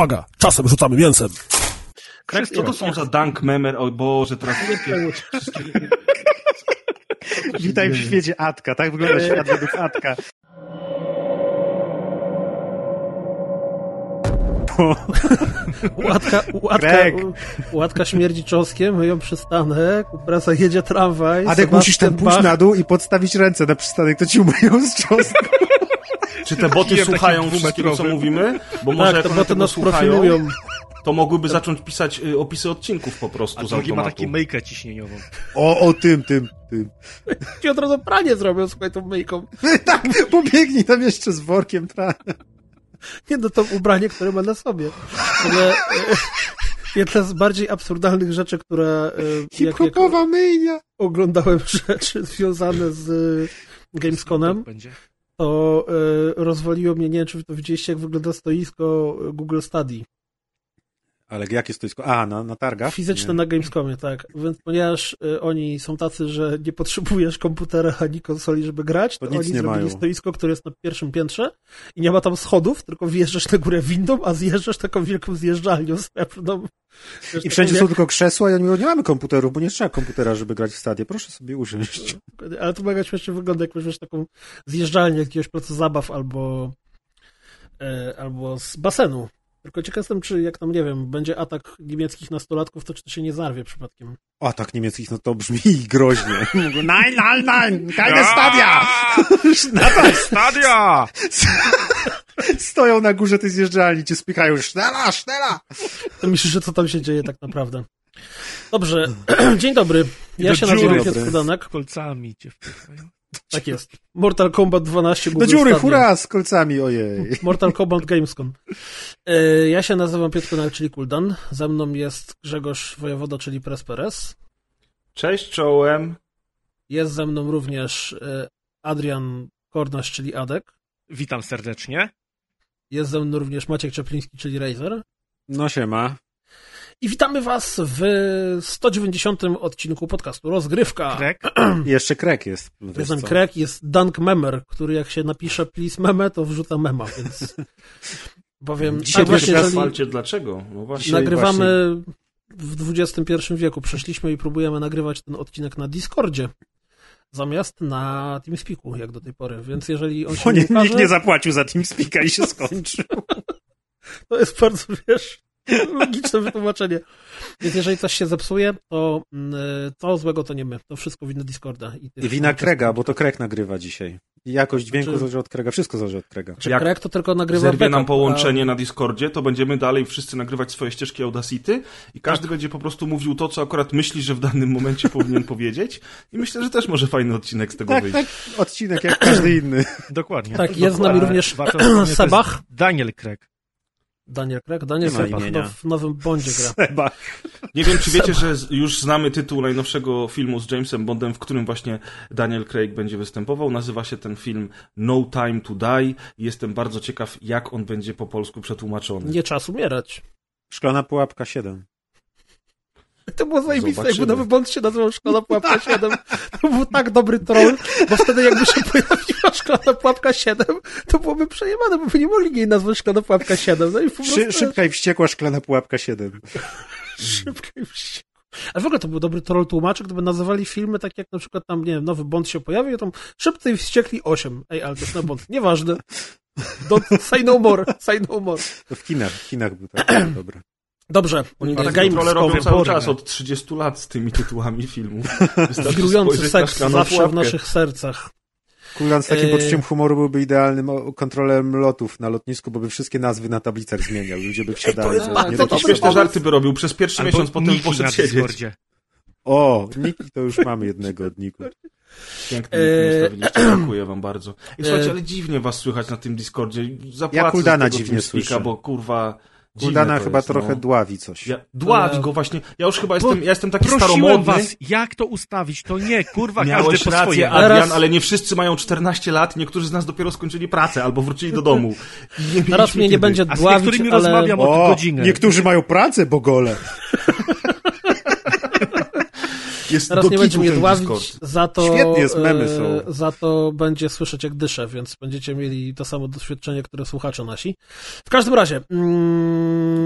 Uwaga, czasem rzucamy mięsem. Krek, co to są za dunk memer? O Boże, teraz... Witaj w świecie Atka, tak wygląda świat według Atka. Łatka śmierdzi czosnkiem, myją przystanek, upraca jedzie tramwaj. Adek, musisz tam pójść na dół i podstawić ręce na przystanek, to ci umyją z czosnku. Czy te boty słuchają wszystkiego, co mówimy? Bo może tak, jak te boty nas słuchają, profilują. To mogłyby zacząć pisać opisy odcinków po prostu z automatu. ma taki myjkę ciśnieniową. O, tym. Ci od razu pranie zrobią, słuchaj, tą myjką. Tak, pobiegnij tam jeszcze z workiem prania. Nie, no to ubranie, które ma na sobie. Ale jedna z bardziej absurdalnych rzeczy, które... Hip-hopowa myjnia. Oglądałem rzeczy związane z Gamescomem, to rozwaliło mnie, nie wiem, czy wy to widzieliście, jak wygląda stoisko Google Stadia. Ale jakie stoisko? Na targach? Fizyczne nie. na Gamescomie, tak. Więc ponieważ oni są tacy, że nie potrzebujesz komputera ani konsoli, żeby grać, to oni zrobili stoisko, które jest na pierwszym piętrze i nie ma tam schodów, tylko wjeżdżasz na górę windą, a zjeżdżasz taką wielką zjeżdżalnią srebrną. I wszędzie są tylko krzesła i oni mówią, nie mamy komputerów, bo nie trzeba komputera, żeby grać w Stadię. Proszę sobie usiąść. Ale to mega śmiesznie wygląda, jak weźmiesz taką zjeżdżalnię jakiegoś placu zabaw albo z basenu. Tylko ciekaw jestem, czy jak tam, nie wiem, będzie atak niemieckich nastolatków, to czy to się nie zarwie przypadkiem. Atak niemieckich, no to brzmi groźnie. Nein, keine Stadia! Stadia! Stoją na górze tej zjeżdżalni, cię spychają, sztela! To myślisz, że co tam się dzieje tak naprawdę. Dobrze, dzień dobry. Ja się nazywam Piotr Kudanek. Kolcami cię wpychają. Tak jest. Mortal Kombat 12 Google do dziury, Stadia. hurra, z kolcami, ojej. Mortal Kombat Gamescom. Ja się nazywam Piotr Kudanek, czyli Kuldan. Ze mną jest Grzegorz Wojewoda, czyli Presperes. Cześć, czołem. Jest ze mną również Adrian Kornasz, czyli Adek. Witam serdecznie. Jest ze mną również Maciek Czepliński, czyli Razer. No siema. I witamy was w 190. odcinku podcastu Rozgrywka. Krek. Jeszcze Krek jest. Jest ten Krek, jest Dunk Memer, który jak się napisze please meme, to wrzuca mema, więc powiem... Dzisiaj właśnie asfalcie, dlaczego? No właśnie, nagrywamy w XXI wieku. Przeszliśmy i próbujemy nagrywać ten odcinek na Discordzie zamiast na TeamSpeaku, jak do tej pory, więc jeżeli on się ukaże... Nikt nie zapłacił za TeamSpeaka i się skończył. To jest bardzo, logiczne wytłumaczenie. Więc jeżeli coś się zepsuje, to co złego to nie my. To wszystko wina Discorda. I wina Krega, bo to Kreg nagrywa dzisiaj. I jakość dźwięku zależy od Krega. Wszystko zależy od Krega. Jak Kreg to tylko nagrywa zerwie nam połączenie na Discordzie, to będziemy dalej wszyscy nagrywać swoje ścieżki Audacity i każdy będzie po prostu mówił to, co akurat myśli, że w danym momencie powinien powiedzieć. I myślę, że też może fajny odcinek z tego wyjść. Tak, odcinek jak każdy inny. Dokładnie. Tak, jest z nami również Sebach. Daniel Kreg. Daniel Craig? Daniel Craig chyba w nowym Bondzie gra. Seba. Nie wiem, czy wiecie, że już znamy tytuł najnowszego filmu z Jamesem Bondem, w którym właśnie Daniel Craig będzie występował. Nazywa się ten film No Time to Die. Jestem bardzo ciekaw, jak on będzie po polsku przetłumaczony. Nie czas umierać. Szklana pułapka 7. To było zajebiste, jakby nowy Bond się nazywał Szklana Pułapka 7. To był tak dobry troll, bo wtedy jakby się pojawiła Szklana Pułapka 7, to byłoby przejebane, bo by nie mogli jej nazwać Szklana Pułapka 7. No i po prostu... Szybka i wściekła Szklana Pułapka 7. Szybka i wściekła. Ale w ogóle to był dobry troll tłumaczy, gdyby nazywali filmy tak jak na przykład tam, nie wiem, nowy Bond się pojawił, tam Szybcy i wściekli 8. Ej, ale to jest na Bond. Nieważne. Say no more. Say no more. To w kinach był tak dobry. Dobrze. Kontrole robią cały czas od 30 lat z tymi tytułami filmów. Wirujący seks zawsze w naszych sercach. Kulan z takim poczuciem humoru byłby idealnym kontrolerem lotów na lotnisku, bo by wszystkie nazwy na tablicach zmieniał. Ludzie by wsiadali. To śmieszne żarty by robił przez pierwszy miesiąc, potem poszedł siedzieć. O, Niki, to już mamy jednego od Niku. Pięknie ustawiliście, dziękuję wam bardzo. I słuchajcie, ale dziwnie was słychać na tym Discordzie. Zapłacę ja Kuldana dziwnie słyszę. Bo kurwa... Kuldana chyba jest, trochę dławi coś. Dławi go właśnie. Ja już chyba jestem taki staromodny. Was, jak to ustawić? To nie, kurwa, miałeś każdy po rację, swoje. Adrian, ale nie wszyscy mają 14 lat, niektórzy z nas dopiero skończyli pracę albo wrócili do domu. Teraz mnie nie będzie dławić, a z niektórymi rozmawiam od godziny. Niektórzy mają pracę, bogole. Teraz nie będzie mnie dławić, za to, świetnie, memy są. Za to będzie słyszeć jak dyszę, więc będziecie mieli to samo doświadczenie, które słuchacze nasi. W każdym razie,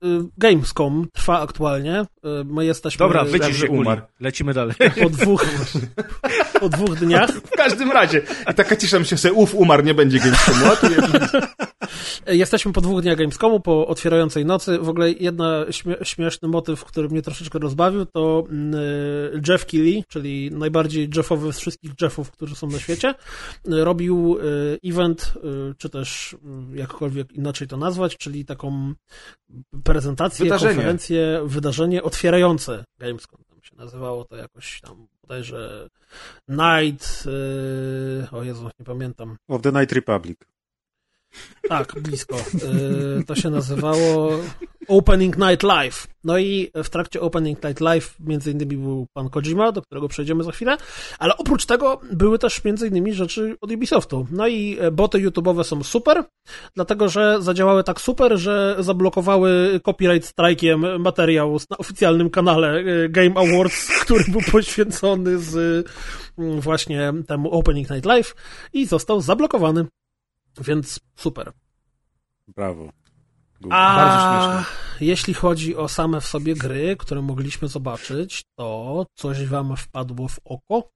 Gamescom trwa aktualnie. My jesteśmy... Dobra, wycisz się, umarł. Lecimy dalej. Po 2 dniach. W każdym razie. I taka cisza mi się sobie, umarł, nie będzie Gamescomu. Jesteśmy po 2 dniach Gamescomu, po otwierającej nocy. W ogóle śmieszny motyw, który mnie troszeczkę rozbawił, to Jeff Keighley, czyli najbardziej Jeffowy z wszystkich Jeffów, którzy są na świecie, robił event, czy też jakkolwiek inaczej to nazwać, czyli taką prezentację, konferencję, wydarzenie otwierające Gamescom. Tam się nazywało to jakoś tam bodajże Night... o Jezu, nie pamiętam. Of the Night Republic. Tak, blisko. To się nazywało Opening Night Live. No i w trakcie Opening Night Live między innymi był pan Kojima, do którego przejdziemy za chwilę, ale oprócz tego były też między innymi rzeczy od Ubisoftu. No i boty YouTube'owe są super, dlatego że zadziałały tak super, że zablokowały copyright strike'iem materiał na oficjalnym kanale Game Awards, który był poświęcony z właśnie temu Opening Night Live i został zablokowany. Więc super. Brawo. Bardzo śmieszne. Jeśli chodzi o same w sobie gry, które mogliśmy zobaczyć, to coś wam wpadło w oko?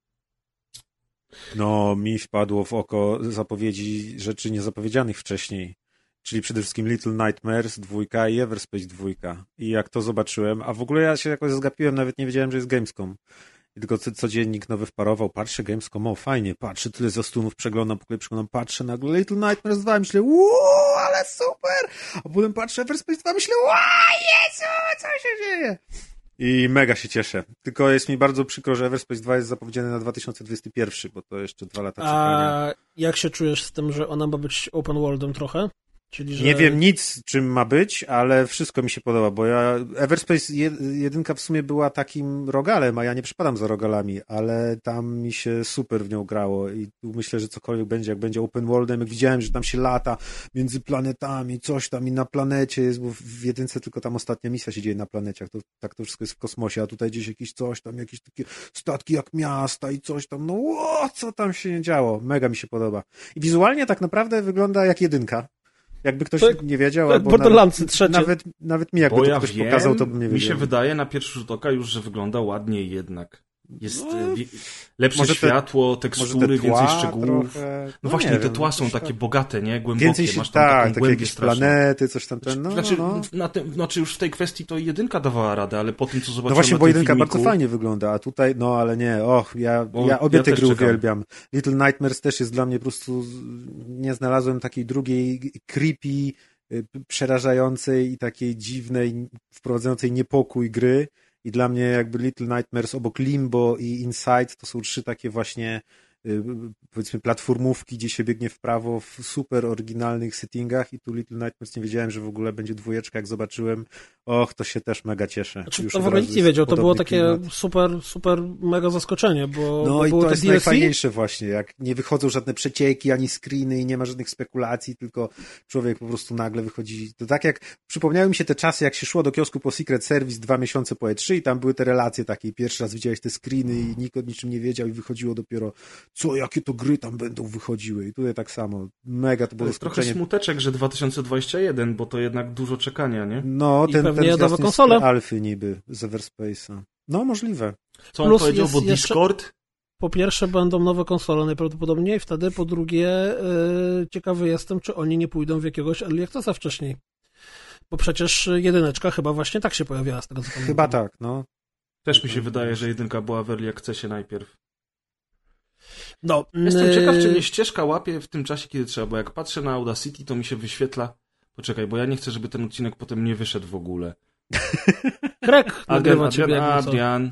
No, mi wpadło w oko zapowiedzi rzeczy niezapowiedzianych wcześniej. Czyli przede wszystkim Little Nightmares 2 i Everspace 2. I jak to zobaczyłem, a w ogóle ja się jakoś zgapiłem, nawet nie wiedziałem, że jest Gamescom. I tylko codziennik nowy wparował, patrzę Gamescom, o fajnie, patrzę, tyle zwiastunów przeglądam, patrzę nagle Little Nightmares 2 i myślę, ale super! A potem patrzę Everspace 2 i myślę, Jezu, co się dzieje? I mega się cieszę. Tylko jest mi bardzo przykro, że Everspace 2 jest zapowiedziany na 2021, bo to jeszcze 2 lata czekania. A jak się czujesz z tym, że ona ma być open worldem trochę? Czyli, że... Nie wiem nic, czym ma być, ale wszystko mi się podoba, bo Everspace 1 w sumie była takim rogalem, a ja nie przypadam za rogalami, ale tam mi się super w nią grało i tu myślę, że cokolwiek będzie, jak będzie open worldem, jak widziałem, że tam się lata między planetami, coś tam i na planecie jest, bo w 1 tylko tam ostatnia misja się dzieje na planeciach, tak to wszystko jest w kosmosie, a tutaj gdzieś jakieś coś tam, jakieś takie statki jak miasta i coś tam, co tam się nie działo, mega mi się podoba. I wizualnie tak naprawdę wygląda jak 1. Jakby ktoś nie wiedział, albo Borderlandsy trzecie. Nawet mi jakby to ktoś pokazał, to bym nie wiedział. Mi się wydaje na pierwszy rzut oka już, że wygląda ładniej jednak. Jest lepsze światło, tekstury, więcej szczegółów. Trochę... No właśnie, te tła są takie bogate, nie? Głębokie. Masz tam taką głębię jakieś planety, coś tam. Znaczy już w tej kwestii to 1 dawała radę, ale po tym, co zobaczyłem no właśnie, bo 1 filmiku... bardzo fajnie wygląda, a tutaj, ale nie. Ja obie te gry uwielbiam. Little Nightmares też jest dla mnie po prostu... Nie znalazłem takiej drugiej creepy, przerażającej i takiej dziwnej, wprowadzającej niepokój gry. I dla mnie jakby Little Nightmares obok Limbo i Inside to są 3 takie właśnie powiedzmy platformówki, gdzie się biegnie w prawo w super oryginalnych settingach i tu Little Nightmares nie wiedziałem, że w ogóle będzie 2, jak zobaczyłem. To się też mega cieszę. Znaczy, to w ogóle nikt nie wiedział, to było takie super mega zaskoczenie, bo no i było to jest DLC? najfajniejsze właśnie, jak nie wychodzą żadne przecieki, ani screeny i nie ma żadnych spekulacji, tylko człowiek po prostu nagle wychodzi. To tak jak przypomniały mi się te czasy, jak się szło do kiosku po Secret Service 2 miesiące po E3 i tam były te relacje takie, pierwszy raz widziałeś te screeny i nikt o niczym nie wiedział i wychodziło dopiero jakie to gry tam będą wychodziły. I tutaj tak samo. Mega to było zaskoczenie. Trochę smuteczek, że 2021, bo to jednak dużo czekania, nie? No, ten nowe konsole. Alfy niby z Everspace'a. No, możliwe. Co on powiedział, bo Discord? Po pierwsze będą nowe konsole najprawdopodobniej, wtedy po drugie ciekawy jestem, czy oni nie pójdą w jakiegoś Early Accessa wcześniej. Bo przecież 1 chyba właśnie tak się pojawiała z tego, co pamiętam. Chyba tak, no. Też mi się wydaje, że 1 była w Early Accessie najpierw. No, jestem ciekaw, czy mnie ścieżka łapie w tym czasie, kiedy trzeba, bo jak patrzę na Audacity, to mi się wyświetla... Poczekaj, bo ja nie chcę, żeby ten odcinek potem nie wyszedł w ogóle. Krek Adrian.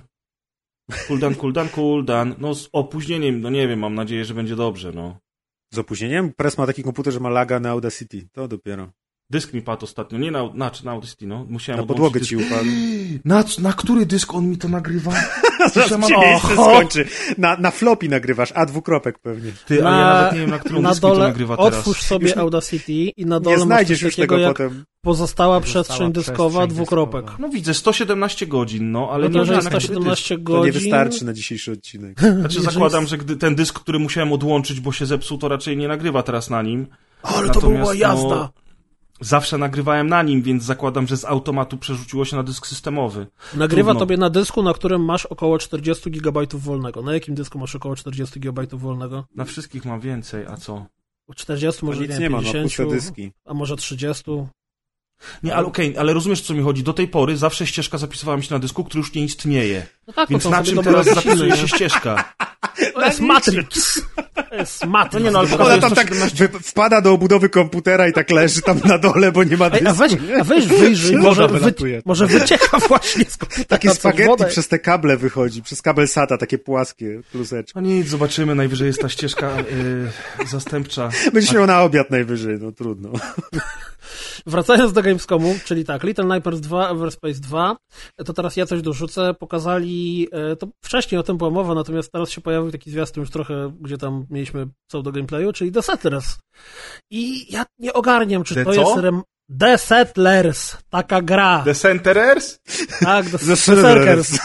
Cool down. No z opóźnieniem, no nie wiem, mam nadzieję, że będzie dobrze, no. Z opóźnieniem? Press ma taki komputer, że ma laga na Audacity. To dopiero. Dysk mi padł ostatnio, nie na Audacity, no. Musiałem na podłogę ci upadł. Na który dysk on mi to nagrywa? Skończy. Na floppy nagrywasz, A2 pewnie. A ja nawet nie wiem, na którym dysku to nagrywa teraz. Otwórz sobie Audacity i na dole nie znajdziesz już tego potem. Pozostała przestrzeń dyskowa, 2. No widzę, 117 godzin, no, ale nie wiem, 117 godzin. To nie wystarczy na dzisiejszy odcinek. Znaczy zakładam, że gdy ten dysk, który musiałem odłączyć, bo się zepsuł, to raczej nie nagrywa teraz na nim. Ale to była jazda! zawsze nagrywałem na nim, więc zakładam, że z automatu przerzuciło się na dysk systemowy. Nagrywa tobie na dysku, na którym masz około 40 GB wolnego. Na jakim dysku masz około 40 GB wolnego? Na wszystkich mam więcej, a co? 40, może nic nie ma, 50, dyski. a może 30. Nie, ale okej, ale rozumiesz, o co mi chodzi. Do tej pory zawsze ścieżka zapisywała mi się na dysku, który już nie istnieje. No tak, więc na czym teraz zapisuje się ścieżka? To jest Matrix. To jest Matrix. No nie, no, ale ona tam tak wpada do obudowy komputera i tak leży tam na dole, bo nie ma dysku. A weź wyjrzyj, może wycieka właśnie z komputera. Takie spaghetti przez te kable wychodzi, przez kabel SATA, takie płaskie kluseczki. No nic, zobaczymy, najwyżej jest ta ścieżka zastępcza. Będziesz miał na obiad najwyżej, no trudno. Wracając do Gamescomu, czyli tak, Little Nightmares 2, Everspace 2, to teraz ja coś dorzucę, pokazali, to wcześniej o tym była mowa, natomiast teraz się pojawił taki zwiastun już trochę, gdzie tam mieliśmy pseudo gameplayu, czyli The Settlers. I ja nie ogarniam, czy to jest The Settlers, taka gra. The Centerers? Tak, The Settlers.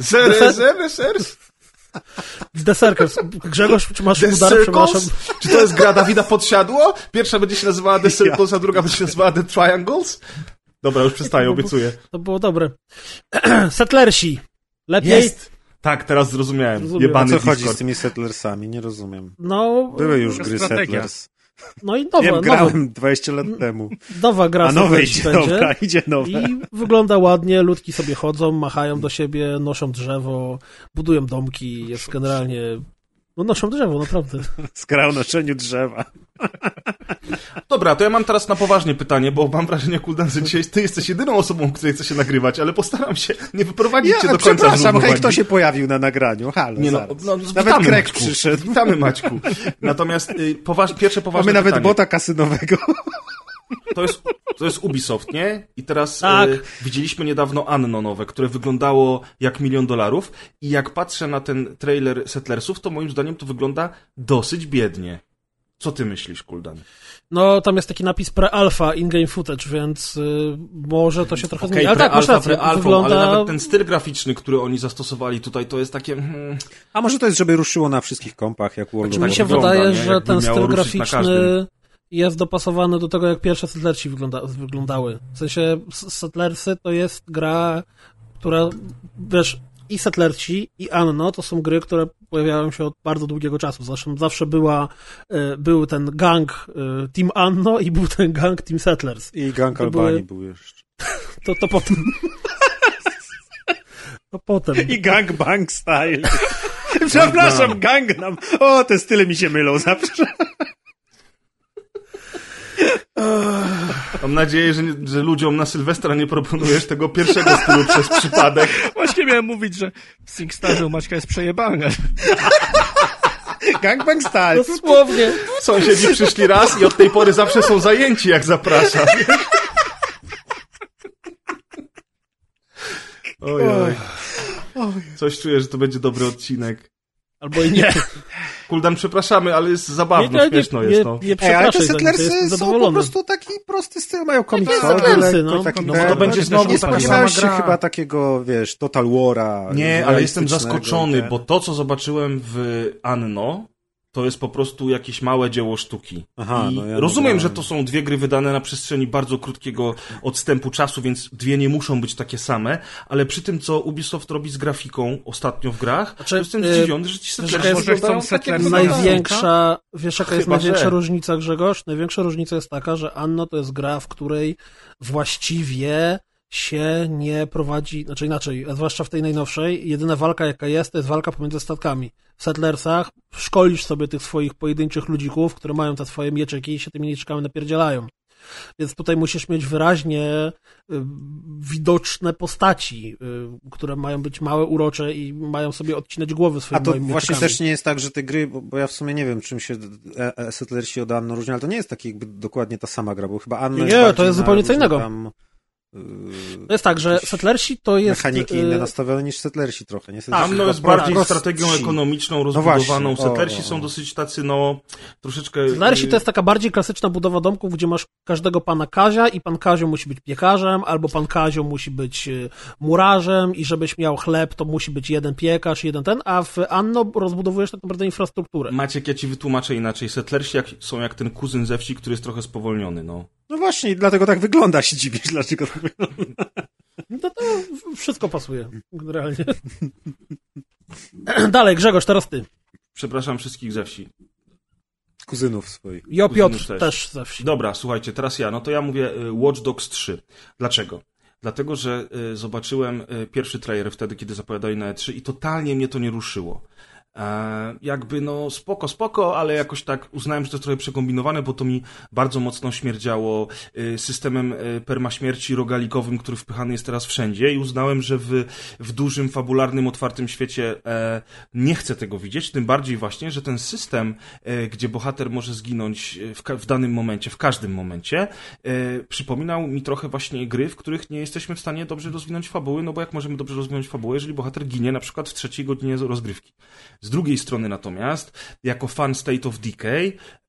The Circles. Grzegorz, czy masz udar? Przepraszam. Czy to jest gra Dawida Podsiadło? Pierwsza będzie się nazywała The Circles, a druga będzie się nazywała The Triangles? Dobra, już przestaję, obiecuję. To było dobre. Settlersi. Lepiej? Jest. Tak, teraz zrozumiałem. Jebany o co chodzi z tymi Settlersami? Nie rozumiem. No, były już gry Settlers. No i nowa. Grałem 20 lat temu. Nowa gra idzie nowa. I wygląda ładnie, ludki sobie chodzą, machają do siebie, noszą drzewo, budują domki, jest generalnie... No noszą drzewo, naprawdę. Skra o noszeniu drzewa. Dobra, to ja mam teraz na poważnie pytanie, bo mam wrażenie, Kuldan, że dzisiaj ty jesteś jedyną osobą, której chce się nagrywać, ale postaram się nie wyprowadzić cię do końca. Przepraszam, hej, kto się pojawił na nagraniu? Halo, nie, nawet Krek przyszedł. Witamy, Maćku. Natomiast pierwsze poważne Mamy nawet pytanie. bota kasynowego. To jest Ubisoft, nie? I teraz tak. Widzieliśmy niedawno Anno nowe, które wyglądało jak $1 milion i jak patrzę na ten trailer Settlersów, to moim zdaniem to wygląda dosyć biednie. Co ty myślisz, Kuldan? No, tam jest taki napis pre-alpha, in-game footage, więc może to się trochę zmieni. Ale tak, masz rację, wygląda... ale nawet ten styl graficzny, który oni zastosowali tutaj, to jest takie... A może to jest, żeby ruszyło na wszystkich kompach, jak World of Warcraft? Mi się wydaje, że ten styl graficzny jest dopasowany do tego, jak pierwsze Settlersi wyglądały. W sensie Settlersy to jest gra, która, wiesz, i Settlersi, i Anno to są gry, które pojawiają się od bardzo długiego czasu. Zresztą zawsze był ten gang Team Anno i był ten gang Team Settlers. I gang Albanii był jeszcze. To potem. To potem. I gang Bang Style. Przepraszam, Gangnam. O, te style mi się mylą zawsze. Mam nadzieję, że ludziom na Sylwestra nie proponujesz tego pierwszego stylu przez przypadek. Właśnie miałem mówić, że w SingStarze u Maćka jest przejebane. Gangbang Style. Dosłownie. Sąsiedzi przyszli raz i od tej pory zawsze są zajęci, jak zapraszam. Ojoj. Coś czuję, że to będzie dobry odcinek. Albo i nie. Kuldan, przepraszamy, ale jest zabawno, śmieszno jest. Nie przepraszaj, ale te Settlersy są po prostu taki prosty styl, mają komiksowy, to będzie znowu taka sama gra. Chyba takiego, wiesz, Total War'a. Nie, ale jestem zaskoczony, bo to, co zobaczyłem w Anno, to jest po prostu jakieś małe dzieło sztuki. Aha, I rozumiem, że to są dwie gry wydane na przestrzeni bardzo krótkiego odstępu czasu, więc dwie nie muszą być takie same, ale przy tym, co Ubisoft robi z grafiką ostatnio w grach, to jestem zdziwiony, że ci Settlersi wyglądają tak jak największa, wiesz jaka jest największa różnica, Grzegorz? Największa różnica jest taka, że Anno to jest gra, w której właściwie się nie prowadzi, znaczy inaczej, zwłaszcza w tej najnowszej, jedyna walka jaka jest, to jest walka pomiędzy statkami. W Settlersach szkolisz sobie tych swoich pojedynczych ludzików, które mają te swoje mieczyki i się tymi mieczykami napierdzielają. Więc tutaj musisz mieć wyraźnie widoczne postaci, które mają być małe, urocze i mają sobie odcinać głowy swoimi mieczykami. A to właśnie mieczykami. też nie jest tak, że te gry, bo ja w sumie nie wiem, czym się Settlersi od Anno różnią, ale to nie jest taki jakby dokładnie ta sama gra, bo chyba Anno nie, to jest zupełnie co innego. To jest tak, że Settlersi to jest... Mechaniki inne nastawione niż Settlersi trochę. Nie? Anno jest bardziej strategią ekonomiczną, rozbudowaną. No Settlersi są dosyć tacy, troszeczkę... Settlersi to jest taka bardziej klasyczna budowa domków, gdzie masz każdego pana Kazia i pan Kazio musi być piekarzem, albo pan Kazio musi być murarzem i żebyś miał chleb, to musi być jeden piekarz, jeden ten, a w Anno rozbudowujesz tak naprawdę infrastrukturę. Maciek, ja ci wytłumaczę inaczej. Settlersi są jak ten kuzyn ze wsi, który jest trochę spowolniony, No właśnie, dlatego tak wygląda, się dziwisz, dlaczego tak wygląda. No to wszystko pasuje, realnie. Dalej, Grzegorz, teraz ty. Przepraszam wszystkich ze wsi. Kuzynów swoich. Jo, Piotr też ze wsi. Dobra, słuchajcie, teraz ja. No to ja mówię Watch Dogs 3. Dlaczego? Dlatego, że zobaczyłem pierwszy trailer wtedy, kiedy zapowiadali na E3 i totalnie mnie to nie ruszyło. Jakby spoko, ale jakoś tak uznałem, że to jest trochę przekombinowane, bo to mi bardzo mocno śmierdziało systemem permaśmierci rogalikowym, który wpychany jest teraz wszędzie i uznałem, że w dużym, fabularnym, otwartym świecie nie chcę tego widzieć, tym bardziej właśnie, że ten system, gdzie bohater może zginąć w danym momencie, w każdym momencie, przypominał mi trochę właśnie gry, w których nie jesteśmy w stanie dobrze rozwinąć fabuły, no bo jak możemy dobrze rozwinąć fabułę, jeżeli bohater ginie na przykład w 3. godzinie rozgrywki. Z drugiej strony natomiast, jako fan State of Decay,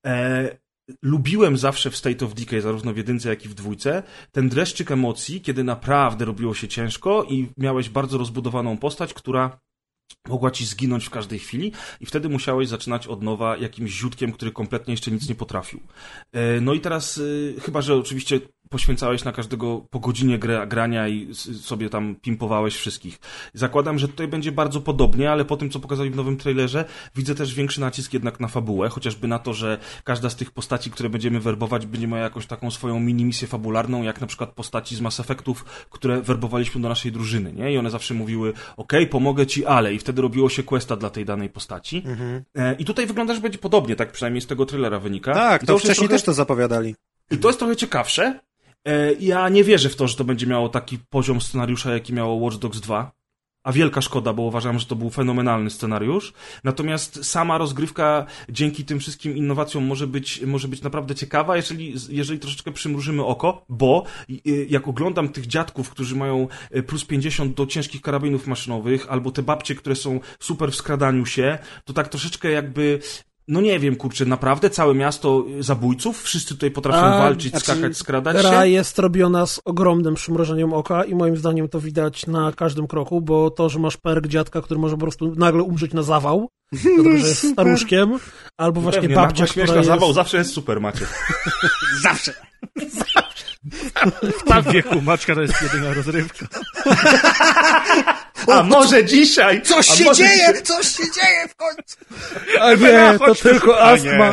lubiłem zawsze w State of Decay, zarówno w 1, jak i w 2, ten dreszczyk emocji, kiedy naprawdę robiło się ciężko i miałeś bardzo rozbudowaną postać, która mogła ci zginąć w każdej chwili i wtedy musiałeś zaczynać od nowa jakimś ziutkiem, który kompletnie jeszcze nic nie potrafił. No i teraz, chyba że oczywiście poświęcałeś na każdego po godzinie grania i sobie tam pimpowałeś wszystkich. Zakładam, że tutaj będzie bardzo podobnie, ale po tym, co pokazali w nowym trailerze, widzę też większy nacisk jednak na fabułę, chociażby na to, że każda z tych postaci, które będziemy werbować, będzie miała jakąś taką swoją mini-misję fabularną, jak na przykład postaci z Mass Effectów, które werbowaliśmy do naszej drużyny, nie? I one zawsze mówiły, okej, pomogę ci, ale... I wtedy robiło się questa dla tej danej postaci. I tutaj wygląda, że będzie podobnie, tak przynajmniej z tego trailera wynika. Tak, to wcześniej też to zapowiadali. I to jest trochę ciekawsze. Ja nie wierzę w to, że to będzie miało taki poziom scenariusza, jaki miało Watch Dogs 2. A wielka szkoda, bo uważam, że to był fenomenalny scenariusz. Natomiast sama rozgrywka dzięki tym wszystkim innowacjom może być naprawdę ciekawa, jeżeli troszeczkę przymrużymy oko, bo jak oglądam tych dziadków, którzy mają plus 50 do ciężkich karabinów maszynowych, albo te babcie, które są super w skradaniu się, to tak troszeczkę jakby... No nie wiem, kurczę, naprawdę całe miasto zabójców? Wszyscy tutaj potrafią walczyć, skakać, skradać się? Gra jest robiona z ogromnym przymrożeniem oka i moim zdaniem to widać na każdym kroku, bo to, że masz perk dziadka, który może po prostu nagle umrzeć na zawał, dlatego, że jest staruszkiem, albo właśnie pewnie, babcia, która na zawał zawsze jest super, Macie. Zawsze. W tym wieku Maćka to jest jedyna rozrywka. A może dzisiaj? Coś się dzieje w końcu! A nie, to tylko astma.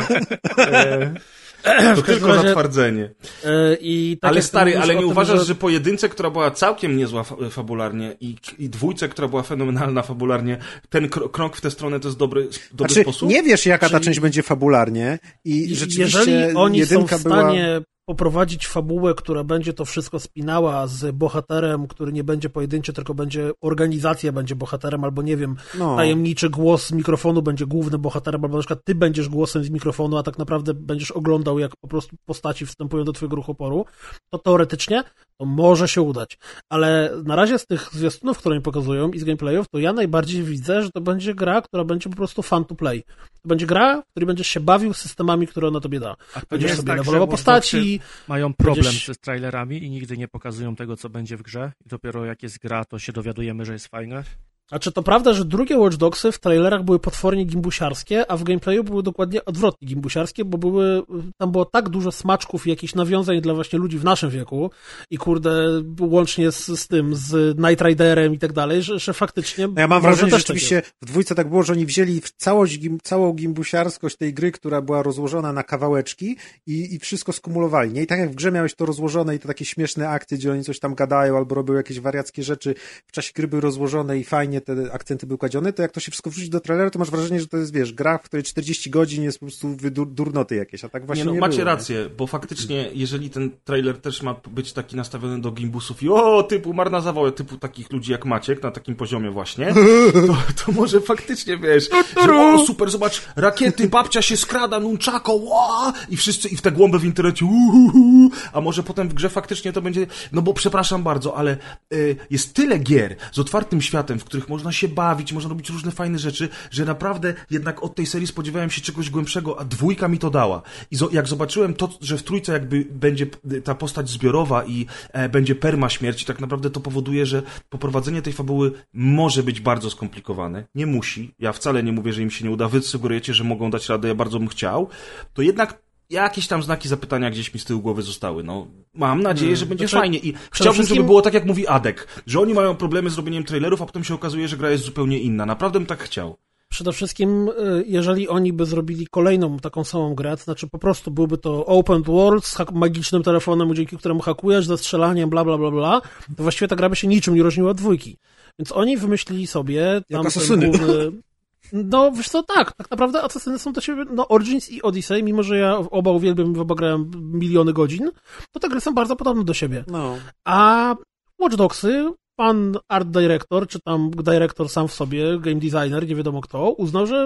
To tylko zatwardzenie. Tak ale stary, ale nie uważasz, że po 1, która była całkiem niezła fabularnie i 2, która była fenomenalna fabularnie, ten krok w tę stronę to jest dobry sposób? Nie wiesz, jaka ta część będzie fabularnie i rzeczywiście jeżeli oni 1 są w stanie poprowadzić fabułę, która będzie to wszystko spinała z bohaterem, który nie będzie pojedynczy, tylko organizacja będzie bohaterem, albo nie wiem, tajemniczy głos z mikrofonu będzie głównym bohaterem, albo na przykład ty będziesz głosem z mikrofonu, a tak naprawdę będziesz oglądał, jak po prostu postaci wstępują do twojego ruchu oporu, to teoretycznie to może się udać. Ale na razie z tych zwiastunów, które mi pokazują i z gameplayów, to ja najbardziej widzę, że to będzie gra, która będzie po prostu fun to play. To będzie gra, w której będziesz się bawił systemami, które ona tobie da. Będziesz sobie levelował postaci. Mają problem z trailerami i nigdy nie pokazują tego, co będzie w grze. I dopiero jak jest gra, to się dowiadujemy, że jest fajne. A czy to prawda, że drugie Watch Dogsy w trailerach były potwornie gimbusiarskie, a w gameplayu były dokładnie odwrotnie gimbusiarskie, bo tam było tak dużo smaczków i jakichś nawiązań dla właśnie ludzi w naszym wieku i kurde, łącznie z Knight Riderem i tak dalej, że faktycznie... Ja mam wrażenie, że rzeczywiście w 2 tak było, że oni wzięli całą gimbusiarskość tej gry, która była rozłożona na kawałeczki i wszystko skumulowali, nie? I tak jak w grze miałeś to rozłożone i to takie śmieszne akcje, gdzie oni coś tam gadają albo robią jakieś wariackie rzeczy, w czasie gry były rozłożone i fajnie te akcenty były kładzione, to jak to się wszystko wrzuci do trailera, to masz wrażenie, że to jest, wiesz, gra, w której 40 godzin jest po prostu durnoty jakieś, a tak właśnie nie macie było, rację, bo faktycznie, jeżeli ten trailer też ma być taki nastawiony do gimbusów i typu marna zawoła, typu takich ludzi jak Maciek, na takim poziomie właśnie, to może faktycznie, wiesz, że super, zobacz, rakiety, babcia się skrada, nunchako, i wszyscy, i w te głąby w internecie, a może potem w grze faktycznie to będzie, no bo przepraszam bardzo, ale jest tyle gier z otwartym światem, w których można się bawić, można robić różne fajne rzeczy, że naprawdę jednak od tej serii spodziewałem się czegoś głębszego, a 2 mi to dała. I jak zobaczyłem to, że w 3 jakby będzie ta postać zbiorowa i będzie permaśmierć, tak naprawdę to powoduje, że poprowadzenie tej fabuły może być bardzo skomplikowane. Nie musi. Ja wcale nie mówię, że im się nie uda. Wy sugerujecie, że mogą dać radę, ja bardzo bym chciał. To jednak jakieś tam znaki zapytania gdzieś mi z tyłu głowy zostały. No, mam nadzieję, że będzie fajnie i chciałbym, żeby było tak, jak mówi Adek, że oni mają problemy z robieniem trailerów, a potem się okazuje, że gra jest zupełnie inna. Naprawdę bym tak chciał. Przede wszystkim, jeżeli oni by zrobili kolejną taką samą grę, to znaczy po prostu byłby to open world z magicznym telefonem, dzięki któremu hakujesz, ze strzelaniem, bla, bla, bla, bla, to właściwie ta gra by się niczym nie różniła od 2. Więc oni wymyślili sobie... Jak asasyny. No, wiesz co, tak naprawdę asasyny są do siebie, Origins i Odyssey, mimo że ja oba uwielbiam, w oba grałem miliony godzin, to te gry są bardzo podobne do siebie. No. A Watch Dogsy, pan art director, czy tam dyrektor sam w sobie, game designer, nie wiadomo kto, uznał, że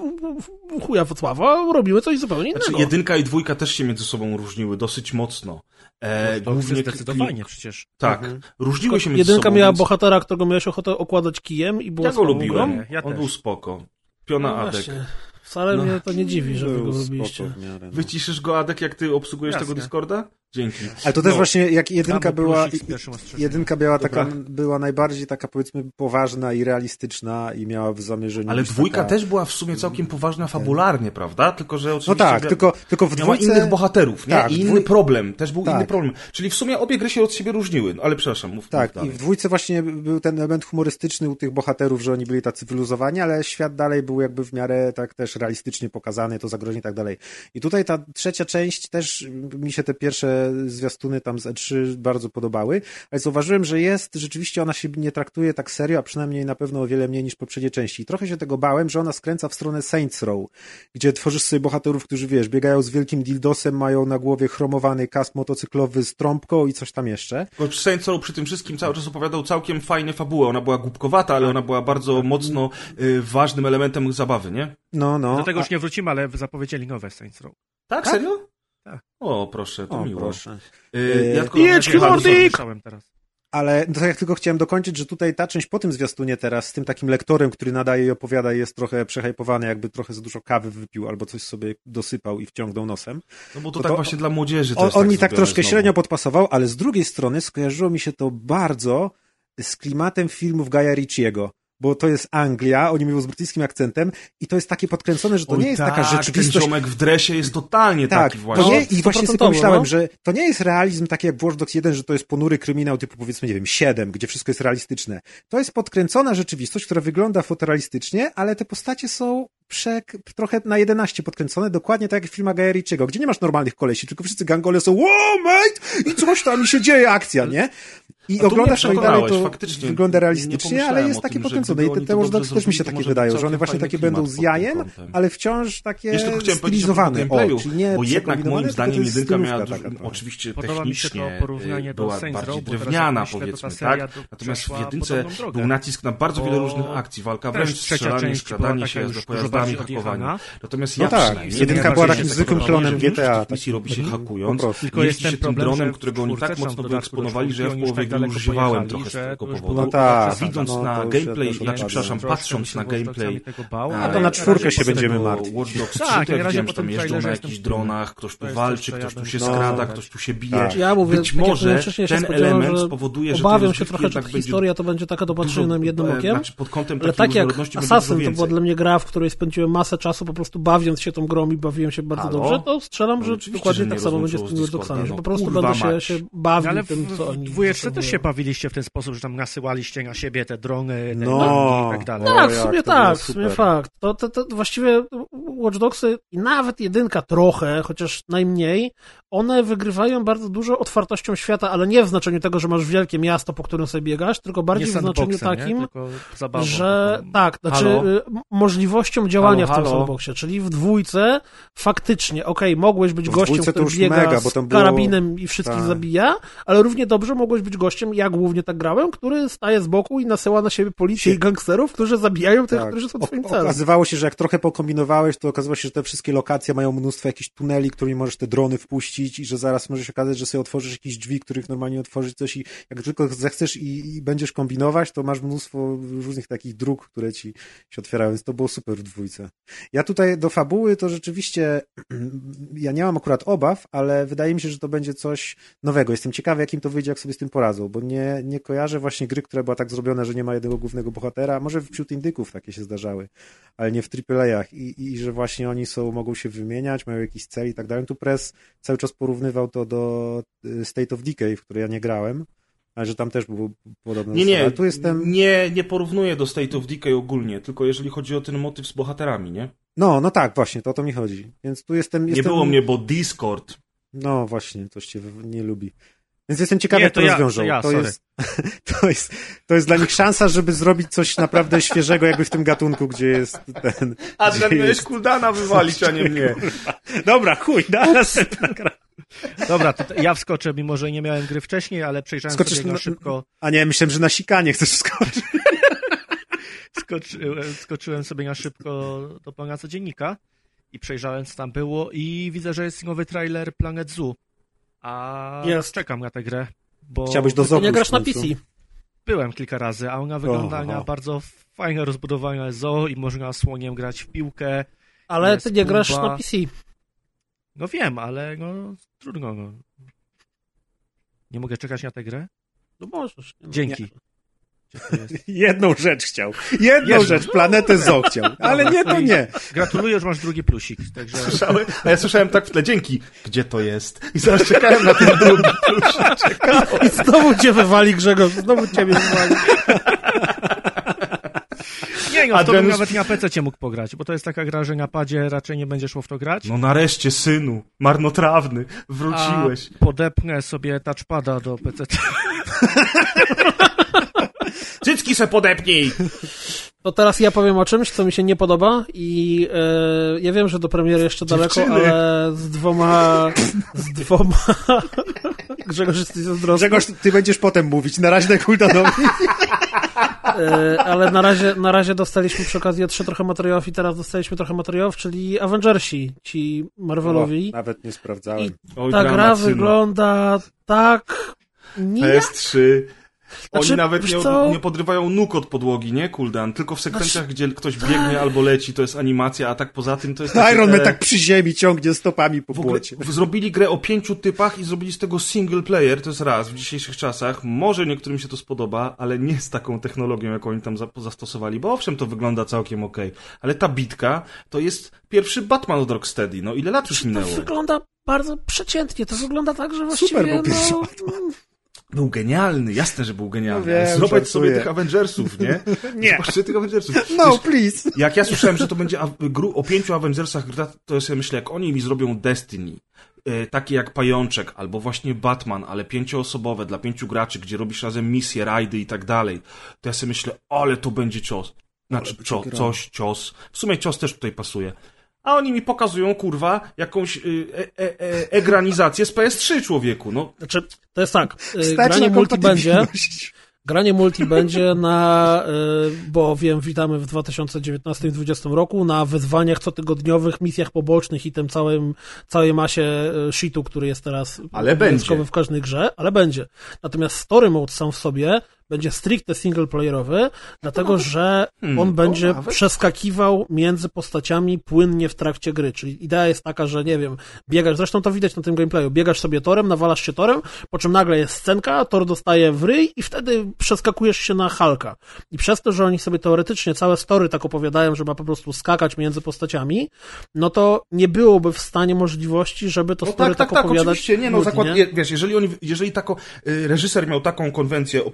chuja Wacława, robimy coś zupełnie innego. Znaczy 1 i 2 też się między sobą różniły dosyć mocno. Głównie zdecydowanie przecież. Tak, różniły się między sobą. 1 miała bohatera, którego miałeś ochotę okładać kijem i była ja go lubiłem, ja on był spoko. Piona Adek. Właśnie. Wcale mnie to nie dziwi, że wy go lubiliście. Wyciszysz go, Adek, jak ty obsługujesz tego Discorda? Dzięki. Ale to też właśnie, jak jedynka była najbardziej taka, powiedzmy, poważna i realistyczna i miała w zamierzeniu... Ale 2 też była w sumie całkiem poważna fabularnie, prawda? Tylko, że oczywiście... No tak, tylko w 2... Miała innych bohaterów, nie? Tak, I inny problem. Też był inny problem. Czyli w sumie obie gry się od siebie różniły. Ale przepraszam, mów dalej. I w 2 właśnie był ten element humorystyczny u tych bohaterów, że oni byli tacy wyluzowani, ale świat dalej był jakby w miarę tak też realistycznie pokazany, to zagrożenie i tak dalej. I tutaj ta trzecia część też, mi się te pierwsze zwiastuny tam z E3 bardzo podobały, ale zauważyłem, że rzeczywiście ona się nie traktuje tak serio, a przynajmniej na pewno o wiele mniej niż poprzednie części. I trochę się tego bałem, że ona skręca w stronę Saints Row, gdzie tworzysz sobie bohaterów, którzy, wiesz, biegają z wielkim dildosem, mają na głowie chromowany kask motocyklowy z trąbką i coś tam jeszcze. Bo Saints Row przy tym wszystkim cały czas opowiadał całkiem fajne fabułę. Ona była głupkowata, ale ona była bardzo mocno ważnym elementem zabawy, nie? No. Do tego już nie wrócimy, ale zapowiedzieli nowe Saints Row. Tak? Serio? Tak. O, proszę, to miło. Proszę. Jedź, Nordic! Ale no tak jak tylko chciałem dokończyć, że tutaj ta część po tym zwiastunie teraz, z tym takim lektorem, który nadaje i opowiada, jest trochę przehajpowany, jakby trochę za dużo kawy wypił albo coś sobie dosypał i wciągnął nosem. No bo to tak właśnie dla młodzieży to jest on mi tak troszkę średnio podpasował, ale z drugiej strony skojarzyło mi się to bardzo z klimatem filmów Guya Ritchiego. Bo to jest Anglia, oni mówią z brytyjskim akcentem i to jest takie podkręcone, że to nie jest taka rzeczywistość... ten ziomek w dresie jest totalnie taki właśnie. I właśnie sobie pomyślałem, że to nie jest realizm taki jak w Watch Dogs 1, że to jest ponury kryminał typu powiedzmy, nie wiem, 7, gdzie wszystko jest realistyczne. To jest podkręcona rzeczywistość, która wygląda fotorealistycznie, ale te postacie są trochę na 11 podkręcone, dokładnie tak jak w filmach Guya Ritchiego, gdzie nie masz normalnych kolesi, tylko wszyscy gangole są wow, mate! I coś tam mi się dzieje, akcja, nie? I oglądasz to i dalej to wygląda realistycznie, ale jest takie podkręcone. I te Watch Dogs też mi się takie wydają, że one właśnie takie będą z jajem, ale wciąż takie stylizowane. Bo jednak moim zdaniem jedynka miała oczywiście technicznie była bardziej drewniana, powiedzmy, tak? Natomiast w jedynce był nacisk na bardzo wiele różnych akcji. Walka wręcz, strzelanie, skradanie się za pojazdami, hakowanie. Natomiast ja przynajmniej... Jedynka była takim zwykłym klonem GTA. Misji robi się hakując. Jeździ tym dronem, którego oni tak mocno wyeksponowali, że ja w połowie gry używałem trochę z tego powodu. Widząc na gameplay, patrząc na gameplay... A to na 4 się będziemy martwić. Watch Dogs 3 to ja widziałem, że tam jeżdżą na jakichś dronach, ktoś tu walczy, ktoś tu się skrada, ktoś tu się bije. Być może ten element spowoduje, że obawiam się trochę, że historia to będzie taka do patrzenia jednym okiem, ale tak jak Assassin to była dla mnie gra, w której spędziłem masę czasu po prostu bawiąc się tą grą i bawiłem się bardzo dobrze, to strzelam, że dokładnie tak samo będzie z tymi Watch Dogsami, że po prostu będę się bawił tym, co oni... W dwójeczce też się bawiliście w ten sposób, że tam nasyłaliście na siebie te drony, i tak dalej. Tak, w sumie fakt. To właściwie Watch Dogsy i nawet 1 trochę, chociaż najmniej, one wygrywają bardzo dużo otwartością świata, ale nie w znaczeniu tego, że masz wielkie miasto, po którym sobie biegasz, tylko bardziej w znaczeniu takim, że tak, znaczy możliwością działania w tym sandboxie, czyli w 2 faktycznie, mogłeś być gościem, który biega z karabinem i wszystkich zabija, ale równie dobrze mogłeś być gościem, ja głównie tak grałem, który staje z boku i nasyła na siebie policję i gangsterów, którzy zabijają tych, którzy są twoim celem. Okazywało się, że jak trochę pokombinowałeś, to okazywało się, że te wszystkie lokacje mają mnóstwo jakichś tuneli, którymi możesz te drony wpuścić i że zaraz może się okazać, że sobie otworzysz jakieś drzwi, których normalnie otworzyć coś i jak tylko zechcesz i będziesz kombinować, to masz mnóstwo różnych takich dróg, które ci się otwierają, więc to było super w 2. Ja tutaj do fabuły to rzeczywiście ja nie mam akurat obaw, ale wydaje mi się, że to będzie coś nowego. Jestem ciekawy, jakim to wyjdzie, jak sobie z tym poradzą, bo nie kojarzę właśnie gry, która była tak zrobiona, że nie ma jednego głównego bohatera. Może wśród indyków takie się zdarzały, ale nie w AAA-ach i że właśnie oni mogą się wymieniać, mają jakiś cel i tak dalej. Tu Press cały czas porównywał to do State of Decay, w które ja nie grałem, ale że tam też było podobne. Nie, tu nie porównuję do State of Decay ogólnie, tylko jeżeli chodzi o ten motyw z bohaterami, nie? No tak, właśnie, to o to mi chodzi. Więc tu jestem... Nie było mnie, bo Discord. No właśnie, ktoś cię nie lubi. Więc jestem ciekawy, jak to rozwiążą. To jest dla nich szansa, żeby zrobić coś naprawdę świeżego, jakby w tym gatunku, gdzie jest ten... Adrian, miałeś Kuldana wywalić, a nie mnie. Dobra, chuj, następna gra. Dobra, to ja wskoczę, mimo że nie miałem gry wcześniej, ale przejrzałem sobie na szybko... A nie, myślałem, że na sikanie chcesz wskoczyć. Skoczyłem sobie na szybko do pełna codziennika i przejrzałem, co tam było i widzę, że jest nowy trailer Planet Zoo. A czekam na tę grę, bo... Chciałbyś do zoo. Nie grasz na PC. Byłem kilka razy, a ona wygląda na bardzo fajne rozbudowane zoo i można słoniem grać w piłkę. Ale ty nie grasz na PC. No wiem, ale trudno. Nie mogę czekać na tę grę? No możesz. Dzięki. Nie. Jedną rzecz chciał. Jedną rzecz, planetę zoo chciał. Ale nie, to nie. Gratuluję, że masz drugi plusik. Także... A ja słyszałem tak w tle, dzięki. Gdzie to jest? I zaraz czekałem na ten drugi plusik. I znowu cię wywali, Grzegorz. Znowu ciebie wywali. Nie, to bym nawet na PC mógł pograć, bo to jest taka gra, że na padzie raczej nie będziesz w to grać. No nareszcie, synu, marnotrawny, wróciłeś. A podepnę sobie touchpada do PC. Cycki se podepnij! To teraz ja powiem o czymś, co mi się nie podoba i ja wiem, że do premiery jeszcze daleko, ale z dwoma... Grzegorz, jesteś zazdrosny. Grzegorz, ty będziesz potem mówić, na razie na Kuldanowi. Ale na razie dostaliśmy przy okazji E3 trochę materiałów i teraz dostaliśmy trochę materiałów, czyli Avengersi, ci Marvelowi. Nawet nie sprawdzałem. Ta gra wygląda tak... PS3... Oni nawet nie podrywają nóg od podłogi, nie, Kuldan? Tylko w sekwencjach, gdzie ktoś biegnie albo leci, to jest animacja, a tak poza tym to jest... Iron Man tak przy ziemi ciągnie stopami po płocie. Zrobili grę o 5 typach i zrobili z tego single player, to jest raz, w dzisiejszych czasach. Może niektórym się to spodoba, ale nie z taką technologią, jaką oni tam zastosowali, bo owszem, to wygląda całkiem okej. Ale ta bitka to jest pierwszy Batman od Rocksteady. No ile lat już minęło? To wygląda bardzo przeciętnie, to wygląda tak, że właściwie... Super był pierwszy Batman. Był genialny, jasne, że był genialny. No zobacz sobie tych Avengersów, nie? Nie. Zobaczcie tych Avengersów. No, please. Jak ja słyszałem, że to będzie o 5 Avengersach, to ja sobie myślę, jak oni mi zrobią Destiny, takie jak Pajączek, albo właśnie Batman, ale 5-osobowe dla 5 graczy, gdzie robisz razem misje, rajdy i tak dalej, to ja sobie myślę, ale to będzie cios. Znaczy, cios. W sumie cios też tutaj pasuje. A oni mi pokazują, kurwa, jakąś egranizację z PS3, człowieku, no. Znaczy, to jest tak, granie multi będzie na, bo wiem, witamy w 2019 i 2020 roku, na wyzwaniach cotygodniowych, misjach pobocznych i tym całej masie shitu, który jest teraz wyjątkowy w każdej grze, ale będzie. Natomiast story mode sam w sobie będzie stricte singleplayerowy, dlatego że on będzie przeskakiwał między postaciami płynnie w trakcie gry. Czyli idea jest taka, że nie wiem, biegasz, zresztą to widać na tym gameplayu, biegasz sobie torem, nawalasz się torem, po czym nagle jest scenka, tor dostaje w ryj i wtedy przeskakujesz się na Hulka. I przez to, że oni sobie teoretycznie całe story tak opowiadają, że ma po prostu skakać między postaciami, no to nie byłoby w stanie możliwości, żeby to story tak opowiadać. Oczywiście, nie, no zakład, wiesz, jeżeli reżyser miał taką konwencję o przekazaniu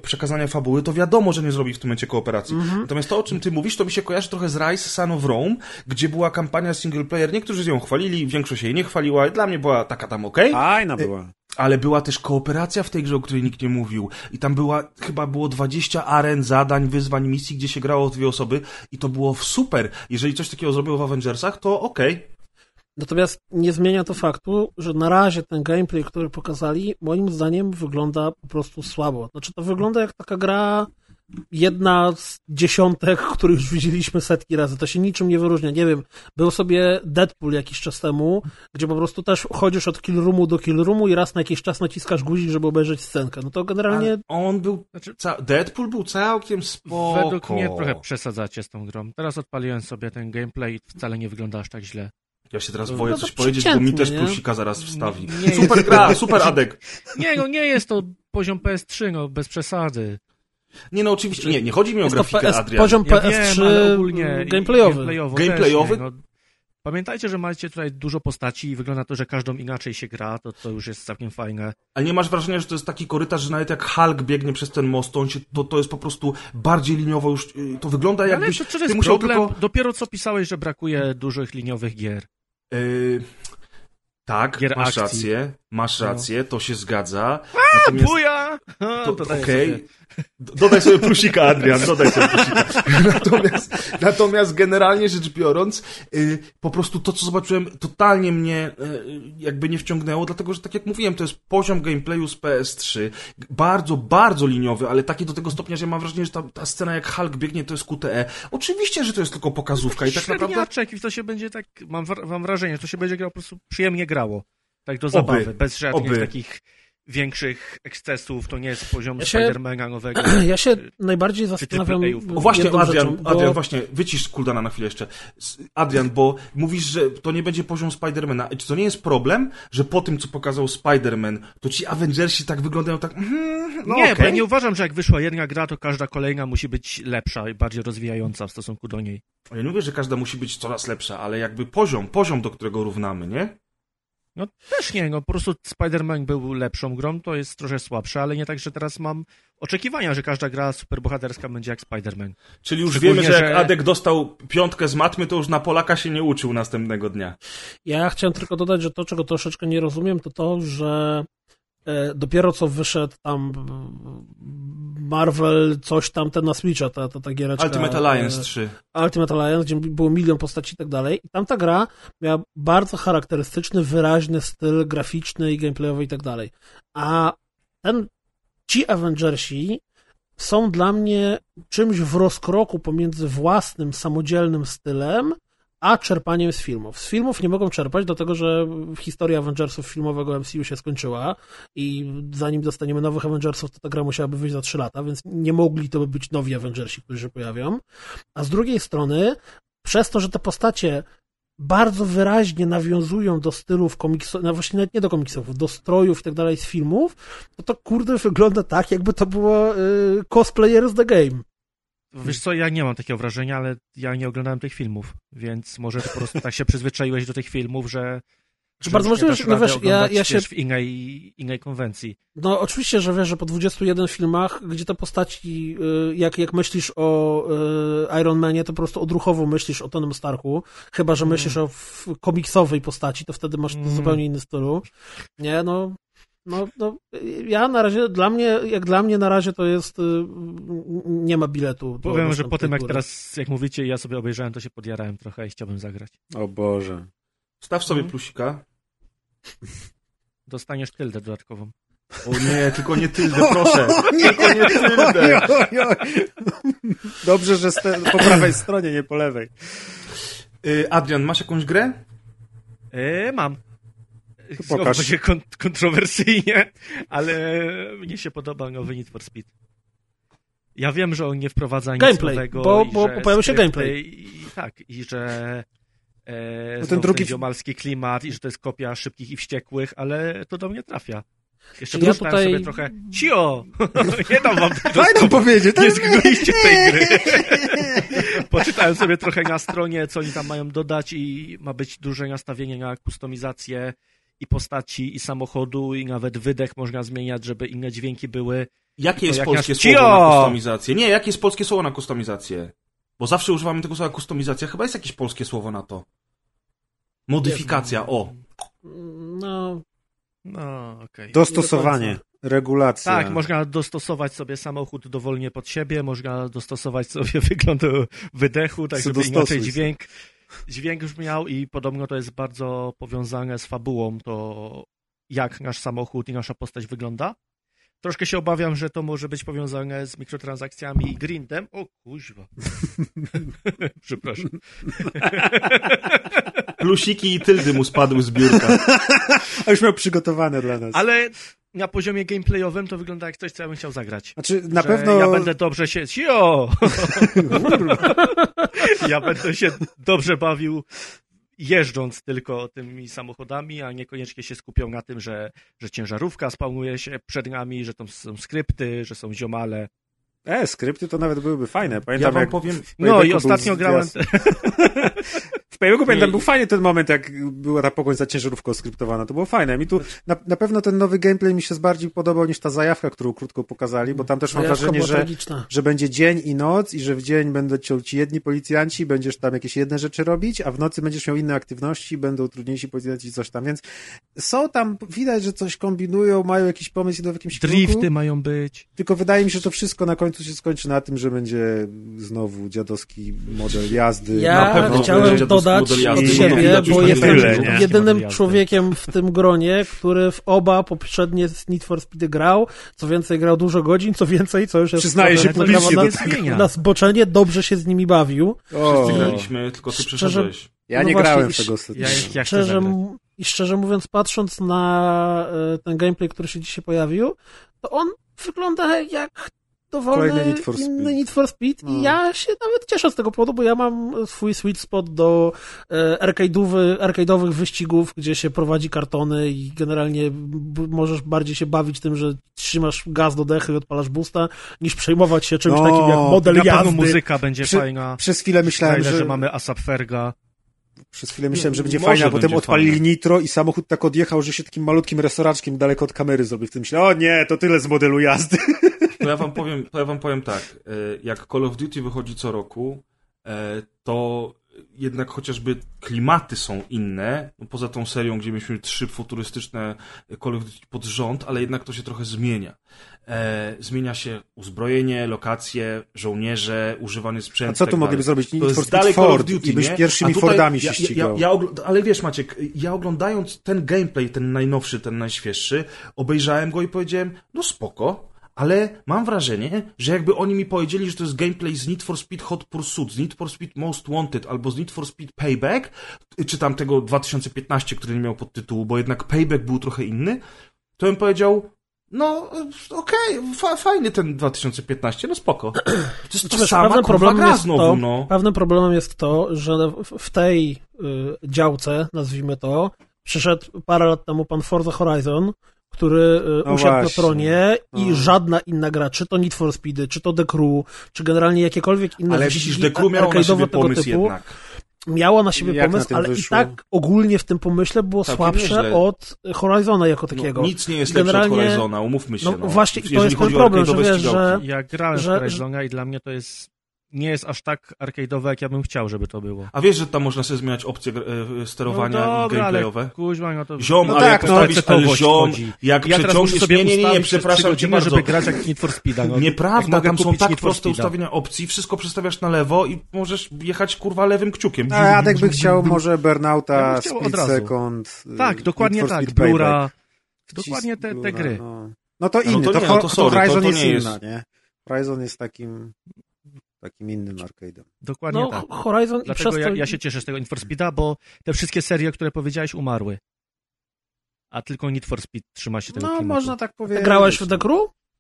rozwiązania fabuły, to wiadomo, że nie zrobi w tym momencie kooperacji. Natomiast to, o czym ty mówisz, to mi się kojarzy trochę z Rise Son of Rome, gdzie była kampania single player. Niektórzy ją chwalili, większość jej nie chwaliła. Dla mnie była taka tam Fajna była. Ale była też kooperacja w tej grze, o której nikt nie mówił. I tam chyba było 20 aren, zadań, wyzwań, misji, gdzie się grało 2 osoby i to było super. Jeżeli coś takiego zrobiło w Avengersach, to okej. Natomiast nie zmienia to faktu, że na razie ten gameplay, który pokazali, moim zdaniem wygląda po prostu słabo. Znaczy to wygląda jak taka gra, jedna z dziesiątek, których już widzieliśmy setki razy. To się niczym nie wyróżnia. Nie wiem, był sobie Deadpool jakiś czas temu, gdzie po prostu też chodzisz od kill roomu do kill roomu i raz na jakiś czas naciskasz guzik, żeby obejrzeć scenkę. No to generalnie... Ale on był... Deadpool był całkiem spoko. Według mnie trochę przesadzacie z tą grą. Teraz odpaliłem sobie ten gameplay i wcale nie wygląda aż tak źle. Ja się teraz boję coś powiedzieć, bo mi też plusika zaraz wstawi. Super jest... gra, super Adek. Nie jest to poziom PS3, bez przesady. Nie, oczywiście, nie chodzi mi o grafikę, Adrian. Poziom PS3 ale ogólnie gameplayowy? Też, pamiętajcie, że macie tutaj dużo postaci i wygląda to, że każdą inaczej się gra, to już jest całkiem fajne. Ale nie masz wrażenia, że to jest taki korytarz, że nawet jak Hulk biegnie przez ten most, to jest po prostu bardziej liniowo już, to wygląda jakbyś... Ale to jest problem, tylko... dopiero co pisałeś, że brakuje dużych liniowych gier. Tak, gier masz rację, to się zgadza. Buja! Okej. Dodaj sobie plusika, Adrian, dodaj sobie plusika. Natomiast generalnie rzecz biorąc, po prostu to, co zobaczyłem, totalnie mnie jakby nie wciągnęło, dlatego, że tak jak mówiłem, to jest poziom gameplayu z PS3, bardzo, bardzo liniowy, ale taki do tego stopnia, że ja mam wrażenie, że ta scena jak Hulk biegnie, to jest QTE. Oczywiście, że to jest tylko pokazówka i tak naprawdę... I to się będzie tak, mam wrażenie, że to się będzie grało, po prostu przyjemnie grało. Tak do zabawy, bez żadnych takich większych ekscesów, to nie jest poziom Spidermana nowego. Ja się najbardziej zastanawiam... Właśnie, Adrian, właśnie, wycisz Kuldana na chwilę jeszcze. Adrian, bo mówisz, że to nie będzie poziom Spidermana. Czy to nie jest problem, że po tym, co pokazał Spider-Man, to ci Avengersi tak wyglądają tak... Nie, bo ja nie uważam, że jak wyszła jedna gra, to każda kolejna musi być lepsza i bardziej rozwijająca w stosunku do niej. Ja nie mówię, że każda musi być coraz lepsza, ale jakby poziom, do którego równamy, nie? No też nie, po prostu Spider-Man był lepszą grą, to jest trochę słabsze, ale nie tak, że teraz mam oczekiwania, że każda gra superbohaterska będzie jak Spider-Man. Czyli już wiemy, że jak Adek dostał 5 z matmy, to już na Polaka się nie uczył następnego dnia. Ja chciałem tylko dodać, że to, czego troszeczkę nie rozumiem, to, że dopiero co wyszedł tam Marvel, coś tam, ten na Switcha, ta giereczka. Ultimate Alliance 3. Ultimate Alliance, gdzie było 1 milion postaci i tak dalej. I tamta gra miała bardzo charakterystyczny, wyraźny styl graficzny i gameplayowy i tak dalej. A ci Avengersi są dla mnie czymś w rozkroku pomiędzy własnym, samodzielnym stylem, a czerpaniem z filmów. Z filmów nie mogą czerpać, dlatego że historia Avengersów filmowego MCU się skończyła i zanim dostaniemy nowych Avengersów, to ta gra musiałaby wyjść za 3 lata, więc nie mogli to być nowi Avengersi, którzy się pojawią. A z drugiej strony, przez to, że te postacie bardzo wyraźnie nawiązują do stylów komiksów, no właśnie nawet nie do komiksów, do strojów i tak dalej z filmów, to kurde wygląda tak, jakby to było cosplayers the game. Wiesz co, ja nie mam takiego wrażenia, ale ja nie oglądałem tych filmów, więc może po prostu tak się przyzwyczaiłeś do tych filmów, że bardzo możliwe, że no wiesz, ja się w innej konwencji. No oczywiście, że wiesz, że po 21 filmach, gdzie te postaci, jak myślisz o Iron Manie, to po prostu odruchowo myślisz o Tonym Starku, chyba, że myślisz o komiksowej postaci, to wtedy masz zupełnie inny stylu. Nie, no, ja na razie, dla mnie na razie to jest, nie ma biletu. Powiem, że po tym jak mówicie, ja sobie obejrzałem, to się podjarałem trochę i chciałbym zagrać. O Boże. Staw sobie plusika. Dostaniesz tyldę dodatkową. O nie, tylko nie tyldę, proszę. Tylko nie tyldę. Dobrze, że po prawej stronie, nie po lewej. Adrian, masz jakąś grę? Mam. Pokaż. Będzie kontrowersyjnie, ale mnie się podoba nowy Need for Speed. Ja wiem, że on nie wprowadza nic nowego. Bo pojawił się gameplay. I że ten drugi ziomalski klimat i że to jest kopia Szybkich i Wściekłych, ale to do mnie trafia. Jeszcze ja tutaj sobie trochę cio! Nie dam wam tego. Daj nam powiedzieć! Nie zgoliście tej gry. Poczytałem sobie trochę na stronie, co oni tam mają dodać i ma być duże nastawienie na kustomizację i postaci, i samochodu, i nawet wydech można zmieniać, żeby inne dźwięki były. Jakie jest polskie słowo na kustomizację? Nie, jakie jest polskie słowo na kustomizację? Bo zawsze używamy tego słowa kustomizacja. Chyba jest jakieś polskie słowo na to. Modyfikacja, o. No, okej. Dostosowanie, regulacja. Tak, można dostosować sobie samochód dowolnie pod siebie, można dostosować sobie wygląd wydechu, tak żeby inaczej dźwięk brzmiał i podobno to jest bardzo powiązane z fabułą, to jak nasz samochód i nasza postać wygląda. Troszkę się obawiam, że to może być powiązane z mikrotransakcjami i grindem. O kuźwa. Przepraszam. Plusiki i tyldy mu spadły z biurka. A już miał przygotowane dla nas. Ale na poziomie gameplayowym to wygląda jak coś, co ja bym chciał zagrać. Znaczy, na pewno... Ja będę dobrze się... Ja będę się dobrze bawił jeżdżąc tylko tymi samochodami, a niekoniecznie się skupią na tym, że ciężarówka spawnuje się przed nami, że tam są skrypty, że są ziomale. Skrypty to nawet byłyby fajne. Pamiętam, ja wam powiem... No i ostatnio grałem... W Paybacku pamiętam, był fajny ten moment, jak była ta pogoń za ciężarówką skryptowana. To było fajne. Mi tu na pewno ten nowy gameplay mi się bardziej podobał niż ta zajawka, którą krótko pokazali, bo tam też mam wrażenie, że będzie dzień i noc i że w dzień będą ci jedni policjanci, będziesz tam jakieś jedne rzeczy robić, a w nocy będziesz miał inne aktywności, będą trudniejsi policjanci coś tam, więc są tam, widać, że coś kombinują, mają jakiś pomysł w jakimś drifty kierunku. Mają być. Tylko wydaje mi się, że to wszystko na końcu się skończy na tym, że będzie znowu dziadowski model jazdy. Ja chciałem dodać od siebie, bo jestem jedynym człowiekiem w tym gronie, który w oba poprzednie Need for Speedy grał, co więcej grał dużo godzin, co więcej, co już jest... Przyznaję się publicznie. Na zboczenie dobrze się z nimi bawił. Wszyscy graliśmy, tylko ty przeszedłeś. Ja nie grałem w tego ostatniego. Szczerze mówiąc, patrząc na ten gameplay, który się dzisiaj pojawił, to on wygląda jak dowolny inny Need for Speed i ja się nawet cieszę z tego powodu, bo ja mam swój sweet spot do arcade'owych wyścigów, gdzie się prowadzi kartony i generalnie możesz bardziej się bawić tym, że trzymasz gaz do dechy i odpalasz boosta, niż przejmować się czymś takim jak model jazdy. Muzyka będzie fajna. Przez chwilę myślałem, że mamy Asap Ferga. Przez chwilę myślałem, że będzie fajna, a potem odpalili nitro i samochód tak odjechał, że się takim malutkim resoraczkiem daleko od kamery zrobił. W tym myślałem, o nie, to tyle z modelu jazdy. To ja wam powiem tak, jak Call of Duty wychodzi co roku, to jednak chociażby klimaty są inne, no poza tą serią, gdzie mieliśmy 3 futurystyczne Call of Duty pod rząd, ale jednak to się trochę zmienia. Zmienia się uzbrojenie, lokacje, żołnierze, używany sprzęt. A co tu mogliby zrobić? To jest dalej Call of Duty, i byś pierwszymi Fordami się ścigał. Ale wiesz, Maciek, ja oglądając ten gameplay, ten najnowszy, ten najświeższy, obejrzałem go i powiedziałem, no spoko, ale mam wrażenie, że jakby oni mi powiedzieli, że to jest gameplay z Need for Speed Hot Pursuit, z Need for Speed Most Wanted albo z Need for Speed Payback, czy tam tego 2015, który nie miał podtytułu, bo jednak Payback był trochę inny, to bym powiedział, no okej, fajny ten 2015, no spoko. To jest to sama kurwa gra znowu, no. Pewnym problemem jest to, że w tej działce, nazwijmy to, przyszedł parę lat temu pan Forza Horizon, który usiadł na tronie i żadna inna gra, czy to Need for Speedy, czy to The Crew, czy generalnie jakiekolwiek inne ale widzisz, The Crew miało na siebie pomysł typu, jednak. Miało na siebie pomysł, ale wyszło? I tak ogólnie w tym pomyśle było słabsze od Horizona jako takiego. No, nic nie jest lepsze od Horizona, umówmy się. No właśnie, to jest ten problem, że wiesz, że... Ja grałem w Horizona i dla mnie to nie jest aż tak arcade'owe, jak ja bym chciał, żeby to było. A wiesz, że tam można sobie zmieniać opcje sterowania i gameplayowe? Ale kuźma, no to... Ziom, no ale tak, jak postawisz ziom, jak ja przeciągniesz... sobie nie, przepraszam cię bardzo. żeby grać jak Need for Speeda. No, nieprawda, tam są tak proste ustawienia opcji, wszystko przestawiasz na lewo i możesz jechać, kurwa, lewym kciukiem. A Adek by chciał może Burnouta, Split Second... Tak, dokładnie tak, Blura, dokładnie te gry. No to inny, to Horizon jest inna, nie? Horizon jest takim innym arcade'em. Dokładnie tak. Horizon dlatego ja się cieszę z tego Need for Speeda, bo te wszystkie serie, które powiedziałeś, umarły. A tylko Need for Speed trzyma się tego klimatu. No, można tak powiedzieć. Grałeś w The Crew?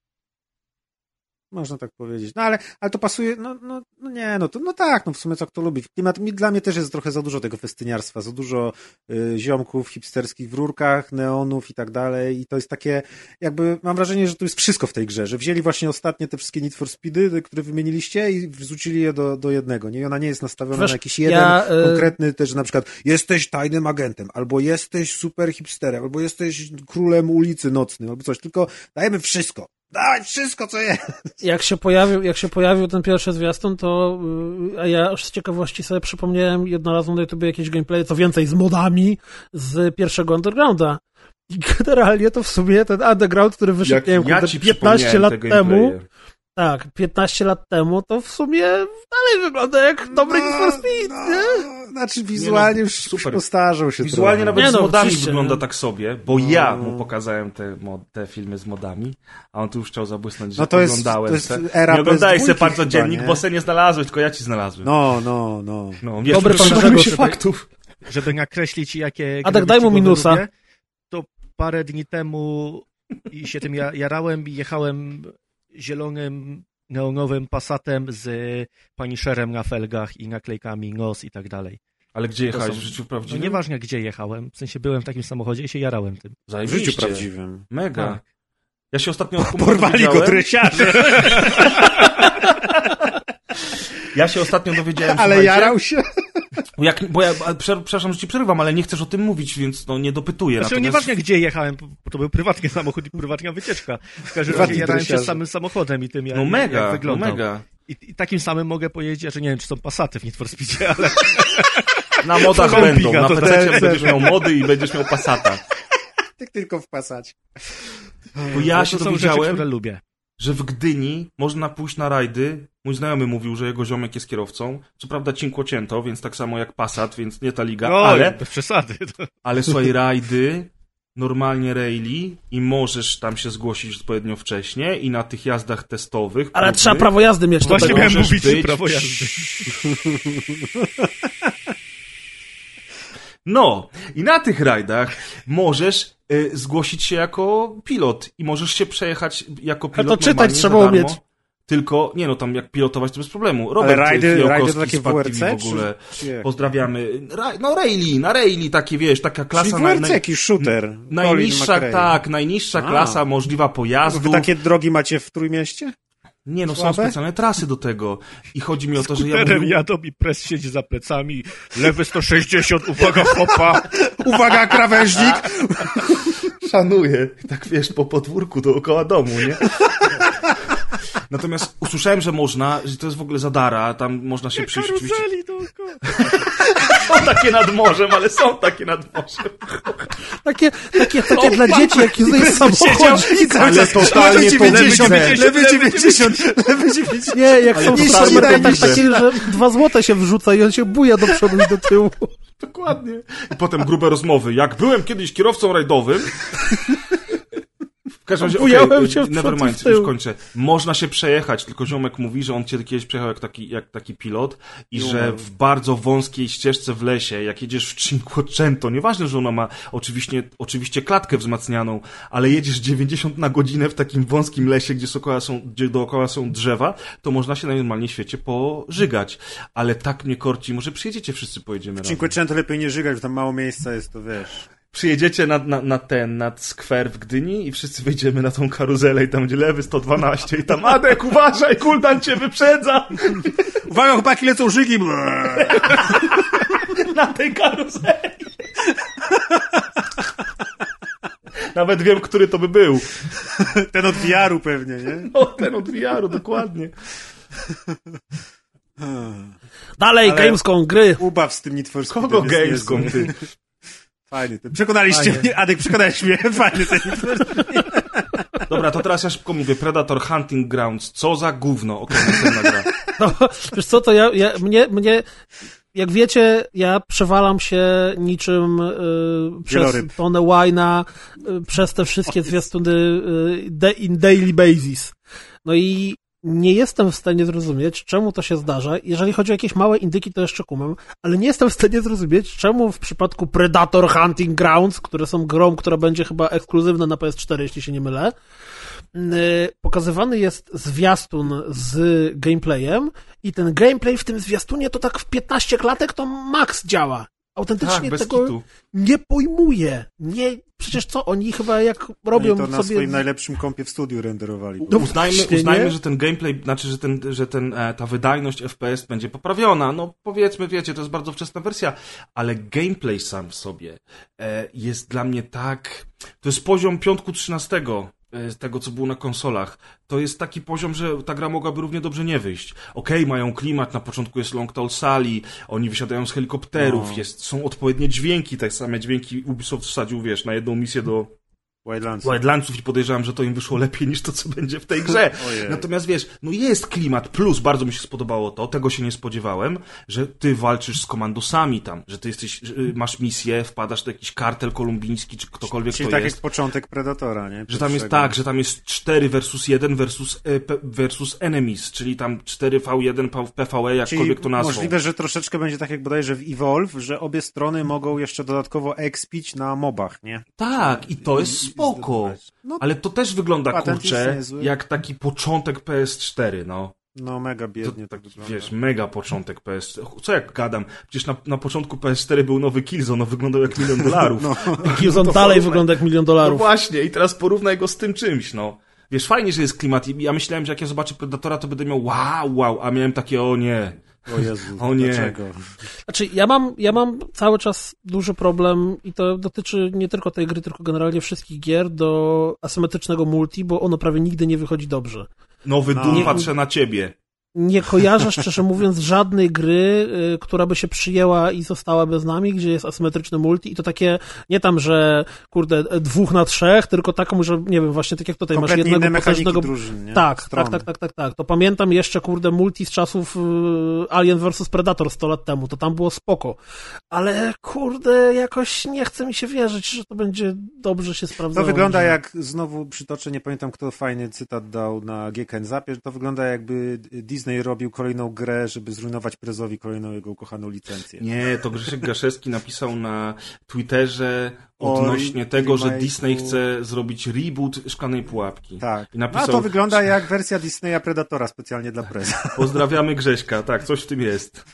Można tak powiedzieć. No ale to pasuje, tak, w sumie co kto lubi. Klimat, dla mnie też jest trochę za dużo tego festyniarstwa, za dużo ziomków hipsterskich w rurkach, neonów i tak dalej i to jest takie, jakby mam wrażenie, że to jest wszystko w tej grze, że wzięli właśnie ostatnie te wszystkie Need for Speedy, które wymieniliście i wrzucili je do jednego, nie? I ona nie jest nastawiona na jakiś konkretny też, na przykład jesteś tajnym agentem, albo jesteś super hipsterem, albo jesteś królem ulicy nocnym, albo coś, tylko dajemy wszystko. dawaj wszystko, co jest. Jak się pojawił ten pierwszy zwiastun, to ja już z ciekawości sobie przypomniałem jednorazowo na YouTube jakieś gameplay, co więcej z modami z pierwszego Undergrounda. I generalnie to w sumie ten Underground, który wyszedł, nie wiem, 15 lat temu. Tak, 15 lat temu, to w sumie dalej wygląda jak dobry Need for Speed, nie? Znaczy wizualnie już super. Postarzał się wizualnie trochę. nawet z modami wygląda tak sobie, bo ja mu pokazałem te filmy z modami, a on tu już chciał zabłysnąć, że oglądałem. To jest era nie oglądałeś se pan codziennik, bo se nie znalazłeś, tylko ja ci znalazłem. No. Wiesz, dobry pan Grzegorz. faktów. Żeby nakreślić, jakie... Adek, daj mu minusa. Lubię, to parę dni temu i się tym jarałem i jechałem zielonym, neonowym Passatem z Punisherem na felgach i naklejkami NOS i tak dalej. Ale gdzie jechałeś w życiu prawdziwym? No nieważne, gdzie jechałem. W sensie byłem w takim samochodzie i się jarałem tym. W życiu prawdziwym. Mega. Tak. Ja się ostatnio... Porwali go dresiarze. Ja się ostatnio dowiedziałem... Ale jarał się? Przepraszam, że ci przerywam, ale nie chcesz o tym mówić, więc nie dopytuję. Znaczy, nieważne gdzie jechałem, bo to był prywatny samochód i prywatna wycieczka. W każdym razie jarałem się samym samochodem i tym, jak wyglądał. Mega. I takim samym mogę powiedzieć, że nie wiem, czy są Passaty w Need for Speedzie, ale... Na modach będą, na PC będziesz miał mody i będziesz miał Passata. Tak tylko w Passacie. Bo ja się dowiedziałem, rzeczy, które lubię. Że w Gdyni można pójść na rajdy. Mój znajomy mówił, że jego ziomek jest kierowcą. Co prawda Cinquecento, więc tak samo jak Passat, więc nie ta liga, ale... bez przesady. Ale słuchaj, rajdy, normalnie rally i możesz tam się zgłosić odpowiednio wcześnie i na tych jazdach testowych... Ale trzeba prawo jazdy mieć. Właśnie miałem mówić prawo jazdy. No, i na tych rajdach możesz zgłosić się jako pilot i możesz się przejechać jako pilot. A to czytać trzeba umieć. Tylko, tam jak pilotować to bez problemu. Robert rajdy to takie WRC? W ogóle. Pozdrawiamy. Na rally takie, wiesz, taka klasa... Czyli WRC jakiś shooter. Najniższa klasa możliwa pojazdu. Wy takie drogi macie w Trójmieście? Nie, są specjalne trasy do tego. I chodzi mi o to, że jadą i pres siedzi za plecami. Lewy 160, uwaga, hopa. Uwaga, krawężnik. Szanuję. Tak, wiesz, po podwórku dookoła domu, nie? Natomiast usłyszałem, że można, że to jest w ogóle za dara, tam można się przyjść karuzeli dookoła. Są takie nad morzem, ale są takie nad morzem. Takie dla dzieci, jak jest samochód. Ale totalnie to lewy 90. Nie, jak są w supermarketach takie, że 2 złote się wrzuca i on się buja do przodu i do tyłu. Dokładnie. I potem grube rozmowy. Jak byłem kiedyś kierowcą rajdowym... W każdym razie, nevermind, już kończę. Można się przejechać, tylko ziomek mówi, że on cię kiedyś przejechał jak taki pilot i że w bardzo wąskiej ścieżce w lesie, jak jedziesz w Cinquecento, nieważne, że ona ma oczywiście klatkę wzmacnianą, ale jedziesz 90 na godzinę w takim wąskim lesie, gdzie dookoła są drzewa, to można się na normalnie świecie pożygać. Ale tak mnie korci, może przyjedziecie, wszyscy pojedziemy razem. Cinquecento lepiej nie żygać, bo tam mało miejsca jest, to wiesz... Przyjedziecie nad skwer w Gdyni i wszyscy wejdziemy na tą karuzelę i tam będzie lewy 112 i tam Adek, uważaj, Kuldan cię wyprzedza! Uwaga, chłopaki, lecą żygi! Na tej karuzeli! Nawet wiem, który to by był. Ten od VR-u pewnie, nie? No, ten od VR-u, dokładnie. Dalej, Gamescom, gry! Ubaw z tym Need for Speed. Kogo Gamescom, ty? Fajny. Przekonaliście mnie, Adek, przekonałeś mnie. Fajny ten. Dobra, to teraz ja szybko mówię. Predator Hunting Grounds. Co za gówno. Następna gra. No, wiesz co, to mnie jak wiecie, ja przewalam się niczym przez tonę wine'a, przez te wszystkie zwiastuny in daily basis. No i nie jestem w stanie zrozumieć, czemu to się zdarza. Jeżeli chodzi o jakieś małe indyki, to jeszcze kumam, ale nie jestem w stanie zrozumieć, czemu w przypadku Predator Hunting Grounds, które są grą, która będzie chyba ekskluzywna na PS4, jeśli się nie mylę, pokazywany jest zwiastun z gameplayem i ten gameplay w tym zwiastunie to tak w 15 klatek to max działa. Autentycznie tak, tego kitu. Nie pojmuję. Przecież co, oni chyba jak robią to na swoim najlepszym kompie w studiu renderowali. No, uznajmy, że ten gameplay, znaczy, że ta wydajność FPS będzie poprawiona. No powiedzmy, wiecie, to jest bardzo wczesna wersja, ale gameplay sam w sobie jest dla mnie tak... To jest poziom piątku 13. tego, co było na konsolach. To jest taki poziom, że ta gra mogłaby równie dobrze nie wyjść. Okej, mają klimat, na początku jest Long Tall Sally, oni wysiadają z helikopterów, są odpowiednie dźwięki, te same dźwięki Ubisoft wsadził, wiesz, na jedną misję do Wildlandsów i podejrzewam, że to im wyszło lepiej niż to, co będzie w tej grze. Natomiast wiesz, no jest klimat, plus bardzo mi się spodobało to, tego się nie spodziewałem, że ty walczysz z komandosami tam, że ty masz misję, wpadasz do jakiś kartel kolumbijski, czy ktokolwiek czyli to tak jest. jak początek Predatora, nie? Że tam jest tak, że tam jest 4 versus 1 versus enemies, czyli tam 4v1 PvE, jakkolwiek to nazwą. Możliwe, że troszeczkę będzie tak jak bodajże w Evolve, że obie strony mogą jeszcze dodatkowo expić na mobach, nie? Tak, i to jest spoko, ale to też wygląda, kurczę, jak taki początek PS4, no. No, mega biednie tak wygląda. Wiesz, mega początek PS4. Co jak gadam? Przecież na początku PS4 był nowy Killzone, wyglądał jak $1 milion. No. Killzone dalej wygląda jak $1 milion. No właśnie, i teraz porównaj go z tym czymś, no. Wiesz, fajnie, że jest klimat. Ja myślałem, że jak ja zobaczę Predatora, to będę miał wow, a miałem takie o nie. O Jezu, o nie. Dlaczego? Znaczy, ja mam cały czas duży problem i to dotyczy nie tylko tej gry, tylko generalnie wszystkich gier do asymetrycznego multi, bo ono prawie nigdy nie wychodzi dobrze. Nowy Doom, patrzę na ciebie. Nie kojarzę, szczerze mówiąc, żadnej gry, która by się przyjęła i zostałaby z nami, gdzie jest asymetryczny multi i to takie, nie tam, że 2-3, tylko taką, że nie wiem, właśnie tak jak tutaj masz jednego potężnego... drużyn, nie? Tak. To pamiętam jeszcze, multi z czasów Alien vs Predator 100 lat temu, to tam było spoko. Ale, jakoś nie chce mi się wierzyć, że to będzie dobrze się sprawdzało. To wygląda jak, znowu przytoczę, nie pamiętam kto fajny cytat dał na GKN Zapie, to wygląda jakby Disney robił kolejną grę, żeby zrujnować Prezowi kolejną jego ukochaną licencję. Nie, to Grzesiek Gaszewski napisał na Twitterze odnośnie tego, że Disney chce zrobić reboot Szklanej Pułapki. Tak. I napisał, to wygląda jak wersja Disneya Predatora specjalnie dla Preza. Pozdrawiamy Grześka, tak, coś w tym jest.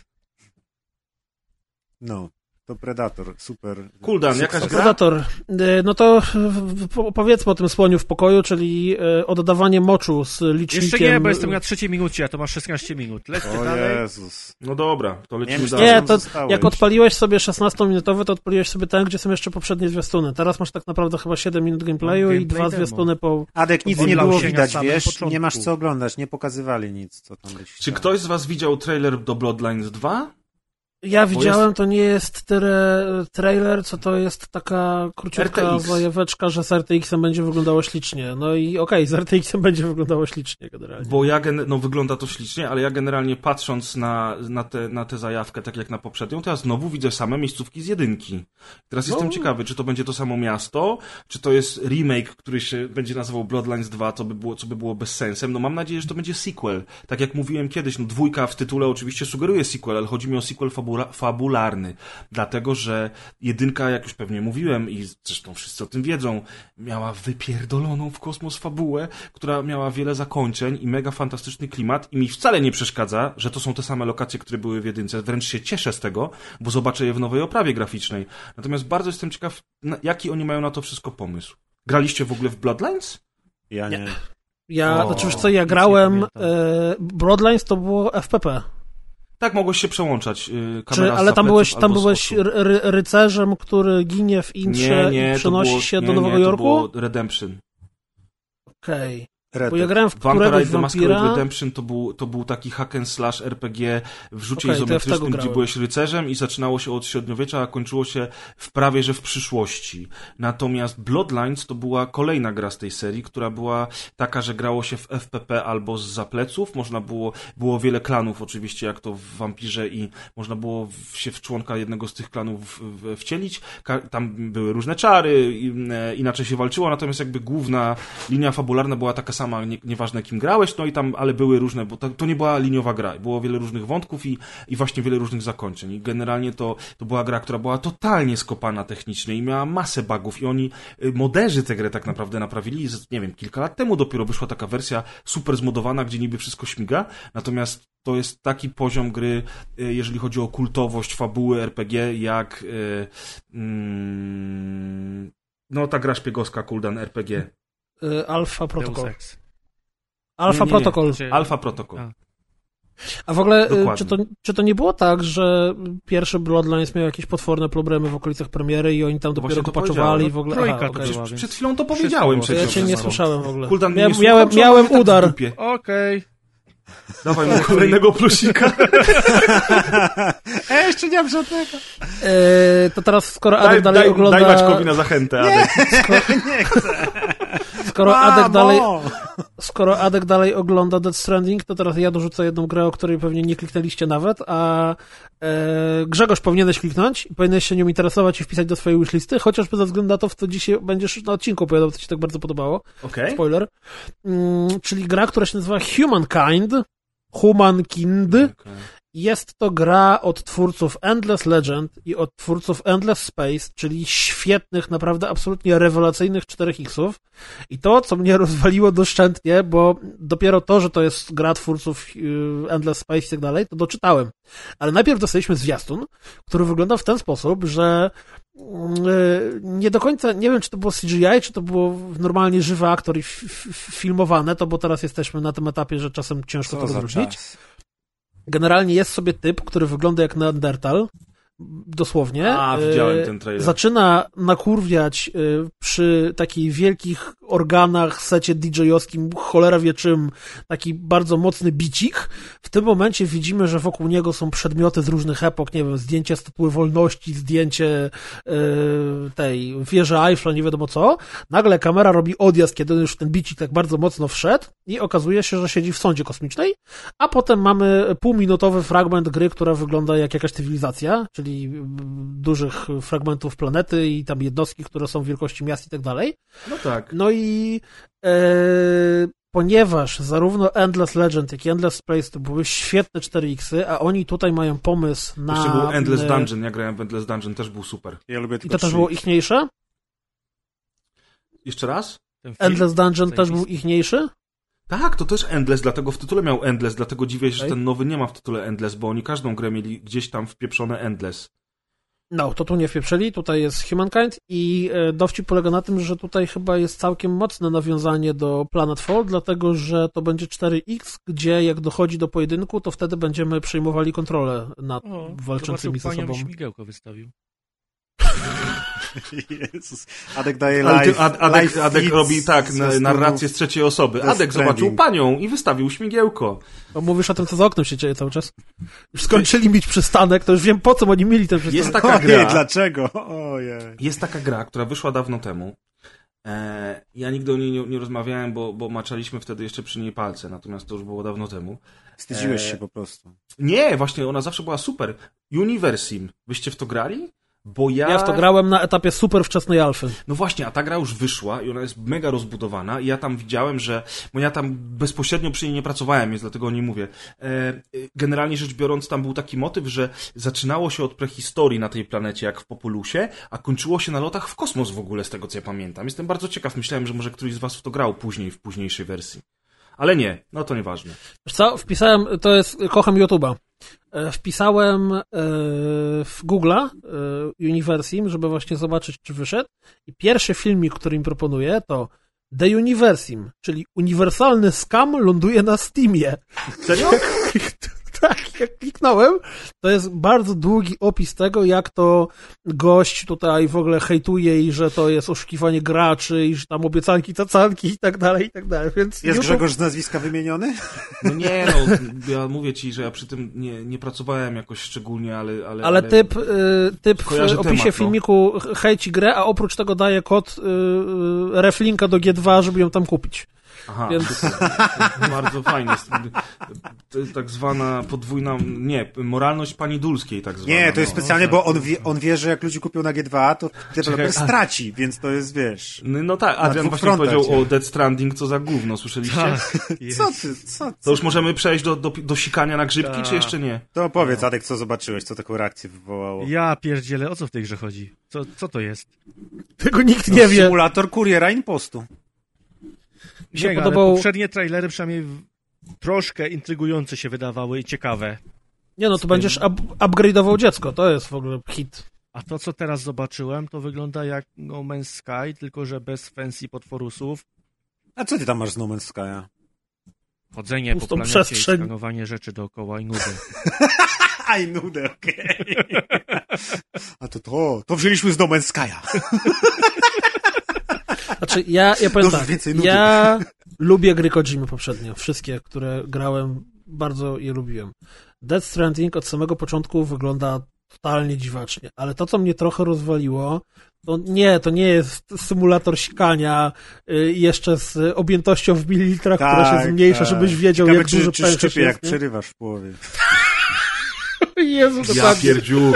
No. To Predator, super. Kuldan, jakaś gra? Predator. No to powiedzmy o tym słoniu w pokoju, czyli oddawanie moczu z licznikiem. Jeszcze nie, bo jestem na 3 minucie, a to masz 16 minut. Lećcie dalej. Jezus. No dobra, to lecimy dalej. Nie, to jak odpaliłeś sobie 16-minutowy, to odpaliłeś sobie ten, gdzie są jeszcze poprzednie zwiastuny. Teraz masz tak naprawdę chyba 7 minut gameplayu i 2 zwiastuny po... Adek, nic nie było widać, wiesz? Nie masz co oglądać, nie pokazywali nic, co tam byś Czy ktoś z was widział trailer do Bloodlines 2? Ja widziałem, to nie jest tyle trailer, co to jest taka króciutka zajaweczka, że z RTX-em będzie wyglądało ślicznie. No i okej, z RTX-em będzie wyglądało ślicznie generalnie. Bo wygląda to ślicznie, ale ja generalnie patrząc na tę zajawkę, tak jak na poprzednią, to ja znowu widzę same miejscówki z 1. Teraz jestem ciekawy, czy to będzie to samo miasto, czy to jest remake, który się będzie nazywał Bloodlines 2, co by było bez sensem. No mam nadzieję, że to będzie sequel. Tak jak mówiłem kiedyś, 2 w tytule oczywiście sugeruje sequel, ale chodzi mi o sequel fabularny, dlatego, że 1, jak już pewnie mówiłem i zresztą wszyscy o tym wiedzą, miała wypierdoloną w kosmos fabułę, która miała wiele zakończeń i mega fantastyczny klimat i mi wcale nie przeszkadza, że to są te same lokacje, które były w 1, wręcz się cieszę z tego, bo zobaczę je w nowej oprawie graficznej. Natomiast bardzo jestem ciekaw, jaki oni mają na to wszystko pomysł. Graliście w ogóle w Bloodlines? Ja nie. Ja grałem, Bloodlines to było FPP. Tak, mogłeś się przełączać. Ale tam byłeś rycerzem, który ginie w intrze i przenosi się do Nowego Jorku? To było Redemption. Okej. Bo ja grałem w któregoś wampira. Redemption to był taki hack and slash RPG w rzucie izometrycznym, gdzie byłeś rycerzem i zaczynało się od średniowiecza, a kończyło się prawie że w przyszłości. Natomiast Bloodlines to była kolejna gra z tej serii, która była taka, że grało się w FPP albo zza pleców. Było wiele klanów oczywiście, jak to w Wampirze i można było się w członka jednego z tych klanów wcielić. Tam były różne czary, inaczej się walczyło, natomiast jakby główna linia fabularna była taka sama, nieważne kim grałeś, no i tam, ale były różne, bo to nie była liniowa gra, było wiele różnych wątków i właśnie wiele różnych zakończeń. I generalnie to była gra, która była totalnie skopana technicznie i miała masę bugów i oni, moderzy tę grę tak naprawdę naprawili, nie wiem, kilka lat temu dopiero wyszła taka wersja super zmodowana, gdzie niby wszystko śmiga, natomiast to jest taki poziom gry, jeżeli chodzi o kultowość fabuły RPG, jak no ta gra szpiegowska Kuldan RPG. Alpha Protocol. Alpha Protocol. Alpha Protocol. A w ogóle, czy to nie było tak, że pierwszy Bloodlines miał jakieś potworne problemy w okolicach premiery i oni tam dopiero go patchowali w ogóle? Przed chwilą to powiedziałem. Ja cię nie słyszałem w ogóle. Kuldan, miałem udar. Okej. Dawaj mu kolejnego plusika. Jeszcze nie mam żadnego. To teraz, skoro Adek dalej ogląda... Daj Maćkowi na zachętę, Adek. Nie chcę. Skoro Adek dalej ogląda Death Stranding, to teraz ja dorzucę jedną grę, o której pewnie nie kliknęliście nawet, a Grzegorz powinieneś kliknąć i powinieneś się nią interesować i wpisać do swojej wishlisty, chociażby ze względu na to, w co dzisiaj będziesz na odcinku opowiadał, co ci tak bardzo podobało. Okay. Spoiler. Czyli gra, która się nazywa Humankind. Okay. Jest to gra od twórców Endless Legend i od twórców Endless Space, czyli świetnych, naprawdę absolutnie rewelacyjnych 4X-ów. I to, co mnie rozwaliło doszczętnie, bo dopiero to, że to jest gra twórców Endless Space i tak dalej, to doczytałem. Ale najpierw dostaliśmy zwiastun, który wygląda w ten sposób, że nie do końca, nie wiem, czy to było CGI, czy to było normalnie żywy aktor i filmowane, to bo teraz jesteśmy na tym etapie, że czasem ciężko to rozróżnić. Generalnie jest sobie typ, który wygląda jak Neandertal, dosłownie. Widziałem ten trailer. Zaczyna nakurwiać przy takich wielkich organach, secie DJ-owskim, cholera wie czym, taki bardzo mocny bicik. W tym momencie widzimy, że wokół niego są przedmioty z różnych epok, nie wiem, zdjęcie Statuły Wolności, zdjęcie tej wieży Eiffla, nie wiadomo co. Nagle kamera robi odjazd, kiedy już ten bicik tak bardzo mocno wszedł i okazuje się, że siedzi w sondzie kosmicznej, a potem mamy półminutowy fragment gry, która wygląda jak jakaś cywilizacja, czyli dużych fragmentów planety i tam jednostki, które są wielkości miast i tak dalej. No tak. No i ponieważ zarówno Endless Legend, jak i Endless Space to były świetne 4X-y, a oni tutaj mają pomysł na... Jeszcze był Endless Dungeon, ja grałem w Endless Dungeon, też był super. Ja lubię I to też było ichniejsze? Jeszcze raz? Endless Dungeon też był ichniejszy? Tak, to też Endless, dlatego w tytule miał Endless, dlatego dziwię się, że ten nowy nie ma w tytule Endless, bo oni każdą grę mieli gdzieś tam wpieprzone Endless. No, to tu nie wpieprzyli, tutaj jest Humankind i dowcip polega na tym, że tutaj chyba jest całkiem mocne nawiązanie do Planetfall, dlatego, że to będzie 4X, gdzie jak dochodzi do pojedynku, to wtedy będziemy przejmowali kontrolę nad walczącymi ze sobą. Śmigiełko wystawił. Jezus. Adek daje live. Adek robi tak, narrację z trzeciej osoby. Adek zobaczył panią i wystawił śmigiełko. Bo mówisz o tym, co za oknem się dzieje cały czas. Już skończyli mieć przystanek, to już wiem, po co oni mieli ten przystanek. Jest taka gra. Dlaczego? Jest taka gra, która wyszła dawno temu. Ja nigdy o niej nie rozmawiałem, bo maczaliśmy wtedy jeszcze przy niej palce, natomiast to już było dawno temu. Wstydziłeś się po prostu. Nie, właśnie, ona zawsze była super. Universim. Wyście w to grali? Bo ja w to grałem na etapie super wczesnej alfy. No właśnie, a ta gra już wyszła i ona jest mega rozbudowana i ja tam widziałem, że... Bo ja tam bezpośrednio przy niej nie pracowałem, więc dlatego o niej mówię. Generalnie rzecz biorąc, tam był taki motyw, że zaczynało się od prehistorii na tej planecie, jak w Populusie, a kończyło się na lotach w kosmos w ogóle, z tego co ja pamiętam. Jestem bardzo ciekaw, myślałem, że może któryś z was w to grał później, w późniejszej wersji. Ale nie, no to nieważne. Wiesz co, wpisałem, to jest, kocham YouTube'a. Wpisałem w Google'a Universim, żeby właśnie zobaczyć, czy wyszedł. I pierwszy filmik, który im proponuję, to The Universim, czyli uniwersalny scam ląduje na Steamie. Serio? Tak, jak kliknąłem, to jest bardzo długi opis tego, jak to gość tutaj w ogóle hejtuje i że to jest oszukiwanie graczy i że tam obiecanki, cacanki i tak dalej, więc... Jest Grzegorz z nazwiska wymieniony? No nie, no, ja mówię ci, że ja przy tym nie pracowałem jakoś szczególnie, ale typ w opisie filmiku hejci grę, a oprócz tego daje kod reflinka do G2, żeby ją tam kupić. Aha, więc... bardzo fajnie. To jest tak zwana podwójna, moralność pani Dulskiej tak zwana. Nie, to jest specjalnie, bo on wie, że jak ludzie kupią na G2, to deweloper straci, więc to jest, wiesz... No tak, Adrian właśnie powiedział o Death Stranding, co za gówno, słyszeliście? Co? To już możemy przejść do sikania na grzybki, czy jeszcze nie? To powiedz, Adek, co zobaczyłeś, co taką reakcję wywołało. Ja pierdzielę, o co w tej grze chodzi? Co to jest? Tego nikt nie wie. Symulator kuriera impostu. Nie, ale poprzednie trailery przynajmniej troszkę intrygujące się wydawały i ciekawe. Nie, no to będziesz upgrade'ował dziecko, to jest w ogóle hit. A to, co teraz zobaczyłem, to wygląda jak No Man's Sky, tylko że bez fancy potworusów. A co ty tam masz z No Man's Sky'a? Chodzenie po planecie przestrzeń. I skanowanie rzeczy dookoła i nudy. I nudy, okej. A to wzięliśmy z No Man's Sky'a. Znaczy, ja powiem tak, ja lubię gry Kojimy poprzednio, wszystkie, które grałem, bardzo je lubiłem. Death Stranding od samego początku wygląda totalnie dziwacznie, ale to, co mnie trochę rozwaliło, to nie jest symulator sikania jeszcze z objętością w mililitrach, która się zmniejsza, żebyś wiedział, ciekawe, jak dużo pęcherz jest. Jak przerywasz w połowie. Jezu, ja pierdziu.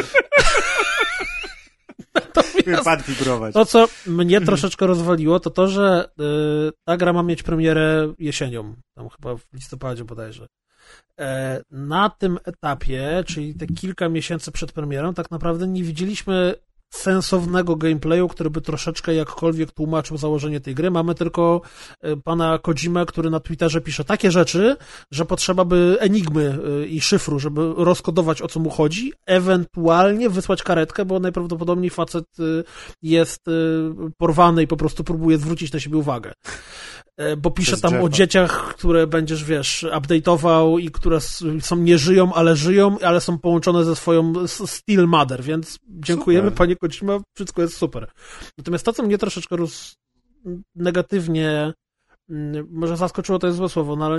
To, co mnie troszeczkę rozwaliło, to, że ta gra ma mieć premierę jesienią, tam chyba w listopadzie bodajże. Na tym etapie, czyli te kilka miesięcy przed premierą, tak naprawdę nie widzieliśmy sensownego gameplayu, który by troszeczkę jakkolwiek tłumaczył założenie tej gry. Mamy tylko pana Kojimę, który na Twitterze pisze takie rzeczy, że potrzeba by enigmy i szyfru, żeby rozkodować, o co mu chodzi, ewentualnie wysłać karetkę, bo najprawdopodobniej facet jest porwany i po prostu próbuje zwrócić na siebie uwagę. Bo pisze tam o dzieciach, które będziesz, update'ował i które nie żyją, ale są połączone ze swoją Steel Mother, więc dziękujemy, super. Panie Kojima, wszystko jest super. Natomiast to, co mnie troszeczkę negatywnie, może zaskoczyło, to jest złe słowo, no ale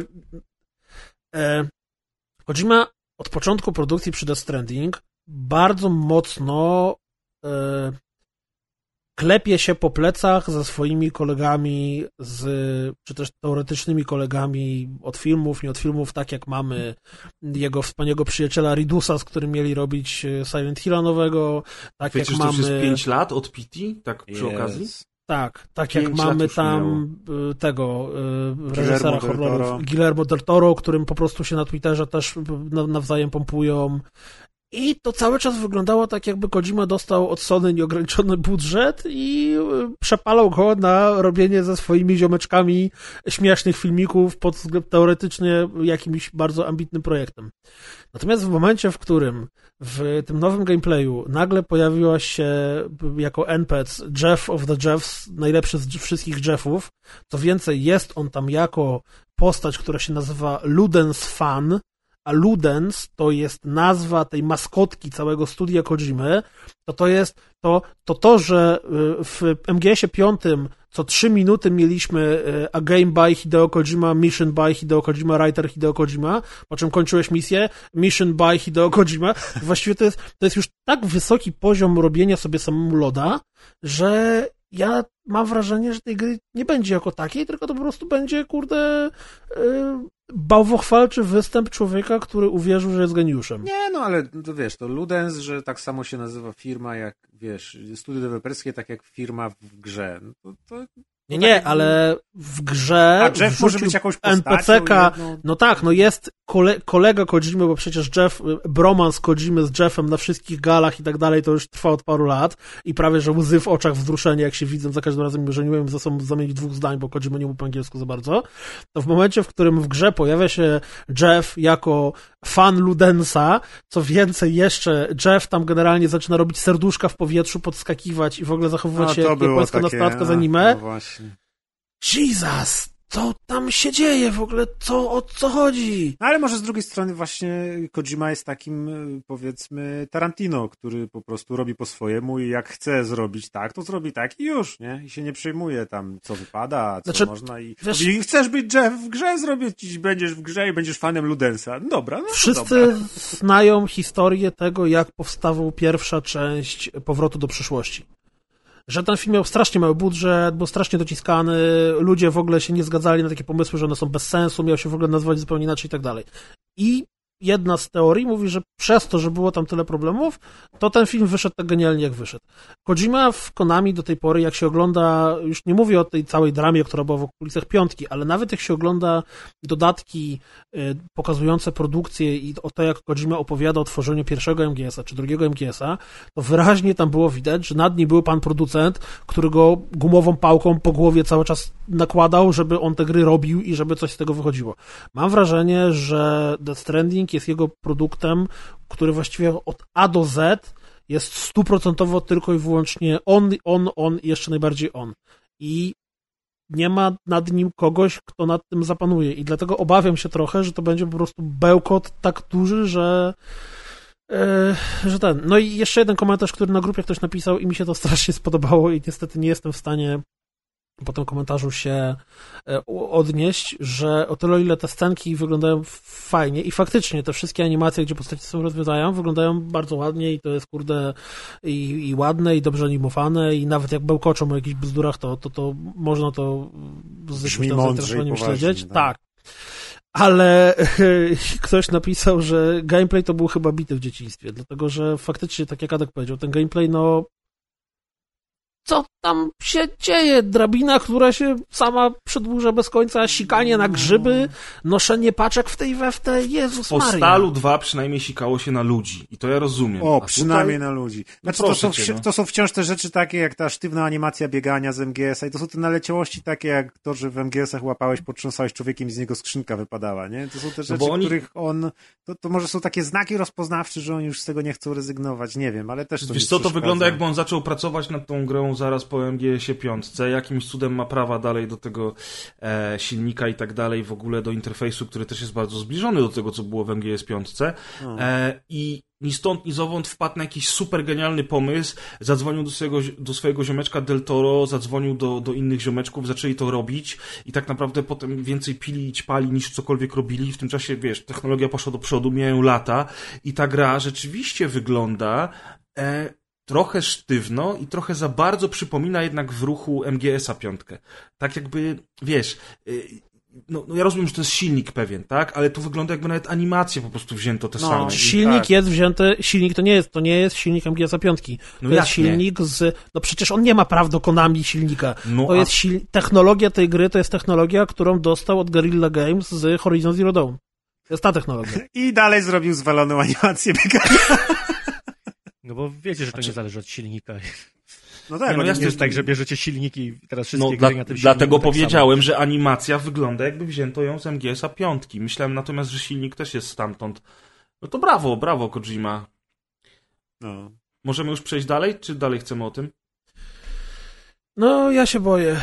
Kojima od początku produkcji przy Death Stranding bardzo mocno klepie się po plecach ze swoimi kolegami, czy też teoretycznymi kolegami od filmów, nie od filmów, tak jak mamy jego wspaniałego przyjaciela Ridusa, z którym mieli robić Silent Hilla nowego, tak wiecie, jak mamy... to już jest 5 lat od PT, tak przy okazji? Tak jak mamy tam tego reżysera horrorów Guillermo del Toro, którym po prostu się na Twitterze też nawzajem pompują. I to cały czas wyglądało tak, jakby Kojima dostał od Sony nieograniczony budżet i przepalał go na robienie ze swoimi ziomeczkami śmiesznych filmików pod teoretycznie jakimś bardzo ambitnym projektem. Natomiast w momencie, w którym w tym nowym gameplayu nagle pojawiła się jako NPC Jeff of the Jeffs, najlepszy z wszystkich Jeffów, co więcej, jest on tam jako postać, która się nazywa Ludens Fan, a Ludens to jest nazwa tej maskotki całego studia Kojimy, to jest to, że w MGS-ie 5 co 3 minuty mieliśmy a game by Hideo Kojima, mission by Hideo Kojima, writer Hideo Kojima, po czym kończyłeś misję, mission by Hideo Kojima. Właściwie to jest już tak wysoki poziom robienia sobie samemu loda, że ja mam wrażenie, że tej gry nie będzie jako takiej, tylko to po prostu będzie, bałwochwalczy występ człowieka, który uwierzył, że jest geniuszem. Nie, no ale to wiesz, to Ludens, że tak samo się nazywa firma jak, studio deweloperskie, tak jak firma w grze. Nie, ale w grze... A Jeff może być jakąś postacią? NPC-ka, no tak, jest kolega Kojimy, bo przecież bromans Kojimy z Jeffem na wszystkich galach i tak dalej, to już trwa od paru lat i prawie, że łzy w oczach wzruszenie, jak się widzą za każdym razem, że nie umiem ze sobą zamienić 2 zdań, bo Kojima nie mówi po angielsku za bardzo, to w momencie, w którym w grze pojawia się Jeff jako fan Ludensa, co więcej jeszcze, Jeff tam generalnie zaczyna robić serduszka w powietrzu, podskakiwać i w ogóle zachowywać się jak japońska nastolatka z anime. No właśnie. Jesus, co tam się dzieje w ogóle? O co chodzi? No ale może z drugiej strony właśnie Kojima jest takim, powiedzmy, Tarantino, który po prostu robi po swojemu i jak chce zrobić tak, to zrobi tak i już, nie? I się nie przejmuje tam, co wypada, co można i chcesz być Jeff w grze, zrobię ci, będziesz w grze i będziesz fanem Ludensa. Dobra, no wszyscy znają historię tego, jak powstawała pierwsza część Powrotu do przyszłości. Że ten film miał strasznie mały budżet, był strasznie dociskany, ludzie w ogóle się nie zgadzali na takie pomysły, że one są bez sensu, miał się w ogóle nazywać zupełnie inaczej i tak dalej. I jedna z teorii mówi, że przez to, że było tam tyle problemów, to ten film wyszedł tak genialnie, jak wyszedł. Kojima w Konami do tej pory, jak się ogląda, już nie mówię o tej całej dramie, która była w okolicach 5, ale nawet jak się ogląda dodatki pokazujące produkcję i o to, jak Kojima opowiada o tworzeniu pierwszego MGS-a czy drugiego MGS-a, to wyraźnie tam było widać, że nad nim był pan producent, który go gumową pałką po głowie cały czas nakładał, żeby on te gry robił i żeby coś z tego wychodziło. Mam wrażenie, że Death Stranding jest jego produktem, który właściwie od A do Z jest 100% tylko i wyłącznie on i jeszcze najbardziej on. I nie ma nad nim kogoś, kto nad tym zapanuje i dlatego obawiam się trochę, że to będzie po prostu bełkot tak duży, że ten. No i jeszcze jeden komentarz, który na grupie ktoś napisał i mi się to strasznie spodobało i niestety nie jestem w stanie po tym komentarzu się odnieść, że o tyle, ile te scenki wyglądają fajnie i faktycznie te wszystkie animacje, gdzie postacie są rozwiązają, wyglądają bardzo ładnie i to jest, kurde, i ładne, i dobrze animowane i nawet jak bełkoczą o jakichś bzdurach, to można to z jakimś tam zainteresowaniem śledzieć. Tak. Ale ktoś napisał, że gameplay to był chyba bity w dzieciństwie, dlatego że faktycznie, tak jak Adek powiedział, ten gameplay, no co tam się dzieje? Drabina, która się sama przedłuża bez końca, sikanie na grzyby, noszenie paczek w tej we w tej, Jezus Maria. Po Stalu 2 przynajmniej sikało się na ludzi i to ja rozumiem. O, przynajmniej na ludzi. Znaczy, to są wciąż te rzeczy takie jak ta sztywna animacja biegania z MGS-a i to są te naleciałości takie jak to, że w MGS-ach łapałeś, potrząsałeś człowiekiem i z niego skrzynka wypadała, nie? To są te rzeczy, których to może są takie znaki rozpoznawcze, że oni już z tego nie chcą rezygnować, nie wiem, ale też to wiesz co, to wygląda jakby on zaczął pracować nad tą grą zaraz po MGS-ie 5. Jakimś cudem ma prawa dalej do tego silnika i tak dalej, w ogóle do interfejsu, który też jest bardzo zbliżony do tego, co było w MGS 5. I ni stąd, ni zowąd wpadł na jakiś super genialny pomysł, zadzwonił do swojego ziomeczka Del Toro, zadzwonił do innych ziomeczków, zaczęli to robić i tak naprawdę potem więcej pili i ćpali niż cokolwiek robili. W tym czasie, wiesz, technologia poszła do przodu, mijają lata i ta gra rzeczywiście wygląda trochę sztywno i trochę za bardzo przypomina jednak w ruchu MGS-a 5. Tak jakby, wiesz, no ja rozumiem, że to jest silnik pewien, tak? Ale tu wygląda jakby nawet animacje po prostu wzięto te same. Silnik tak. Jest wzięty, silnik to nie jest silnik MGS-a 5. To jest silnik no przecież on nie ma praw do Konami silnika. To jest technologia tej gry, to jest technologia, którą dostał od Guerrilla Games z Horizon Zero Dawn. To jest ta technologia. I dalej zrobił zwaloną animację biegania. No bo wiecie, że to nie zależy od silnika. No tak, nie jest tak, że bierzecie silniki i teraz wszystkie gry na tym silniku. Dlatego powiedziałem, że animacja wygląda jakby wzięto ją z MGS-a 5. Myślałem natomiast, że silnik też jest stamtąd. No to brawo Kojima. No. Możemy już przejść dalej, czy dalej chcemy o tym? No, ja się boję.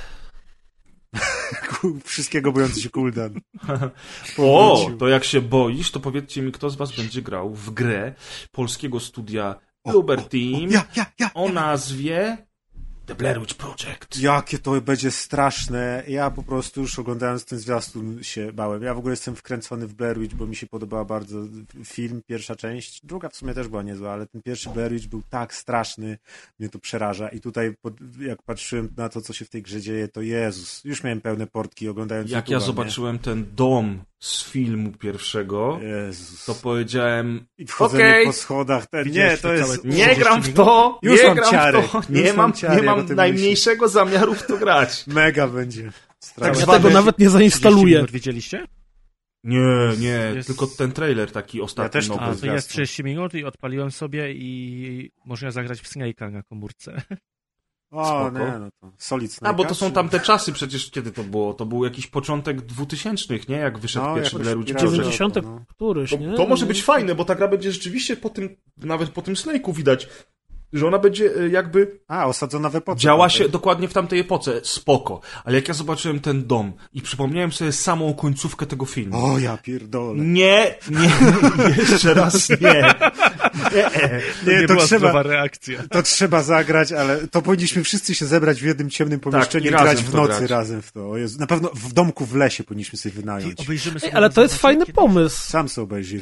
Wszystkiego bojący się cooldown. To jak się boisz, to powiedzcie mi, kto z was będzie grał w grę polskiego studia Bloober Team o nazwie The Blair Witch Project. Jakie to będzie straszne. Ja po prostu już oglądając ten zwiastun się bałem. Ja w ogóle jestem wkręcony w Blair Witch, bo mi się podobała bardzo film, pierwsza część. Druga w sumie też była niezła, ale ten pierwszy Blair Witch był tak straszny, mnie to przeraża. I tutaj jak patrzyłem na to, co się w tej grze dzieje, to Jezus, już miałem pełne portki oglądając Jak ja zobaczyłem ten dom z filmu pierwszego, Jezus. To powiedziałem i wchodzenie po schodach. To jest... Nie gram w to! Już mam ciary. Nie mam najmniejszego zamiaru w to grać. Mega będzie. Tak, ja tego nawet nie zainstaluję. Widzieliście? Nie, tylko ten trailer taki ostatni. To jest 30 minut i odpaliłem sobie i można zagrać w Snake'a na komórce. O, nie, no to Solid Snake. Bo to są tamte czasy przecież, kiedy to było? To był jakiś początek 2000, nie? Jak wyszedł pierwszy Blair Witch Project. 90 któryś, nie? To może być fajne, bo ta gra będzie rzeczywiście nawet po tym Snake'u widać, że ona będzie jakby... osadzona w epoce. Działa się dokładnie w tamtej epoce. Spoko. Ale jak ja zobaczyłem ten dom i przypomniałem sobie samą końcówkę tego filmu. O, ja pierdolę. Nie, jeszcze raz nie. Nie to była zdrowa reakcja. To trzeba zagrać, ale to powinniśmy wszyscy się zebrać w jednym ciemnym pomieszczeniu i grać w nocy razem w to. Na pewno w domku w lesie powinniśmy sobie wynająć. Ale to jest fajny pomysł. Sam sobie obejrzyj.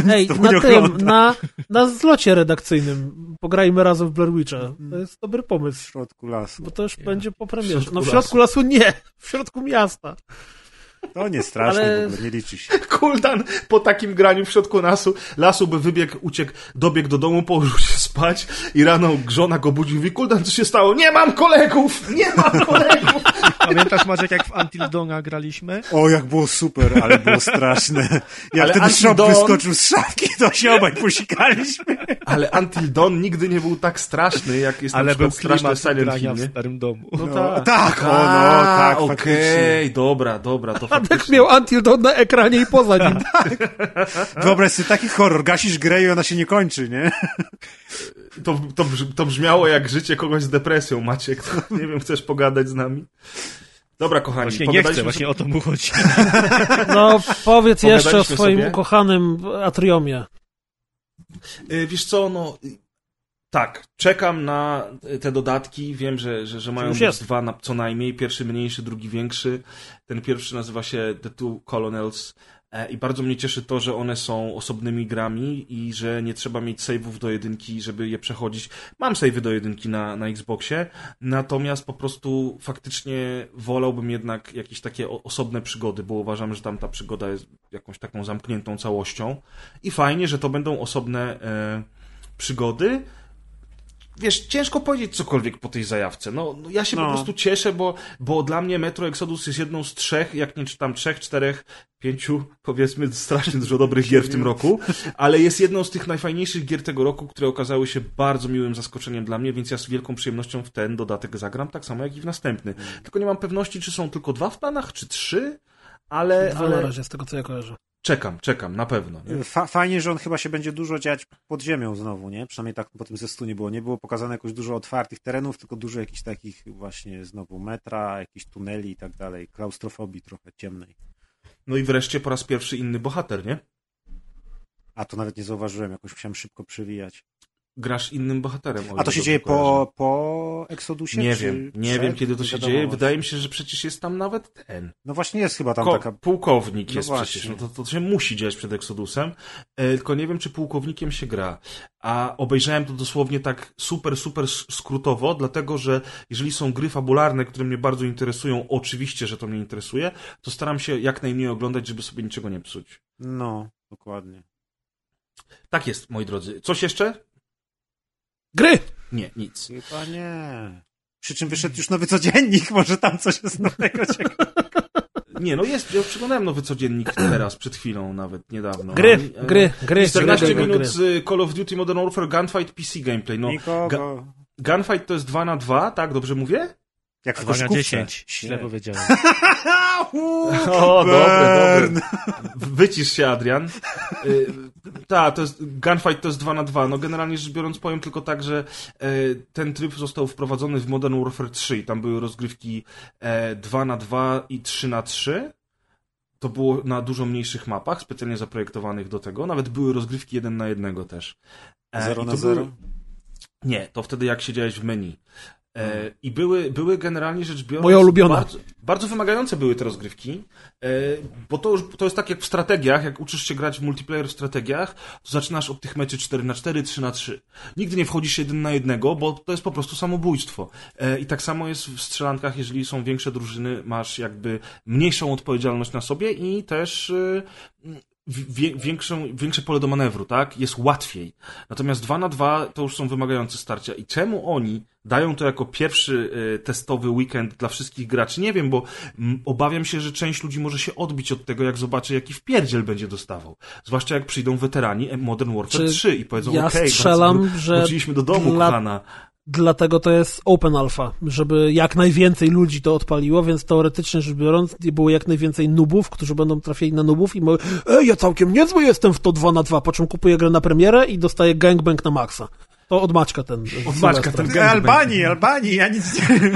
Na zlocie redakcyjnym pograjmy razem w Blair Witcha. To jest dobry pomysł. W środku lasu. Bo to już będzie po premierze. W środku lasu nie. W środku miasta. To nie straszne, w ogóle nie liczy się. Kuldan po takim graniu w środku lasu by dobiegł do domu, położył się spać i rano żona go budził i mówi: Kuldan, co się stało? Nie mam kolegów! Pamiętasz, Maciek, jak w Until Dawna graliśmy? O, jak było super, ale było straszne. Jak ten Shop wyskoczył z szafki, to się obaj posikaliśmy. Ale Until Dawn nigdy nie był tak straszny, jak jest na przykład straszny Silent Hill, w starym domu. Tak, okej, dobra, to Adek miał Until Dawn na ekranie i poza nim. Wyobraź sobie taki horror, gasisz grę i ona się nie kończy, nie? To brzmiało jak życie kogoś z depresją, Maciek. Nie wiem, chcesz pogadać z nami? Dobra, kochani. Właśnie nie chcę, właśnie o to mu chodzi. No, powiedz jeszcze o swoim ukochanym Atriumie. Wiesz co, no... Tak, czekam na te dodatki. Wiem, że mają być dwa co najmniej. Pierwszy mniejszy, drugi większy. Ten pierwszy nazywa się The Two Colonels i bardzo mnie cieszy to, że one są osobnymi grami i że nie trzeba mieć save'ów do jedynki, żeby je przechodzić. Mam save'y do jedynki na Xboxie, natomiast po prostu faktycznie wolałbym jednak jakieś takie osobne przygody, bo uważam, że tam ta przygoda jest jakąś taką zamkniętą całością i fajnie, że to będą osobne przygody. Wiesz, ciężko powiedzieć cokolwiek po tej zajawce. No ja się po prostu cieszę, bo dla mnie Metro Exodus jest jedną z 3, jak nie czytam 3, 4, 5, powiedzmy, strasznie dużo dobrych gier w tym roku, ale jest jedną z tych najfajniejszych gier tego roku, które okazały się bardzo miłym zaskoczeniem dla mnie, więc ja z wielką przyjemnością w ten dodatek zagram, tak samo jak i w następny. Tylko nie mam pewności, czy są tylko 2 w planach, czy 3, ale... 2 na razie, z tego co ja kojarzę. Czekam, na pewno. Nie? Fajnie, że on chyba się będzie dużo dziać pod ziemią znowu, nie? Przynajmniej tak po tym zwiastunie było. Nie było pokazane jakoś dużo otwartych terenów, tylko dużo jakichś takich właśnie znowu metra, jakichś tuneli i tak dalej. Klaustrofobii trochę ciemnej. No i wreszcie po raz pierwszy inny bohater, nie? A to nawet nie zauważyłem, jakoś musiałem szybko przewijać. Grasz innym bohaterem. A to się dzieje po Exodusie? Nie wiem, kiedy to się dzieje. Wydaje mi się, że przecież jest tam nawet ten. No właśnie jest chyba tam taka... Pułkownik jest przecież. No to się musi dziać przed Exodusem. Tylko nie wiem, czy pułkownikiem się gra. A obejrzałem to dosłownie tak super skrótowo, dlatego, że jeżeli są gry fabularne, które mnie bardzo interesują, oczywiście, że to mnie interesuje, to staram się jak najmniej oglądać, żeby sobie niczego nie psuć. No, dokładnie. Tak jest, moi drodzy. Coś jeszcze? Gry! Nie, nic. Chyba nie. Przy czym wyszedł już nowy codziennik, może tam coś jest nowego ciekawego. Nie, no jest, ja przeglądałem nowy codziennik teraz, przed chwilą nawet, niedawno. Gry. 14 minut z Call of Duty Modern Warfare Gunfight PC gameplay. No, Gunfight to jest 2x2, tak? Dobrze mówię? Jak w koszykówce. 10. Źle powiedziałem. O, dobre. Wycisz się, Adrian. To jest Gunfight to jest 2x2. No generalnie rzecz biorąc powiem tylko tak, że ten tryb został wprowadzony w Modern Warfare 3 i tam były rozgrywki 2x2 i 3x3. To było na dużo mniejszych mapach, specjalnie zaprojektowanych do tego. Nawet były rozgrywki 1x1 też. 0x0? Nie, to wtedy jak siedziałeś w menu. I były generalnie rzecz biorąc... Moja ulubiona. Bardzo wymagające były te rozgrywki, bo to jest tak jak w strategiach, jak uczysz się grać w multiplayer w strategiach, to zaczynasz od tych meczy 4x4, 3x3. Nigdy nie wchodzisz 1x1, bo to jest po prostu samobójstwo. I tak samo jest w strzelankach, jeżeli są większe drużyny, masz jakby mniejszą odpowiedzialność na sobie i też... większe pole do manewru, tak? Jest łatwiej. Natomiast 2x2 to już są wymagające starcia. I czemu oni dają to jako pierwszy testowy weekend dla wszystkich graczy? Nie wiem, bo obawiam się, że część ludzi może się odbić od tego, jak zobaczy, jaki wpierdziel będzie dostawał. Zwłaszcza jak przyjdą weterani Modern Warfare 3 i powiedzą, strzelam, że wróciliśmy do domu, kochana. Dlatego to jest open alpha, żeby jak najwięcej ludzi to odpaliło, więc teoretycznie rzecz biorąc było jak najwięcej nubów, którzy będą trafiali na nubów i mówią, ja całkiem niezły jestem w to 2x2, po czym kupuję grę na premierę i dostaję gangbang na maksa. To od Maćka ten gangbang. Albanii, ja nic nie wiem.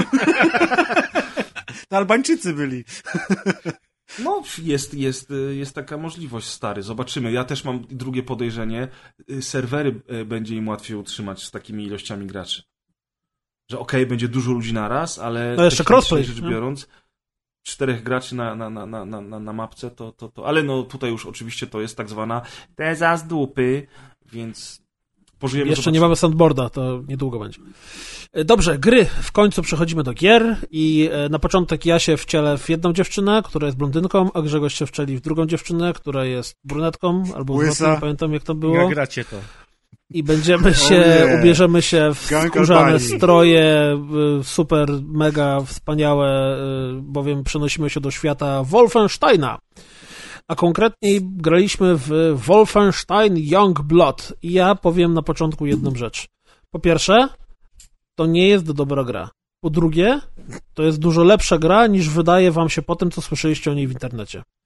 To Albańczycy byli. No, jest taka możliwość, stary. Zobaczymy. Ja też mam drugie podejrzenie. Serwery będzie im łatwiej utrzymać z takimi ilościami graczy. Że będzie dużo ludzi naraz, ale... No jeszcze crossplay. Rzecz biorąc, 4 graczy na mapce, to... Ale no tutaj już oczywiście to jest tak zwana teza z dupy, więc... Pożyjemy, jeszcze nie mamy sandboarda, to niedługo będzie. Dobrze, gry. W końcu przechodzimy do gier i na początek ja się wcielę w jedną dziewczynę, która jest blondynką, a Grzegorz się wcieli w drugą dziewczynę, która jest brunetką, albo nie pamiętam jak to było. Jak gracie to. I ubierzemy się w skórzane stroje, super, mega wspaniałe, bowiem przenosimy się do świata Wolfensteina. A konkretniej graliśmy w Wolfenstein Youngblood i ja powiem na początku jedną rzecz. Po pierwsze, to nie jest dobra gra. Po drugie, to jest dużo lepsza gra niż wydaje wam się po tym, co słyszeliście o niej w internecie.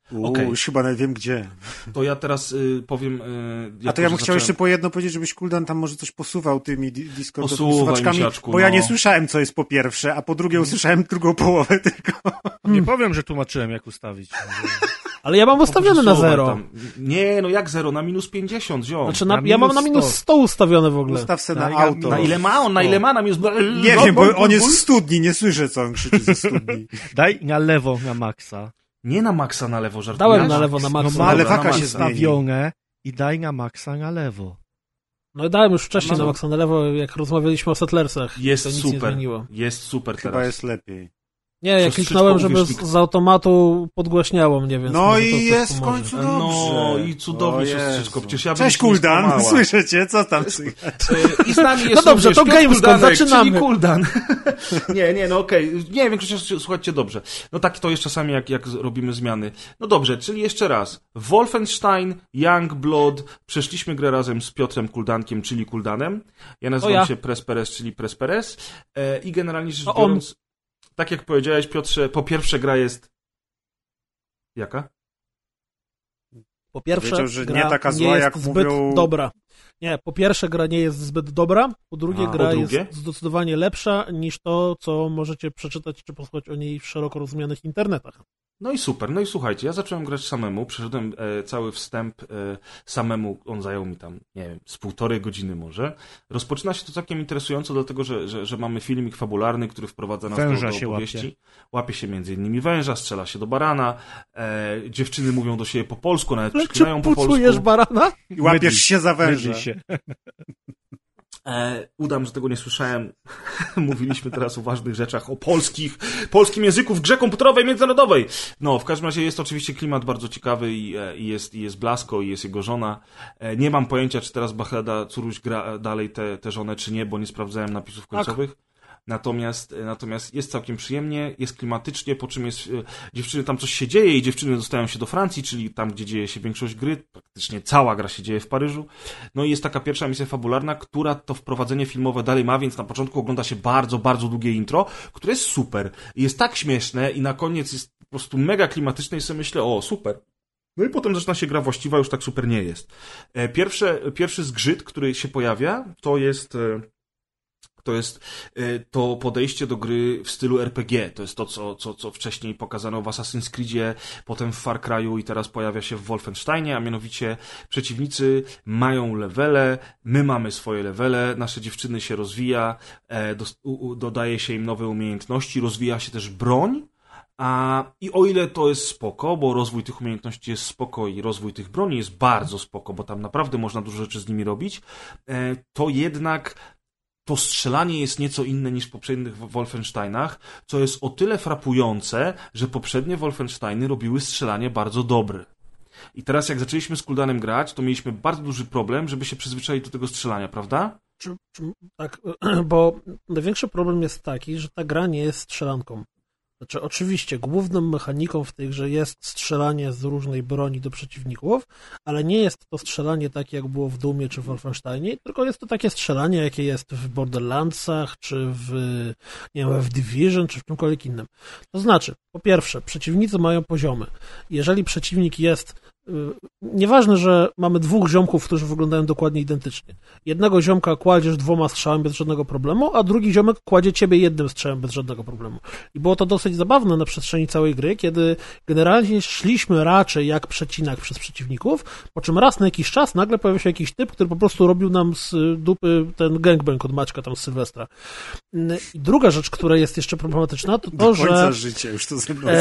Już chyba nawet wiem gdzie. To ja teraz powiem... A to ja bym chciał jeszcze po jedno powiedzieć, żebyś Kuldan tam może coś posuwał tymi Discordowymi słuchaczkami, bo ja nie słyszałem, co jest po pierwsze, a po drugie usłyszałem drugą połowę tylko. Nie powiem, że tłumaczyłem, jak ustawić. Ale ja mam ustawione na 0. Tam. Nie, no jak 0? Na -50, ziom. Znaczy ja mam na -100 ustawione w ogóle. Ustaw se na auto. Na ile ma on? Na ile ma? Na nie wiem, bo on jest w studni, nie słyszę, co on krzyczy ze studni. Daj na lewo na maksa. Nie na maksa na lewo, żartuję. Dałem na lewo na maksa. No ale waka się stawione i daj na maksa na lewo. No dałem już wcześniej na maksa na lewo, jak rozmawialiśmy o Settlersach. Jest to nic super. Nie zmieniło. Jest super teraz. Chyba jest lepiej. Nie, ja kliknąłem, żeby z automatu podgłaśniało mnie, więc... No i jest w końcu dobrze. No i cudownie, siostrzyczko. Przecież ja Cześć Kuldan, słyszycie? Co tam? I z nami jest no dobrze, to Gamescom, zaczynamy. Kuldan. nie, no okej. Nie, większość, słuchajcie, dobrze. No tak to jest czasami, jak robimy zmiany. No dobrze, czyli jeszcze raz. Wolfenstein, Youngblood. Przeszliśmy grę razem z Piotrem Kuldankiem, czyli Kuldanem. Ja nazywam się Presperes, czyli Presperes. I generalnie rzecz biorąc... Tak jak powiedziałeś, Piotrze, po pierwsze gra jest... Jaka? Po pierwsze, wiedział, że gra nie taka zła, jest jak zbyt mówią... dobra. Nie, po pierwsze gra nie jest zbyt dobra, po drugie gra jest zdecydowanie lepsza niż to, co możecie przeczytać czy posłuchać o niej w szeroko rozumianych internetach. No i super, no i słuchajcie, ja zacząłem grać samemu, przeszedłem cały wstęp samemu, on zajął mi tam, nie wiem, z 1,5 godziny może. Rozpoczyna się to całkiem interesująco, dlatego że mamy filmik fabularny, który wprowadza nas do opowieści. Łapie się między innymi węża, strzela się do barana, dziewczyny mówią do siebie po polsku, nawet przyklinają po polsku. Pucujesz barana? I łapiesz się za węża. Udam, że tego nie słyszałem. Mówiliśmy teraz o ważnych rzeczach, o polskim języku w grze komputerowej międzynarodowej. No, w każdym razie jest oczywiście klimat bardzo ciekawy i jest Blasko, i jest jego żona. Nie mam pojęcia, czy teraz Bachleda Curuś gra dalej tę żonę, czy nie, bo nie sprawdzałem napisów końcowych. Tak. Natomiast jest całkiem przyjemnie, jest klimatycznie, po czym jest dziewczyny, tam coś się dzieje i dziewczyny dostają się do Francji, czyli tam, gdzie dzieje się większość gry, praktycznie cała gra się dzieje w Paryżu. No i jest taka pierwsza misja fabularna, która to wprowadzenie filmowe dalej ma, więc na początku ogląda się bardzo, bardzo długie intro, które jest super. Jest tak śmieszne i na koniec jest po prostu mega klimatyczne i sobie myślę, o, super. No i potem zaczyna się gra właściwa, już tak super nie jest. Pierwszy zgrzyt, który się pojawia, to jest to podejście do gry w stylu RPG. To jest to, co wcześniej pokazano w Assassin's Creedzie, potem w Far Cry'u i teraz pojawia się w Wolfensteinie, a mianowicie przeciwnicy mają levele, my mamy swoje levele, nasze dziewczyny się rozwija, dodaje się im nowe umiejętności, rozwija się też broń. I o ile to jest spoko, bo rozwój tych umiejętności jest spoko i rozwój tych broni jest bardzo spoko, bo tam naprawdę można dużo rzeczy z nimi robić, to jednak to strzelanie jest nieco inne niż w poprzednich Wolfensteinach, co jest o tyle frapujące, że poprzednie Wolfensteiny robiły strzelanie bardzo dobre. I teraz jak zaczęliśmy z Kuldanem grać, to mieliśmy bardzo duży problem, żeby się przyzwyczaić do tego strzelania, prawda? Tak, bo największy problem jest taki, że ta gra nie jest strzelanką. Znaczy, oczywiście, główną mechaniką w tej grze jest strzelanie z różnej broni do przeciwników, ale nie jest to strzelanie takie, jak było w Doomie czy w Wolfensteinie, tylko jest to takie strzelanie, jakie jest w Borderlandsach, czy w Division, czy w czymkolwiek innym. To znaczy, po pierwsze, przeciwnicy mają poziomy. Jeżeli przeciwnik jest... Nieważne, że mamy 2 ziomków, którzy wyglądają dokładnie identycznie. Jednego ziomka kładziesz 2 strzałami bez żadnego problemu, a drugi ziomek kładzie ciebie 1 strzałem bez żadnego problemu. I było to dosyć zabawne na przestrzeni całej gry, kiedy generalnie szliśmy raczej jak przecinak przez przeciwników, po czym raz na jakiś czas nagle pojawił się jakiś typ, który po prostu robił nam z dupy ten gangbang od Maćka tam z Sylwestra. I druga rzecz, która jest jeszcze problematyczna, to to, że... Do końca życia już to ze mną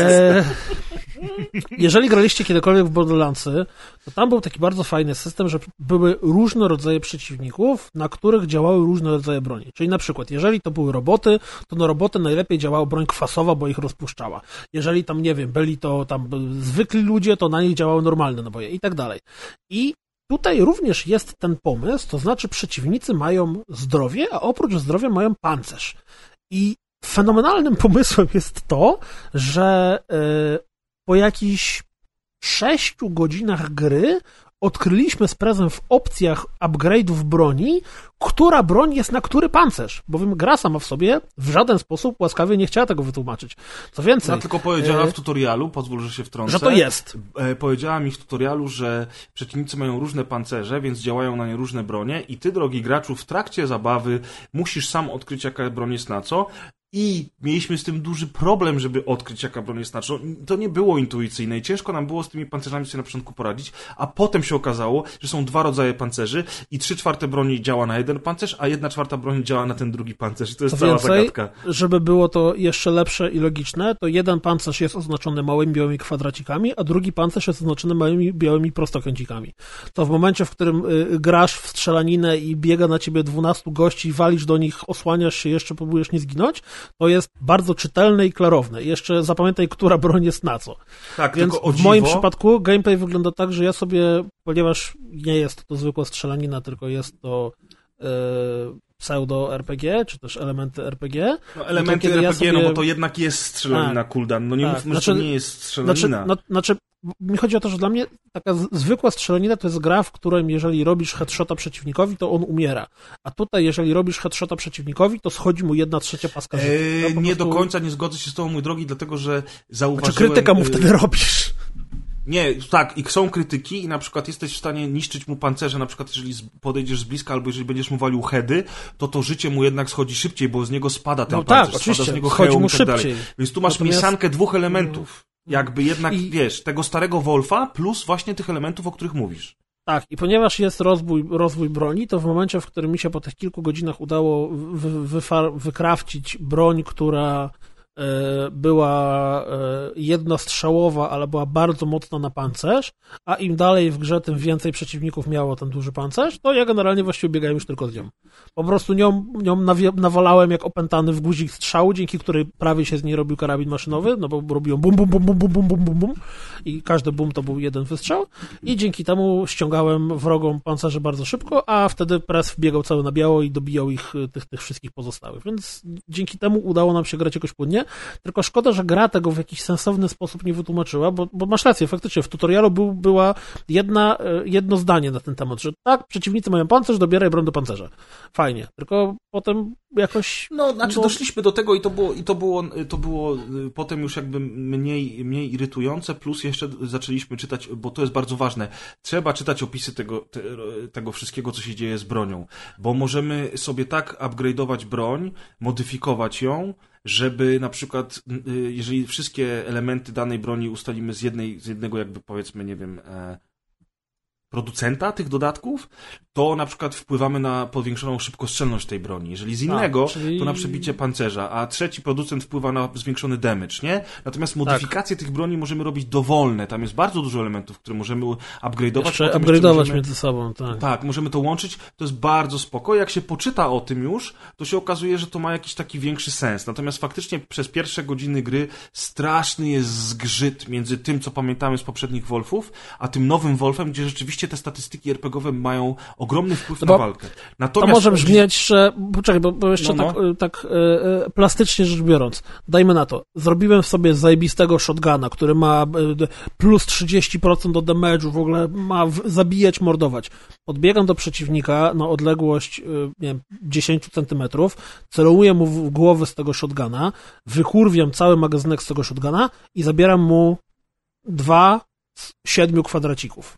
jeżeli graliście kiedykolwiek w Borderlandsy, to tam był taki bardzo fajny system, że były różne rodzaje przeciwników, na których działały różne rodzaje broni. Czyli na przykład, jeżeli to były roboty, to na roboty najlepiej działała broń kwasowa, bo ich rozpuszczała. Jeżeli tam, nie wiem, byli to tam zwykli ludzie, to na nich działały normalne naboje i tak dalej. I tutaj również jest ten pomysł, to znaczy przeciwnicy mają zdrowie, a oprócz zdrowia mają pancerz. I fenomenalnym pomysłem jest to, że po jakichś 6 godzinach gry odkryliśmy z prezem w opcjach upgrade'ów broni, która broń jest na który pancerz, bowiem gra sama w sobie w żaden sposób łaskawie nie chciała tego wytłumaczyć. Co więcej... Ona tylko powiedziała w tutorialu, pozwól, że się wtrącę. Że to jest. Powiedziała mi w tutorialu, że przeciwnicy mają różne pancerze, więc działają na nie różne bronie i ty, drogi graczu, w trakcie zabawy musisz sam odkryć, jaka broń jest na co. I mieliśmy z tym duży problem, żeby odkryć, jaka broń jest na co. To nie było intuicyjne i ciężko nam było z tymi pancerzami sobie na początku poradzić, a potem się okazało, że są 2 rodzaje pancerzy i 3/4 broni działa na jeden pancerz, a 1/4 broni działa na ten drugi pancerz. I to jest cała zagadka. Żeby było to jeszcze lepsze i logiczne, to jeden pancerz jest oznaczony małymi białymi kwadracikami, a drugi pancerz jest oznaczony małymi białymi prostokącikami. To w momencie, w którym grasz w strzelaninę i biega na ciebie 12 gości, walisz do nich, osłaniasz się, jeszcze próbujesz nie zginąć, to jest bardzo czytelne i klarowne. I jeszcze zapamiętaj, która broń jest na co. Tak, więc tylko o w moim przypadku gameplay wygląda tak, że ja sobie, ponieważ nie jest to zwykła strzelanina, tylko jest to pseudo-RPG, czy też elementy RPG. No, elementy RPG, sobie... no bo to jednak jest strzelanina cooldown. No nie mówmy, że to nie jest strzelanina. Znaczy, mi chodzi o to, że dla mnie taka zwykła strzelanina to jest gra, w której jeżeli robisz headshota przeciwnikowi, to on umiera. A tutaj, jeżeli robisz headshota przeciwnikowi, to schodzi mu 1/3 paska życia. Nie do końca nie zgodzę się z tobą, mój drogi, dlatego, że zauważyłem... Znaczy krytyka mu wtedy robisz. Nie, tak, i są krytyki i na przykład jesteś w stanie niszczyć mu pancerze, na przykład jeżeli podejdziesz z bliska albo jeżeli będziesz mu walił heady, to życie mu jednak schodzi szybciej, bo z niego spada ten pancerz, tak, oczywiście, spada z niego schodzi mu i tak dalej. szybciej. Więc tu masz mieszankę 2 elementów. Jakby jednak, wiesz, tego starego Wolfa plus właśnie tych elementów, o których mówisz. Tak, i ponieważ jest rozwój broni, to w momencie, w którym mi się po tych kilku godzinach udało wykrafcić broń, która była jednostrzałowa, ale była bardzo mocna na pancerz, a im dalej w grze, tym więcej przeciwników miało ten duży pancerz, to ja generalnie właściwie biegałem już tylko z nią. Po prostu nią nawalałem jak opętany w guzik strzału, dzięki której prawie się z niej robił karabin maszynowy, no bo robiłem bum, bum, bum, bum, bum, bum, bum, bum i każdy bum to był jeden wystrzał i dzięki temu ściągałem wrogom pancerze bardzo szybko, a wtedy press wbiegał cały na biało i dobijał ich, tych wszystkich pozostałych, więc dzięki temu udało nam się grać jakoś płynnie. Tylko szkoda, że gra tego w jakiś sensowny sposób nie wytłumaczyła, bo masz rację, faktycznie w tutorialu była jedno zdanie na ten temat, że tak, przeciwnicy mają pancerz, dobieraj broń do pancerza. Fajnie, tylko potem jakoś... No, znaczy doszliśmy do tego i to było potem już jakby mniej irytujące, plus jeszcze zaczęliśmy czytać, bo to jest bardzo ważne, trzeba czytać opisy tego wszystkiego, co się dzieje z bronią, bo możemy sobie tak upgrade'ować broń, modyfikować ją, żeby na przykład, jeżeli wszystkie elementy danej broni ustalimy z jednego jakby powiedzmy, nie wiem, producenta tych dodatków, to na przykład wpływamy na powiększoną szybkostrzelność tej broni. Jeżeli z innego, to na przebicie pancerza, a trzeci producent wpływa na zwiększony damage, nie? Natomiast modyfikacje tych broni możemy robić dowolne. Tam jest bardzo dużo elementów, które możemy upgrade'ować. Jeszcze upgrade'ować między sobą, tak. Tak, możemy to łączyć. To jest bardzo spoko. Jak się poczyta o tym już, to się okazuje, że to ma jakiś taki większy sens. Natomiast faktycznie przez pierwsze godziny gry straszny jest zgrzyt między tym, co pamiętamy z poprzednich Wolfów, a tym nowym Wolfem, gdzie rzeczywiście te statystyki RPG-owe mają ogromny wpływ na walkę. Natomiast... To może brzmieć, że... Poczekaj, bo jeszcze tak plastycznie rzecz biorąc, dajmy na to, zrobiłem sobie zajebistego shotguna, który ma plus 30% do damage'u, w ogóle ma zabijać, mordować. Podbiegam do przeciwnika na odległość, nie wiem, 10 centymetrów, celuję mu w głowę z tego shotguna, wykurwiam cały magazynek z tego shotguna i zabieram mu 2 z 7 kwadracików.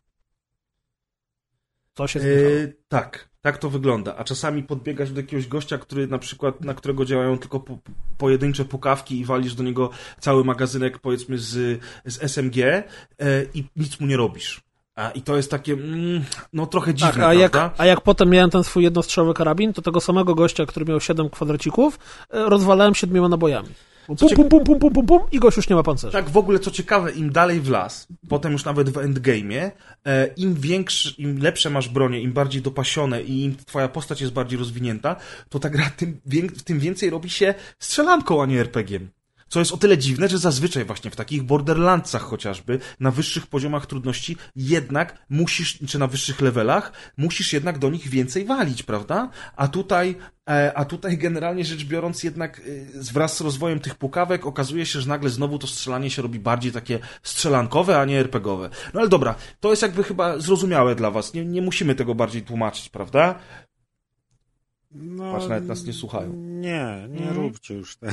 Co się tak to wygląda. A czasami podbiegasz do jakiegoś gościa, który na przykład, na którego działają tylko pojedyncze pukawki i walisz do niego cały magazynek, powiedzmy, z SMG i nic mu nie robisz. I to jest takie, no trochę dziwne, tak, a jak potem miałem ten swój jednostrzałowy karabin, to tego samego gościa, który miał 7 kwadracików, rozwalałem 7 nabojami. Pum, i gość już nie ma pancerza. Tak, w ogóle co ciekawe, im dalej w las, potem już nawet w endgame'ie, im lepsze masz bronie, im bardziej dopasione i im twoja postać jest bardziej rozwinięta, to ta gra tym więcej robi się strzelanką, a nie RPG-iem. Co jest o tyle dziwne, że zazwyczaj właśnie w takich Borderlandsach chociażby, na wyższych poziomach trudności jednak musisz, czy na wyższych levelach, musisz jednak do nich więcej walić, prawda? A tutaj generalnie rzecz biorąc jednak wraz z rozwojem tych pukawek okazuje się, że nagle znowu to strzelanie się robi bardziej takie strzelankowe, a nie RPG-owe. No ale dobra, to jest jakby chyba zrozumiałe dla was. Nie musimy tego bardziej tłumaczyć, prawda? No, Patrz, nawet nas nie słuchają. Nie róbcie już tego.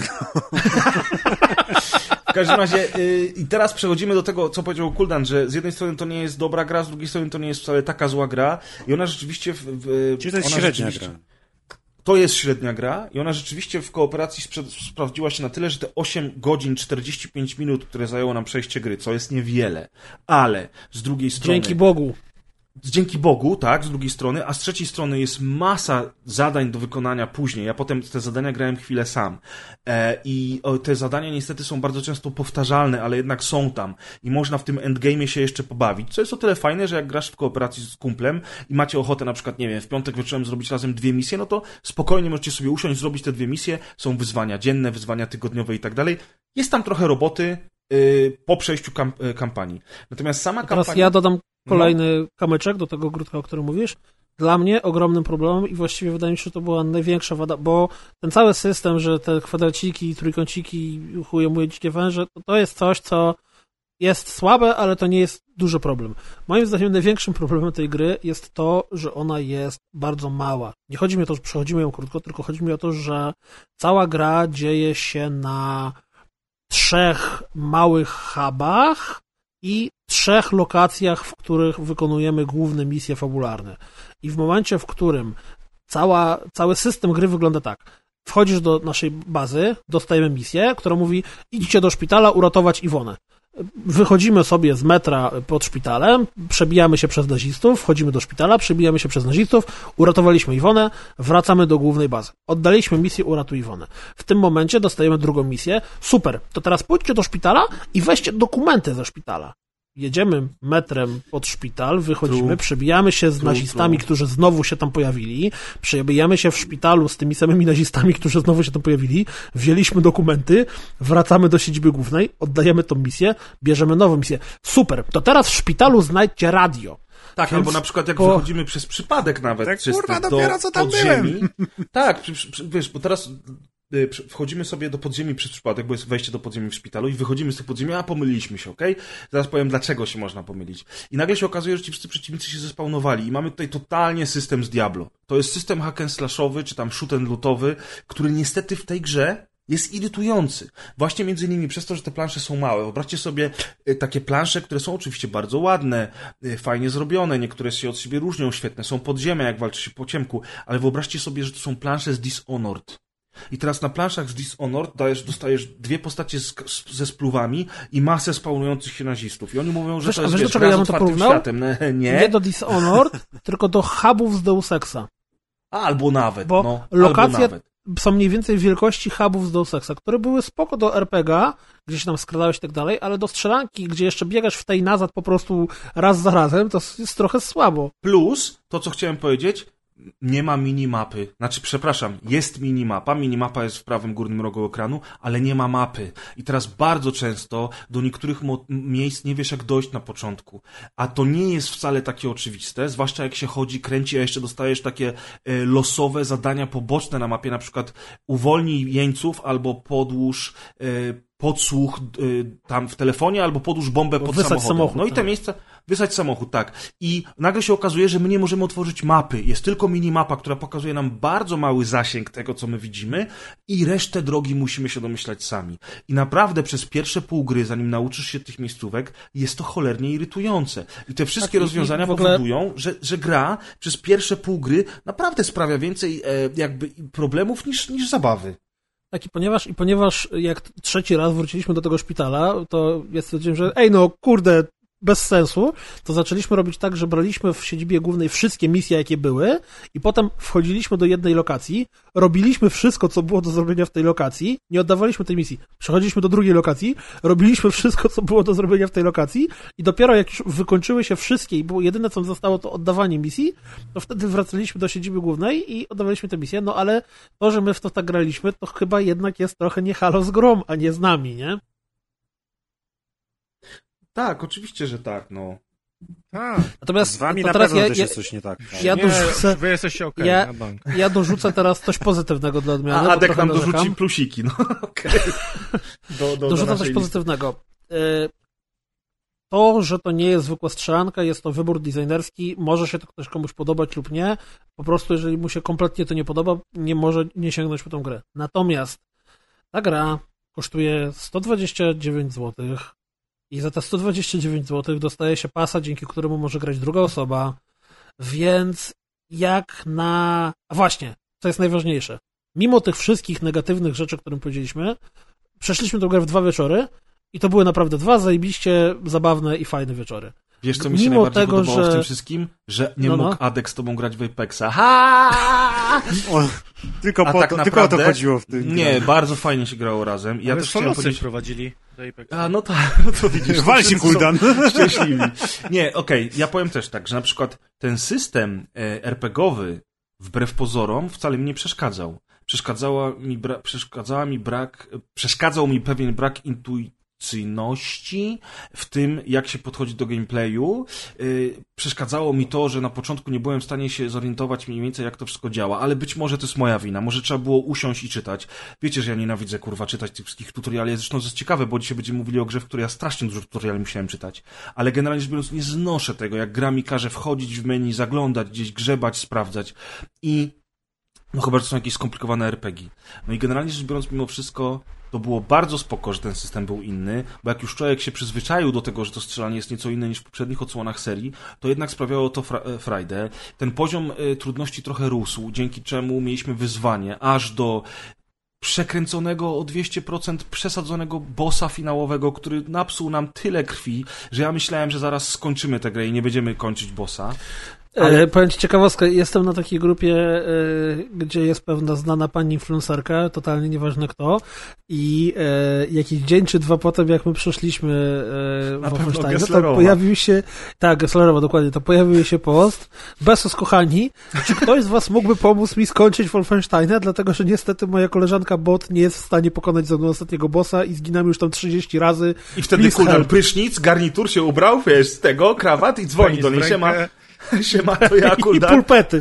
W każdym razie i teraz przechodzimy do tego, co powiedział Kuldan, że z jednej strony to nie jest dobra gra, z drugiej strony to nie jest wcale taka zła gra i ona rzeczywiście... Czyli to jest średnia gra. To jest średnia gra i ona rzeczywiście w kooperacji sprawdziła się na tyle, że te 8 godzin 45 minut, które zajęło nam przejście gry, co jest niewiele, ale z drugiej strony... Dzięki Bogu, tak, z drugiej strony, a z trzeciej strony jest masa zadań do wykonania później. Ja potem te zadania grałem chwilę sam. I te zadania niestety są bardzo często powtarzalne, ale jednak są tam. I można w tym endgame'ie się jeszcze pobawić. Co jest o tyle fajne, że jak grasz w kooperacji z kumplem i macie ochotę na przykład, nie wiem, w piątek wieczorem zrobić razem 2 misje, no to spokojnie możecie sobie usiąść, zrobić te 2 misje. Są wyzwania dzienne, wyzwania tygodniowe i tak dalej. Jest tam trochę roboty po przejściu kampanii. Natomiast sama kampania... Teraz ja dodam kolejny kamyczek do tego ogródka, o którym mówisz. Dla mnie ogromnym problemem i właściwie wydaje mi się, że to była największa wada, bo ten cały system, że te kwadraciki, trójkąciki, chuje moje dzikie węże, to jest coś, co jest słabe, ale to nie jest duży problem. Moim zdaniem największym problemem tej gry jest to, że ona jest bardzo mała. Nie chodzi mi o to, że przechodzimy ją krótko, tylko chodzi mi o to, że cała gra dzieje się na 3 małych hubach i 3 lokacjach, w których wykonujemy główne misje fabularne. I w momencie, w którym cały system gry wygląda tak. Wchodzisz do naszej bazy, dostajemy misję, która mówi: idźcie do szpitala uratować Iwonę. Wychodzimy sobie z metra pod szpitalem, przebijamy się przez nazistów, wchodzimy do szpitala, przebijamy się przez nazistów, uratowaliśmy Iwonę, wracamy do głównej bazy. Oddaliśmy misję Uratuj Iwonę. W tym momencie dostajemy drugą misję. Super, to teraz pójdźcie do szpitala i weźcie dokumenty ze szpitala. Jedziemy metrem pod szpital, wychodzimy, przebijamy się z nazistami, którzy znowu się tam pojawili, przebijamy się w szpitalu z tymi samymi nazistami, którzy znowu się tam pojawili, wzięliśmy dokumenty, wracamy do siedziby głównej, oddajemy tą misję, bierzemy nową misję. Super, to teraz w szpitalu znajdźcie radio. Tak, albo na przykład jak wychodzimy przez przypadek nawet tak, czysty do podziemi. Tak, wiesz, bo teraz wchodzimy sobie do podziemi przez przypadek, bo jest wejście do podziemi w szpitalu i wychodzimy z tych podziemi, a pomyliliśmy się, okej? Zaraz powiem, dlaczego się można pomylić. I nagle się okazuje, że ci wszyscy przeciwnicy się zespawnowali i mamy tutaj totalnie system z Diablo. To jest system hack and slashowy, czy tam shoot and lootowy, który niestety w tej grze jest irytujący. Właśnie między innymi przez to, że te plansze są małe. Wyobraźcie sobie takie plansze, które są oczywiście bardzo ładne, fajnie zrobione, niektóre się od siebie różnią, świetne są podziemia, jak walczy się po ciemku, ale wyobraźcie sobie, że to są plansze z Dishonored. I teraz na planszach z Dishonored dostajesz 2 postacie ze spluwami i masę spawnujących się nazistów. I oni mówią, że to jest, wiesz, gra z otwartym światem. Nie do Dishonored, tylko do hubów z Deus Exa. Albo nawet. Bo lokacje są mniej więcej wielkości hubów z Deus Exa, które były spoko do RPG, gdzie się tam skradałeś i tak dalej, ale do strzelanki, gdzie jeszcze biegasz w tej nazad po prostu raz za razem, to jest trochę słabo. Plus, to co chciałem powiedzieć, nie ma minimapy. Znaczy, przepraszam, jest minimapa. Minimapa jest w prawym górnym rogu ekranu, ale nie ma mapy. I teraz bardzo często do niektórych miejsc nie wiesz, jak dojść na początku. A to nie jest wcale takie oczywiste, zwłaszcza jak się chodzi, kręci, a jeszcze dostajesz takie losowe zadania poboczne na mapie, na przykład uwolnij jeńców albo podłóż podsłuch tam w telefonie, albo podłóż bombę pod samochodem. No i te miejsca... Wysać samochód, tak. I nagle się okazuje, że my nie możemy otworzyć mapy. Jest tylko minimapa, która pokazuje nam bardzo mały zasięg tego, co my widzimy i resztę drogi musimy się domyślać sami. I naprawdę przez pierwsze pół gry, zanim nauczysz się tych miejscówek, jest to cholernie irytujące. I te wszystkie rozwiązania powodują, że gra przez pierwsze pół gry naprawdę sprawia więcej jakby problemów niż zabawy. Tak, i ponieważ jak 3. raz wróciliśmy do tego szpitala, to ja stwierdziłem, że kurde, bez sensu, to zaczęliśmy robić tak, że braliśmy w siedzibie głównej wszystkie misje, jakie były i potem wchodziliśmy do jednej lokacji, robiliśmy wszystko, co było do zrobienia w tej lokacji, nie oddawaliśmy tej misji, przechodziliśmy do drugiej lokacji, robiliśmy wszystko, co było do zrobienia w tej lokacji i dopiero jak już wykończyły się wszystkie i było jedyne, co zostało, to oddawanie misji, to wtedy wracaliśmy do siedziby głównej i oddawaliśmy te misje, no ale to, że my w to tak graliśmy, to chyba jednak jest trochę nie Halo z grą, a nie z nami, nie? Tak, oczywiście, że tak, no. Natomiast z wami na pewno też jest coś nie tak. Wy jesteście okej, na bank. Ja dorzucę teraz coś pozytywnego dla odmiany. A Adek nam dorzuci plusiki, no okej. Dorzucę coś pozytywnego. To, że to nie jest zwykła strzelanka, jest to wybór designerski, może się to ktoś komuś podobać lub nie, po prostu jeżeli mu się kompletnie to nie podoba, nie może nie sięgnąć po tą grę. Natomiast ta gra kosztuje 129 zł i za te 129 zł dostaje się pasa, dzięki któremu może grać druga osoba, więc jak na... A właśnie, co jest najważniejsze, mimo tych wszystkich negatywnych rzeczy, o którym powiedzieliśmy, przeszliśmy tę grę w 2 wieczory i to były naprawdę 2 zajebiście zabawne i fajne wieczory. Wiesz, co mi się najbardziej podobało w tym wszystkim? Że nie mógł Adek z tobą grać w Apexa. Tylko o to chodziło w tym. Nie, bardzo fajnie się grało razem. Ja też chciałem powiedzieć, prowadzili do Apexa. A, no tak, no to widzisz. Walczy Kuldan. Szczęśliwi. Nie, okej, ja powiem też tak, że na przykład ten system RPG-owy, wbrew pozorom, wcale mi nie przeszkadzał. Przeszkadzał mi pewien brak intuicyjności w tym, jak się podchodzi do gameplayu. Przeszkadzało mi to, że na początku nie byłem w stanie się zorientować mniej więcej, jak to wszystko działa, ale być może to jest moja wina. Może trzeba było usiąść i czytać. Wiecie, że ja nienawidzę, czytać tych wszystkich tutoriali. Zresztą to jest ciekawe, bo dzisiaj będziemy mówili o grze, w której ja strasznie dużo tutoriali musiałem czytać. Ale generalnie rzecz biorąc, nie znoszę tego, jak gra mi każe wchodzić w menu, zaglądać, gdzieś grzebać, sprawdzać. No chyba, że to są jakieś skomplikowane RPG. No i generalnie rzecz biorąc, mimo wszystko, to było bardzo spoko, że ten system był inny, bo jak już człowiek się przyzwyczaił do tego, że to strzelanie jest nieco inne niż w poprzednich odsłonach serii, to jednak sprawiało to frajdę. Ten poziom trudności trochę rósł, dzięki czemu mieliśmy wyzwanie aż do przekręconego o 200% przesadzonego bossa finałowego, który napsuł nam tyle krwi, że ja myślałem, że zaraz skończymy tę grę i nie będziemy kończyć bossa. Ale... Powiem ci ciekawostkę, jestem na takiej grupie, gdzie jest pewna znana pani influencerka, totalnie nieważne kto, i jakiś dzień czy 2 potem, jak my przeszliśmy Wolfenstein, to pojawił się, tak, Gesslerowa, dokładnie, to pojawił się post, Besos, kochani, czy ktoś z was mógłby pomóc mi skończyć Wolfensteina, dlatego, że niestety moja koleżanka Bot nie jest w stanie pokonać ze mną ostatniego bossa i zginam już tam 30 razy. I wtedy Kuldan prysznic, garnitur się ubrał, wiesz, z tego, krawat i dzwoni do niej, siema, to ja, Kuldan. I pulpety.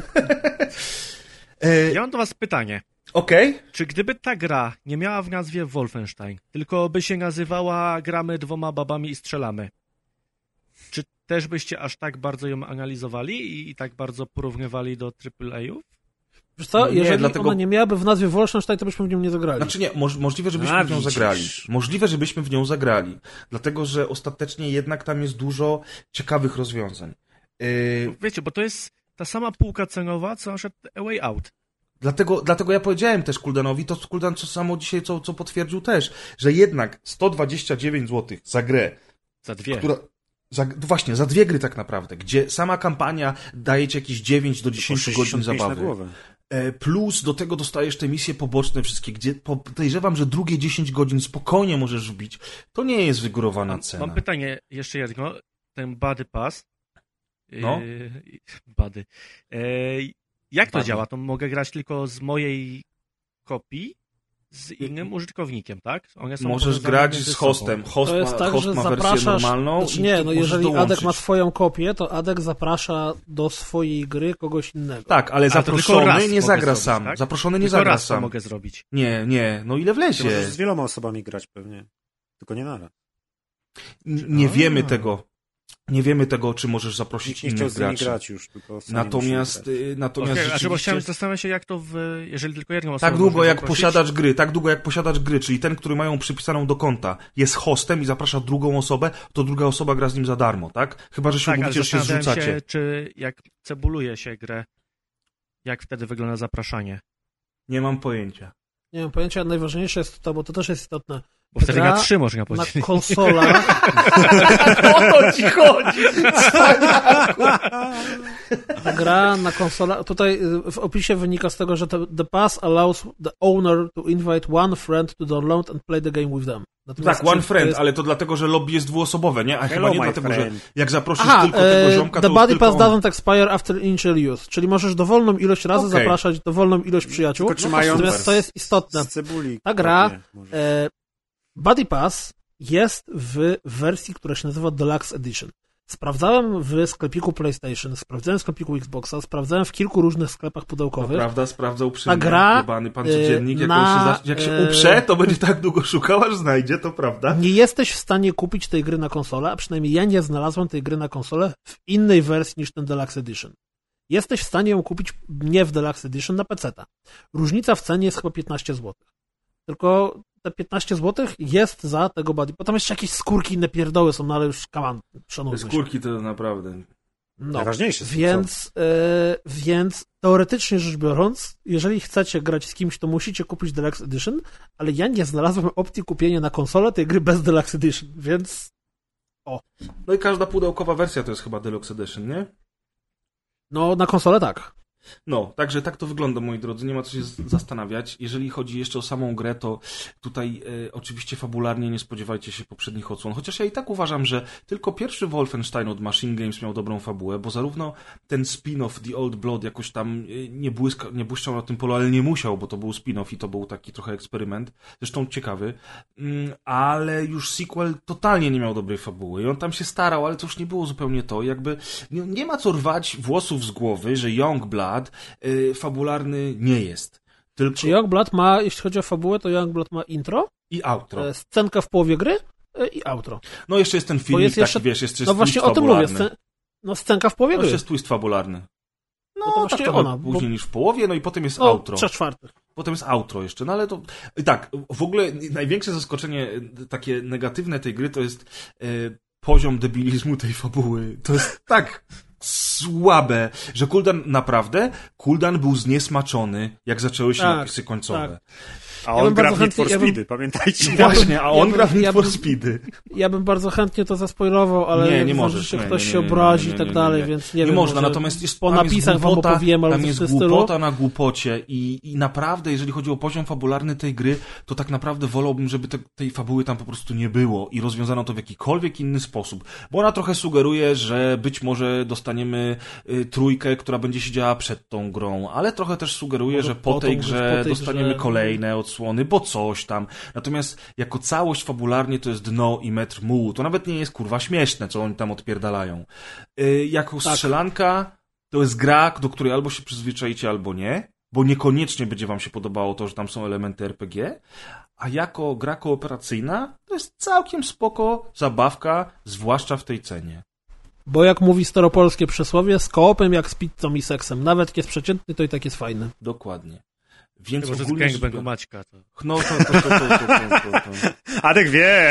Ja mam do was pytanie. Okej. Czy gdyby ta gra nie miała w nazwie Wolfenstein, tylko by się nazywała Gramy 2 babami i strzelamy, czy też byście aż tak bardzo ją analizowali i tak bardzo porównywali do AAA-ów? Wiesz co, jeżeli ona nie miałaby w nazwie Wolfenstein, to byśmy w nią nie zagrali. Znaczy nie, możliwe, żebyśmy w nią zagrali. Możliwe, żebyśmy w nią zagrali. Dlatego, że ostatecznie jednak tam jest dużo ciekawych rozwiązań. Wiecie, bo to jest ta sama półka cenowa, co na przykład A Way Out. Dlatego ja powiedziałem też Kuldanowi, to Kuldan co samo dzisiaj, co potwierdził też, że jednak 129 zł za grę. Za 2. Właśnie, za 2 gry tak naprawdę, gdzie sama kampania daje ci jakieś 9 do 10 godzin zabawy. Plus do tego dostajesz te misje poboczne wszystkie, gdzie podejrzewam, że drugie 10 godzin spokojnie możesz wbić. To nie jest wygórowana cena. Mam pytanie jeszcze jedno. Ten Buddy Pass. No. Buddy. Jak to działa? To mogę grać tylko z mojej kopii z innym użytkownikiem, tak? One są możesz grać z hostem. Host ma wersję normalną. Znaczy nie, no jeżeli Adek ma swoją kopię, to Adek zaprasza do swojej gry kogoś innego. Tak, ale zaproszony nie zagra zrobić, sam. Tak? Zaproszony nie zagra sam. To mogę zrobić. Nie, no ile wlezie. Możesz z wieloma osobami grać pewnie. Tylko nie naraz. Nie wiemy tego. Nie wiemy tego, czy możesz zaprosić innych graczy. Grać już, tylko natomiast bo chciałem zastanawiać się, jak to jeżeli tylko jedną osobę tak długo jak posiadacz gry, czyli ten, który mają przypisaną do konta, jest hostem i zaprasza drugą osobę, to druga osoba gra z nim za darmo, tak? Chyba, że się umówicie, że się zrzucacie. Się, czy jak cebuluje się grę, jak wtedy wygląda zapraszanie? Nie mam pojęcia. Nie mam pojęcia, najważniejsze jest to, bo to też jest istotne. Bo wtedy na 3 można podzielić. Na konsolach. O to ci chodzi! Ta gra na konsolach. Tutaj w opisie wynika z tego, że the pass allows the owner to invite one friend to download and play the game with them. Natomiast tak, one friend, ale to dlatego, że lobby jest dwuosobowe, nie? A chyba nie dlatego, że jak zaprosisz tylko tego ziomka, to the body pass doesn't expire after initial use, czyli możesz dowolną ilość razy zapraszać dowolną ilość przyjaciół. Natomiast to jest istotne. Ta gra, Body Pass jest w wersji, która się nazywa Deluxe Edition. Sprawdzałem w sklepiku PlayStation, sprawdzałem w sklepiku Xboxa, sprawdzałem w kilku różnych sklepach pudełkowych. To prawda, sprawdzał przy mnie. Gra, pan codziennik, jak się uprze, to będzie tak długo szukał, aż znajdzie, to prawda. Nie jesteś w stanie kupić tej gry na konsolę, a przynajmniej ja nie znalazłem tej gry na konsolę w innej wersji niż ten Deluxe Edition. Jesteś w stanie ją kupić nie w Deluxe Edition na PC-ta. Różnica w cenie jest chyba 15 zł. Tylko te 15 zł jest za tego body. Bo tam jeszcze jakieś skórki, inne pierdoły są, no ale już kaman, szanujmy się. Skórki to naprawdę... No, więc teoretycznie rzecz biorąc, jeżeli chcecie grać z kimś, to musicie kupić Deluxe Edition, ale ja nie znalazłem opcji kupienia na konsolę tej gry bez Deluxe Edition, więc... No i każda pudełkowa wersja to jest chyba Deluxe Edition, nie? No, na konsolę tak. No, także tak to wygląda, moi drodzy, nie ma co się zastanawiać. Jeżeli chodzi jeszcze o samą grę, to tutaj oczywiście fabularnie nie spodziewajcie się poprzednich odsłon, chociaż ja i tak uważam, że tylko pierwszy Wolfenstein od Machine Games miał dobrą fabułę, bo zarówno ten spin-off The Old Blood jakoś tam nie błyszczał na tym polu, ale nie musiał, bo to był spin-off i to był taki trochę eksperyment, zresztą ciekawy, ale już sequel totalnie nie miał dobrej fabuły i on tam się starał, ale to już nie było zupełnie to, jakby nie ma co rwać włosów z głowy, że Youngblood fabularny nie jest. Tylko... Czy Youngblood ma, jeśli chodzi o fabułę, to Youngblood ma intro? I outro. Scenka w połowie gry i outro. No jeszcze jest ten filmik jest jeszcze... taki, wiesz, jeszcze jest no właśnie twist fabularny. O tym mówię. No scenka w połowie gry. Jeszcze jest twist fabularny. No to właśnie tak ona. Później niż w połowie, no i potem jest outro. 3/4. Potem jest outro jeszcze, no ale to... Tak, w ogóle największe zaskoczenie takie negatywne tej gry to jest poziom debilizmu tej fabuły. To jest tak... słabe, że Kuldan był zniesmaczony, jak zaczęły się napisy końcowe. Tak. A on gra w Need for Speedy, pamiętajcie. Właśnie, a on gra w Need for Speedy. Ja bym bardzo chętnie to zaspoilował, ale nie możesz, że ktoś się obrazi i tak dalej, więc nie wiem. Nie można, natomiast jest po napisach wam opowiem, ale tam jest głupota na głupocie i naprawdę, jeżeli chodzi o poziom fabularny tej gry, to tak naprawdę wolałbym, żeby tej fabuły tam po prostu nie było i rozwiązano to w jakikolwiek inny sposób, bo ona trochę sugeruje, że być może dostaniemy trójkę, która będzie się działa przed tą grą, ale trochę też sugeruje, że po tej grze dostaniemy kolejne odsłony, bo coś tam. Natomiast jako całość fabularnie to jest dno i metr mułu. To nawet nie jest kurwa śmieszne, co oni tam odpierdalają. Jako strzelanka to jest gra, do której albo się przyzwyczaicie, albo nie, bo niekoniecznie będzie wam się podobało to, że tam są elementy RPG, a jako gra kooperacyjna to jest całkiem spoko zabawka, zwłaszcza w tej cenie. Bo jak mówi staropolskie przysłowie, z koopem jak z pizzą i seksem. Nawet jak jest przeciętny, to i tak jest fajny. Dokładnie. Więc chyba, ogólnie... Że z gangbangu Maćka. To... No to. Adek wie!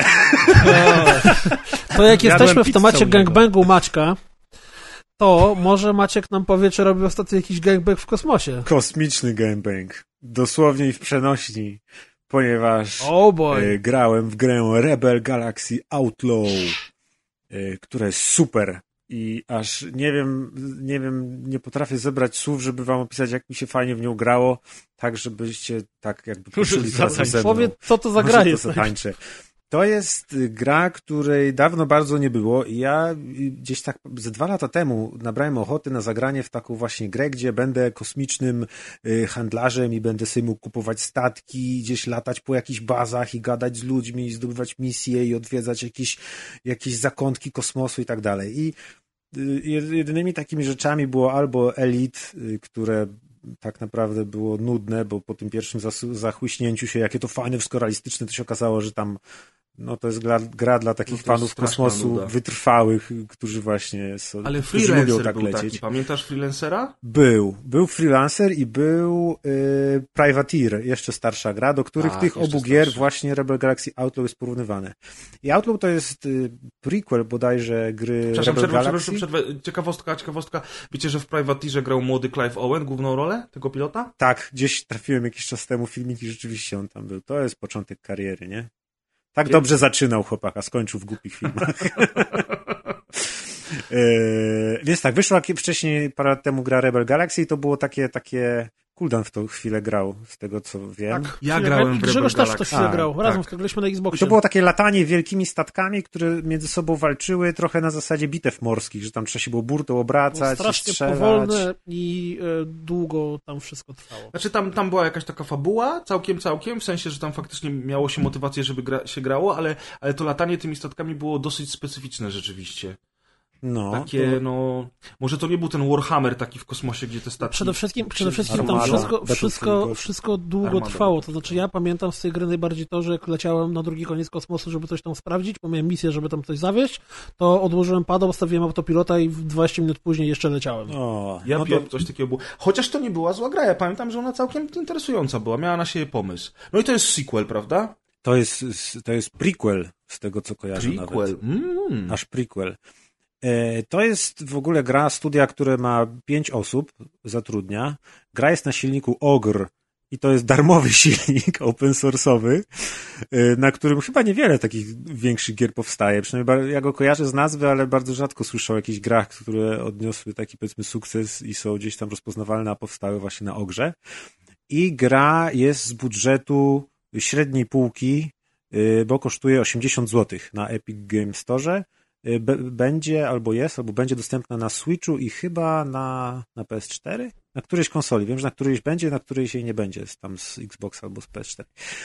To jak jesteśmy w temacie gangbangu Maćka, to może Maciek nam powie, czy robił ostatnio jakiś gangbang w kosmosie. Kosmiczny gangbang. Dosłownie i w przenośni. Ponieważ grałem w grę Rebel Galaxy Outlaw, która jest super. I aż nie potrafię zebrać słów, żeby wam opisać, jak mi się fajnie w nią grało, tak żebyście tak jakby poczuli teraz ze mną. Powiedz, co to za gra jest. To jest gra, której dawno bardzo nie było i ja gdzieś tak ze 2 lata temu nabrałem ochoty na zagranie w taką właśnie grę, gdzie będę kosmicznym handlarzem i będę sobie mógł kupować statki, gdzieś latać po jakichś bazach i gadać z ludźmi i zdobywać misje i odwiedzać jakieś zakątki kosmosu i tak dalej. I jedynymi takimi rzeczami było albo Elite, które tak naprawdę było nudne, bo po tym pierwszym zachłyśnięciu się, jakie to fajne, wszystko realistyczne, to się okazało, że tam to jest gra dla takich fanów kosmosu wytrwałych, którzy właśnie ale lubią tak był lecieć. Taki. Pamiętasz freelancera? Był freelancer i był Privateer, jeszcze starsza gra, do których tych obu gier właśnie Rebel Galaxy Outlaw jest porównywane. I Outlaw to jest prequel bodajże gry Rebel Galaxy. Ciekawostka. Wiecie, że w Privateerze grał młody Clive Owen główną rolę tego pilota? Tak, gdzieś trafiłem jakiś czas temu filmiki, rzeczywiście on tam był. To jest początek kariery, nie? Tak dobrze zaczynał chłopak, a skończył w głupich filmach. Więc tak, wyszła wcześniej parę lat temu gra Rebel Galaxy i to było takie Kuldan w tą chwilę grał, z tego co wiem. Tak, ja grałem w Grzegorz też w to chwilę grał, razem w to graliśmy na Xboxie. I to było takie latanie wielkimi statkami, które między sobą walczyły, trochę na zasadzie bitew morskich, że tam trzeba się było burtą obracać, strasznie strzelać. Powolne i długo tam wszystko trwało. Znaczy tam była jakaś taka fabuła, całkiem, w sensie, że tam faktycznie miało się motywację, żeby się grało, ale to latanie tymi statkami było dosyć specyficzne rzeczywiście. No, takie, może to nie był ten Warhammer taki w kosmosie, gdzie te statki... Przede wszystkim tam wszystko długo trwało, to znaczy ja pamiętam z tej gry najbardziej to, że jak leciałem na drugi koniec kosmosu, żeby coś tam sprawdzić, bo miałem misję, żeby tam coś zawieźć, to odłożyłem pada, postawiłem autopilota i 20 minut później jeszcze leciałem. Coś takiego było. Chociaż to nie była zła gra, ja pamiętam, że ona całkiem interesująca była, miała na siebie pomysł. No i to jest sequel, prawda? To jest prequel, z tego co kojarzę nawet. Aż prequel. To jest w ogóle gra studia, które ma 5 osób, zatrudnia. Gra jest na silniku Ogre i to jest darmowy silnik open source'owy, na którym chyba niewiele takich większych gier powstaje. Przynajmniej ja go kojarzę z nazwy, ale bardzo rzadko słyszę o jakichś grach, które odniosły taki, powiedzmy, sukces i są gdzieś tam rozpoznawalne, a powstały właśnie na Ogrze. I gra jest z budżetu średniej półki, bo kosztuje 80 zł na Epic Games Store. Będzie dostępna na Switchu i chyba na PS4? Na którejś konsoli. Wiem, że na którejś będzie, na którejś jej nie będzie. Tam z Xbox albo z PS4.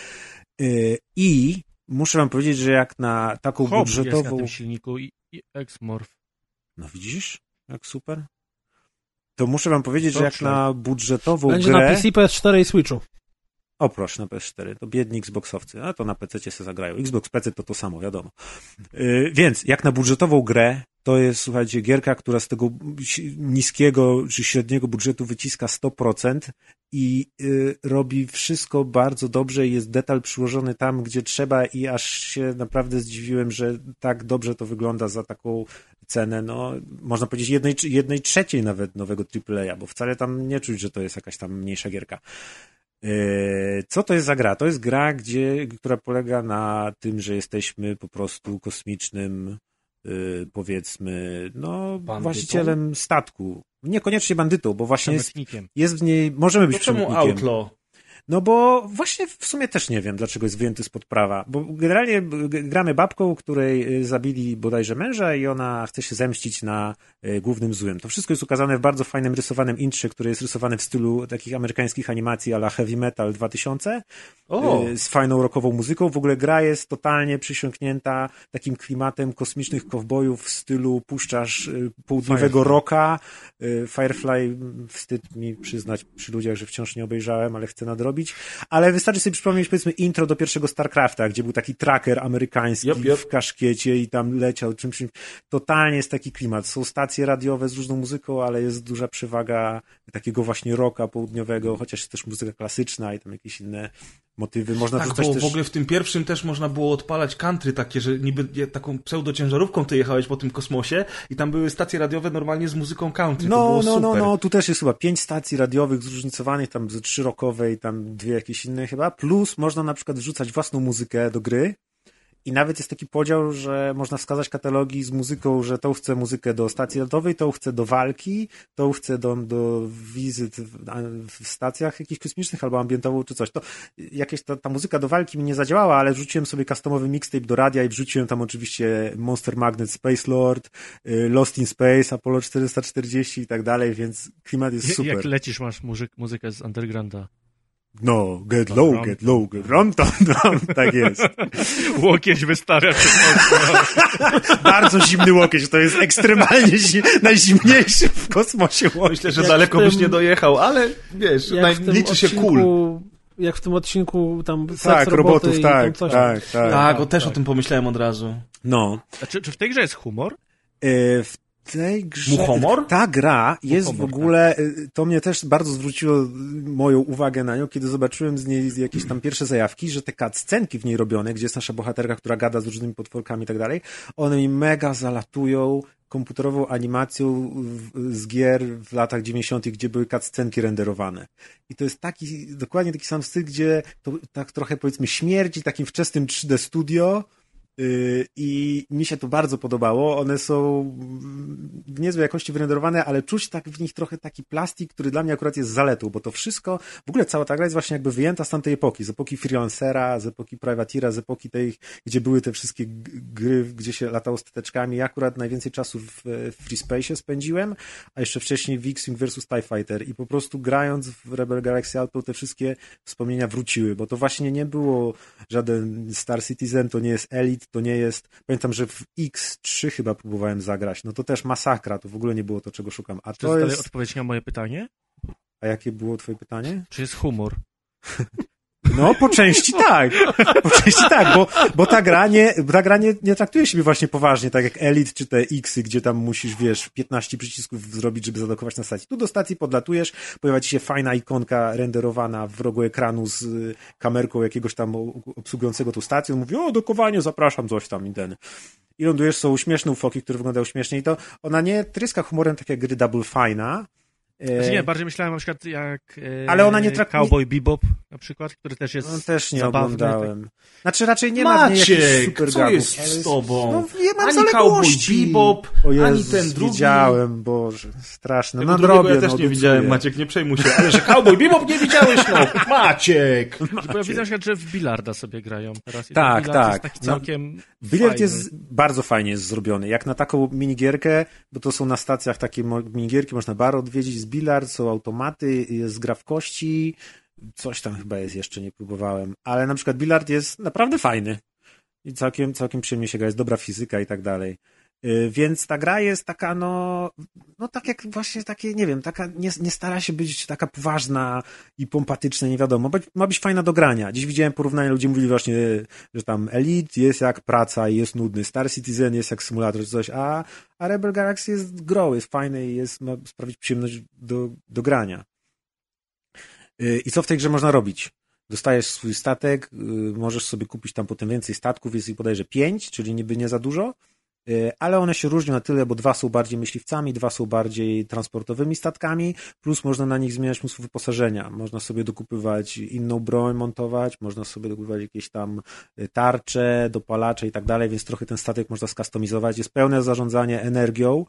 I muszę wam powiedzieć, że jak na taką budżetową... jest na tym silniku i Exmorph. No widzisz? Jak super. To muszę wam powiedzieć, że jak na budżetową będzie grę... na PC, PS4 i Switchu. O proszę, na PS4. To biedni Xboxowcy. A to na PC się zagrają. Xbox, PC to samo, wiadomo. Więc jak na budżetową grę, to jest, słuchajcie, gierka, która z tego niskiego czy średniego budżetu wyciska 100% i robi wszystko bardzo dobrze i jest detal przyłożony tam, gdzie trzeba i aż się naprawdę zdziwiłem, że tak dobrze to wygląda za taką cenę, można powiedzieć 1/3 nawet nowego AAA, bo wcale tam nie czuć, że to jest jakaś tam mniejsza gierka. Co to jest za gra? To jest gra, która polega na tym, że jesteśmy po prostu kosmicznym, powiedzmy, właścicielem statku. Niekoniecznie bandytą, bo właśnie jest w niej, możemy być przemytnikiem. Czemu outlaw? No bo właśnie w sumie też nie wiem, dlaczego jest wyjęty spod prawa, bo generalnie gramy babką, której zabili bodajże męża i ona chce się zemścić na głównym złym. To wszystko jest ukazane w bardzo fajnym rysowanym intrze, które jest rysowane w stylu takich amerykańskich animacji a la Heavy Metal 2000 z fajną rockową muzyką. W ogóle gra jest totalnie przysiągnięta takim klimatem kosmicznych kowbojów w stylu puszczasz południowego rocka. Firefly, wstyd mi przyznać przy ludziach, że wciąż nie obejrzałem, ale chcę nadrobić. Ale wystarczy sobie przypomnieć, powiedzmy, intro do pierwszego StarCrafta, gdzie był taki tracker amerykański w kaszkiecie i tam leciał czymś. Totalnie jest taki klimat. Są stacje radiowe z różną muzyką, ale jest duża przewaga takiego właśnie rocka południowego, chociaż jest też muzyka klasyczna i tam jakieś inne motywy. Można wrzucać bo też... w ogóle w tym pierwszym też można było odpalać country takie, że niby taką pseudociężarówką ty jechałeś po tym kosmosie i tam były stacje radiowe normalnie z muzyką country. To było super. Tu też jest chyba 5 stacji radiowych zróżnicowanych, tam ze 3 rockowe i tam 2 jakieś inne chyba, plus można na przykład wrzucać własną muzykę do gry i nawet jest taki podział, że można wskazać katalogi z muzyką, że tą chcę muzykę do stacji radiowej, tą chcę do walki, tą chcę do wizyt w stacjach jakichś kosmicznych albo ambientową czy coś. To jakieś ta muzyka do walki mi nie zadziałała, ale wrzuciłem sobie customowy mixtape do radia i wrzuciłem tam oczywiście Monster Magnet, Space Lord, Lost in Space, Apollo 440 i tak dalej, więc klimat jest super. Jak lecisz, masz muzykę z Undergrounda. No, get low, get run, tak jest. Łokieć wystawia przed okno. Bardzo zimny łokieć, to jest ekstremalnie najzimniejszy w kosmosie łokieć. Myślę, że daleko byś nie dojechał, ale wiesz, liczy się kul. Jak w tym odcinku tam robotów, i tak, coś. Też o tym pomyślałem od razu. No. A czy w tej grze jest humor? tej grze... Muchomor? Ta gra jest w ogóle... To mnie też bardzo zwróciło moją uwagę na nią, kiedy zobaczyłem z niej jakieś tam pierwsze zajawki, że te cutscenki w niej robione, gdzie jest nasza bohaterka, która gada z różnymi potworkami i tak dalej, one mi mega zalatują komputerową animacją z gier w latach 90., gdzie były cutscenki renderowane. I to jest dokładnie taki sam styl, gdzie to tak trochę powiedzmy śmierdzi takim wczesnym 3D Studio i mi się to bardzo podobało. One są w niezłej jakości wyrenderowane, ale czuć tak w nich trochę taki plastik, który dla mnie akurat jest zaletą, bo to wszystko, w ogóle cała ta gra jest właśnie jakby wyjęta z tamtej epoki, z epoki Freelancera, z epoki Privateera, z epoki tej, gdzie były te wszystkie gry, gdzie się latało stateczkami. Ja akurat najwięcej czasu w Free Space spędziłem, a jeszcze wcześniej w X-Wing vs. TIE Fighter i po prostu grając w Rebel Galaxy Outlaw te wszystkie wspomnienia wróciły, bo to właśnie nie było żaden Star Citizen, to nie jest Elite, to nie jest... Pamiętam, że w X3 chyba próbowałem zagrać. No to też masakra, to w ogóle nie było to, czego szukam. A to jest odpowiedź na moje pytanie? A jakie było twoje pytanie? Czy jest humor? No, po części tak. Po części tak, bo ta gra nie traktuje siebie właśnie poważnie, tak jak Elite czy te X-y, gdzie tam musisz, 15 przycisków zrobić, żeby zadokować na stacji. Tu do stacji podlatujesz, pojawia ci się fajna ikonka renderowana w rogu ekranu z kamerką jakiegoś tam obsługującego tą stację. On mówi, dokowanie, zapraszam, coś tam i ten. I lądujesz, są śmieszne ufoki, które wyglądają śmiesznie i to ona nie tryska humorem tak jak gry Double Fine'a. Znaczy nie, bardziej myślałem na przykład jak ale ona nie Cowboy Bebop na przykład, który też jest no, też nie zabawny. oglądałem. Znaczy raczej nie ma w niej jakichś super co jest z tobą? No, nie mam ani Cowboy Bebop, ani ten drugi. Widziałem, Boże, straszne. No drugiego ja też nie widziałem, Maciek, nie przejmuj się. Ale że Cowboy Bebop nie widziałeś, Maciek! Bo ja widzę, że w bilarda sobie grają teraz. I tak. Jest taki całkiem bilard fajny. jest bardzo fajnie zrobiony. Jak na taką minigierkę, bo to są na stacjach takie minigierki, można bar odwiedzić z bilard, są automaty, jest gra w kości, coś tam chyba jest jeszcze, nie próbowałem, ale na przykład bilard jest naprawdę fajny i całkiem przyjemnie się gra, jest dobra fizyka i tak dalej. Więc ta gra jest taka, no tak jak właśnie takie, nie wiem, taka nie stara się być taka poważna i pompatyczna, nie wiadomo, ma być fajna do grania. Dziś widziałem porównanie, ludzie mówili właśnie, że tam Elite jest jak praca i jest nudny, Star Citizen jest jak symulator czy coś, a Rebel Galaxy jest grą, jest fajny i ma sprawić przyjemność do grania. I co w tej grze można robić? Dostajesz swój statek, możesz sobie kupić tam potem więcej statków, jest ich bodajże 5, czyli niby nie za dużo, ale one się różnią na tyle, bo 2 są bardziej myśliwcami, 2 są bardziej transportowymi statkami, plus można na nich zmieniać mnóstwo wyposażenia. Można sobie dokupywać inną broń, montować, można sobie dokupywać jakieś tam tarcze, dopalacze i tak dalej, więc trochę ten statek można skustomizować. Jest pełne zarządzanie energią,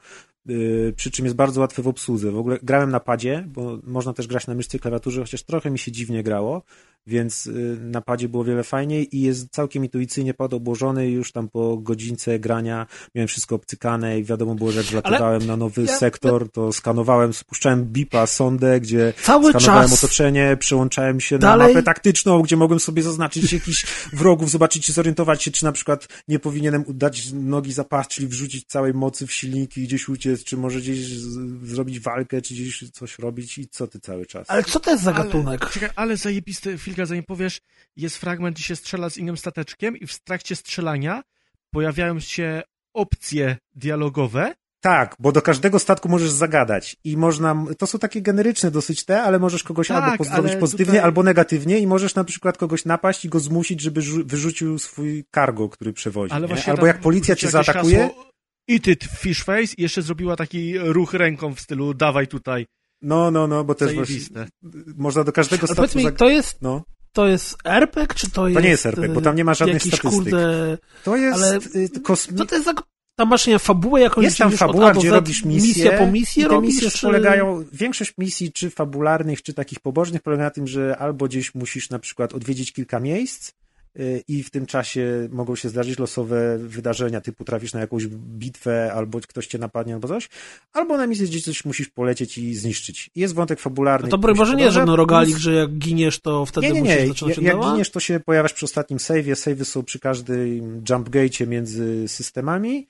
przy czym jest bardzo łatwe w obsłudze. W ogóle grałem na padzie, bo można też grać na myszce i klawiaturze, chociaż trochę mi się dziwnie grało, więc na padzie było wiele fajniej i jest całkiem intuicyjnie pad obłożony, już tam po godzince grania miałem wszystko obcykane i wiadomo było, że jak wlatowałem na nowy sektor, to skanowałem, spuszczałem bipa, sondę, gdzie skanowałem otoczenie, przełączałem się na mapę taktyczną, gdzie mogłem sobie zaznaczyć jakichś wrogów, zobaczyć i zorientować się, czy na przykład nie powinienem dać nogi za pas, czyli wrzucić całej mocy w silniki i gdzieś uciec, czy może gdzieś zrobić walkę, czy gdzieś coś robić i co ty cały czas. Ale co to jest za gatunek? Ale zajebisty, chwilkę zanim powiesz, jest fragment, gdzie się strzela z innym stateczkiem i w trakcie strzelania pojawiają się opcje dialogowe. Tak, bo do każdego statku możesz zagadać i można, to są takie generyczne dosyć ale możesz kogoś albo pozdrowić pozytywnie, tutaj... albo negatywnie i możesz na przykład kogoś napaść i go zmusić, żeby wyrzucił swój cargo, który przewozi. Albo jak policja cię zaatakuje... Hasło, eat it, fish face i jeszcze zrobiła taki ruch ręką w stylu dawaj tutaj. No, bo też właśnie, można do każdego statku... Ale powiedz mi, to jest RPG, czy to jest... To nie jest RPG, bo tam nie ma żadnych statystyk. To jest... Ale co to jest za... Tam masz, nie, fabułę jakąś... Jest tam fabuła, gdzie robisz misję po misji i te misje czy... polegają... Większość misji, czy fabularnych, czy takich pobocznych, polega na tym, że albo gdzieś musisz na przykład odwiedzić kilka miejsc i w tym czasie mogą się zdarzyć losowe wydarzenia, typu trafisz na jakąś bitwę, albo ktoś cię napadnie, albo coś, albo na misję gdzieś coś musisz polecieć i zniszczyć. I jest wątek fabularny. A to broń Boże nie jest żaden rogalik, że jak giniesz, to wtedy musisz zacząć jak giniesz, to się pojawiasz przy ostatnim save'ie. Save'y są przy każdym jump gate'cie między systemami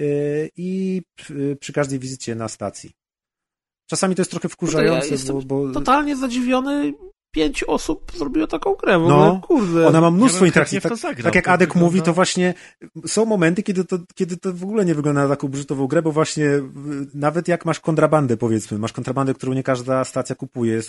i przy każdej wizycie na stacji. Czasami to jest trochę wkurzające, ja jestem bo... totalnie zadziwiony. 5 osób zrobiło taką grę, w ogóle, kurde. Ona ma mnóstwo interakcji. Tak jak Adek mówi, to właśnie są momenty, kiedy to w ogóle nie wygląda na taką użytową grę, bo właśnie nawet jak masz kontrabandę, powiedzmy, masz kontrabandę, którą nie każda stacja kupuje,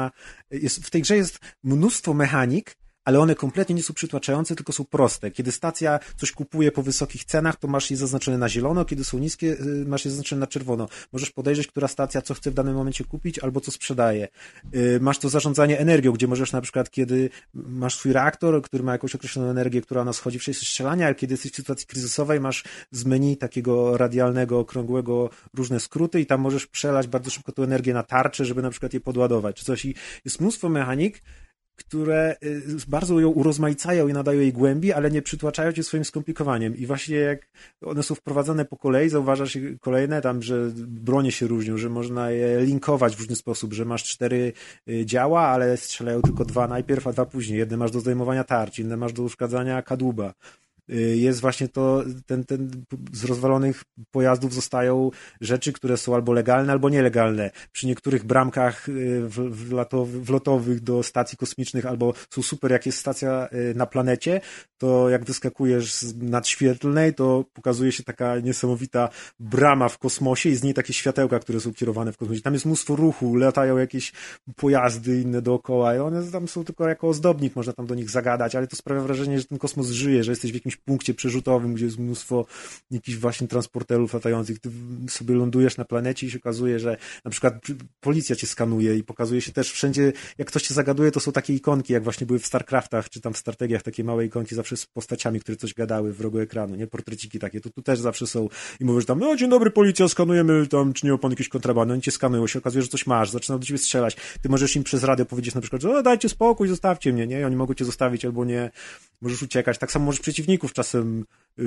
w tej grze jest mnóstwo mechanik, ale one kompletnie nie są przytłaczające, tylko są proste. Kiedy stacja coś kupuje po wysokich cenach, to masz je zaznaczone na zielono, kiedy są niskie, masz je zaznaczone na czerwono. Możesz podejrzeć, która stacja co chce w danym momencie kupić, albo co sprzedaje. Masz to zarządzanie energią, gdzie możesz na przykład, kiedy masz swój reaktor, który ma jakąś określoną energię, która ona schodzi w czasie strzelania, ale kiedy jesteś w sytuacji kryzysowej, masz z menu takiego radialnego, okrągłego różne skróty i tam możesz przelać bardzo szybko tą energię na tarczę, żeby na przykład je podładować, czy coś. I jest mnóstwo mechanik, które bardzo ją urozmaicają i nadają jej głębi, ale nie przytłaczają cię swoim skomplikowaniem. I właśnie jak one są wprowadzane po kolei, zauważasz kolejne tam, że bronie się różnią, że można je linkować w różny sposób, że masz 4 działa, ale strzelają tylko 2 najpierw, a 2 później. Jedne masz do zdejmowania tarcz, inne masz do uszkadzania kadłuba. Jest właśnie to, z rozwalonych pojazdów zostają rzeczy, które są albo legalne, albo nielegalne. Przy niektórych bramkach wlotowych do stacji kosmicznych albo są super, jak jest stacja na planecie, to jak wyskakujesz z nadświetlnej, to pokazuje się taka niesamowita brama w kosmosie i z niej takie światełka, które są kierowane w kosmosie. Tam jest mnóstwo ruchu, latają jakieś pojazdy inne dookoła i one tam są tylko jako ozdobnik, można tam do nich zagadać, ale to sprawia wrażenie, że ten kosmos żyje, że jesteś w jakimś punkcie przerzutowym, gdzie jest mnóstwo jakichś właśnie transporterów latających. Ty sobie lądujesz na planecie i się okazuje, że na przykład policja cię skanuje i pokazuje się też wszędzie, jak ktoś cię zagaduje, to są takie ikonki, jak właśnie były w StarCraftach, czy tam w strategiach, takie małe ikonki zawsze z postaciami, które coś gadały w rogu ekranu, nie? Portreciki takie, to tu też zawsze są i mówisz tam, no dzień dobry policja, skanujemy tam, czy nie ma pan jakieś kontrabandy, oni cię skanują, się okazuje, że coś masz, zaczynają do ciebie strzelać. Ty możesz im przez radio powiedzieć na przykład, że dajcie spokój, zostawcie mnie, nie? I oni mogą cię zostawić albo nie. Możesz uciekać. Tak samo możesz przeciwników czasem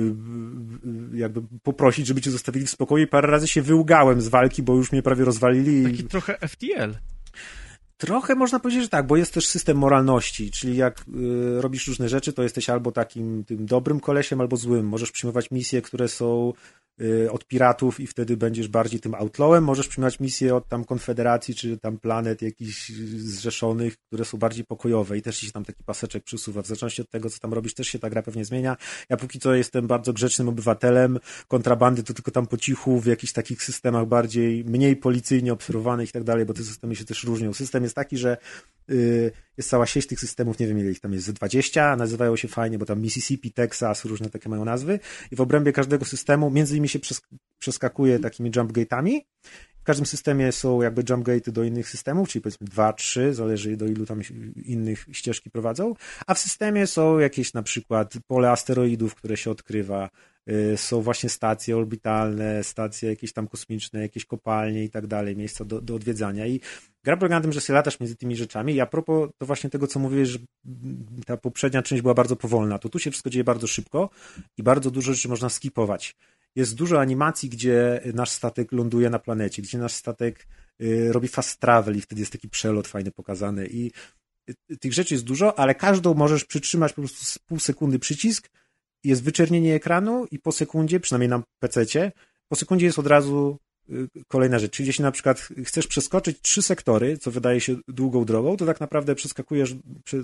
jakby poprosić, żeby cię zostawili w spokoju i parę razy się wyłgałem z walki, bo już mnie prawie rozwalili. Taki trochę FTL. Trochę można powiedzieć, że tak, bo jest też system moralności, czyli jak robisz różne rzeczy, to jesteś albo takim tym dobrym kolesiem, albo złym. Możesz przyjmować misje, które są od piratów i wtedy będziesz bardziej tym outlawem. Możesz przyjmować misje od tam konfederacji, czy tam planet jakichś zrzeszonych, które są bardziej pokojowe i też się tam taki paseczek przysuwa. W zależności od tego, co tam robisz, też się ta gra pewnie zmienia. Ja póki co jestem bardzo grzecznym obywatelem. Kontrabandy to tylko tam po cichu, w jakichś takich systemach mniej policyjnie obserwowanych i tak dalej, bo te systemy się też różnią. System jest taki, że jest cała sieć tych systemów, nie wiem ile ich tam jest, ze 20, nazywają się fajnie, bo tam Mississippi, Texas, różne takie mają nazwy i w obrębie każdego systemu między innymi się przeskakuje takimi jump gate'ami. W każdym systemie są jakby jump gate'y do innych systemów, czyli powiedzmy 2, 3, zależy do ilu tam innych ścieżki prowadzą, a w systemie są jakieś na przykład pole asteroidów, które się odkrywa, są właśnie stacje orbitalne, stacje jakieś tam kosmiczne, jakieś kopalnie i tak dalej, miejsca do odwiedzania i gra polega na tym, że się latasz między tymi rzeczami i a propos to właśnie tego, co mówiłeś, że ta poprzednia część była bardzo powolna, to tu się wszystko dzieje bardzo szybko i bardzo dużo rzeczy można skipować. Jest dużo animacji, gdzie nasz statek ląduje na planecie, gdzie nasz statek robi fast travel i wtedy jest taki przelot fajny pokazany i tych rzeczy jest dużo, ale każdą możesz przytrzymać po prostu z pół sekundy przycisk, jest wyczernienie ekranu i po sekundzie, przynajmniej na PC-cie, po sekundzie jest od razu kolejna rzecz. Czyli jeśli na przykład chcesz przeskoczyć 3 sektory, co wydaje się długą drogą, to tak naprawdę przeskakujesz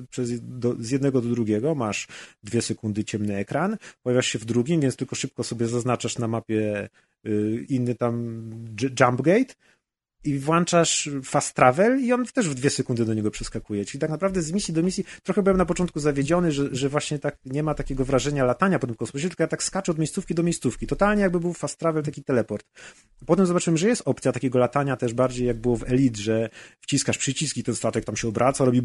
z jednego do drugiego, masz 2 sekundy ciemny ekran, pojawiasz się w drugim, więc tylko szybko sobie zaznaczasz na mapie inny tam jump gate i włączasz fast travel i on też w 2 sekundy do niego przeskakuje. Czyli tak naprawdę z misji do misji trochę byłem na początku zawiedziony, że właśnie tak nie ma takiego wrażenia latania po tym kosmosie, tylko ja tak skaczę od miejscówki do miejscówki. Totalnie jakby był fast travel, taki teleport. Potem zobaczyłem, że jest opcja takiego latania też bardziej jak było w Elite, że wciskasz przycisk i ten statek tam się obraca, robi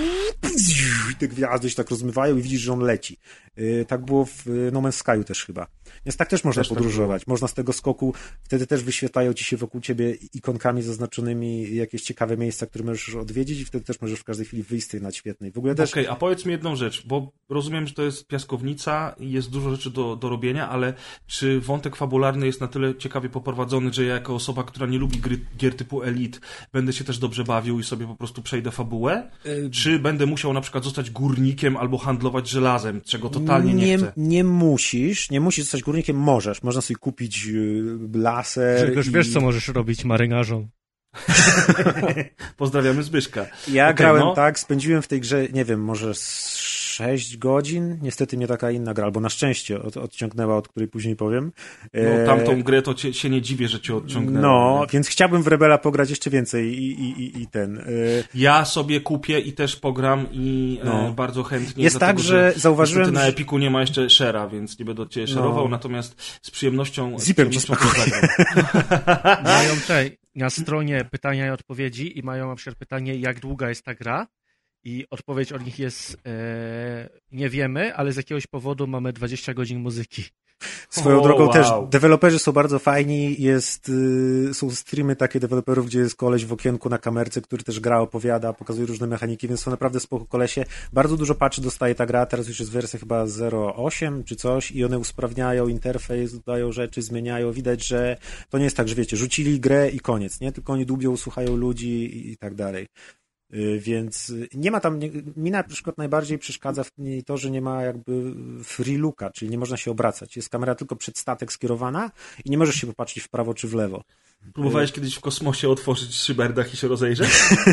i te gwiazdy się tak rozmywają i widzisz, że on leci. Tak było w No Man's Sky'u też chyba. Więc tak też można podróżować. Tak można z tego skoku, wtedy też wyświetlają ci się wokół ciebie ikonkami zaznaczonymi jakieś ciekawe miejsca, które możesz odwiedzić i wtedy też możesz w każdej chwili wyjść z tej nadświetnej. W ogóle też... Okej, a powiedz mi jedną rzecz, bo rozumiem, że to jest piaskownica i jest dużo rzeczy do robienia, ale czy wątek fabularny jest na tyle ciekawie poprowadzony, że ja jako osoba, która nie lubi gier typu Elite, będę się też dobrze bawił i sobie po prostu przejdę fabułę? Czy będę musiał na przykład zostać górnikiem albo handlować żelazem, czego totalnie nie chcę? Nie musisz zostać górnikiem, możesz. Można sobie kupić laser. Grzegorz, wiesz, co możesz robić marynarzom? Pozdrawiamy Zbyszka. Ja grałem tak, spędziłem w tej grze, nie wiem, może 6 godzin. Niestety mnie taka inna gra, albo na szczęście odciągnęła, od której później powiem. No, tamtą grę to się nie dziwię, że cię odciągnęła. No, więc chciałbym w Rebela pograć jeszcze więcej i ten. Ja sobie kupię i też pogram i bardzo chętnie. Jest dlatego, tak, że zauważyłem, na Epiku nie ma jeszcze share'a, więc nie będę cię share'ował, natomiast z przyjemnością Mają na stronie pytania i odpowiedzi i mają na przykład pytanie, jak długa jest ta gra. I odpowiedź od nich jest nie wiemy, ale z jakiegoś powodu mamy 20 godzin muzyki. Swoją drogą też deweloperzy są bardzo fajni, są streamy takie deweloperów, gdzie jest koleś w okienku na kamerce, który też gra, opowiada, pokazuje różne mechaniki, więc są naprawdę spoko kolesie. Bardzo dużo patchy dostaje ta gra, teraz już jest wersja chyba 0.8 czy coś i one usprawniają interfejs, dodają rzeczy, zmieniają. Widać, że to nie jest tak, że wiecie, rzucili grę i koniec, nie? Tylko oni dłubią, słuchają ludzi i tak dalej. Więc nie ma tam, mi na przykład najbardziej przeszkadza w niej to, że nie ma jakby free looka, czyli nie można się obracać. Jest kamera tylko przed statek skierowana i nie możesz się popatrzeć w prawo czy w lewo. Próbowałeś kiedyś w kosmosie otworzyć szyberdach i się rozejrzeć?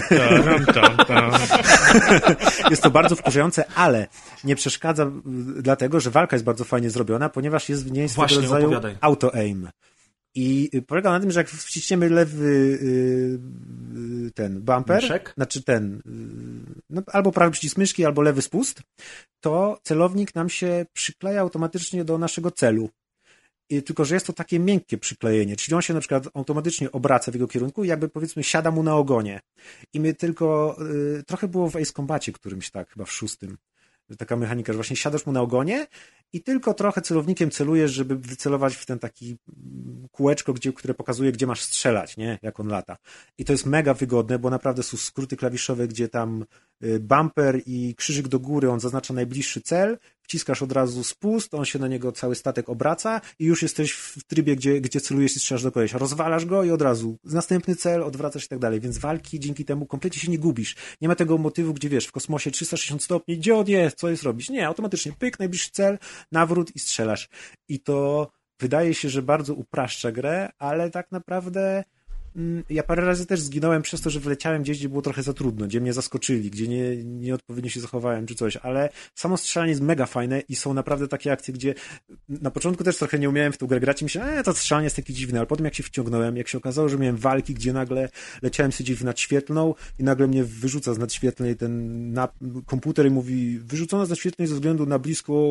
Jest to bardzo wkurzające, ale nie przeszkadza dlatego, że walka jest bardzo fajnie zrobiona, ponieważ jest w niej swego rodzaju auto-aim. I polega na tym, że jak wciśniemy lewy ten bumper, myszek? Znaczy albo prawy przycisk myszki, albo lewy spust, to celownik nam się przykleja automatycznie do naszego celu. Tylko że jest to takie miękkie przyklejenie, czyli on się na przykład automatycznie obraca w jego kierunku i jakby powiedzmy siada mu na ogonie. I my tylko, trochę było w Ace Combacie którymś tak, chyba w 6. Taka mechanika, że właśnie siadasz mu na ogonie i tylko trochę celownikiem celujesz, żeby wycelować w ten taki kółeczko, które pokazuje, gdzie masz strzelać, nie? Jak on lata. I to jest mega wygodne, bo naprawdę są skróty klawiszowe, gdzie tam bumper i krzyżyk do góry, on zaznacza najbliższy cel, wciskasz od razu spust, on się na niego cały statek obraca i już jesteś w trybie, gdzie celujesz i strzelasz do kolesia. Rozwalasz go i od razu następny cel, odwracasz i tak dalej. Więc walki dzięki temu kompletnie się nie gubisz. Nie ma tego motywu, gdzie wiesz, w kosmosie 360 stopni, gdzie on jest, co jest robić. Nie, automatycznie pyk, najbliższy cel, nawrót i strzelasz. I to wydaje się, że bardzo upraszcza grę, ale tak naprawdę ja parę razy też zginąłem przez to, że wleciałem gdzieś, gdzie było trochę za trudno, gdzie mnie zaskoczyli, gdzie nieodpowiednio się zachowałem czy coś, ale samo strzelanie jest mega fajne i są naprawdę takie akcje, gdzie na początku też trochę nie umiałem w tą grę grać i myślałem, to strzelanie jest takie dziwne, ale potem jak się wciągnąłem, jak się okazało, że miałem walki, gdzie nagle leciałem sobie w nadświetlną i nagle mnie wyrzuca z nadświetlnej komputer i mówi, wyrzucona z nadświetlnej ze względu na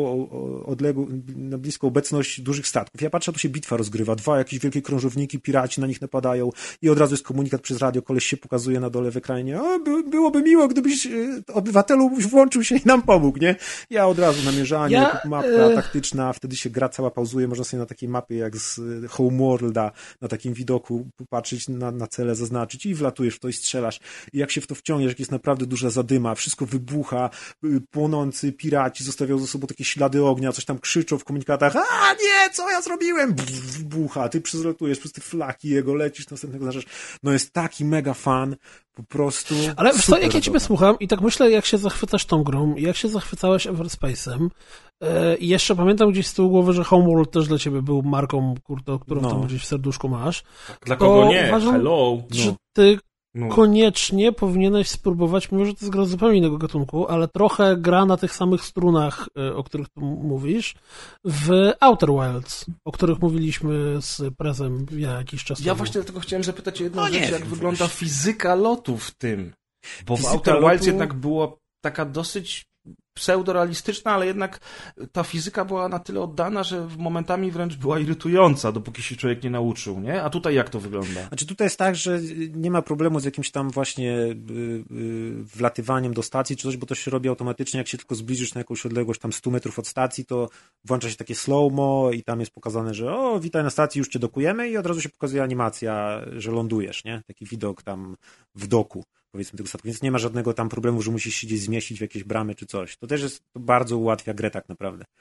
bliską obecność dużych statków. Ja patrzę, tu się bitwa rozgrywa, 2 jakieś wielkie krążowniki, piraci na nich napadają i od razu jest komunikat przez radio, koleś się pokazuje na dole w ekranie, byłoby miło, gdybyś obywatelu włączył się i nam pomógł, nie? Ja od razu namierzanie, mapa taktyczna, wtedy się gra cała pauzuje, można sobie na takiej mapie jak z Homeworlda, na takim widoku popatrzeć na cele, zaznaczyć i wlatujesz w to i strzelasz. I jak się w to wciągniesz, jak jest naprawdę duża zadyma, wszystko wybucha, płonący piraci zostawiają za sobą takie ślady ognia, coś tam krzyczą w komunikatach, nie, co ja zrobiłem? Bucha, ty przelatujesz przez te flaki jego, lecisz, następnego znaczysz. No jest taki mega fan, po prostu. Ale wiesz co, jak ja ciebie słucham i tak myślę, jak się zachwycasz tą grą, jak się zachwycałeś Everspace'em i jeszcze pamiętam gdzieś z tyłu głowy, że Homeworld też dla ciebie był marką, którą tam gdzieś w serduszku masz. Dla kogo nie? Uważam, Hello. Że ty koniecznie powinieneś spróbować, mimo że to jest gra zupełnie innego gatunku, ale trochę gra na tych samych strunach, o których tu mówisz, w Outer Wilds, o których mówiliśmy z Prezem jakiś czas temu. Ja właśnie dlatego chciałem zapytać o jedną rzecz, jak wygląda fizyka lotu w tym. Bo w Outer Wilds jednak była taka dosyć pseudorealistyczna, ale jednak ta fizyka była na tyle oddana, że momentami wręcz była irytująca, dopóki się człowiek nie nauczył, nie? A tutaj jak to wygląda? Znaczy tutaj jest tak, że nie ma problemu z jakimś tam właśnie wlatywaniem do stacji czy coś, bo to się robi automatycznie, jak się tylko zbliżysz na jakąś odległość tam 100 metrów od stacji, to włącza się takie slow-mo i tam jest pokazane, że witaj na stacji, już cię dokujemy i od razu się pokazuje animacja, że lądujesz, nie? Taki widok tam w doku, powiedzmy, tego statku, więc nie ma żadnego tam problemu, że musisz się gdzieś zmieścić w jakieś bramy czy coś. To też to bardzo ułatwia grę tak naprawdę.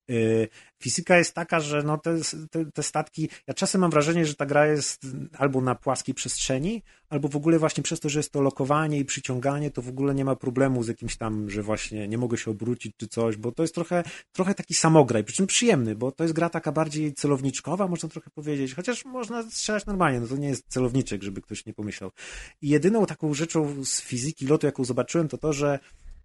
Fizyka jest taka, że no te statki, ja czasem mam wrażenie, że ta gra jest albo na płaskiej przestrzeni, albo w ogóle właśnie przez to, że jest to lokowanie i przyciąganie, to w ogóle nie ma problemu z jakimś tam, że właśnie nie mogę się obrócić czy coś, bo to jest trochę taki samograj, przy czym przyjemny, bo to jest gra taka bardziej celowniczkowa, można trochę powiedzieć, chociaż można strzelać normalnie, no to nie jest celowniczek, żeby ktoś nie pomyślał. I jedyną taką rzeczą z fizyki lotu, jaką zobaczyłem, to, że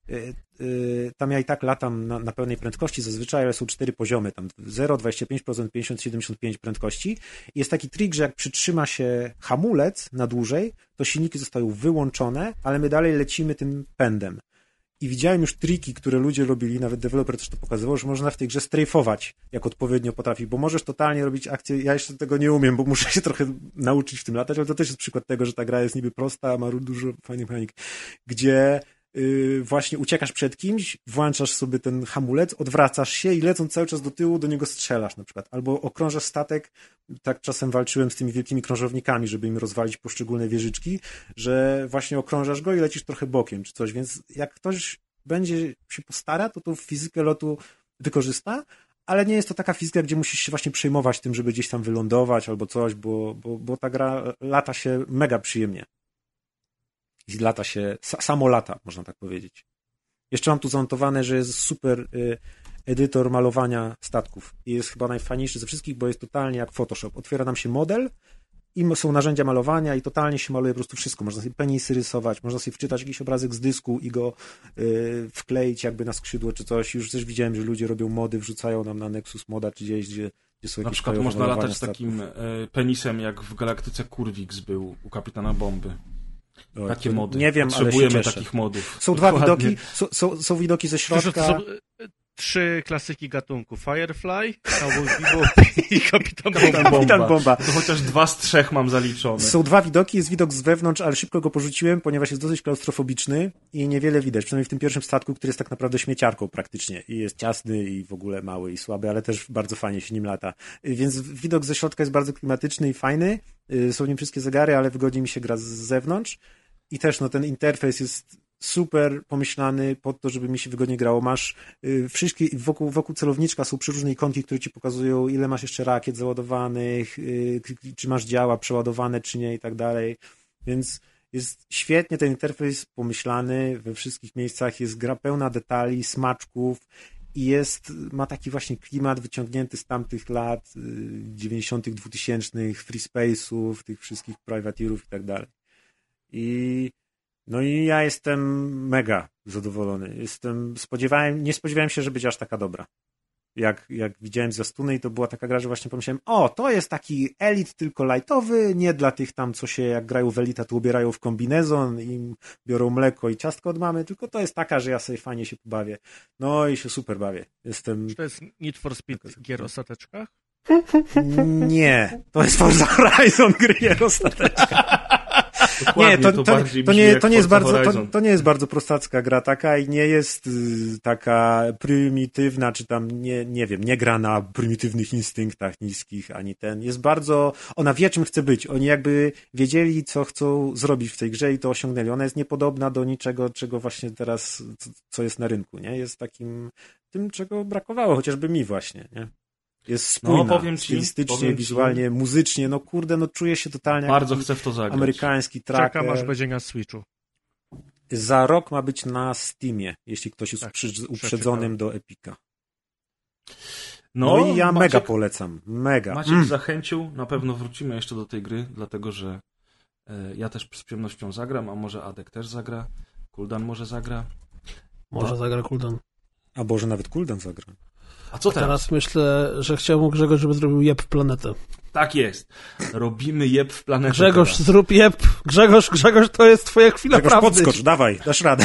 tam ja i tak latam na pełnej prędkości zazwyczaj, ale są 4 poziomy, tam 0, 25%, 50, 75 prędkości i jest taki trik, że jak przytrzyma się hamulec na dłużej, to silniki zostają wyłączone, ale my dalej lecimy tym pędem. I widziałem już triki, które ludzie robili, nawet deweloper też to pokazywał, że można w tej grze strajfować, jak odpowiednio potrafi, bo możesz totalnie robić akcje, ja jeszcze tego nie umiem, bo muszę się trochę nauczyć w tym latać, ale to też jest przykład tego, że ta gra jest niby prosta, a ma dużo fajnych mechanik, gdzie właśnie uciekasz przed kimś, włączasz sobie ten hamulec, odwracasz się i lecąc cały czas do tyłu, do niego strzelasz na przykład. Albo okrążasz statek, tak czasem walczyłem z tymi wielkimi krążownikami, żeby im rozwalić poszczególne wieżyczki, że właśnie okrążasz go i lecisz trochę bokiem czy coś, więc jak ktoś będzie się postara, to tą fizykę lotu wykorzysta, ale nie jest to taka fizyka, gdzie musisz się właśnie przejmować tym, żeby gdzieś tam wylądować albo coś, bo ta gra lata się mega przyjemnie. I lata się, samo lata, można tak powiedzieć. Jeszcze mam tu zanotowane, że jest super edytor malowania statków i jest chyba najfajniejszy ze wszystkich, bo jest totalnie jak Photoshop. Otwiera nam się model i są narzędzia malowania i totalnie się maluje po prostu wszystko. Można sobie penisy rysować, można sobie wczytać jakiś obrazek z dysku i go wkleić jakby na skrzydło czy coś. Już też widziałem, że ludzie robią mody, wrzucają nam na Nexus Moda czy gdzieś, gdzie są jakieś. Na przykład można latać z takim penisem, jak w Galaktyce Kurwix był u Kapitana Bomby. Takie mody. Nie wiem, potrzebujemy ale takich modów. Są dwa widoki, są widoki ze środka. Są 3 klasyki gatunku. Firefly, Cowboy Bebop i Kapitan Bomba. To chociaż 2 z 3 mam zaliczone. Są 2 widoki, jest widok z wewnątrz, ale szybko go porzuciłem, ponieważ jest dosyć klaustrofobiczny i niewiele widać, przynajmniej w tym pierwszym statku, który jest tak naprawdę śmieciarką praktycznie i jest ciasny i w ogóle mały i słaby, ale też bardzo fajnie się nim lata. Więc widok ze środka jest bardzo klimatyczny i fajny, są w nim wszystkie zegary, ale wygodnie mi się gra z zewnątrz i też no ten interfejs jest super pomyślany pod to, żeby mi się wygodnie grało. Masz wszystkie, wokół celowniczka są przeróżne ikonki, które ci pokazują, ile masz jeszcze rakiet załadowanych, czy masz działa przeładowane, czy nie i tak dalej. Więc jest świetnie ten interfejs pomyślany we wszystkich miejscach, jest gra pełna detali, smaczków i ma taki właśnie klimat wyciągnięty z tamtych lat 90., 2000, free space'ów, tych wszystkich privateerów i tak dalej. No i ja jestem mega zadowolony. Nie spodziewałem się, że będzie aż taka dobra. Jak widziałem zwiastuny i to była taka gra, że właśnie pomyślałem, to jest taki elit tylko lightowy, nie dla tych tam, co się jak grają w elita, to ubierają w kombinezon i biorą mleko i ciastko od mamy, tylko to jest taka, że ja sobie fajnie się pobawię. No i się super bawię. Czy to jest Need for Speed gier o stateczkach? Nie, to jest Forza Horizon gier o stateczkach. Nie, to nie jest bardzo prostacka gra taka i nie jest taka prymitywna, czy tam nie gra na prymitywnych instynktach niskich, ani jest bardzo, ona wie czym chce być, oni jakby wiedzieli co chcą zrobić w tej grze i to osiągnęli, ona jest niepodobna do niczego, czego właśnie teraz, co jest na rynku, nie, jest tym czego brakowało, chociażby mi właśnie, nie. Jest spójna, stylistycznie, wizualnie, muzycznie, czuję się totalnie bardzo chcę w to zagrać. Amerykański tracker. Czekam, aż będzie na Switchu. Za rok ma być na Steamie, jeśli ktoś jest uprzedzonym do Epica. No i ja mega polecam, mega. Maciek zachęcił, na pewno wrócimy jeszcze do tej gry, dlatego że ja też z przyjemnością zagram, a może Adek też zagra, Kuldan może zagra. Może zagra Kuldan. A może nawet Kuldan zagra. A co teraz? Myślę, że chciałbym Grzegorz, żeby zrobił jeb w planetę. Tak jest. Robimy jeb w planetę. Grzegorz, teraz. Zrób jeb. Grzegorz, to jest twoja chwila prawdy. Grzegorz, podskocz, dawaj, dasz radę.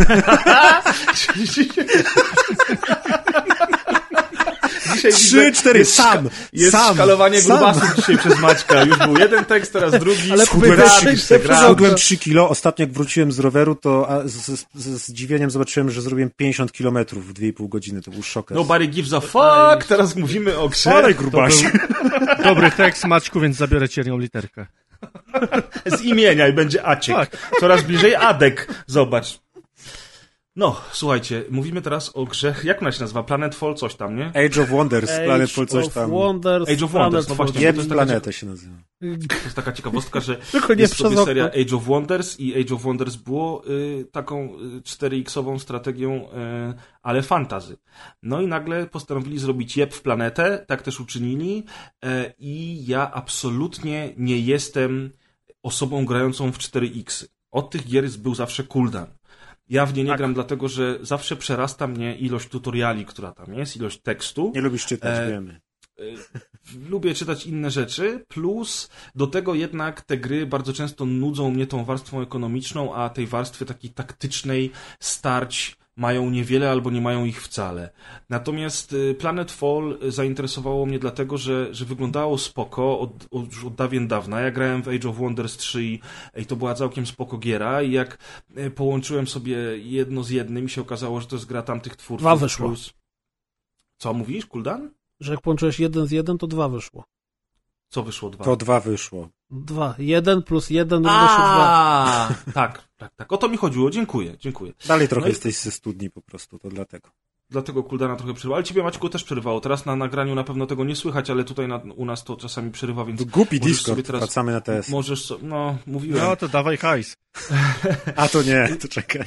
3-4, sam. Jest szkalowanie grubasów dzisiaj przez Maćka. Już był jeden tekst, teraz drugi. Ale schudłem 3 kilo. Ostatnio jak wróciłem z roweru, to ze zdziwieniem zobaczyłem, że zrobiłem 50 kilometrów w 2,5 godziny. To był szok. Nobody gives a fuck. Teraz mówimy o grze. Ale grubasie. Dobry tekst, Maćku, więc zabiorę ci jedną literkę. Z imienia i będzie Aciek. Tak. Coraz bliżej Adek. Zobacz. No, słuchajcie, mówimy teraz o grze, jak ona się nazywa? Planetfall coś tam, nie? Age of Wonders, Planetfall coś tam. Age of Wonders, no właśnie. Jeb planetę się nazywa. To jest taka ciekawostka, że tylko nie jest sobie seria Age of Wonders i Age of Wonders było taką 4X-ową strategią, ale fantasy. No i nagle postanowili zrobić jeb w planetę, tak też uczynili i ja absolutnie nie jestem osobą grającą w 4X. Od tych gier był zawsze cooldown. Ja w nie nie gram, dlatego że zawsze przerasta mnie ilość tutoriali, która tam jest, ilość tekstu. Nie lubisz czytać, wiemy. Lubię czytać inne rzeczy, plus do tego jednak te gry bardzo często nudzą mnie tą warstwą ekonomiczną, a tej warstwy takiej taktycznej starć mają niewiele albo nie mają ich wcale. Natomiast Planetfall zainteresowało mnie dlatego, że wyglądało spoko już od dawien dawna. Ja grałem w Age of Wonders 3 i to była całkiem spoko giera i jak połączyłem sobie jedno z jednym i się okazało, że to jest gra tamtych twórców. 2 wyszło. Plus... Co mówisz, Kuldan? Że jak połączyłeś 1 z 1, to 2 wyszło. Co wyszło 2? To 2 wyszło. 2. 1 plus 1 równa się 2. Tak. O to mi chodziło. Dziękuję. Dalej trochę jesteś ze studni po prostu, to dlatego. Dlatego Kuldana trochę przerywał. Ale ciebie, Maćku, też przerywało. Teraz na nagraniu na pewno tego nie słychać, ale tutaj u nas to czasami przerywa, więc... Głupi Discord, teraz... wracamy na TS. Możesz mówiłem. No to dawaj hajs. A to nie, to czekaj.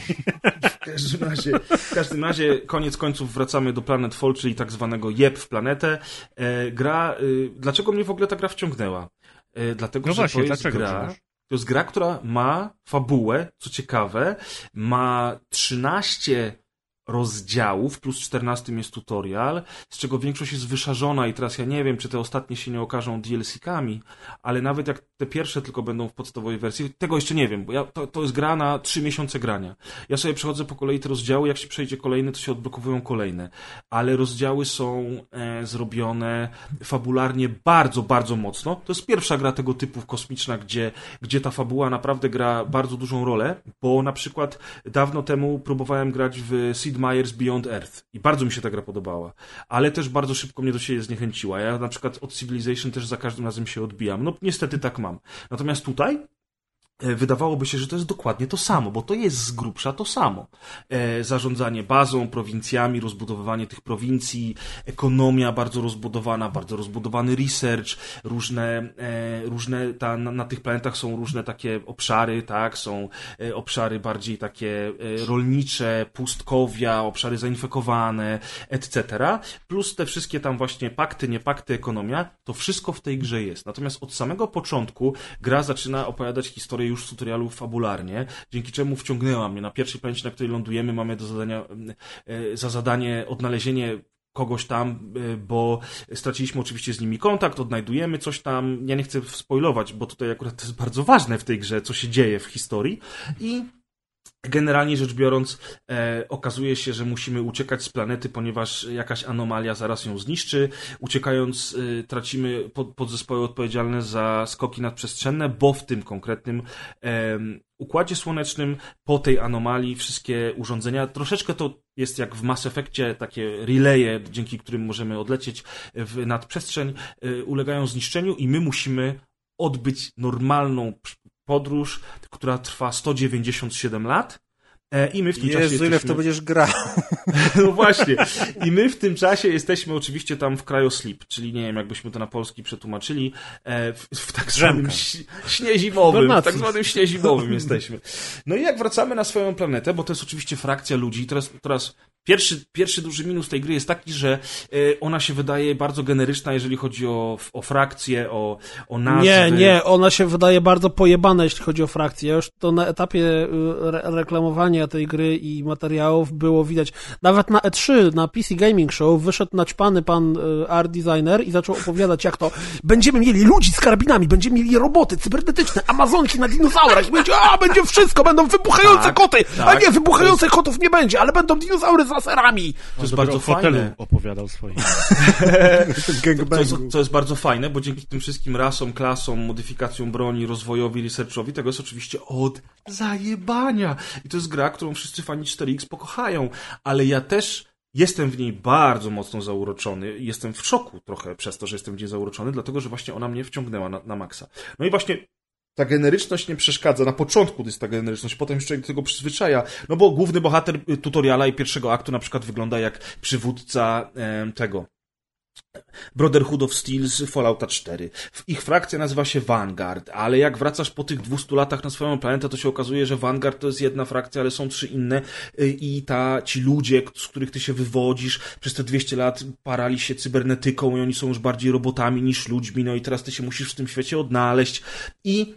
W każdym razie, koniec końców wracamy do Planetfall, czyli tak zwanego jeb w planetę. Dlaczego mnie w ogóle ta gra wciągnęła? Dlatego, że właśnie, to jest gra... To jest gra, która ma fabułę, co ciekawe, ma 13 rozdziałów, plus 14 jest tutorial, z czego większość jest wyszarzona i teraz ja nie wiem, czy te ostatnie się nie okażą DLC-kami, ale nawet jak te pierwsze tylko będą w podstawowej wersji, tego jeszcze nie wiem, bo to jest gra na 3 miesiące grania. Ja sobie przechodzę po kolei te rozdziały, jak się przejdzie kolejne, to się odblokowują kolejne, ale rozdziały są zrobione fabularnie bardzo, bardzo mocno. To jest pierwsza gra tego typu kosmiczna, gdzie ta fabuła naprawdę gra bardzo dużą rolę, bo na przykład dawno temu próbowałem grać w Sid Meier's Beyond Earth i bardzo mi się ta gra podobała, ale też bardzo szybko mnie do siebie zniechęciła. Ja na przykład od Civilization też za każdym razem się odbijam. No niestety tak mam. Natomiast tutaj wydawałoby się, że to jest dokładnie to samo, bo to jest z grubsza to samo. Zarządzanie bazą, prowincjami, rozbudowywanie tych prowincji, ekonomia bardzo rozbudowana, bardzo rozbudowany research, na tych planetach są różne takie obszary, tak, są obszary bardziej takie rolnicze, pustkowia, obszary zainfekowane, etc. Plus te wszystkie tam właśnie pakty, niepakty, ekonomia, to wszystko w tej grze jest. Natomiast od samego początku gra zaczyna opowiadać historię już z tutorialu fabularnie, dzięki czemu wciągnęła mnie. Na pierwszej planecie, na której lądujemy, mamy za zadanie odnalezienie kogoś tam, bo straciliśmy oczywiście z nimi kontakt, odnajdujemy coś tam. Ja nie chcę spoilować, bo tutaj akurat to jest bardzo ważne w tej grze, co się dzieje w historii i generalnie rzecz biorąc, okazuje się, że musimy uciekać z planety, ponieważ jakaś anomalia zaraz ją zniszczy. Uciekając, tracimy podzespoły odpowiedzialne za skoki nadprzestrzenne, bo w tym konkretnym układzie słonecznym po tej anomalii wszystkie urządzenia, troszeczkę to jest jak w Mass Effectie, takie relaye, dzięki którym możemy odlecieć w nadprzestrzeń, ulegają zniszczeniu i my musimy odbyć normalną podróż, która trwa 197 lat i my w tym czasie jesteśmy... ile w to będziesz grał? No właśnie. I my w tym czasie jesteśmy oczywiście tam w Cryosleep, czyli nie wiem, jakbyśmy to na polski przetłumaczyli, w tak zwanym śnie zimowym. W tak zwanym śnie zimowym jesteśmy. No i jak wracamy na swoją planetę, bo to jest oczywiście frakcja ludzi, teraz pierwszy duży minus tej gry jest taki, że ona się wydaje bardzo generyczna, jeżeli chodzi o frakcje, o nazwy. Nie, ona się wydaje bardzo pojebana, jeśli chodzi o frakcje. Już to na etapie reklamowania tej gry i materiałów było widać. Nawet na E3, na PC Gaming Show wyszedł naćpany pan art designer i zaczął opowiadać, jak to będziemy mieli ludzi z karabinami, będziemy mieli roboty cybernetyczne, amazonki na dinozaurach i będzie wszystko, będą wybuchające koty, a nie, wybuchających kotów nie będzie, ale będą dinozaury z laserami. To jest bardzo fajne. Opowiadał swoim. Co jest bardzo fajne, bo dzięki tym wszystkim rasom, klasom, modyfikacjom broni, rozwojowi, researchowi, tego jest oczywiście od zajebania. I to jest gra, którą wszyscy fani 4X pokochają, ale ja też jestem w niej bardzo mocno zauroczony. Jestem w szoku trochę przez to, że jestem w niej zauroczony, dlatego, że właśnie ona mnie wciągnęła na maksa. No i właśnie ta generyczność nie przeszkadza. Na początku jest ta generyczność, potem już człowiek do tego przyzwyczaja. No bo główny bohater tutoriala i pierwszego aktu na przykład wygląda jak przywódca tego Brotherhood of Steel z Fallouta 4. Ich frakcja nazywa się Vanguard, ale jak wracasz po tych 200 latach na swoją planetę, to się okazuje, że Vanguard to jest jedna frakcja, ale są 3 inne i ci ludzie, z których ty się wywodzisz, przez te 200 lat parali się cybernetyką i oni są już bardziej robotami niż ludźmi, no i teraz ty się musisz w tym świecie odnaleźć i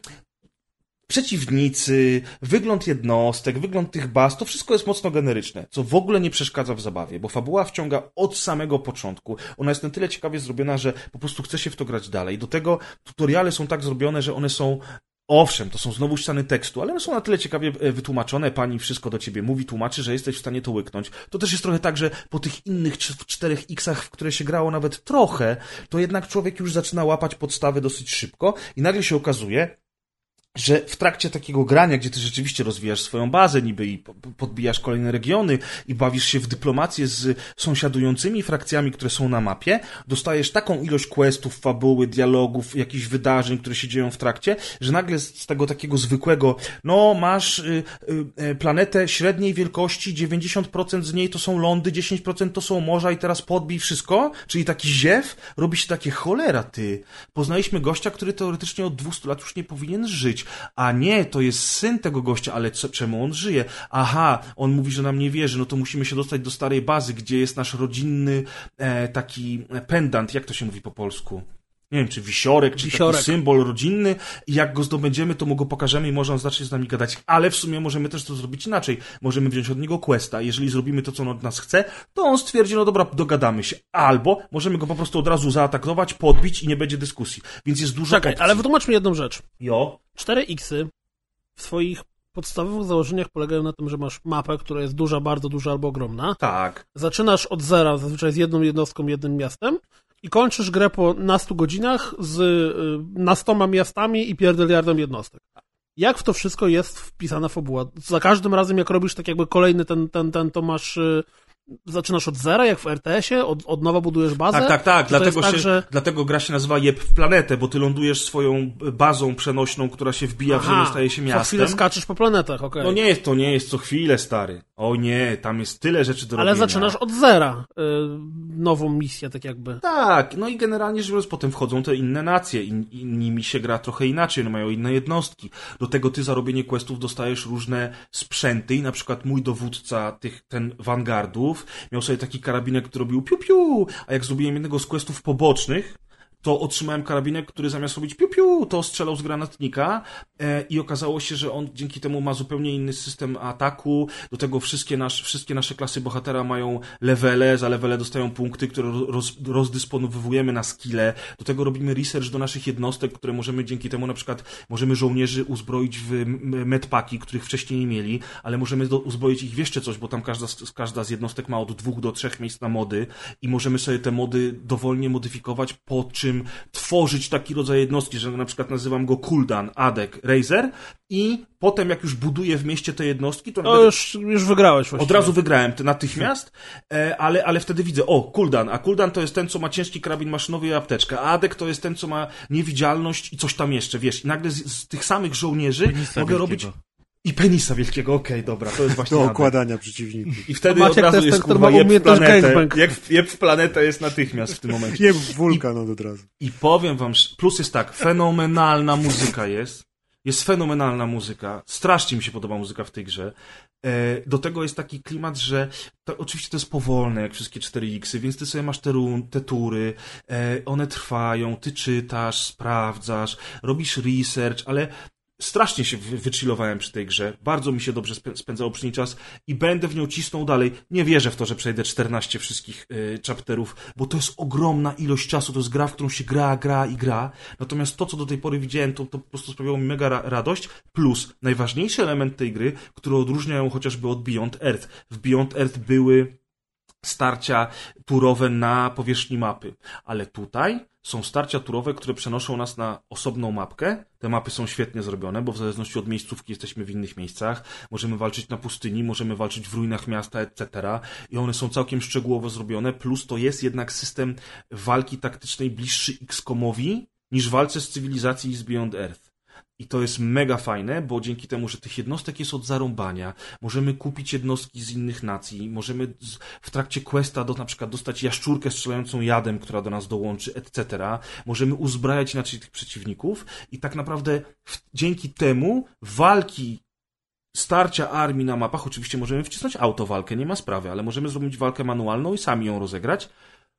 przeciwnicy, wygląd jednostek, wygląd tych baz, to wszystko jest mocno generyczne, co w ogóle nie przeszkadza w zabawie, bo fabuła wciąga od samego początku. Ona jest na tyle ciekawie zrobiona, że po prostu chce się w to grać dalej. Do tego tutoriale są tak zrobione, że one są, owszem, to są znowu ściany tekstu, ale one są na tyle ciekawie wytłumaczone, pani wszystko do ciebie mówi, tłumaczy, że jesteś w stanie to łyknąć. To też jest trochę tak, że po tych innych 4X-ach, w które się grało nawet trochę, to jednak człowiek już zaczyna łapać podstawy dosyć szybko i nagle się okazuje, że w trakcie takiego grania, gdzie ty rzeczywiście rozwijasz swoją bazę niby i podbijasz kolejne regiony i bawisz się w dyplomację z sąsiadującymi frakcjami, które są na mapie, dostajesz taką ilość questów, fabuły, dialogów, jakichś wydarzeń, które się dzieją w trakcie, że nagle z tego takiego zwykłego, no masz planetę średniej wielkości, 90% z niej to są lądy, 10% to są morza i teraz podbij wszystko, czyli taki ziew, robi się takie cholera ty. Poznaliśmy gościa, który teoretycznie od 200 lat już nie powinien żyć. A nie, to jest syn tego gościa, ale czemu on żyje? Aha, on mówi, że nam nie wierzy, no to musimy się dostać do starej bazy, gdzie jest nasz rodzinny taki pendant, jak to się mówi po polsku? Nie wiem, czy wisiorek, czy taki symbol rodzinny i jak go zdobędziemy, to mu go pokażemy i może on zacznie z nami gadać. Ale w sumie możemy też to zrobić inaczej. Możemy wziąć od niego questa. Jeżeli zrobimy to, co on od nas chce, to on stwierdzi, no dobra, dogadamy się. Albo możemy go po prostu od razu zaatakować, podbić i nie będzie dyskusji. Więc jest dużo opcji. Ale wytłumacz mi jedną rzecz. 4X-y w swoich podstawowych założeniach polegają na tym, że masz mapę, która jest duża, bardzo duża albo ogromna. Tak. Zaczynasz od zera, zazwyczaj z jedną jednostką, jednym miastem i kończysz grę po nastu godzinach z nastoma miastami i pierdeliardem jednostek. Jak w to wszystko jest wpisana fabuła? Za każdym razem, jak robisz tak jakby kolejny to masz... Zaczynasz od zera, jak w RTS-ie? Od nowa budujesz bazę? Tak. Dlatego gra się nazywa Jeb w planetę, bo ty lądujesz swoją bazą przenośną, która się wbija w ziemię, staje się miastem. Co chwilę skaczesz po planetach, okej. No nie, to nie jest co chwilę, stary. O nie, tam jest tyle rzeczy do robienia. Ale zaczynasz od zera nową misję, tak jakby. Tak, no i generalnie rzecz biorąc, potem wchodzą te inne nacje i nimi się gra trochę inaczej, one mają inne jednostki. Do tego ty za robienie questów dostajesz różne sprzęty i na przykład mój dowódca ten Vanguardów miał sobie taki karabinek, który robił piu-piu, a jak zrobiłem jednego z questów pobocznych, to otrzymałem karabinek, który zamiast robić piu-piu, to strzelał z granatnika i okazało się, że on dzięki temu ma zupełnie inny system ataku. Do tego wszystkie nasze klasy bohatera mają levele, za levele dostają punkty, które rozdysponowujemy na skille. Do tego robimy research do naszych jednostek, które możemy dzięki temu na przykład możemy żołnierzy uzbroić w medpaki, których wcześniej nie mieli, ale możemy uzbroić ich w jeszcze coś, bo tam każda z jednostek ma od 2 do 3 miejsc na mody i możemy sobie te mody dowolnie modyfikować, po czym tworzyć taki rodzaj jednostki, że na przykład nazywam go Kuldan, Adek, Razer i potem jak już buduję w mieście te jednostki, to już wygrałeś właściwie. Od razu wygrałem natychmiast, ale wtedy widzę, Kuldan, a Kuldan to jest ten, co ma ciężki karabin maszynowy i apteczkę, a Adek to jest ten, co ma niewidzialność i coś tam jeszcze, wiesz, i nagle z tych samych żołnierzy mogę robić... I penisa wielkiego, okej, dobra, to jest właśnie... Do okładania przeciwników. I wtedy od razu jest, kurwa, jeb w planetę. Jeb w planetę jest natychmiast w tym momencie. Jeb w wulkan od razu. I powiem wam, plus jest tak, fenomenalna muzyka jest. Jest fenomenalna muzyka. Strasznie mi się podoba muzyka w tej grze. Do tego jest taki klimat, że oczywiście to jest powolne, jak wszystkie 4X-y, więc ty sobie masz te tury, one trwają, ty czytasz, sprawdzasz, robisz research, ale strasznie się wychillowałem przy tej grze. Bardzo mi się dobrze spędzało przy niej czas i będę w nią cisnął dalej. Nie wierzę w to, że przejdę 14 wszystkich chapterów, bo to jest ogromna ilość czasu. To jest gra, w którą się gra. Natomiast to, co do tej pory widziałem, to po prostu sprawiało mi mega radość. Plus najważniejszy element tej gry, który odróżnia ją chociażby od Beyond Earth. W Beyond Earth były starcia turowe na powierzchni mapy. Ale tutaj są starcia turowe, które przenoszą nas na osobną mapkę. Te mapy są świetnie zrobione, bo w zależności od miejscówki jesteśmy w innych miejscach. Możemy walczyć na pustyni, możemy walczyć w ruinach miasta, etc. I one są całkiem szczegółowo zrobione. Plus to jest jednak system walki taktycznej bliższy XCOM-owi niż walce z cywilizacji i z Beyond Earth. I to jest mega fajne, bo dzięki temu, że tych jednostek jest od zarąbania, możemy kupić jednostki z innych nacji, możemy w trakcie questa na przykład dostać jaszczurkę strzelającą jadem, która do nas dołączy, etc. Możemy uzbrajać inaczej tych przeciwników i tak naprawdę dzięki temu walki, starcia armii na mapach, oczywiście możemy wcisnąć autowalkę, nie ma sprawy, ale możemy zrobić walkę manualną i sami ją rozegrać,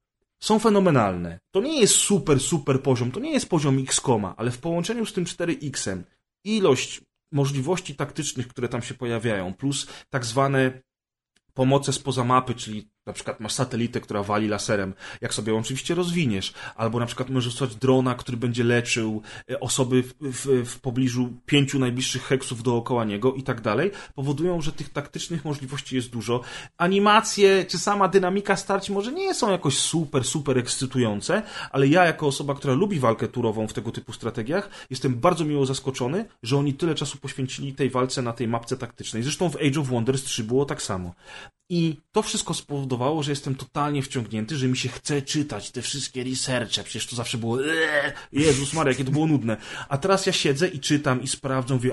są fenomenalne. To nie jest super poziom, to nie jest poziom XCOMa, ale w połączeniu z tym 4X-em ilość możliwości taktycznych, które tam się pojawiają, plus tak zwane pomoce spoza mapy, czyli na przykład masz satelitę, która wali laserem, jak sobie ją oczywiście rozwiniesz, albo na przykład możesz wysłać drona, który będzie leczył osoby w pobliżu 5 najbliższych heksów dookoła niego i tak dalej, powodują, że tych taktycznych możliwości jest dużo. Animacje, czy sama dynamika starć może nie są jakoś super ekscytujące, ale ja jako osoba, która lubi walkę turową w tego typu strategiach, jestem bardzo miło zaskoczony, że oni tyle czasu poświęcili tej walce na tej mapce taktycznej. Zresztą w Age of Wonders 3 było tak samo. I to wszystko spowodowało, że jestem totalnie wciągnięty, że mi się chce czytać te wszystkie researche. Przecież to zawsze było Jezus Maria, jakie to było nudne. A teraz ja siedzę i czytam i sprawdzam, mówię,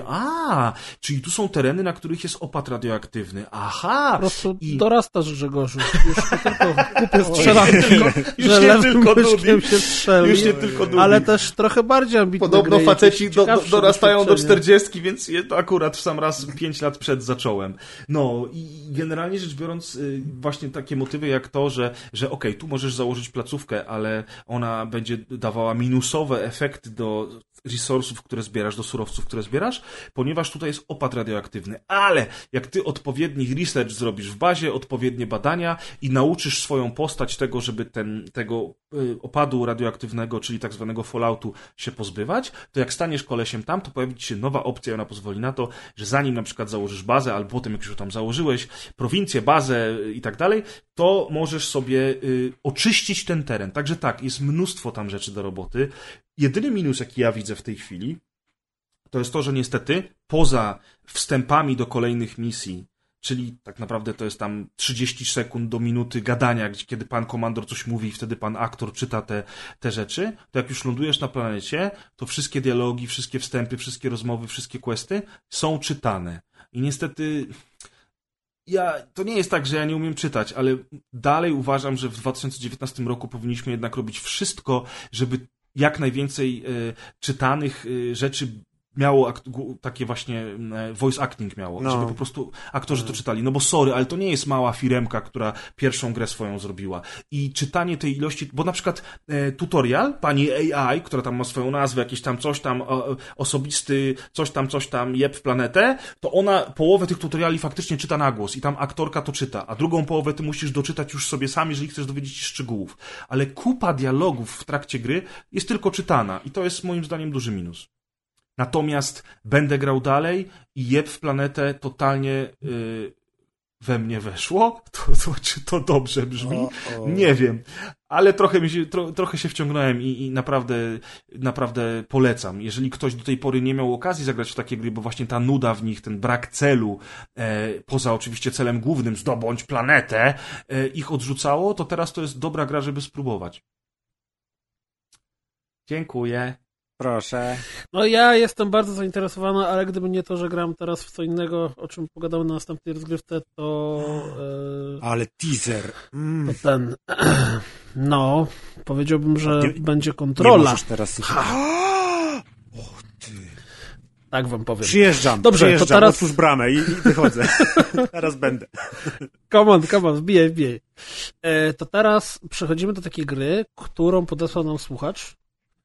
czyli tu są tereny, na których jest opad radioaktywny. Aha! Po prostu dorastasz, Grzegorzu. Już tylko kupię strzelanki, że lewym myszkiem się strzeli. Już nie tylko nudzi. Ale też trochę bardziej ambitne Podobno faceci dorastają do 40, więc to akurat w sam raz 5 lat przed zacząłem. No i generalnie rzecz biorąc, właśnie takie motywy jak to, że okej, tu możesz założyć placówkę, ale ona będzie dawała minusowe efekty do resursów, które zbierasz, do surowców, które zbierasz, ponieważ tutaj jest opad radioaktywny. Ale jak ty odpowiedni research zrobisz w bazie, odpowiednie badania i nauczysz swoją postać tego, żeby tego opadu radioaktywnego, czyli tak zwanego falloutu się pozbywać, to jak staniesz kolesiem tam, to pojawi ci się nowa opcja i ona pozwoli na to, że zanim na przykład założysz bazę, albo potem jak już tam założyłeś, prowincję, bazę i tak dalej, to możesz sobie oczyścić ten teren. Także tak, jest mnóstwo tam rzeczy do roboty. Jedyny minus, jaki ja widzę w tej chwili, to jest to, że niestety poza wstępami do kolejnych misji, czyli tak naprawdę to jest tam 30 sekund do minuty gadania, kiedy pan komandor coś mówi i wtedy pan aktor czyta te rzeczy, to jak już lądujesz na planecie, to wszystkie dialogi, wszystkie wstępy, wszystkie rozmowy, wszystkie questy są czytane. I niestety to nie jest tak, że ja nie umiem czytać, ale dalej uważam, że w 2019 roku powinniśmy jednak robić wszystko, żeby jak najwięcej czytanych rzeczy miało takie właśnie voice acting miało, żeby po prostu aktorzy to czytali. No bo sorry, ale to nie jest mała firemka, która pierwszą grę swoją zrobiła. I czytanie tej ilości, bo na przykład tutorial pani AI, która tam ma swoją nazwę, jakieś tam coś tam, osobisty, coś tam, jeb w planetę, to ona połowę tych tutoriali faktycznie czyta na głos i tam aktorka to czyta, a drugą połowę ty musisz doczytać już sobie sam, jeżeli chcesz dowiedzieć się szczegółów. Ale kupa dialogów w trakcie gry jest tylko czytana i to jest moim zdaniem duży minus. Natomiast będę grał dalej i jeb w planetę totalnie we mnie weszło. Czy to dobrze brzmi? Nie wiem. Ale trochę się wciągnąłem i naprawdę polecam. Jeżeli ktoś do tej pory nie miał okazji zagrać w takie gry, bo właśnie ta nuda w nich, ten brak celu, poza oczywiście celem głównym, zdobądź planetę, ich odrzucało, to teraz to jest dobra gra, żeby spróbować. Dziękuję. Proszę. No ja jestem bardzo zainteresowany, ale gdyby nie to, że gram teraz w co innego, o czym pogadamy na następnej rozgrywce, to... Ale teaser. No, powiedziałbym, że będzie kontrola. Nie możesz teraz... Tak wam powiem. Przyjeżdżam, to teraz... otwórz bramę i wychodzę. Teraz będę. Come on, wbijaj. To teraz przechodzimy do takiej gry, którą podesłał nam słuchacz.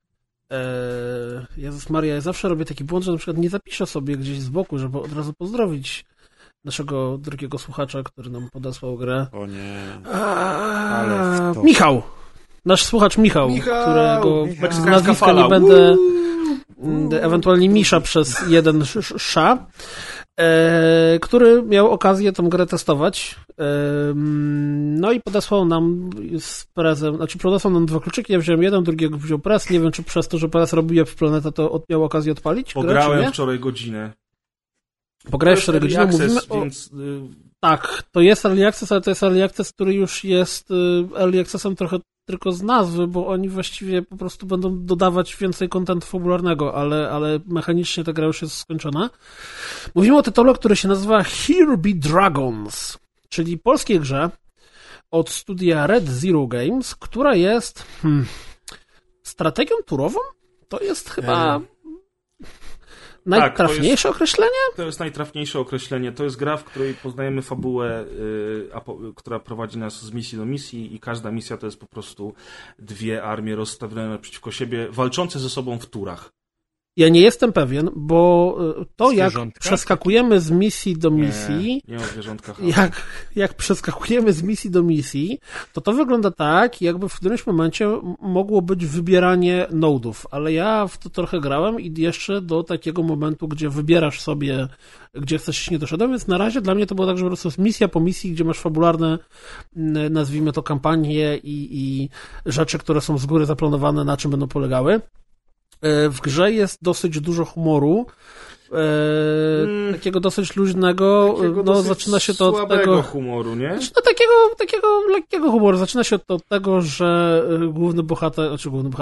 Jezus Maria, ja zawsze robię taki błąd, że na przykład nie zapiszę sobie gdzieś z boku, żeby od razu pozdrowić naszego drugiego słuchacza, który nam podesłał grę. O nie. Ale Michał! Nasz słuchacz Michał. Którego nazwiska nie będę... Ewentualnie Misza przez jeden sza, który miał okazję tę grę testować. No i podesłał nam z prezem, podesłał nam 2 kluczyki, ja wziąłem jeden, drugiego wziął prez. Nie wiem, czy przez to, że prez robił w planetę, to miał okazję odpalić. Pograłem wczoraj godzinę. Pograłeś wczoraj godzinę, mówimy więc... Tak, to jest Early Access, ale to jest Early Access, który już jest Early Accessem trochę tylko z nazwy, bo oni właściwie po prostu będą dodawać więcej kontentu fabularnego, ale mechanicznie ta gra już jest skończona. Mówimy o tytule, który się nazywa Here Be Dragons, czyli polskiej grze od studia Red Zero Games, która jest strategią turową? To jest chyba najtrafniejsze określenie? To jest najtrafniejsze określenie. To jest gra, w której poznajemy fabułę, która prowadzi nas z misji do misji i każda misja to jest po prostu dwie armie rozstawione naprzeciwko siebie, walczące ze sobą w turach. Ja nie jestem pewien, bo to jak przeskakujemy z misji do misji, nie o zwierzątkach. Jak przeskakujemy z misji do misji, to wygląda tak, jakby w którymś momencie mogło być wybieranie nodów, ale ja w to trochę grałem i jeszcze do takiego momentu, gdzie wybierasz sobie, gdzie chcesz iść, nie doszedłem, więc na razie dla mnie to było tak, że po prostu jest misja po misji, gdzie masz fabularne, nazwijmy to, kampanie i rzeczy, które są z góry zaplanowane, na czym będą polegały. W grze jest dosyć dużo humoru, takiego dosyć luźnego, dosyć zaczyna się to od tego humoru, nie? Takiego lekkiego humoru. Zaczyna się to od tego, że główny bohater,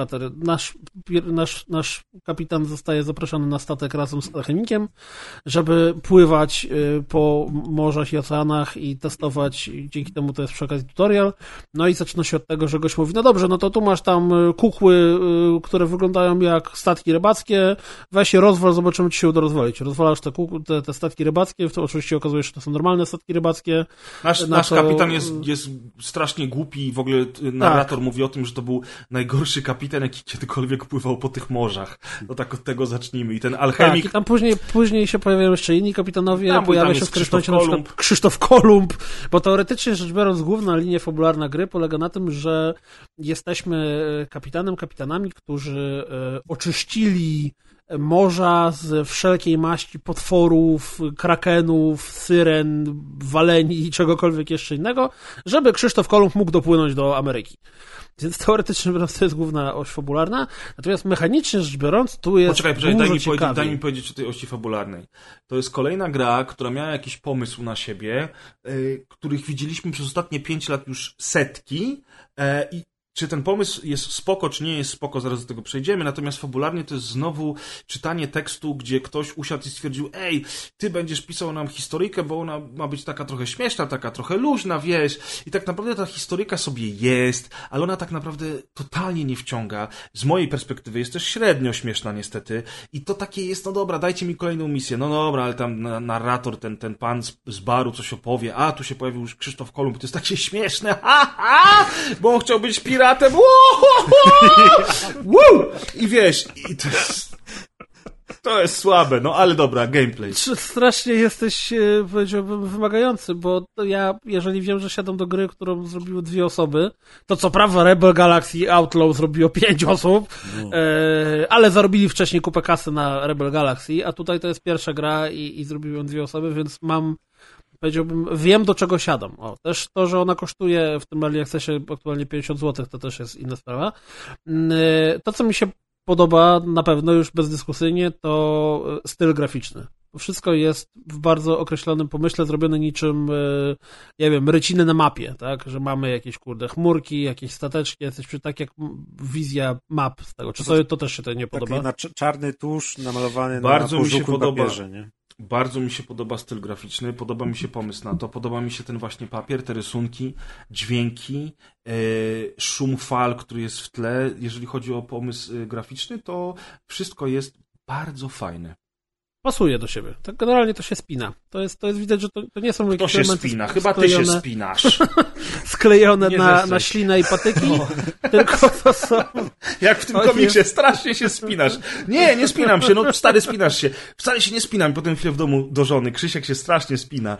nasz kapitan zostaje zaproszony na statek razem z alchemikiem, żeby pływać po morzach i oceanach i testować, i dzięki temu to jest przy okazji tutorial. No i zaczyna się od tego, że gość mówi, no dobrze, no to tu masz tam kukły, które wyglądają jak statki rybackie, weź je rozwal, zobaczymy, czy się uda rozwalić. Rozwalasz te statki rybackie, to oczywiście okazuje się, że to są normalne statki rybackie. Nasz kapitan jest strasznie głupi i w ogóle narrator mówi o tym, że to był najgorszy kapitan, jaki kiedykolwiek pływał po tych morzach. No tak od tego zacznijmy. I ten alchemik... Tak, i tam później się pojawiają jeszcze inni kapitanowie, pojawia się w kryształcie na przykład Krzysztof Kolumb, bo teoretycznie rzecz biorąc główna linia fabularna gry polega na tym, że jesteśmy kapitanami, którzy oczyścili morza z wszelkiej maści potworów, krakenów, syren, waleni i czegokolwiek jeszcze innego, żeby Krzysztof Kolumb mógł dopłynąć do Ameryki. Więc teoretycznie to jest główna oś fabularna, natomiast mechanicznie rzecz biorąc, tu jest Poczekaj, daj mi powiedzieć o tej osi fabularnej. To jest kolejna gra, która miała jakiś pomysł na siebie, których widzieliśmy przez ostatnie 5 lat już setki i czy ten pomysł jest spoko, czy nie jest spoko, zaraz do tego przejdziemy, natomiast fabularnie to jest znowu czytanie tekstu, gdzie ktoś usiadł i stwierdził, ej, ty będziesz pisał nam historyjkę, bo ona ma być taka trochę śmieszna, taka trochę luźna, wiesz, i tak naprawdę ta historyjka sobie jest, ale ona tak naprawdę totalnie nie wciąga. Z mojej perspektywy jest też średnio śmieszna niestety i to takie jest, no dobra, dajcie mi kolejną misję, no dobra, ale tam narrator, ten pan z baru coś opowie, a tu się pojawił już Krzysztof Kolumb, to jest takie śmieszne, bo on chciał być piratem, i wiesz, i to jest słabe, no ale dobra, gameplay. Strasznie jesteś, powiedziałbym, wymagający, bo ja, jeżeli wiem, że siadam do gry, którą zrobiły 2 osoby, to co prawda Rebel Galaxy i Outlaw zrobiło 5 osób, ale zarobili wcześniej kupę kasy na Rebel Galaxy, a tutaj to jest pierwsza gra i zrobiłem 2 osoby, więc powiedziałbym, wiem do czego siadam. Też to, że ona kosztuje w tym Early Accessie aktualnie 50 zł, to też jest inna sprawa. To, co mi się podoba, na pewno już bezdyskusyjnie, to styl graficzny. Wszystko jest w bardzo określonym pomyśle zrobione niczym, nie wiem, ryciny na mapie, tak? Że mamy jakieś, chmurki, jakieś stateczki, tak jak wizja map z tego. Czy to też się to nie podoba? Taki czarny tusz namalowany na pożółkłym papierze, nie? Bardzo mi się podoba styl graficzny, podoba mi się pomysł na to, podoba mi się ten właśnie papier, te rysunki, dźwięki, szum fal, który jest w tle. Jeżeli chodzi o pomysł graficzny, to wszystko jest bardzo fajne. Pasuje do siebie. Tak generalnie to się spina. To jest widać, że to nie są jakieś elementy spina? Chyba ty się spinasz. Sklejone na ślinę i patyki, tylko to są... Jak w tym komiksie, strasznie się spinasz. Nie spinam się, no stary, spinasz się. Wcale się nie spinam, potem chwilę w domu do żony. Krzysiek się strasznie spina.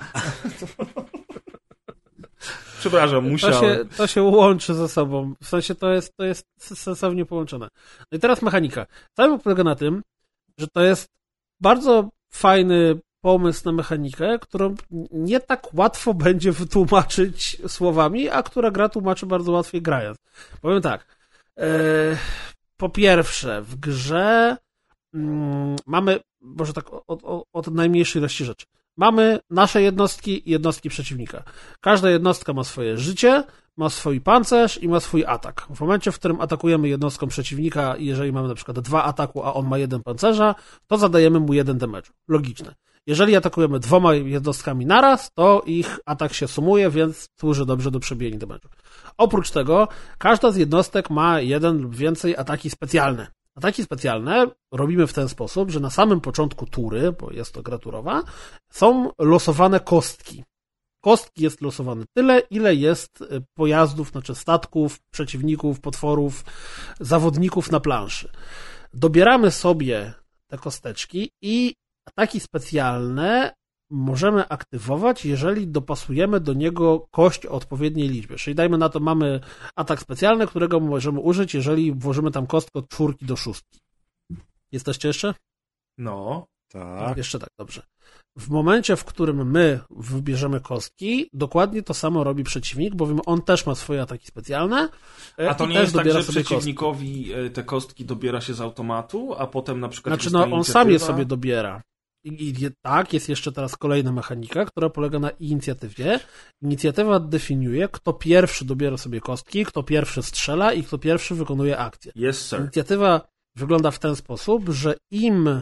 Przepraszam, musiałem. To się łączy ze sobą. W sensie to jest sensownie połączone. No i teraz mechanika. Cały polega na tym, że to jest bardzo fajny pomysł na mechanikę, którą nie tak łatwo będzie wytłumaczyć słowami, a która gra tłumaczy bardzo łatwiej grając. Powiem tak. Po pierwsze, w grze mamy, może tak od najmniejszej ilości rzeczy. Mamy nasze jednostki i jednostki przeciwnika. Każda jednostka ma swoje życie, ma swój pancerz i ma swój atak. W momencie, w którym atakujemy jednostką przeciwnika, jeżeli mamy na przykład 2 ataku, a on ma 1 pancerza, to zadajemy mu 1 damage. Logiczne. Jeżeli atakujemy 2 jednostkami naraz, to ich atak się sumuje, więc służy dobrze do przebijania damage'u. Oprócz tego, każda z jednostek ma 1 lub więcej ataki specjalne. Ataki specjalne robimy w ten sposób, że na samym początku tury, bo jest to gra turowa, są losowane kostki. Kostki jest losowane tyle, ile jest pojazdów, znaczy statków, przeciwników, potworów, zawodników na planszy. Dobieramy sobie te kosteczki i ataki specjalne możemy aktywować, jeżeli dopasujemy do niego kość o odpowiedniej liczbie. Czyli dajmy na to, mamy atak specjalny, którego możemy użyć, jeżeli włożymy tam kostkę od 4 do 6. Jesteście jeszcze? No. Tak. Jeszcze tak, dobrze. W momencie, w którym my wybierzemy kostki, dokładnie to samo robi przeciwnik, bowiem on też ma swoje ataki specjalne. A to nie jest tak, że przeciwnikowi te kostki dobiera się z automatu, a potem na przykład... Znaczy, on sam je sobie dobiera. I tak, jest jeszcze teraz kolejna mechanika, która polega na inicjatywie. Inicjatywa definiuje, kto pierwszy dobiera sobie kostki, kto pierwszy strzela i kto pierwszy wykonuje akcję. Yes, sir. Inicjatywa wygląda w ten sposób, że im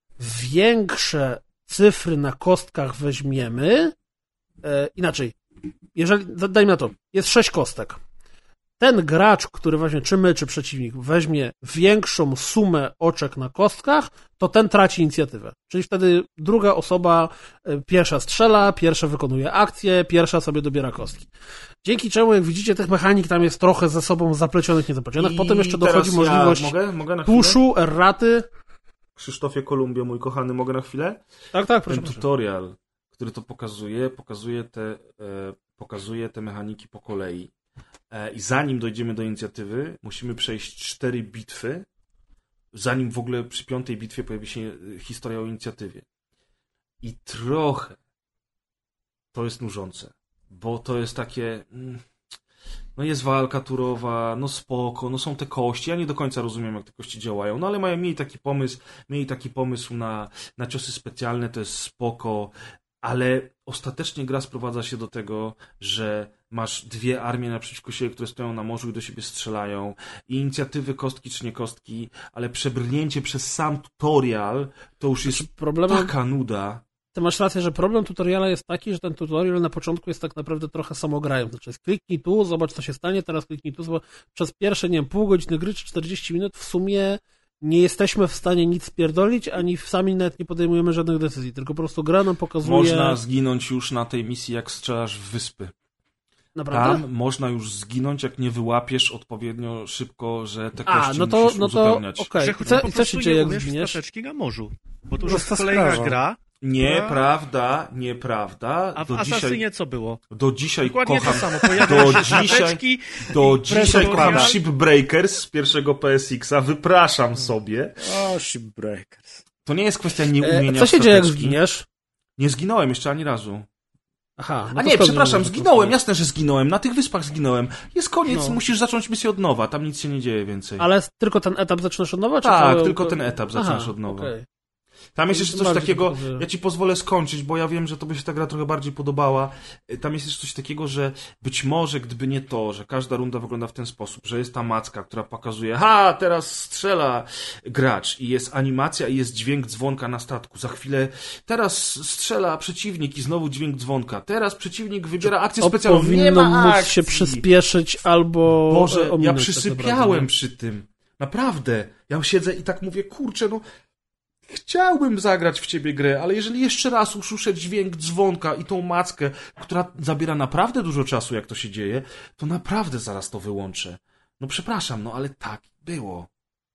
większe cyfry na kostkach weźmiemy, inaczej, jeżeli, dajmy na to, jest 6 kostek. Ten gracz, który weźmie, czy my, czy przeciwnik, weźmie większą sumę oczek na kostkach, to ten traci inicjatywę. Czyli wtedy druga osoba pierwsza strzela, pierwsza wykonuje akcję, pierwsza sobie dobiera kostki. Dzięki czemu, jak widzicie, tych mechanik tam jest trochę ze sobą zaplecionych, niezaplecionych. Potem jeszcze dochodzi możliwość tuszu, erraty. Krzysztofie Kolumbio, mój kochany, mogę na chwilę? Tak, proszę. Ten tutorial, który to pokazuje te mechaniki po kolei. I zanim dojdziemy do inicjatywy, musimy przejść 4 bitwy, zanim w ogóle przy 5. bitwie pojawi się historia o inicjatywie. I trochę to jest nużące, bo to jest takie... No jest walka turowa, no spoko, no są te kości, ja nie do końca rozumiem, jak te kości działają, no ale mieli taki pomysł na ciosy specjalne, to jest spoko, ale ostatecznie gra sprowadza się do tego, że masz 2 armie naprzeciwko siebie, które stoją na morzu i do siebie strzelają. I inicjatywy kostki czy nie kostki, ale przebrnięcie przez sam tutorial to już jest taka nuda. Ty masz rację, że problem tutoriala jest taki, że ten tutorial na początku jest tak naprawdę trochę samograjem. Znaczy jest kliknij tu, zobacz co się stanie, teraz kliknij tu, zobacz. Przez pierwsze, nie wiem, pół godziny gry czy 40 minut w sumie nie jesteśmy w stanie nic spierdolić, ani sami nawet nie podejmujemy żadnych decyzji, tylko po prostu gra nam pokazuje... Można zginąć już na tej misji, jak strzelasz w wyspy. Naprawdę? Tam można już zginąć, jak nie wyłapiesz odpowiednio szybko, że te kości musisz uzupełniać. Okay. Co się dzieje, jak zginiesz? Stateczki na morzu. Bo to już jest kolejna gra. Nieprawda. A w Asasynie co było? Do dzisiaj dokładnie kocham... to samo. Pojawiają się stateczki. Do dzisiaj kocham Shipbreakers z pierwszego PSX-a. Wypraszam sobie. O, Shipbreakers. To nie jest kwestia nieumienia Co się dzieje, jak zginiesz? Nie zginąłem jeszcze ani razu. Aha. No przepraszam, zginąłem. Jasne, że zginąłem. Na tych wyspach zginąłem. Jest koniec, musisz zacząć misję od nowa. Tam nic się nie dzieje więcej. Ale tylko ten etap zaczynasz od nowa? Tak, tylko ten etap zaczynasz od nowa. Okay. Tam jest jeszcze coś takiego, ja ci pozwolę skończyć, bo ja wiem, że to by się ta gra trochę bardziej podobała. Tam jest jeszcze coś takiego, że być może gdyby nie to, że każda runda wygląda w ten sposób, że jest ta macka, która pokazuje, teraz strzela gracz i jest animacja i jest dźwięk dzwonka na statku. Za chwilę teraz strzela przeciwnik i znowu dźwięk dzwonka. Teraz przeciwnik wybiera akcję specjalną. Nie ma akcji. Się przyspieszyć albo... Boże, ja przysypiałem przy tym. Naprawdę. Ja siedzę i tak mówię, kurczę, chciałbym zagrać w ciebie grę, ale jeżeli jeszcze raz usłyszę dźwięk dzwonka i tą mackę, która zabiera naprawdę dużo czasu, jak to się dzieje, to naprawdę zaraz to wyłączę. No przepraszam, ale tak było.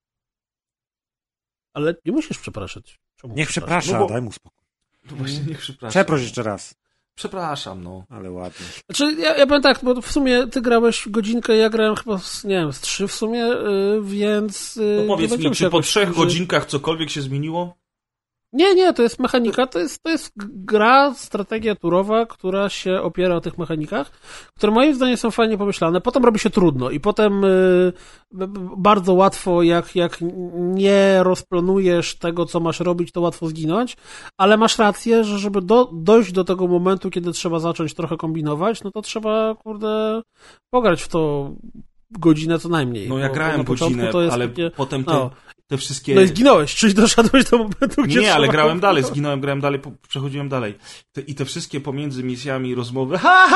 Ale nie musisz przepraszać. Niech przeprasza, daj mu spokój. No właśnie, niech przeprasza. Przeproś jeszcze raz. Przepraszam, Ale ładnie. Znaczy, ja powiem tak, bo w sumie ty grałeś godzinkę, ja grałem chyba, z 3 w sumie, więc... No powiedz mi, czy po 3 godzinkach cokolwiek się zmieniło? Nie, to jest mechanika, to jest gra, strategia turowa, która się opiera o tych mechanikach, które moim zdaniem są fajnie pomyślane. Potem robi się trudno i potem bardzo łatwo, jak nie rozplanujesz tego, co masz robić, to łatwo zginąć, ale masz rację, że żeby dojść do tego momentu, kiedy trzeba zacząć trochę kombinować, no to trzeba, pograć w to godzinę co najmniej. No ja grałem godzinę, ale potem te wszystkie... No i zginąłeś, czyli doszedłeś do momentu, gdzie nie, ale grałem dalej, grałem dalej, przechodziłem dalej. I te wszystkie pomiędzy misjami rozmowy,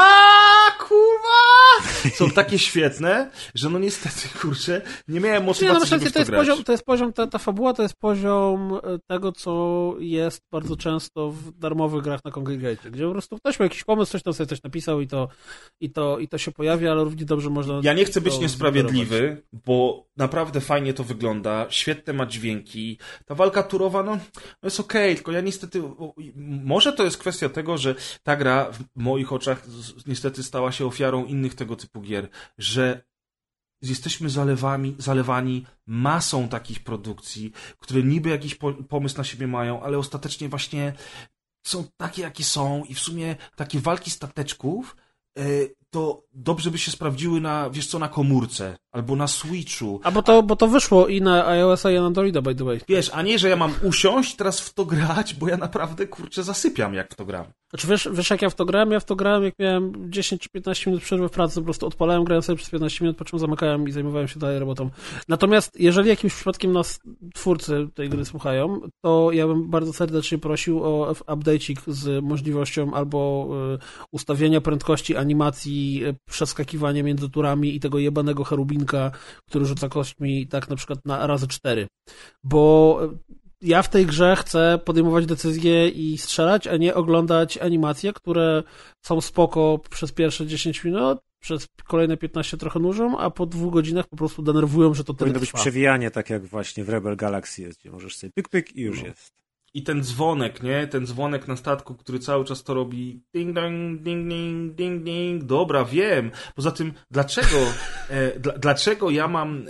kurwa! Są takie świetne, że no niestety, kurczę, nie miałem motywacji, żeby w to grać. To jest poziom, ta fabuła to jest poziom tego, co jest bardzo często w darmowych grach na Kongregate, gdzie po prostu ktoś ma jakiś pomysł, coś tam sobie coś napisał i to się pojawia, ale równie dobrze można... Ja nie chcę być niesprawiedliwy, bo naprawdę fajnie to wygląda, świetne ma dźwięki, ta walka turowa, no jest okej, tylko ja niestety, może to jest kwestia tego, że ta gra w moich oczach niestety stała się ofiarą innych tego typu gier, że jesteśmy zalewani masą takich produkcji, które niby jakiś pomysł na siebie mają, ale ostatecznie właśnie są takie, jakie są i w sumie takie walki stateczków to dobrze by się sprawdziły na komórce, albo na Switchu. Bo to wyszło i na iOS-a, i na Androida, by the way. Wiesz, a nie, że ja mam usiąść teraz w to grać, bo ja naprawdę, zasypiam, jak w to gram. Znaczy, wiesz jak ja w to grałem? Ja w to grałem, jak miałem 10 czy 15 minut przerwy w pracy, po prostu odpalałem, grałem sobie przez 15 minut, po czym zamykałem i zajmowałem się dalej robotą. Natomiast, jeżeli jakimś przypadkiem nas twórcy tej gry słuchają, to ja bym bardzo serdecznie prosił o update'ik z możliwością albo ustawienia prędkości animacji, przeskakiwania między turami i tego jebanego cherubinka, który rzuca kośćmi tak na przykład na razy 4. Bo ja w tej grze chcę podejmować decyzje i strzelać, a nie oglądać animacje, które są spoko przez pierwsze 10 minut, przez kolejne 15 trochę nużą, a po 2 godzinach po prostu denerwują, że to tyle powinno być przewijanie, tak jak właśnie w Rebel Galaxy jest, gdzie możesz sobie pyk i już jest. I ten dzwonek, nie? Ten dzwonek na statku, który cały czas to robi ding dong, ding ding, ding ding. Dobra, wiem. Poza tym, dlaczego ja mam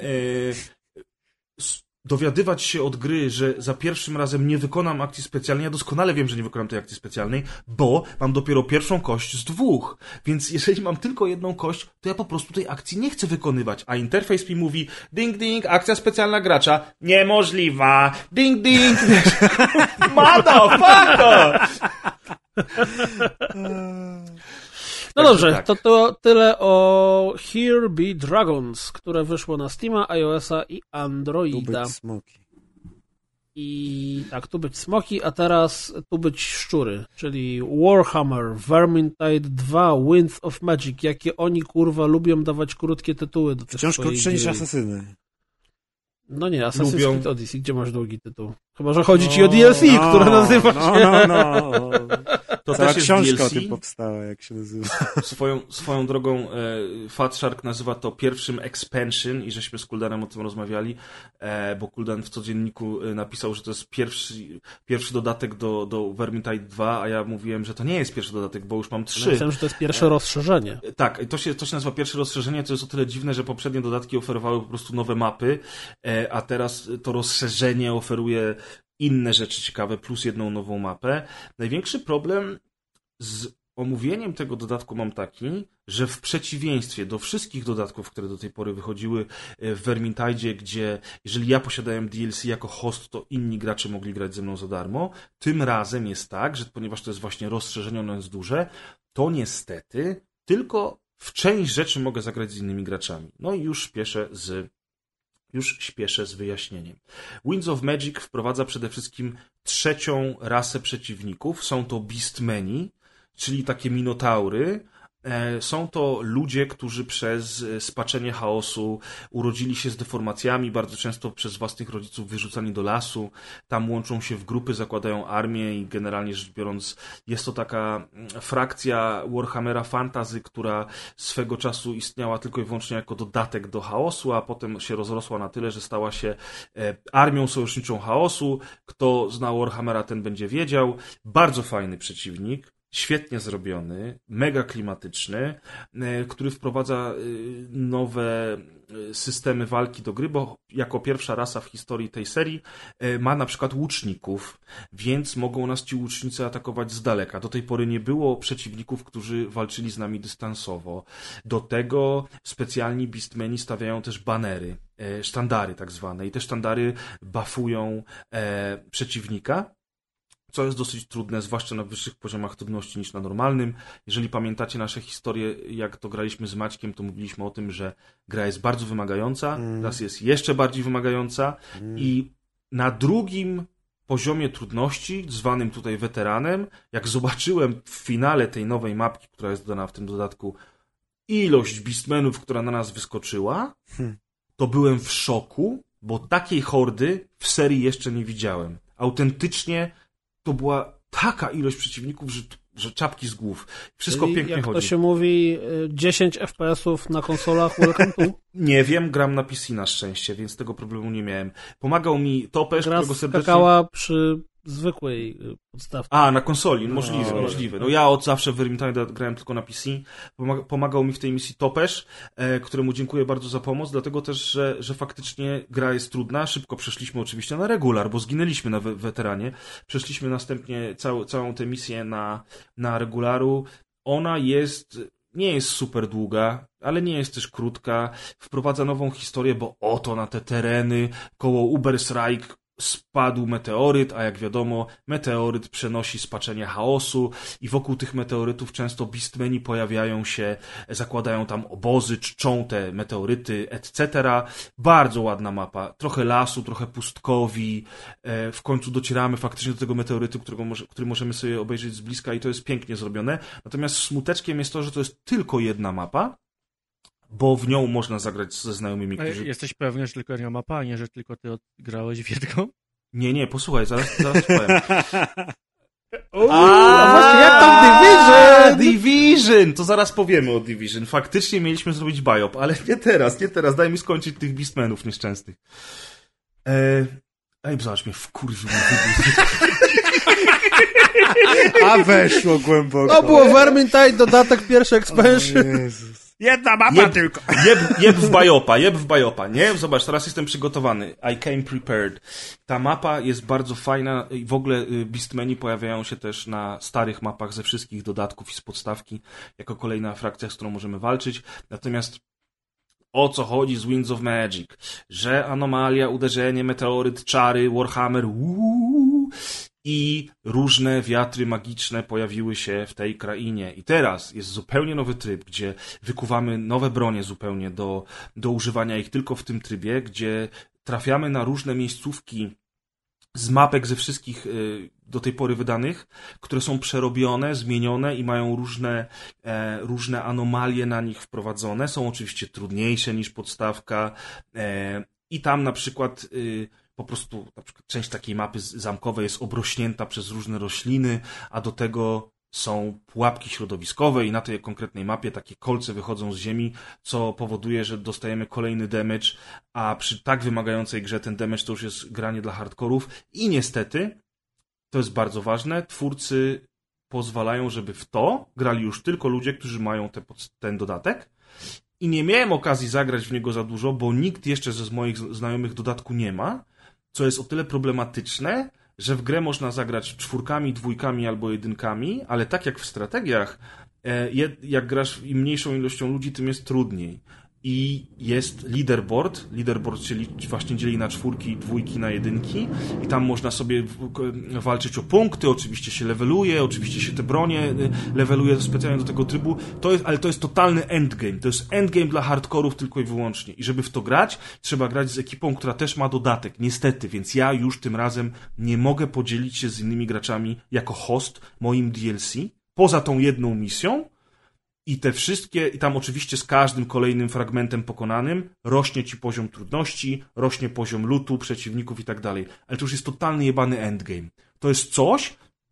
dowiadywać się od gry, że za pierwszym razem nie wykonam akcji specjalnej? Ja doskonale wiem, że nie wykonam tej akcji specjalnej, bo mam dopiero pierwszą kość z 2. Więc jeżeli mam tylko jedną kość, to ja po prostu tej akcji nie chcę wykonywać. A interfejs mi mówi ding ding, akcja specjalna gracza. Niemożliwa. Ding ding. Motherfucker! No dobrze, tak. To tyle o Here Be Dragons, które wyszło na Steama, iOS-a i Androida. Tu być smoki. I tak, tu być smoki, a teraz tu być szczury, czyli Warhammer, Vermintide 2, Winds of Magic, jakie oni lubią dawać krótkie tytuły do tych wciąż krótsze niż Asasyny. No nie, Assassin's Creed Odyssey, gdzie masz długi tytuł? Chyba, że chodzi ci o DLC, które nazywa się... To cała też jest książka DLC. O tym powstała, jak się nazywa. Swoją drogą Fat Shark nazywa to pierwszym expansion i żeśmy z Kuldanem o tym rozmawiali, bo Kuldan w codzienniku napisał, że to jest pierwszy dodatek do Vermintide 2, a ja mówiłem, że to nie jest pierwszy dodatek, bo już mam 3. Myślałem, że to jest pierwsze rozszerzenie. Tak, to się nazywa pierwsze rozszerzenie, co jest o tyle dziwne, że poprzednie dodatki oferowały po prostu nowe mapy, a teraz to rozszerzenie oferuje inne rzeczy ciekawe, plus jedną nową mapę. Największy problem z omówieniem tego dodatku mam taki, że w przeciwieństwie do wszystkich dodatków, które do tej pory wychodziły w Vermintide, gdzie jeżeli ja posiadałem DLC jako host, to inni gracze mogli grać ze mną za darmo, tym razem jest tak, że ponieważ to jest właśnie rozszerzenie, ono jest duże, to niestety tylko w część rzeczy mogę zagrać z innymi graczami. No i już śpieszę z wyjaśnieniem. Winds of Magic wprowadza przede wszystkim 3. rasę przeciwników. Są to Beastmeni, czyli takie minotaury. Są to ludzie, którzy przez spaczenie chaosu urodzili się z deformacjami, bardzo często przez własnych rodziców wyrzucani do lasu. Tam łączą się w grupy, zakładają armię i generalnie rzecz biorąc jest to taka frakcja Warhammera Fantasy, która swego czasu istniała tylko i wyłącznie jako dodatek do chaosu, a potem się rozrosła na tyle, że stała się armią sojuszniczą chaosu. Kto zna Warhammera, ten będzie wiedział. Bardzo fajny przeciwnik. świetnie zrobiony, mega klimatyczny, który wprowadza nowe systemy walki do gry, bo jako pierwsza rasa w historii tej serii ma na przykład łuczników, więc mogą nas ci łucznicy atakować z daleka. Do tej pory nie było przeciwników, którzy walczyli z nami dystansowo. Do tego specjalni beastmeni stawiają też banery, sztandary tak zwane i te sztandary buffują przeciwnika, co jest dosyć trudne, zwłaszcza na wyższych poziomach trudności niż na normalnym. Jeżeli pamiętacie nasze historie, jak to graliśmy z Maćkiem, to mówiliśmy o tym, że gra jest bardzo wymagająca, teraz jest jeszcze bardziej wymagająca i na drugim poziomie trudności, zwanym tutaj weteranem, jak zobaczyłem w finale tej nowej mapki, która jest dodana w tym dodatku, ilość beastmenów, która na nas wyskoczyła, to byłem w szoku, bo takiej hordy w serii jeszcze nie widziałem. Autentycznie to była taka ilość przeciwników, że czapki z głów. Wszystko pięknie jak chodzi. Jak to się mówi, 10 FPS-ów na konsolach, welcome to? Nie wiem, gram na PC na szczęście, więc tego problemu nie miałem. Pomagał mi Topesz, którego serdecznie... skakała przy zwykłej podstawce. A, na konsoli, możliwe. No ja od zawsze w Vermintide grałem tylko na PC. Pomagał mi w tej misji Topesz, któremu dziękuję bardzo za pomoc, dlatego też, że faktycznie gra jest trudna. Szybko przeszliśmy oczywiście na regular, bo zginęliśmy na weteranie. Przeszliśmy następnie całą tę misję na regularu. Ona nie jest super długa, ale nie jest też krótka. Wprowadza nową historię, bo oto na te tereny koło Ubersreich spadł meteoryt, a jak wiadomo, meteoryt przenosi spaczenie chaosu i wokół tych meteorytów często beastmeni pojawiają się, zakładają tam obozy, czczą te meteoryty, etc. Bardzo ładna mapa. Trochę lasu, trochę pustkowi. W końcu docieramy faktycznie do tego meteorytu, który możemy sobie obejrzeć z bliska i to jest pięknie zrobione. Natomiast smuteczkiem jest to, że to jest tylko jedna mapa, bo w nią można zagrać ze znajomymi, którzy... Jesteś pewny, że tylko jedna mapa, a nie, że tylko ty grałeś w jedną? Nie, posłuchaj, zaraz powiem. A właśnie jak tam Division! To zaraz powiemy o Division. Faktycznie mieliśmy zrobić biop, ale nie teraz. Daj mi skończyć tych beastmenów nieszczęsnych. Zobacz mnie, wkurwił mnie A weszło głęboko. To było Vermintide, dodatek pierwszy expansion. Jedna mapa tylko. Jeb w biopa, nie? Zobacz, teraz jestem przygotowany. I came prepared. Ta mapa jest bardzo fajna i w ogóle beastmeni pojawiają się też na starych mapach ze wszystkich dodatków i z podstawki jako kolejna frakcja, z którą możemy walczyć. Natomiast o co chodzi z Winds of Magic? Że anomalia, uderzenie, meteoryt, czary, Warhammer, i różne wiatry magiczne pojawiły się w tej krainie. I teraz jest zupełnie nowy tryb, gdzie wykuwamy nowe bronie zupełnie do używania ich tylko w tym trybie, gdzie trafiamy na różne miejscówki z mapek ze wszystkich do tej pory wydanych, które są przerobione, zmienione i mają różne anomalie na nich wprowadzone. Są oczywiście trudniejsze niż podstawka i tam na przykład... Po prostu na przykład część takiej mapy zamkowej jest obrośnięta przez różne rośliny, a do tego są pułapki środowiskowe i na tej konkretnej mapie takie kolce wychodzą z ziemi, co powoduje, że dostajemy kolejny damage, a przy tak wymagającej grze ten damage to już jest granie dla hardkorów i niestety, to jest bardzo ważne, twórcy pozwalają, żeby w to grali już tylko ludzie, którzy mają ten dodatek. I nie miałem okazji zagrać w niego za dużo, bo nikt jeszcze z moich znajomych dodatku nie ma, co jest o tyle problematyczne, że w grę można zagrać 4, 2 albo 1, ale tak jak w strategiach, jak grasz im mniejszą ilością ludzi, tym jest trudniej. I jest leaderboard się właśnie dzieli na 4, 2 na 1 i tam można sobie walczyć o punkty, oczywiście się leveluje, oczywiście się te bronie leveluje specjalnie do tego trybu, ale to jest totalny endgame, to jest endgame dla hardkorów tylko i wyłącznie i żeby w to grać, trzeba grać z ekipą, która też ma dodatek, niestety, więc ja już tym razem nie mogę podzielić się z innymi graczami jako host moim DLC, poza tą jedną misją. I te wszystkie, i tam oczywiście z każdym kolejnym fragmentem pokonanym rośnie ci poziom trudności, rośnie poziom lootu, przeciwników i tak dalej. Ale to już jest totalny jebany endgame. To jest coś,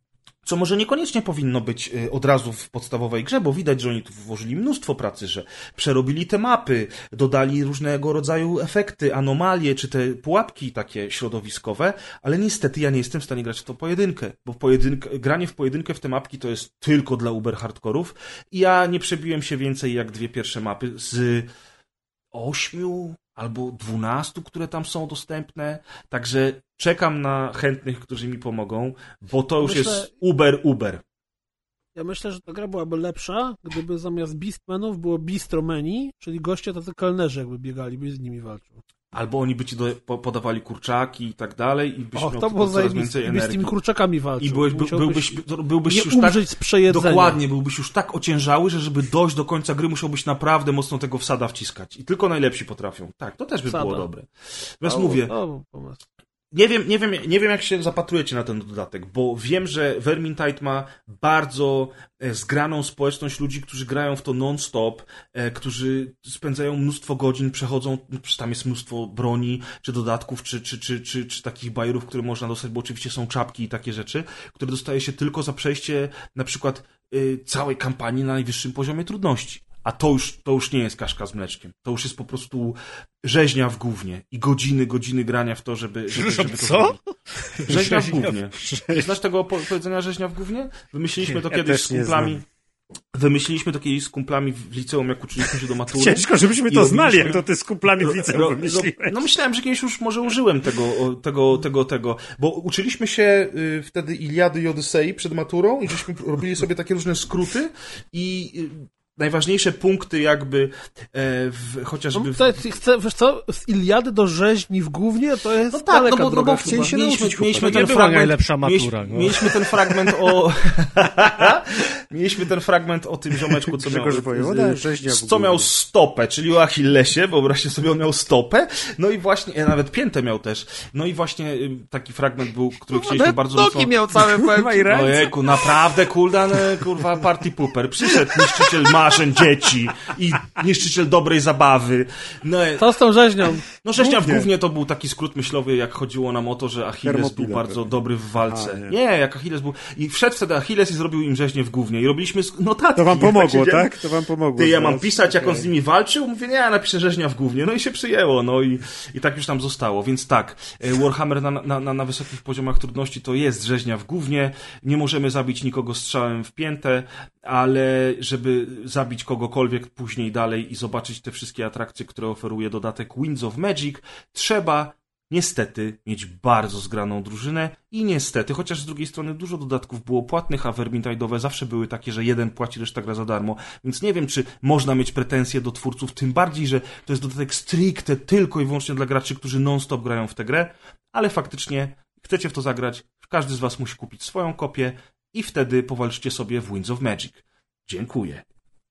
Co może niekoniecznie powinno być od razu w podstawowej grze, bo widać, że oni tu włożyli mnóstwo pracy, że przerobili te mapy, dodali różnego rodzaju efekty, anomalie, czy te pułapki takie środowiskowe, ale niestety ja nie jestem w stanie grać w to pojedynkę, bo granie w pojedynkę w te mapki to jest tylko dla uber hardkorów i ja nie przebiłem się więcej jak 2 pierwsze mapy z 8 albo 12, które tam są dostępne, także czekam na chętnych, którzy mi pomogą, bo to już jest uber. Ja myślę, że ta gra byłaby lepsza, gdyby zamiast Beastmenów było Bistromeni, czyli goście tacy kelnerzy jakby biegali, byś z nimi walczył. Albo oni by ci podawali kurczaki i tak dalej i byś miał to było coraz więcej energii. I z tymi kurczakami walczył. I byłbyś nie już umrzeć z przejedzenia. Dokładnie, byłbyś już tak ociężały, że żeby dojść do końca gry musiałbyś naprawdę mocno tego wsada wciskać. I tylko najlepsi potrafią. Tak, to też by było dobre. Więc mówię... Nie wiem, jak się zapatrujecie na ten dodatek, bo wiem, że Vermintide ma bardzo zgraną społeczność ludzi, którzy grają w to non-stop, którzy spędzają mnóstwo godzin, przechodzą, tam jest mnóstwo broni, czy dodatków, czy takich bajerów, które można dostać, bo oczywiście są czapki i takie rzeczy, które dostaje się tylko za przejście na przykład całej kampanii na najwyższym poziomie trudności. A to już nie jest kaszka z mleczkiem. To już jest po prostu rzeźnia w gównie. I godziny grania w to, żeby to co? zrobić. Rzeźnia w gównie. Znasz tego powiedzenia rzeźnia w gównie? Wymyśliliśmy to kiedyś z kumplami. W liceum, jak uczyliśmy się do matury. Ciężko, żebyśmy to znali, jak to ty z kumplami w liceum wymyśliłeś. No myślałem, że kiedyś już może użyłem tego, bo uczyliśmy się wtedy Iliady i Odysei przed maturą i żeśmy robili sobie takie różne skróty i najważniejsze punkty jakby chociażby... Wiesz co, z Iliady do rzeźni w gównie to jest bo chcieli się nauczyć. Mieliśmy ten fragment, najlepsza matura. Mieliśmy ten fragment mieliśmy ten fragment o tym ziomeczku, co miał stopę, czyli o Achillesie, wyobraźcie sobie, on miał stopę, no i właśnie, nawet piętę miał też, no i właśnie taki fragment był, który chcieliśmy bardzo mocno... Nogi miał całe pełne. Ojejku, naprawdę, kurwa, party pooper. Przyszedł niszczyciel marzeń dzieci i niszczyciel dobrej zabawy. No, co z tą rzeźnią? No rzeźnia w gównie to był taki skrót myślowy, jak chodziło nam o to, że Achilles był bardzo dobry w walce. Nie, jak Achilles był... I wszedł wtedy Achilles i zrobił im rzeźnię w gównie. I robiliśmy notatki. To wam pomogło, tak? To wam pomogło. Ja mam pisać, jak on z nimi walczył? Mówię, nie, ja napiszę rzeźnia w gównie. No i się przyjęło. No i tak już tam zostało. Więc tak, Warhammer na wysokich poziomach trudności to jest rzeźnia w gównie. Nie możemy zabić nikogo strzałem w piętę, ale żeby zabić kogokolwiek później dalej i zobaczyć te wszystkie atrakcje, które oferuje dodatek Winds of Magic, trzeba niestety mieć bardzo zgraną drużynę i niestety, chociaż z drugiej strony dużo dodatków było płatnych, a Vermintide'owe zawsze były takie, że jeden płaci, reszta gra za darmo, więc nie wiem, czy można mieć pretensje do twórców, tym bardziej, że to jest dodatek stricte tylko i wyłącznie dla graczy, którzy non-stop grają w tę grę, ale faktycznie chcecie w to zagrać, każdy z was musi kupić swoją kopię i wtedy powalczycie sobie w Winds of Magic. Dziękuję.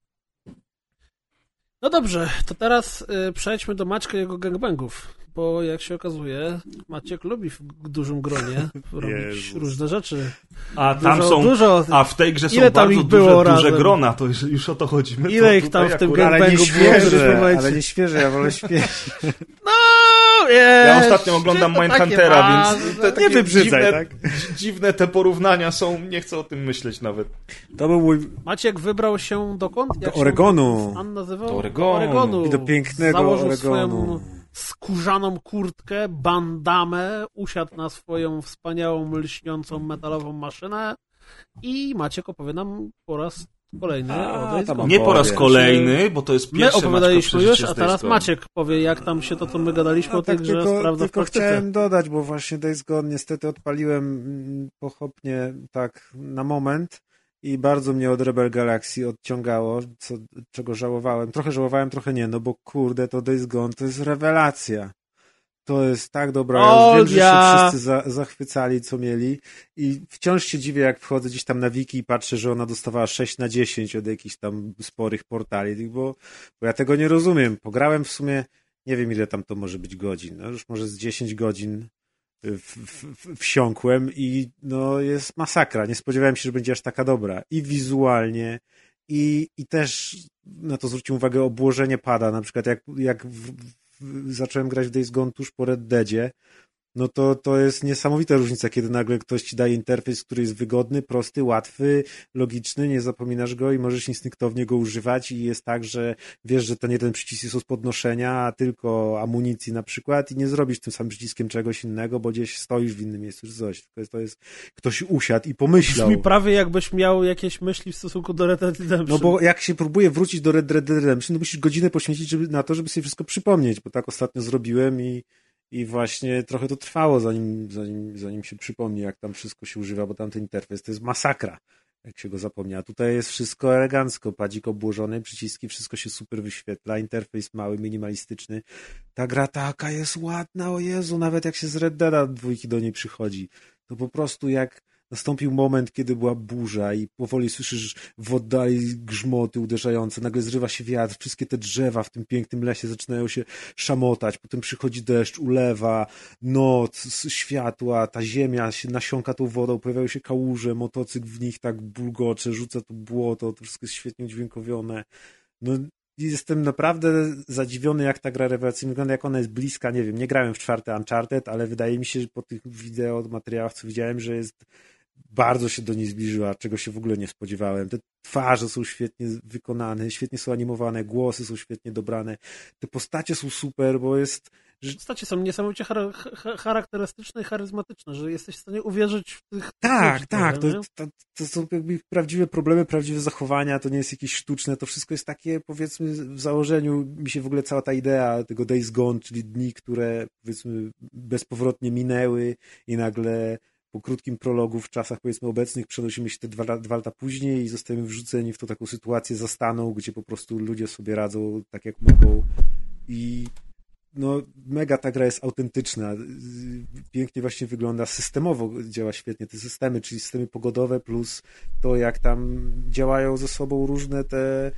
No dobrze, to teraz przejdźmy do Maćka i jego gangbangów, bo jak się okazuje, Maciek lubi w dużym gronie robić różne rzeczy. A tam są, a w tej grze są bardzo duże grona, to już o to chodzi. Ile ich tam w tym gangbangu było? Ale nie świeże, ja wolę świeże. No, ja ostatnio oglądam Mindhuntera, więc nie wybrzydzaj, tak? Dziwne te porównania są, nie chcę o tym myśleć nawet. To był mój... Maciek wybrał się dokąd? Do Oregonu. Pan nazywał? Do Oregonu. I do pięknego Założył Oregonu. Swoją skórzaną kurtkę, bandamę, usiadł na swoją wspaniałą, lśniącą metalową maszynę i Maciek opowie nam po raz kolejny o Days Gone. Nie po raz kolejny, bo to jest pierwszy. My opowiadaliśmy już, a teraz Maciek powie, jak tam się to, co my gadaliśmy o tej grze, sprawdza w praktyce. Chciałem dodać, bo właśnie Days Gone niestety odpaliłem pochopnie tak na moment i bardzo mnie od Rebel Galaxy odciągało, czego żałowałem. Trochę żałowałem, trochę nie, no bo kurde, to Days Gone to jest rewelacja. To jest tak dobra. Ja wiem, że się wszyscy zachwycali, co mieli i wciąż się dziwię, jak wchodzę gdzieś tam na wiki i patrzę, że ona dostawała 6/10 od jakichś tam sporych portali, bo ja tego nie rozumiem. Pograłem w sumie, nie wiem ile tam to może być godzin, no już może z 10 godzin wsiąkłem i no jest masakra. Nie spodziewałem się, że będzie aż taka dobra. I wizualnie, i też na to zwróciłem uwagę obłożenie pada. Na przykład jak zacząłem grać w Days Gone tuż po Red Deadzie, no to jest niesamowita różnica, kiedy nagle ktoś ci daje interfejs, który jest wygodny, prosty, łatwy, logiczny, nie zapominasz go i możesz instynktownie go używać i jest tak, że wiesz, że ten jeden przycisk jest od podnoszenia, a tylko amunicji na przykład i nie zrobisz tym samym przyciskiem czegoś innego, bo gdzieś stoisz w innym miejscu czy coś. To jest ktoś usiadł i pomyślał. Brzmi prawie jakbyś miał jakieś myśli w stosunku do Red Dead Redemption. No bo jak się próbuje wrócić do Red Dead Redemption, to musisz godzinę poświęcić na to, żeby sobie wszystko przypomnieć, bo tak ostatnio zrobiłem i właśnie trochę to trwało, zanim się przypomni, jak tam wszystko się używa, bo tam ten interfejs to jest masakra, jak się go zapomnia. A tutaj jest wszystko elegancko, padzik obłożony, przyciski, wszystko się super wyświetla, interfejs mały, minimalistyczny. Ta gra taka jest ładna, o Jezu, nawet jak się z Red Deada 2 do niej przychodzi, to po prostu jak nastąpił moment, kiedy była burza i powoli słyszysz w oddali grzmoty uderzające, nagle zrywa się wiatr, wszystkie te drzewa w tym pięknym lesie zaczynają się szamotać, potem przychodzi deszcz, ulewa, noc, światła, ta ziemia się nasiąka tą wodą, pojawiają się kałuże, motocykl w nich tak bulgocze, rzuca to błoto, to wszystko jest świetnie udźwiękowione. No, jestem naprawdę zadziwiony, jak ta gra rewelacyjnie wygląda, jak ona jest bliska, nie wiem, nie grałem w 4 Uncharted, ale wydaje mi się, że po tych wideo, materiałach, co widziałem, że jest bardzo się do niej zbliżyła, czego się w ogóle nie spodziewałem. Te twarze są świetnie wykonane, świetnie są animowane, głosy są świetnie dobrane, te postacie są super, bo jest... Postacie są niesamowicie charakterystyczne i charyzmatyczne, że jesteś w stanie uwierzyć w tych... Tak. To są jakby prawdziwe problemy, prawdziwe zachowania, to nie jest jakieś sztuczne, to wszystko jest takie, powiedzmy, w założeniu mi się w ogóle cała ta idea tego Days Gone, czyli dni, które, powiedzmy, bezpowrotnie minęły i nagle po krótkim prologu w czasach, powiedzmy, obecnych przenosimy się te dwa lata później i zostajemy wrzuceni w tą taką sytuację zastaną, gdzie po prostu ludzie sobie radzą tak, jak mogą i no mega ta gra jest autentyczna, pięknie właśnie wygląda, systemowo działa świetnie te systemy, czyli systemy pogodowe plus to, jak tam działają ze sobą różne te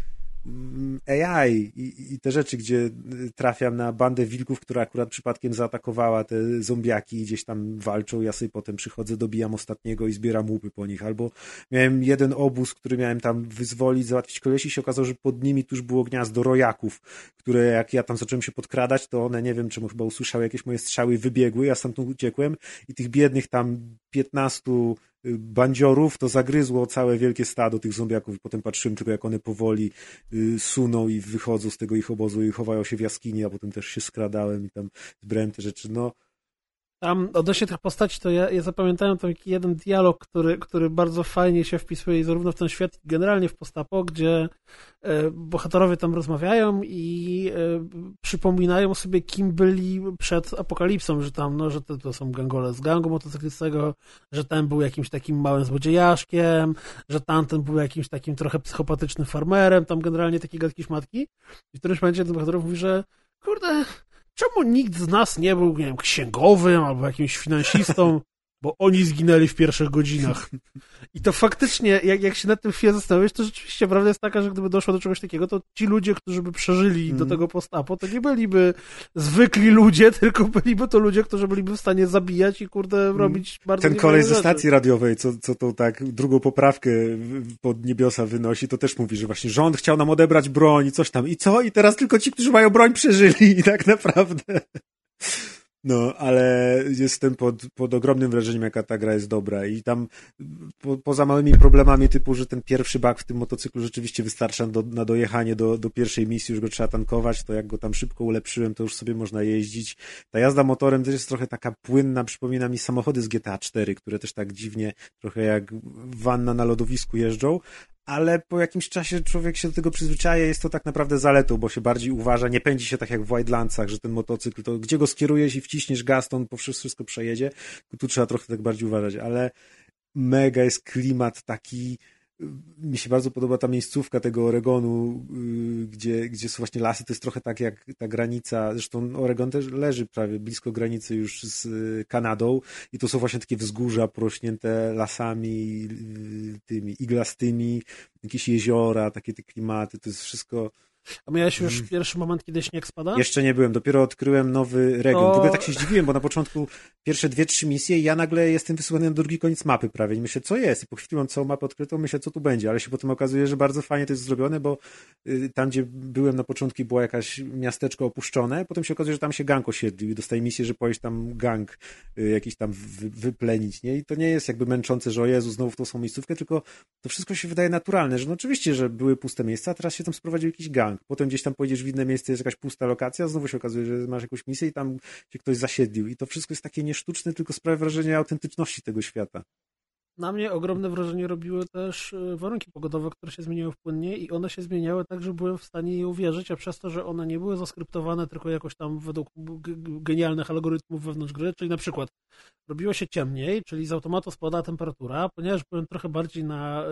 AI i te rzeczy, gdzie trafiam na bandę wilków, która akurat przypadkiem zaatakowała te zombiaki i gdzieś tam walczą, ja sobie potem przychodzę, dobijam ostatniego i zbieram łupy po nich, albo miałem jeden obóz, który miałem tam wyzwolić, załatwić kolesi i się okazało, że pod nimi tuż było gniazdo rojaków, które jak ja tam zacząłem się podkradać, to one, nie wiem czemu, chyba usłyszały jakieś moje strzały i wybiegły, ja stamtąd uciekłem i tych biednych tam 15 bandziorów to zagryzło całe wielkie stado tych zombiaków i potem patrzyłem tylko, jak one powoli suną i wychodzą z tego ich obozu i chowają się w jaskini, a potem też się skradałem i tam zbrałem te rzeczy, no. Tam odnośnie tych postaci, to ja zapamiętałem taki jeden dialog, który bardzo fajnie się wpisuje zarówno w ten świat, generalnie w postapo, gdzie bohaterowie tam rozmawiają i przypominają sobie, kim byli przed apokalipsą, że tam, no, że to są gangole z gangu motocyklistycznego, że ten był jakimś takim małym złodziejaszkiem, że tamten był jakimś takim trochę psychopatycznym farmerem, tam generalnie takie gadki szmatki. I w którymś momencie ten bohater mówi, że kurde, czemu nikt z nas nie był, nie wiem, księgowym albo jakimś finansistą, bo oni zginęli w pierwszych godzinach. I to faktycznie, jak się nad tym chwilę zastanowisz, to rzeczywiście prawda jest taka, że gdyby doszło do czegoś takiego, to ci ludzie, którzy by przeżyli do tego post-apo, to nie byliby zwykli ludzie, tylko byliby to ludzie, którzy byliby w stanie zabijać i kurde robić bardzo ten kolej ze stacji radiowej, co tą tak drugą poprawkę pod niebiosa wynosi, to też mówi, że właśnie rząd chciał nam odebrać broń i coś tam. I co? I teraz tylko ci, którzy mają broń, przeżyli i tak naprawdę... No, ale jestem pod ogromnym wrażeniem, jaka ta gra jest dobra i tam poza małymi problemami typu, że ten pierwszy bug w tym motocyklu rzeczywiście wystarcza na dojechanie do pierwszej misji, już go trzeba tankować, to jak go tam szybko ulepszyłem, to już sobie można jeździć. Ta jazda motorem też jest trochę taka płynna, przypomina mi samochody z GTA 4, które też tak dziwnie, trochę jak wanna na lodowisku jeżdżą, ale po jakimś czasie człowiek się do tego przyzwyczaja, jest to tak naprawdę zaletą, bo się bardziej uważa, nie pędzi się tak jak w Wildlandsach, że ten motocykl, to gdzie go skierujesz i wciśniesz gaz, to on po wszystko przejedzie, tu trzeba trochę tak bardziej uważać, ale mega jest klimat taki, mi się bardzo podoba ta miejscówka tego Oregonu, gdzie są właśnie lasy, to jest trochę tak jak ta granica, zresztą Oregon też leży prawie blisko granicy już z Kanadą i to są właśnie takie wzgórza porośnięte lasami, tymi iglastymi, jakieś jeziora, takie te klimaty, to jest wszystko A miałeś już pierwszy moment, kiedy śnieg spada? Jeszcze nie byłem, dopiero odkryłem nowy region. W ogóle tak się zdziwiłem, bo na początku pierwsze 2-3 misje i ja nagle jestem wysyłany na drugi koniec mapy prawie. I myślę, co jest? I po chwili mam całą mapę odkrytą, myślę, co tu będzie, ale się potem okazuje, że bardzo fajnie to jest zrobione, bo tam, gdzie byłem na początku, było jakaś miasteczko opuszczone, potem się okazuje, że tam się gang osiedlił i dostaje misję, że pojeść tam gang jakiś tam wyplenić, nie? I to nie jest jakby męczące, że o Jezu, znowu w tą samą miejscówkę, tylko to wszystko się wydaje naturalne, że no oczywiście, że były puste miejsca, a teraz się tam sprowadził jakiś gang. Potem gdzieś tam pojedziesz w inne miejsce, jest jakaś pusta lokacja, znowu się okazuje, że masz jakąś misję i tam się ktoś zasiedlił. I to wszystko jest takie niesztuczne, tylko sprawia wrażenie autentyczności tego świata. Na mnie ogromne wrażenie robiły też warunki pogodowe, które się zmieniały płynnie i one się zmieniały tak, że byłem w stanie je uwierzyć, a przez to, że one nie były zaskryptowane tylko jakoś tam według genialnych algorytmów wewnątrz gry, czyli na przykład robiło się ciemniej, czyli z automatu spadała temperatura, ponieważ byłem trochę bardziej na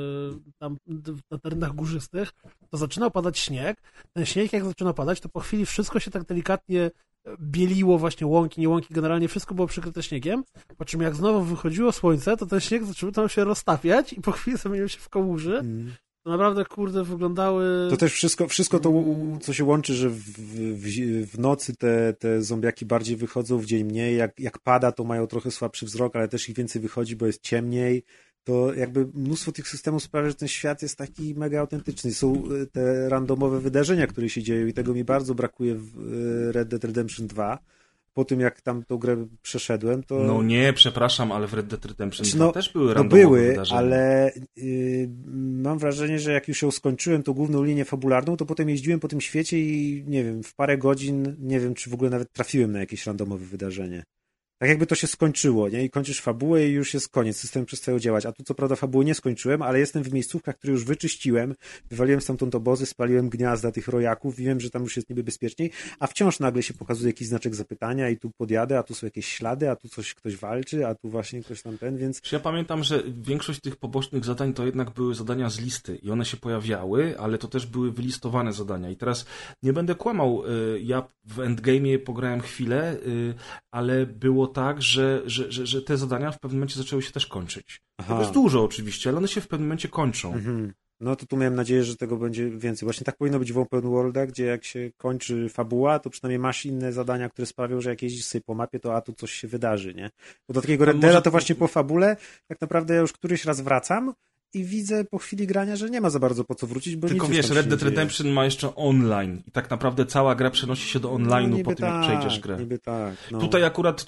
terenach górzystych, to zaczynał padać śnieg. Ten śnieg jak zaczynał padać, to po chwili wszystko się tak delikatnie bieliło, właśnie łąki, nie łąki, generalnie wszystko było przykryte śniegiem, po czym jak znowu wychodziło słońce, to ten śnieg zaczął tam się roztapiać i po chwili zamienił się w kałuży. To naprawdę, kurde, wyglądały... To też wszystko to, co się łączy, że w nocy te zombiaki bardziej wychodzą, w dzień mniej, jak pada, to mają trochę słabszy wzrok, ale też ich więcej wychodzi, bo jest ciemniej. To jakby mnóstwo tych systemów sprawia, że ten świat jest taki mega autentyczny. Są te randomowe wydarzenia, które się dzieją i tego mi bardzo brakuje w Red Dead Redemption 2. Po tym, jak tam tą grę przeszedłem, to... No nie, przepraszam, ale w Red Dead Redemption 2 też były randomowe wydarzenia. Ale mam wrażenie, że jak już ją skończyłem, tą główną linię fabularną, to potem jeździłem po tym świecie i nie wiem, w parę godzin, nie wiem, czy w ogóle nawet trafiłem na jakieś randomowe wydarzenie. Tak jakby to się skończyło, nie? I kończysz fabułę i już jest koniec, system przestaje działać. A tu co prawda fabuły nie skończyłem, ale jestem w miejscówkach, które już wyczyściłem, wywaliłem stamtąd obozy, spaliłem gniazda tych rojaków, wiem, że tam już jest niby bezpieczniej, a wciąż nagle się pokazuje jakiś znaczek zapytania i tu podjadę, a tu są jakieś ślady, a tu ktoś walczy, a tu właśnie ktoś tam więc... Ja pamiętam, że większość tych pobocznych zadań to jednak były zadania z listy i one się pojawiały, ale to też były wylistowane zadania. I teraz nie będę kłamał, ja w Endgame'ie pograłem chwilę, ale było tak, że te zadania w pewnym momencie zaczęły się też kończyć. To jest dużo oczywiście, ale one się w pewnym momencie kończą. No to tu miałem nadzieję, że tego będzie więcej. Właśnie tak powinno być w Open Worldach, gdzie jak się kończy fabuła, to przynajmniej masz inne zadania, które sprawią, że jak jeździsz sobie po mapie, to tu coś się wydarzy, nie? Bo do takiego Red Deada to właśnie po fabule tak naprawdę ja już któryś raz wracam i widzę po chwili grania, że nie ma za bardzo po co wrócić, bo tylko wiesz, Red Dead Redemption ma jeszcze online i tak naprawdę cała gra przenosi się do online'u po tym, jak przejdziesz grę. Niby tak. No. Tutaj akurat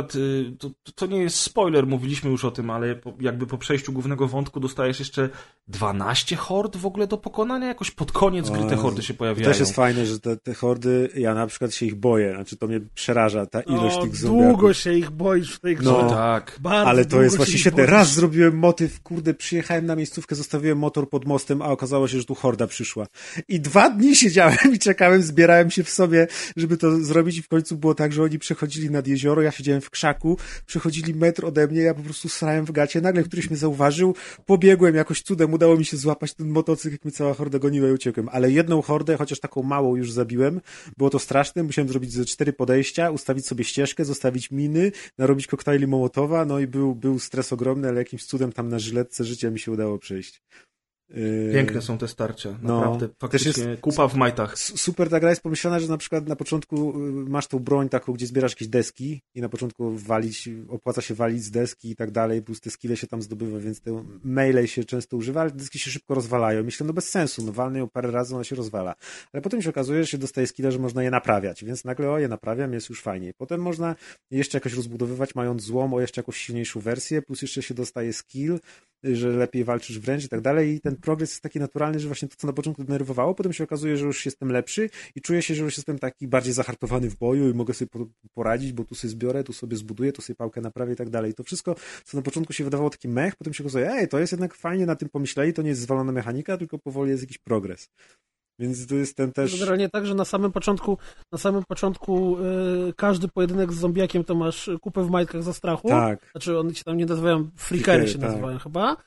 to nie jest spoiler, mówiliśmy już o tym, ale jakby po przejściu głównego wątku dostajesz jeszcze 12 hord w ogóle do pokonania, jakoś pod koniec gry te hordy się pojawiają. To też jest fajne, że te hordy, ja na przykład się ich boję, znaczy to mnie przeraża, ta ilość tych zombiaków. Długo się ich boisz w tej grze. No tak. Ale to jest właśnie świetne. Raz zrobiłem motyw, kurde, przyjechałem na miejscówkę, zostawiłem motor pod mostem, a okazało się, że tu horda przyszła. I 2 dni siedziałem i czekałem, zbierałem się w sobie, żeby to zrobić i w końcu było tak, że oni przechodzili nad jezioro, ja siedziałem w krzaku, przechodzili metr ode mnie, ja po prostu srałem w gacie, nagle któryś mnie zauważył, pobiegłem jakoś cudem, udało mi się złapać ten motocykl, jak mnie cała horda goniła i uciekłem. Ale jedną hordę, chociaż taką małą już zabiłem, było to straszne, musiałem zrobić ze 4 podejścia, ustawić sobie ścieżkę, zostawić miny, narobić koktajli Mołotowa, no i był stres ogromny, ale jakimś cudem tam na żyletce życia mi się udało przejść. Piękne są te starcia, naprawdę. Faktycznie jest kupa w majtach. Super ta gra jest pomyślana, że na przykład na początku masz tą broń taką, gdzie zbierasz jakieś deski i na początku opłaca się walić z deski i tak dalej, plus te skille się tam zdobywa, więc te melee się często używa, ale deski się szybko rozwalają. Myślę, no bez sensu, walnę ją parę razy, ona się rozwala. Ale potem się okazuje, że się dostaje skille, że można je naprawiać, więc nagle je naprawiam, jest już fajniej. Potem można jeszcze jakoś rozbudowywać, mając złom, jeszcze jakąś silniejszą wersję, plus jeszcze się dostaje skill, że lepiej walczysz wręcz i tak dalej i ten progres jest taki naturalny, że właśnie to, co na początku denerwowało, potem się okazuje, że już jestem lepszy i czuję się, że już jestem taki bardziej zahartowany w boju i mogę sobie poradzić, bo tu sobie zbiorę, tu sobie zbuduję, tu sobie pałkę naprawię i tak dalej. I to wszystko, co na początku się wydawało taki mech, potem się okazuje, to jest jednak fajnie, na tym pomyśleli, to nie jest zwalona mechanika, tylko powoli jest jakiś progres. Więc to jest ten też... Generalnie tak, że na samym początku każdy pojedynek z zombiakiem to masz kupę w majtkach za strachu. Tak. Znaczy one się tam nie nazywają, freakery się nazywają chyba.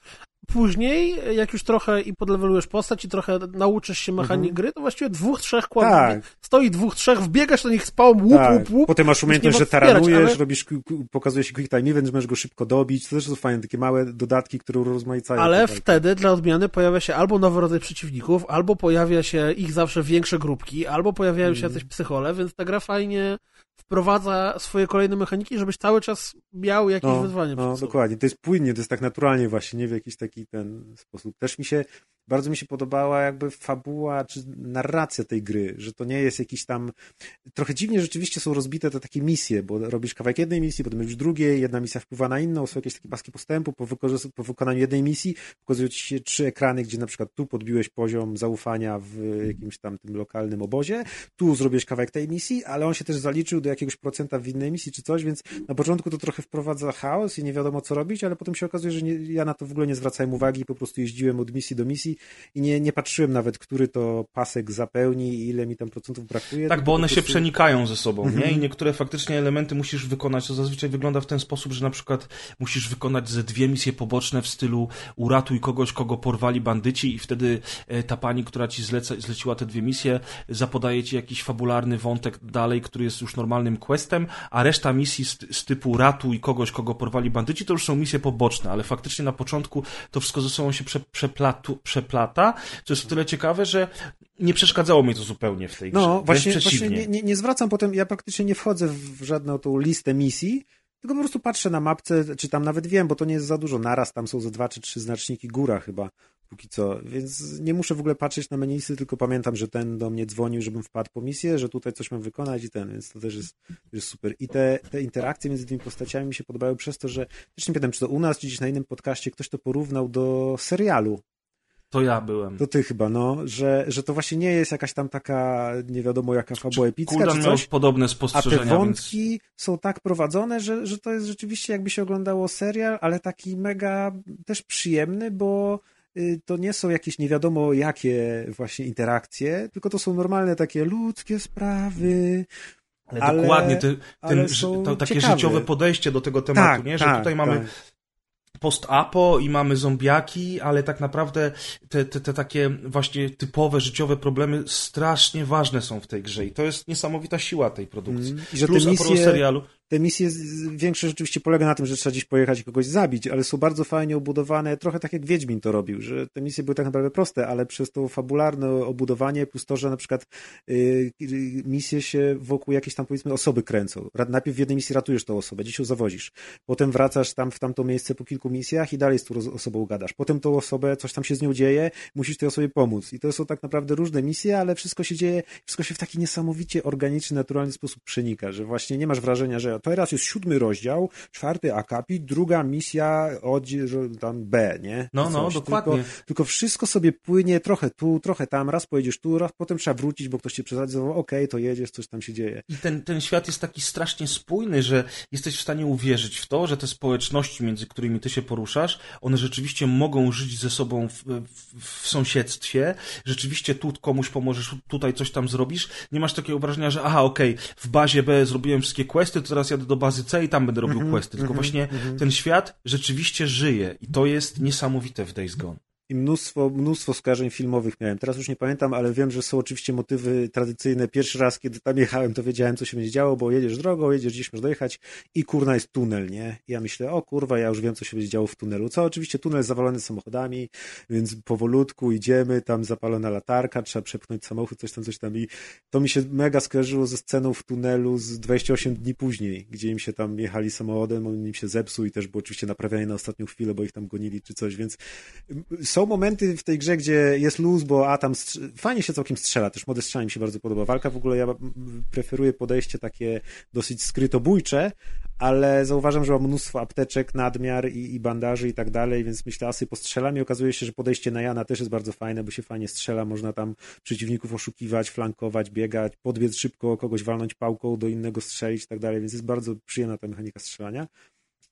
później, jak już trochę i podlevelujesz postać i trochę nauczysz się mechanik gry, to właściwie 2-3 kładów stoi 2-3, wbiegasz do nich z pałą, łup. Potem masz umiejętność, że taranujesz, pokazujesz quick time event, że możesz go szybko dobić, to też są fajne, takie małe dodatki, które urozmaicają. Ale wtedy dla odmiany pojawia się albo nowy rodzaj przeciwników, albo pojawia się ich zawsze większe grupki, albo pojawiają się jacyś psychole, więc ta gra fajnie wprowadza swoje kolejne mechaniki, żebyś cały czas miał jakieś wyzwanie. No, dokładnie. To jest płynnie, to jest tak naturalnie właśnie, nie w jakiś taki ten sposób. Też bardzo mi się podobała jakby fabuła, czy narracja tej gry, że to nie jest jakiś tam... Trochę dziwnie rzeczywiście są rozbite te takie misje, bo robisz kawałek jednej misji, potem robisz drugiej, jedna misja wpływa na inną, są jakieś takie paski postępu, po wykonaniu jednej misji pokazują ci się 3 ekrany, gdzie na przykład tu podbiłeś poziom zaufania w jakimś tam tym lokalnym obozie, tu zrobiłeś kawałek tej misji, ale on się też zaliczył do jakiegoś procenta w innej misji czy coś, więc na początku to trochę wprowadza chaos i nie wiadomo co robić, ale potem się okazuje, że ja na to w ogóle nie zwracałem uwagi, po prostu jeździłem od misji do misji i nie patrzyłem nawet, który to pasek zapełni i ile mi tam procentów brakuje. Tak, bo one się przenikają ze sobą, nie? I niektóre faktycznie elementy musisz wykonać. To zazwyczaj wygląda w ten sposób, że na przykład musisz wykonać ze 2 misje poboczne w stylu uratuj kogoś, kogo porwali bandyci i wtedy ta pani, która ci zleciła te 2 misje, zapodaje ci jakiś fabularny wątek dalej, który jest już normalnym questem, a reszta misji z typu ratuj kogoś, kogo porwali bandyci, to już są misje poboczne, ale faktycznie na początku to wszystko ze sobą się przeplata, co jest o tyle ciekawe, że nie przeszkadzało mi to zupełnie w tej grze. No, właśnie nie zwracam potem, ja praktycznie nie wchodzę w żadną tą listę misji, tylko po prostu patrzę na mapce, czy tam nawet wiem, bo to nie jest za dużo naraz, tam są ze 2 czy 3 znaczniki góra chyba, póki co, więc nie muszę w ogóle patrzeć na menu listy, tylko pamiętam, że ten do mnie dzwonił, żebym wpadł po misję, że tutaj coś mam wykonać i więc to też jest super. I te interakcje między tymi postaciami mi się podobały przez to, że też nie pamiętam, czy to u nas, czy gdzieś na innym podcaście ktoś to porównał do serialu. To ja byłem. To ty chyba, że to właśnie nie jest jakaś tam taka, nie wiadomo jaka fabuła epicka, Kuldan czy coś, miał podobne spostrzeżenia. a te wątki są tak prowadzone, że to jest rzeczywiście jakby się oglądało serial, ale taki mega też przyjemny, bo to nie są jakieś nie wiadomo jakie właśnie interakcje, tylko to są normalne takie ludzkie sprawy. Ale dokładnie, to takie ciekawe. Życiowe podejście do tego tematu, tak, nie? Że tak, tutaj mamy post-apo i mamy zombiaki, ale tak naprawdę te takie właśnie typowe życiowe problemy strasznie ważne są w tej grze i to jest niesamowita siła tej produkcji. I że plus serialu. Te misje, większość rzeczywiście polega na tym, że trzeba gdzieś pojechać i kogoś zabić, ale są bardzo fajnie obudowane, trochę tak jak Wiedźmin to robił, że te misje były tak naprawdę proste, ale przez to fabularne obudowanie, plus to, że na przykład misje się wokół jakiejś tam powiedzmy osoby kręcą. Najpierw w jednej misji ratujesz tą osobę, gdzieś ją zawozisz. Potem wracasz tam w tamto miejsce po kilku misjach i dalej z tą osobą gadasz. Potem tą osobę, coś tam się z nią dzieje, musisz tej osobie pomóc. I to są tak naprawdę różne misje, ale wszystko się dzieje, wszystko się w taki niesamowicie organiczny, naturalny sposób przenika, że właśnie nie masz wrażenia, że teraz jest 7 rozdział, 4 akapit, druga misja tam B, nie? No, dokładnie. Tylko wszystko sobie płynie trochę tu, trochę tam, raz pojedziesz tu, raz potem trzeba wrócić, bo ktoś cię przesadzi, okej, to jedziesz, coś tam się dzieje. I ten świat jest taki strasznie spójny, że jesteś w stanie uwierzyć w to, że te społeczności, między którymi ty się poruszasz, one rzeczywiście mogą żyć ze sobą w sąsiedztwie, rzeczywiście tu komuś pomożesz, tutaj coś tam zrobisz, nie masz takiego wrażenia, że w bazie B zrobiłem wszystkie questy, to teraz jadę do bazy C i tam będę robił questy, tylko właśnie ten świat rzeczywiście żyje i to jest niesamowite w Days Gone. I mnóstwo skojarzeń filmowych miałem. Teraz już nie pamiętam, ale wiem, że są oczywiście motywy tradycyjne. Pierwszy raz, kiedy tam jechałem, to wiedziałem, co się będzie działo, bo jedziesz drogą, jedziesz gdzieś, masz dojechać i kurna jest tunel, nie? I ja myślę, o kurwa, ja już wiem, co się będzie działo w tunelu. Co oczywiście tunel zawalony samochodami, więc powolutku idziemy, tam zapalona latarka, trzeba przepchnąć samochód, coś tam i to mi się mega skojarzyło ze sceną w tunelu z 28 dni później, gdzie im się tam jechali samochodem, on im się zepsuł i też było oczywiście naprawianie na ostatnią chwilę, bo ich tam gonili czy coś, więc są momenty w tej grze, gdzie jest luz, bo tam fajnie się całkiem strzela, też mode strzelanie mi się bardzo podoba. Walka w ogóle ja preferuję podejście takie dosyć skrytobójcze, ale zauważam, że mam mnóstwo apteczek, nadmiar i bandaży i tak dalej, więc myślę, asy postrzelam i okazuje się, że podejście na Jana też jest bardzo fajne, bo się fajnie strzela, można tam przeciwników oszukiwać, flankować, biegać, podbiec szybko, kogoś walnąć pałką, do innego strzelić i tak dalej, więc jest bardzo przyjemna ta mechanika strzelania.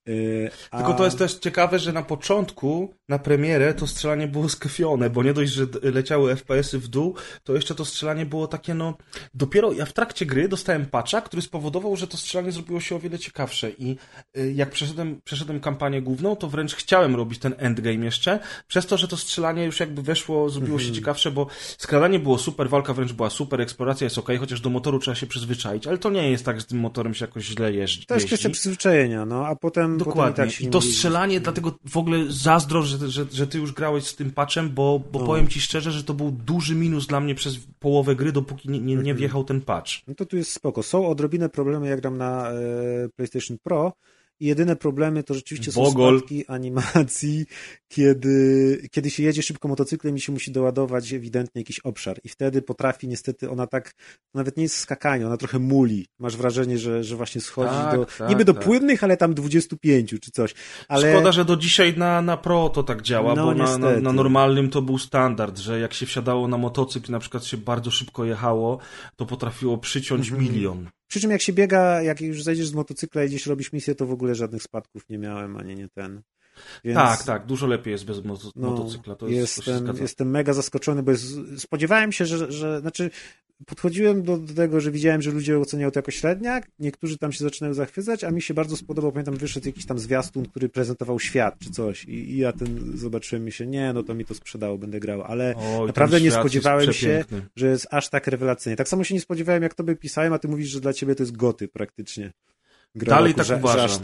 Tylko to jest też ciekawe, że na początku, na premierę, to strzelanie było skrwione, bo nie dość, że leciały FPS-y w dół, to jeszcze to strzelanie było takie, dopiero ja w trakcie gry dostałem patcha, który spowodował, że to strzelanie zrobiło się o wiele ciekawsze i jak przeszedłem kampanię główną, to wręcz chciałem robić ten endgame jeszcze, przez to, że to strzelanie już jakby weszło, zrobiło się ciekawsze, bo skradanie było super, walka wręcz była super, eksploracja jest okej, chociaż do motoru trzeba się przyzwyczaić, ale to nie jest tak, że tym motorem się jakoś źle jeździ. To jest kwestia przyzwyczajenia, a potem... Dokładnie. Potem i tak się I to strzelanie, dlatego w ogóle zazdro, że ty już grałeś z tym patchem, bo powiem ci szczerze, że to był duży minus dla mnie przez połowę gry, dopóki nie wjechał ten patch. No to tu jest spoko. Są odrobinę problemy, jak gram na PlayStation Pro i jedyne problemy to rzeczywiście są spadki animacji, kiedy się jedzie szybko motocyklem i się musi doładować ewidentnie jakiś obszar i wtedy potrafi niestety, ona tak, nawet nie jest skakanie, ona trochę muli. Masz wrażenie, że właśnie schodzi niby do płynnych, ale tam 25 czy coś. Ale... Szkoda, że do dzisiaj na Pro to tak działa, bo na normalnym to był standard, że jak się wsiadało na motocykl, na przykład się bardzo szybko jechało, to potrafiło przyciąć milion. Przy czym jak się biega, jak już zejdziesz z motocykla i gdzieś robisz misję, to w ogóle żadnych spadków nie miałem, ani nie ten. Więc... Tak, dużo lepiej jest bez motocykla. Jestem mega zaskoczony, bo spodziewałem się, że znaczy podchodziłem do tego, że widziałem, że ludzie oceniają to jako średniak, niektórzy tam się zaczynają zachwycać, a mi się bardzo spodobał, pamiętam, wyszedł jakiś tam zwiastun, który prezentował świat czy coś i ja zobaczyłem i się, to mi to sprzedało, będę grał, ale naprawdę nie spodziewałem się, że jest aż tak rewelacyjnie. Tak samo się nie spodziewałem, jak tobie pisałem, a ty mówisz, że dla ciebie to jest goty praktycznie. Dalej tak uważam.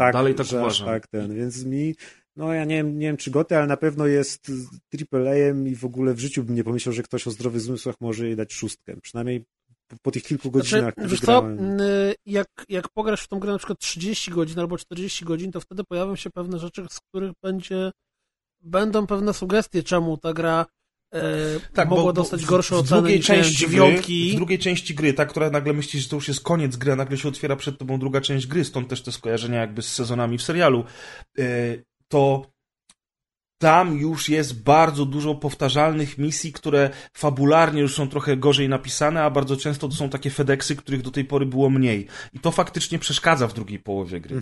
Więc mi ja nie wiem czy goty, ale na pewno jest AAA-em i w ogóle w życiu bym nie pomyślał, że ktoś o zdrowych zmysłach może jej dać 6. Przynajmniej po tych kilku godzinach, które grałem. Jak pograsz w tą grę na przykład 30 godzin albo 40 godzin, to wtedy pojawią się pewne rzeczy, z których będą pewne sugestie, czemu ta gra mogła dostać gorsze oceny niż dziewiątki. W drugiej części gry, ta, która nagle myśli, że to już jest koniec gry, a nagle się otwiera przed tobą druga część gry, stąd też te skojarzenia jakby z sezonami w serialu, to tam już jest bardzo dużo powtarzalnych misji, które fabularnie już są trochę gorzej napisane, a bardzo często to są takie fedeksy, których do tej pory było mniej. I to faktycznie przeszkadza w drugiej połowie gry.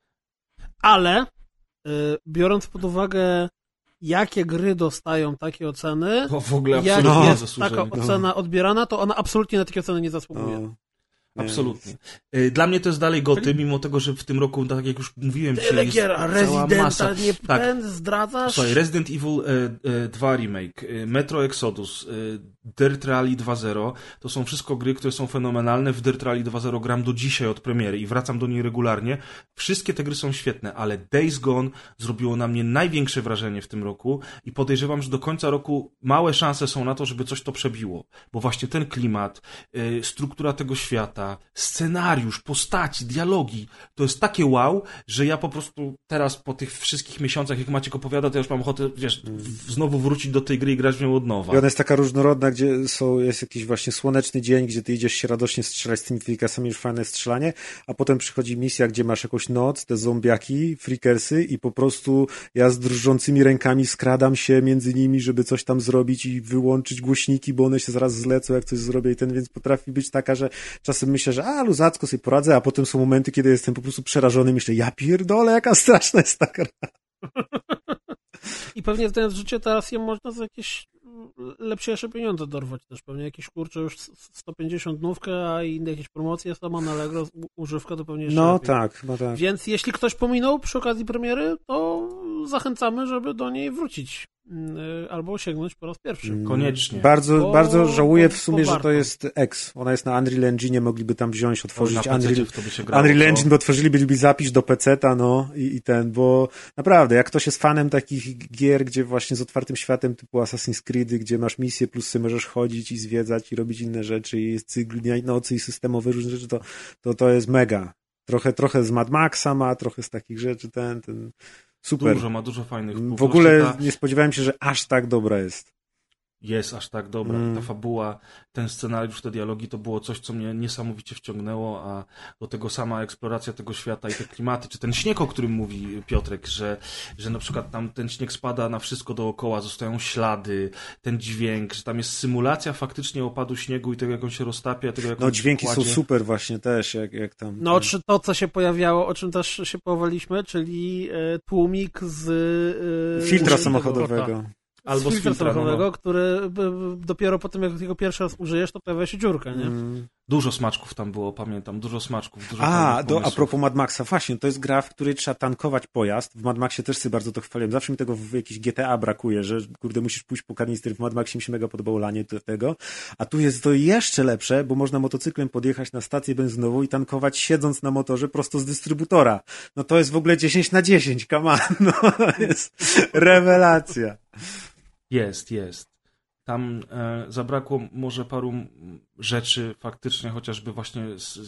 Ale biorąc pod uwagę, jakie gry dostają takie oceny, to w ogóle absolutnie jak jest taka ocena odbierana, to ona absolutnie na takie oceny nie zasługuje. Absolutnie. Dla mnie to jest dalej goty, mimo tego, że w tym roku, tak jak już mówiłem, jest Residenta nie zdradzasz? Słuchaj, Resident Evil 2 Remake, Metro Exodus, Dirt Rally 2.0, to są wszystko gry, które są fenomenalne. W Dirt Rally 2.0 gram do dzisiaj od premiery i wracam do niej regularnie. Wszystkie te gry są świetne, ale Days Gone zrobiło na mnie największe wrażenie w tym roku i podejrzewam, że do końca roku małe szanse są na to, żeby coś to przebiło. Bo właśnie ten klimat, struktura tego świata, scenariusz, postaci, dialogi, to jest takie wow, że ja po prostu teraz po tych wszystkich miesiącach, jak Maciek opowiada, to ja już mam ochotę, znowu wrócić do tej gry i grać w nią od nowa. I ona jest taka różnorodna, gdzie jest jakiś właśnie słoneczny dzień, gdzie ty idziesz się radośnie strzelać z tymi freakasami, już fajne strzelanie, a potem przychodzi misja, gdzie masz jakąś noc, te zombiaki, freakersy i po prostu ja z drżącymi rękami skradam się między nimi, żeby coś tam zrobić i wyłączyć głośniki, bo one się zaraz zlecą, jak coś zrobię więc potrafi być taka, że czasem myślę, że luzacko sobie poradzę, a potem są momenty, kiedy jestem po prostu przerażony, myślę, ja pierdolę, jaka straszna jest ta gra. I pewnie znając życie teraz je można za jakieś lepsze pieniądze dorwać też. Pewnie jakieś już 150 nówkę, a inne jakieś promocje sama na Allegro, używka to pewnie jeszcze lepiej. Tak. Więc jeśli ktoś pominął przy okazji premiery, to zachęcamy, żeby do niej wrócić. Albo sięgnąć po raz pierwszy. Koniecznie. Bardzo żałuję w sumie, że to jest X. Ona jest na Unreal Engine, mogliby tam wziąć, otworzyć Unreal Engine, bo otworzyliby zapis do PC-ta, i bo naprawdę, jak ktoś jest fanem takich gier, gdzie właśnie z otwartym światem typu Assassin's Creed, gdzie masz misje, plus sobie możesz chodzić i zwiedzać i robić inne rzeczy i jest cykl dnia i nocy i systemowe różne rzeczy, to jest mega. Trochę z Mad Maxa ma, trochę z takich rzeczy, super. Ma dużo fajnych. W ogóle nie spodziewałem się, że aż tak dobra jest. jest aż tak dobra. Ta fabuła, ten scenariusz, te dialogi to było coś, co mnie niesamowicie wciągnęło, a do tego sama eksploracja tego świata i te klimaty, czy ten śnieg, o którym mówi Piotrek, że na przykład tam ten śnieg spada na wszystko dookoła, zostają ślady, ten dźwięk, że tam jest symulacja faktycznie opadu śniegu i tego, jak on się roztapia, tego, jak on dźwięki są super właśnie też, jak tam... No, czy to, co się pojawiało, o czym też się pochwaliliśmy, czyli tłumik z... filtra samochodowego. Albo z filtra samochodowego, który dopiero po tym, jak jego pierwszy raz użyjesz, to pojawia się dziurka, nie? Dużo smaczków tam było, pamiętam, dużo smaczków. A propos Mad Maxa, właśnie, to jest gra, w której trzeba tankować pojazd. W Mad Maxie też sobie bardzo to chwaliłem. Zawsze mi tego w jakiejś GTA brakuje, że kurde, musisz pójść po kanister. W Mad Maxie mi się mega podobało lanie tego. A tu jest to jeszcze lepsze, bo można motocyklem podjechać na stację benzynową i tankować siedząc na motorze prosto z dystrybutora. No to jest w ogóle 10/10, come on. No, to jest rewelacja. Jest. Tam zabrakło może paru rzeczy faktycznie, chociażby właśnie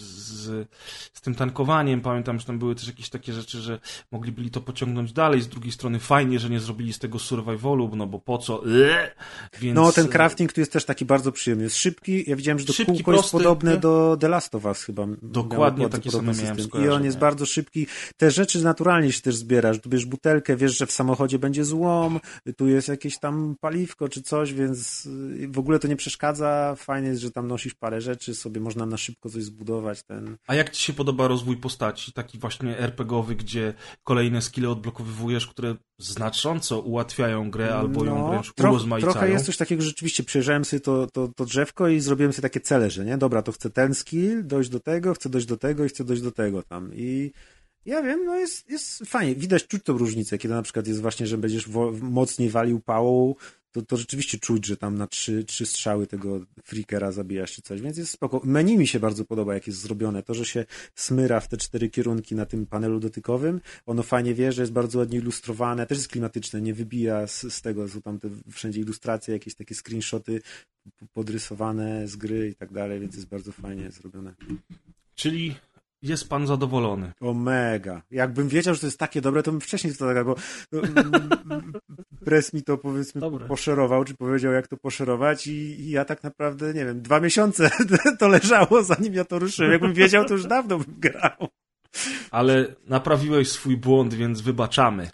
z tym tankowaniem. Pamiętam, że tam były też jakieś takie rzeczy, że mogli byli to pociągnąć dalej. Z drugiej strony fajnie, że nie zrobili z tego survivalu, no bo po co? Więc... No, ten crafting tu jest też taki bardzo przyjemny. Jest szybki. Ja widziałem, że to kółko prosty, jest podobne do The Last of Us chyba. Dokładnie takie same miałem I on jest bardzo szybki. Te rzeczy naturalnie się też zbierasz. Tu bierzesz butelkę, wiesz, że w samochodzie będzie złom, tu jest jakieś tam paliwko czy coś, więc w ogóle to nie przeszkadza. Fajnie jest, że tam nosisz parę rzeczy, sobie można na szybko coś zbudować. A jak ci się podoba rozwój postaci, taki właśnie RPG-owy, gdzie kolejne skille odblokowywujesz, które znacząco ułatwiają grę albo ją wręcz urozmaicają? Trochę jest coś takiego, że rzeczywiście przejrzałem sobie to drzewko i zrobiłem sobie takie cele, że nie, dobra, to chcę ten skill, dojść do tego, chcę dojść do tego i chcę dojść do tego tam. I ja wiem, no jest fajnie. Widać, czuć tą różnicę, kiedy na przykład jest właśnie, że będziesz mocniej walił pałą, to rzeczywiście czuć, że tam na trzy strzały tego freakera zabijasz czy coś, więc jest spoko. Menu mi się bardzo podoba, jak jest zrobione. To, że się smyra w te 4 kierunki na tym panelu dotykowym, ono fajnie wie, że jest bardzo ładnie ilustrowane, też jest klimatyczne, nie wybija z tego, są tam te wszędzie ilustracje, jakieś takie screenshoty podrysowane z gry i tak dalej, więc jest bardzo fajnie zrobione. Czyli jest pan zadowolony. O mega. Jakbym wiedział, że to jest takie dobre, to bym wcześniej to tak, bo Press mi to powiedzmy poszerował, czy powiedział, jak to poszerować i ja tak naprawdę, nie wiem, 2 miesiące to leżało, zanim ja to ruszyłem. Jakbym wiedział, to już dawno bym grał. Ale naprawiłeś swój błąd, więc wybaczamy.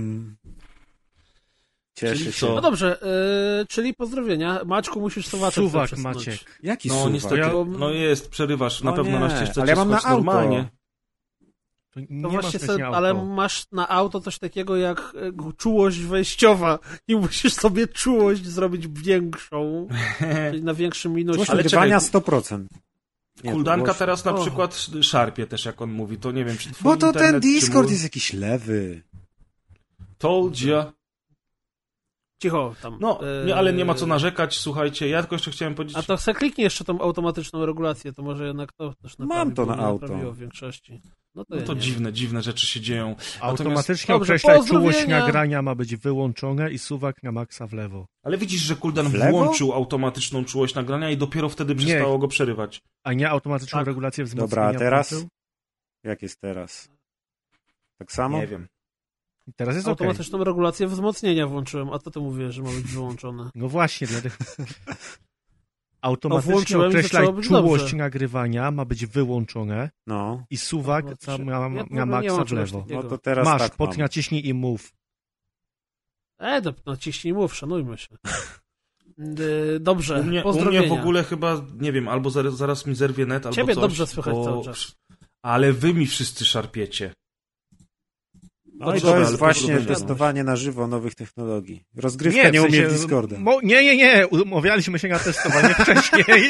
Cieszę się. No dobrze, czyli pozdrowienia. Maćku, musisz Suwak, Maciek. Jaki suwak? Niestety, no jest, przerywasz na pewno na ścieżce. Ale ja mam na auto. Normalnie. To właśnie ale masz na auto coś takiego jak czułość wejściowa i musisz sobie czułość zrobić większą, czyli na większym minusie. Ale nagrywania 100%. Kuldanka teraz na przykład szarpie też, jak on mówi, to nie wiem, czy twój bo to internet, ten Discord jest jakiś lewy. Told ya. Cicho tam. No, nie, ale nie ma co narzekać, słuchajcie, ja tylko jeszcze chciałem powiedzieć... A to se kliknij jeszcze tą automatyczną regulację, to może jednak to też naprawi. Mam to na auto. W większości. No to dziwne rzeczy się dzieją. Automatycznie określać czułość nagrania ma być wyłączone i suwak na maksa w lewo. Ale widzisz, że Kuldan włączył automatyczną czułość nagrania i dopiero wtedy przestało go przerywać. A nie automatyczną regulację wzmocnienia? Dobra, a teraz? Jak jest teraz? Tak samo? Nie wiem. Teraz jest automatyczną regulację wzmocnienia włączyłem, a to mówię, że ma być wyłączone. No właśnie, dlatego... Automatycznie określać czułość nagrywania ma być wyłączone i suwak na maksa w lewo. No to teraz masz, naciśnij i move. Naciśnij i move, szanujmy się. Dobrze, u mnie w ogóle chyba, nie wiem, albo zaraz mi zerwie net, albo Ciebie coś. Dobrze słychać cały czas. Ale wy mi wszyscy szarpiecie. No i to jest właśnie testowanie na żywo nowych technologii. Rozgrywka nie umie w Discorda. Nie. Umawialiśmy się na testowanie wcześniej.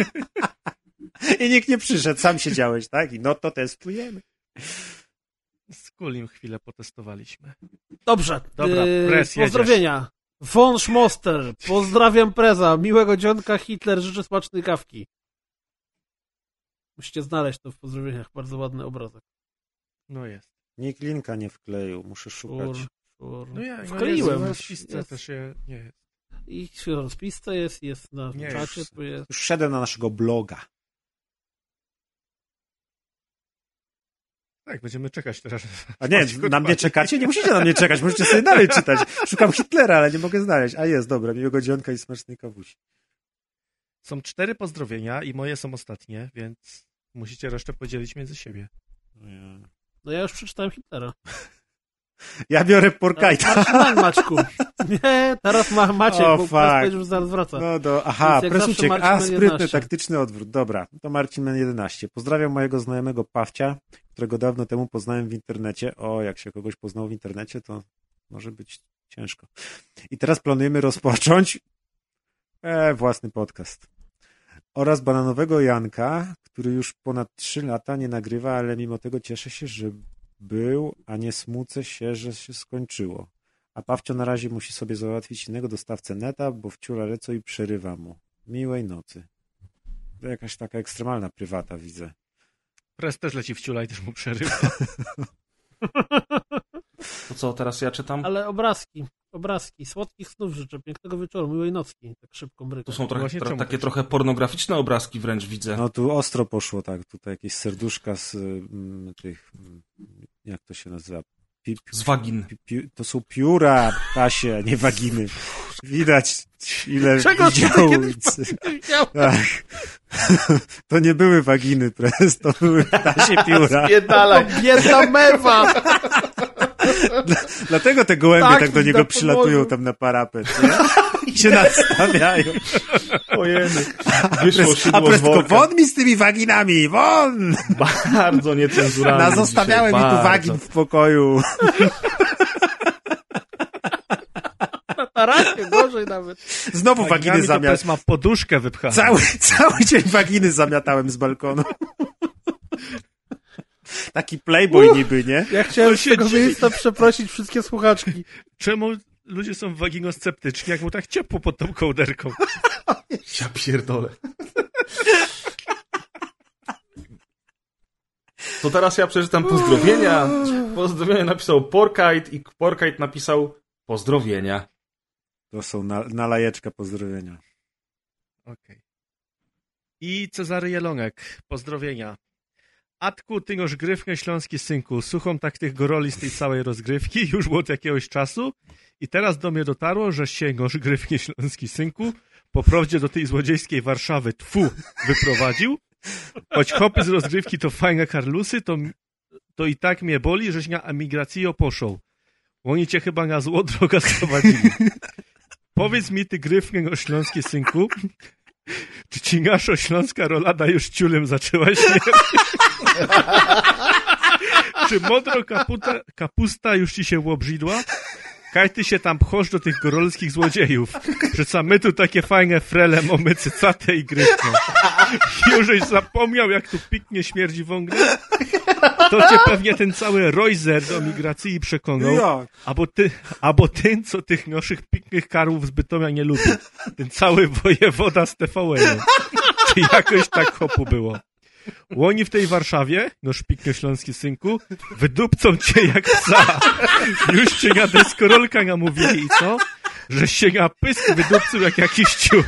I nikt nie przyszedł. Sam siedziałeś, tak? I no to testujemy. Z Kulim chwilę potestowaliśmy. Dobrze. Dobra, pozdrowienia. Von Schmoster. Pozdrawiam Preza. Miłego dzionka. Hitler. Życzę smacznej kawki. Musicie znaleźć to w pozdrowieniach. Bardzo ładny obrazek. No jest. Nikt linka nie wkleił, muszę szukać. No ja wkleiłem. Rozpisce też nie jest. I w rozpisce jest na czacie. Już szedłem na naszego bloga. Tak, będziemy czekać teraz. A nie, na mnie czekacie? Nie musicie na mnie czekać, możecie sobie dalej czytać. Szukam Hitlera, ale nie mogę znaleźć. A jest, dobra, miłego dzionka i smacznej kawusi. Są 4 pozdrowienia i moje są ostatnie, więc musicie resztę podzielić między siebie. No ja już przeczytałem Hitlera. Ja biorę Porkajta. Maćku. Nie, teraz Maciek, bo Press już zaraz wraca. Aha, Press uciekł. Sprytny, taktyczny odwrót. Dobra, to Marcin Man 11. Pozdrawiam mojego znajomego Pawcia, którego dawno temu poznałem w internecie. O, jak się kogoś poznało w internecie, to może być ciężko. I teraz planujemy rozpocząć własny podcast. Oraz bananowego Janka, który już ponad 3 lata nie nagrywa, ale mimo tego cieszę się, że był, a nie smucę się, że się skończyło. A Pawcio na razie musi sobie załatwić innego dostawcę neta, bo wciula lecą i przerywa mu. Miłej nocy. To jakaś taka ekstremalna prywata, widzę. Press też leci wciula i też mu przerywa. To co, teraz ja czytam? Ale obrazki, słodkich snów życzę, pięknego wieczoru, miłej nocki, tak szybko bryka. To są takie trochę pornograficzne obrazki wręcz widzę. No tu ostro poszło, tak, tutaj jakieś serduszka z tych, jak to się nazywa? Z wagin. To są pióra, Tasie, nie waginy. Widać, ile czego widział. Tak. To nie były waginy, Press, to były Tasie pióra. Biedna mewa! Dlatego te gołębie tak do niego przylatują tam na parapet, nie? I się nadstawiają. Ojenek. A Press tylko, won mi z tymi waginami, won! Bardzo niecenzuralnie. Zostawiałem mi tu wagin w pokoju. Na razie, gorzej nawet. Znowu waginy zamiatałem. Ma poduszkę wypchane. Cały dzień waginy zamiatałem z balkonu. Taki playboy niby, nie? Ja chciałem z tego miejsca przeprosić wszystkie słuchaczki. Czemu ludzie są waginosceptyczni, jak mu tak ciepło pod tą kołderką? Ja pierdolę. To teraz ja przeczytam pozdrowienia. Pozdrowienia napisał Porkite i Porkite napisał pozdrowienia. To są na lajeczkę pozdrowienia. Okej. I Cezary Jelonek, pozdrowienia. Atku, ty noż grywkę śląski synku, słucham tak tych goroli z tej całej rozgrywki, już było od jakiegoś czasu i teraz do mnie dotarło, że się noż grywkę śląski synku po prawdzie do tej złodziejskiej Warszawy wyprowadził, choć chopy z rozgrywki to fajne karlusy, to i tak mnie boli, żeś na emigrację poszł. Oni cię chyba na zło droga sprowadzili. Powiedz mi, ty grywkę noż śląski synku, czy ci nasza śląska rolada już ciulem zaczęła śmierć? Czy modro kapusta już ci się łobrzydła? Kaj ty się tam pchosz do tych gorolskich złodziejów, że co my tu takie fajne frele mamy cycate i grywkę. Jużeś zapomniał, jak tu piknie śmierdzi wągle? To cię pewnie ten cały Reuser do migracji przekonał. Albo ten, co tych naszych piknych karłów z Bytomia nie lubi. Ten cały wojewoda z TVN. Czy jakoś tak chopu było. Łoni w tej Warszawie, no szpiknie śląski synku, wydupcą cię jak psa. Już cię na deskorolka namówili i co? Żeś się na pysk wydupcył jak jakiś ciul.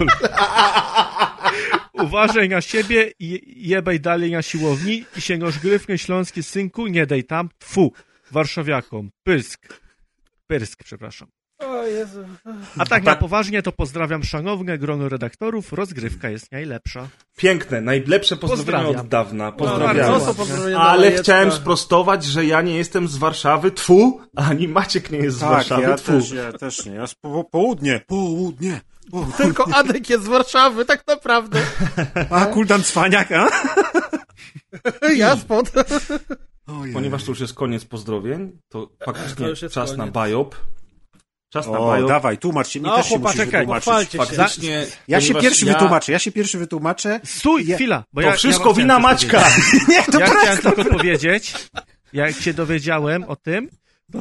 Uważaj na siebie i jebaj dalej na siłowni i się noż grywkę śląski synku nie daj tam, warszawiakom. Pyrsk, przepraszam. O Jezu. A tak na poważnie to pozdrawiam szanowne grono redaktorów, rozgrywka jest najlepsza. Piękne, najlepsze pozdrowienia od dawna. Pozdrawiam. Ale chciałem sprostować, że ja nie jestem z Warszawy, ani Maciek nie jest z Warszawy, ja też nie. Ja z południe. Tylko Adek jest z Warszawy, tak naprawdę. A, Kuldan Cwaniak, a? Ja spod. Ponieważ to już jest koniec pozdrowień, to faktycznie czas na bajop. Dawaj, tłumaczcie. Mi też się musisz wytłumaczyć. Faktycznie, ja się pierwszy wytłumaczę. Stój, chwila. Bo to wszystko wina Maćka. Nie, to chciałem tylko powiedzieć, jak się dowiedziałem o tym, to...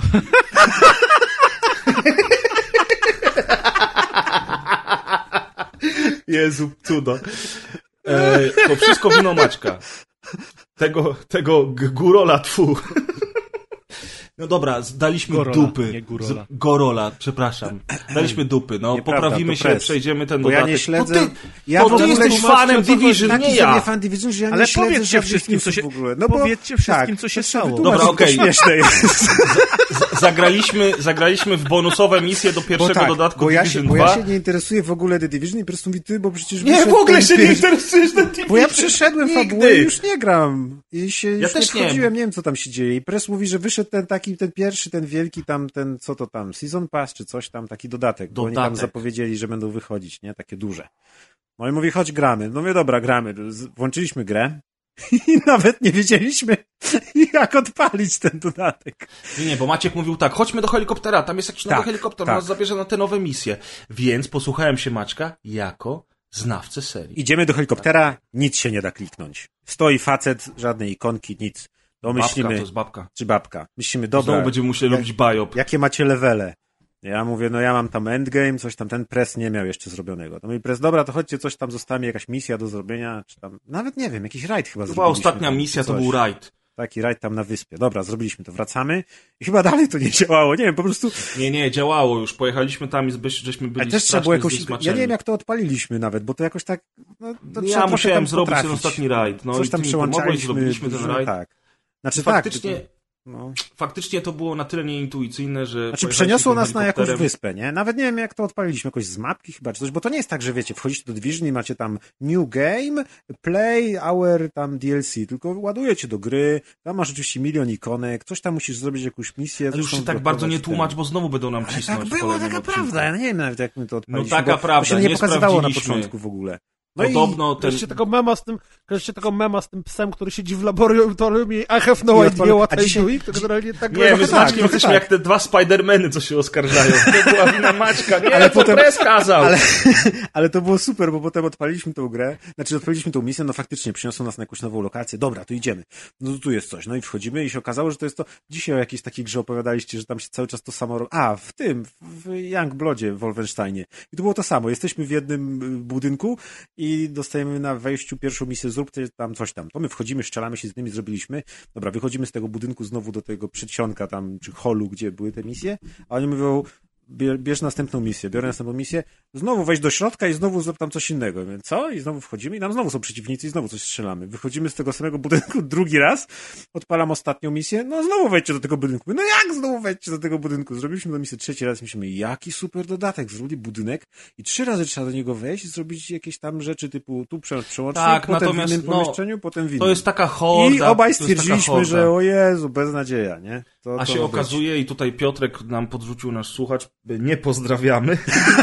Jezu, cudo. To wszystko wino Maćka. Tego górola No dobra, daliśmy Gorola, dupy. Nie Górola. Gorola, przepraszam. Daliśmy dupy, no Nieprawda, poprawimy się, przejdziemy ten dodatek. Ja nie śledzę... Ty jesteś fanem Division, nie ja. Nie fan Division, że ja ale nie śledzę powiedzcie wszystkim, co się, w ogóle. powiedzcie wszystkim, co się stało. Dobra, okej. Śmieszne jest. Zagraliśmy w bonusowe misje do pierwszego dodatku Division 2. Bo ja się nie interesuję w ogóle The Division i po prostu mówię, bo przecież... Nie, w ogóle się nie interesujesz The Division. Bo ja przeszedłem fabułę i już nie gram. I się ja już też nie wchodziłem, nie wiem co tam się dzieje. I Press mówi, że wyszedł ten pierwszy, ten wielki tam, co to tam, Season Pass czy coś tam, taki dodatek. Bo oni tam zapowiedzieli, że będą wychodzić, nie? Takie duże. No i mówi, chodź gramy. No mówię, dobra, gramy. Włączyliśmy grę i nawet nie wiedzieliśmy, jak odpalić ten dodatek. Nie, bo Maciek mówił tak, chodźmy do helikoptera, tam jest jakiś nowy helikopter, nas zabierze na te nowe misje. Więc posłuchałem się Maćka jako znawcę serii. Idziemy do helikoptera, nic się nie da kliknąć. Stoi facet, żadnej ikonki, nic. To myślimy, babka, to jest babka. Czy babka. Myślimy, dobra. Znowu będziemy musieli robić biop. Jakie macie levele? Ja mówię, no ja mam tam endgame, coś tam, ten Press nie miał jeszcze zrobionego. To mówi Press, dobra, to chodźcie, coś tam zostanie, jakaś misja do zrobienia, czy tam, nawet nie wiem, jakiś rajd chyba zrobiliśmy. Ostatnia tam, misja to był rajd. Taki rajd tam na wyspie. Dobra, zrobiliśmy to, wracamy i chyba dalej to nie działało, nie wiem, po prostu... Nie, działało już, pojechaliśmy tam i żeśmy byli też trzeba było jakoś, ja nie wiem jak to odpaliliśmy nawet, bo to jakoś tak, no to ja musiałem zrobić ten ostatni rajd. No coś tam przełączaliśmy. Zrobiliśmy ten rajd. Tak. Znaczy faktycznie, faktycznie to było na tyle nieintuicyjne, że... Znaczy przeniosło nas na jakąś wyspę, nie? Nawet nie wiem jak to odpaliliśmy, jakoś z mapki chyba, czy coś, bo to nie jest tak, że wiecie, wchodzicie do Division i macie tam new game, play, hour, tam DLC, tylko ładujecie do gry, tam masz oczywiście milion ikonek, coś tam musisz zrobić, jakąś misję. Ale już się tak bardzo nie tłumacz, bo znowu będą nam cisnąć. Ale tak było, taka prawda, ja nie wiem nawet jak my to odpaliliśmy. No taka prawda, to się nie pokazywało na początku w ogóle. No podobno ten... Kojarzycie tego mema z tym psem, który siedzi w laboratorium i I have no idea what I do. To generalnie tak nie, my z Maćkiem jesteśmy jak te dwa Spider-Many, co się oskarżają. To była wina Maćka. Nie, ale potem Press kazał. Ale to było super, bo potem odpaliliśmy tą grę, odpaliliśmy tą misję, no faktycznie przyniosło nas na jakąś nową lokację. Dobra, to idziemy. No to tu jest coś. No i wchodzimy i się okazało, że to jest to... Dzisiaj o jakiejś takiej grze opowiadaliście, że tam się cały czas to samo... w Youngbloodzie w Wolfensteinie. I to było to samo. Jesteśmy w jednym budynku i dostajemy na wejściu pierwszą misję, zróbcie tam coś tam. To my wchodzimy, strzelamy się z nimi, zrobiliśmy. Dobra, wychodzimy z tego budynku znowu do tego przedsionka tam, czy holu, gdzie były te misje, a oni mówią, bierz następną misję, biorę następną misję, znowu wejść do środka i znowu zrób tam coś innego. Mówię, co? I znowu wchodzimy i tam znowu są przeciwnicy i znowu coś strzelamy. Wychodzimy z tego samego budynku drugi raz, odpalam ostatnią misję, no znowu wejdźcie do tego budynku. Mówię, no jak znowu wejdźcie do tego budynku? Zrobiliśmy tę misję trzeci raz, myślimy, jaki super dodatek, zrobili budynek i 3 razy trzeba do niego wejść i zrobić jakieś tam rzeczy typu tu przełącznik, tak, potem w innym pomieszczeniu, potem w innym. To jest taka horda. I obaj stwierdziliśmy, że o Jezu, beznadzieja, nie? A się okazuje, i tutaj Piotrek nam podrzucił nasz słuchacz, nie pozdrawiamy.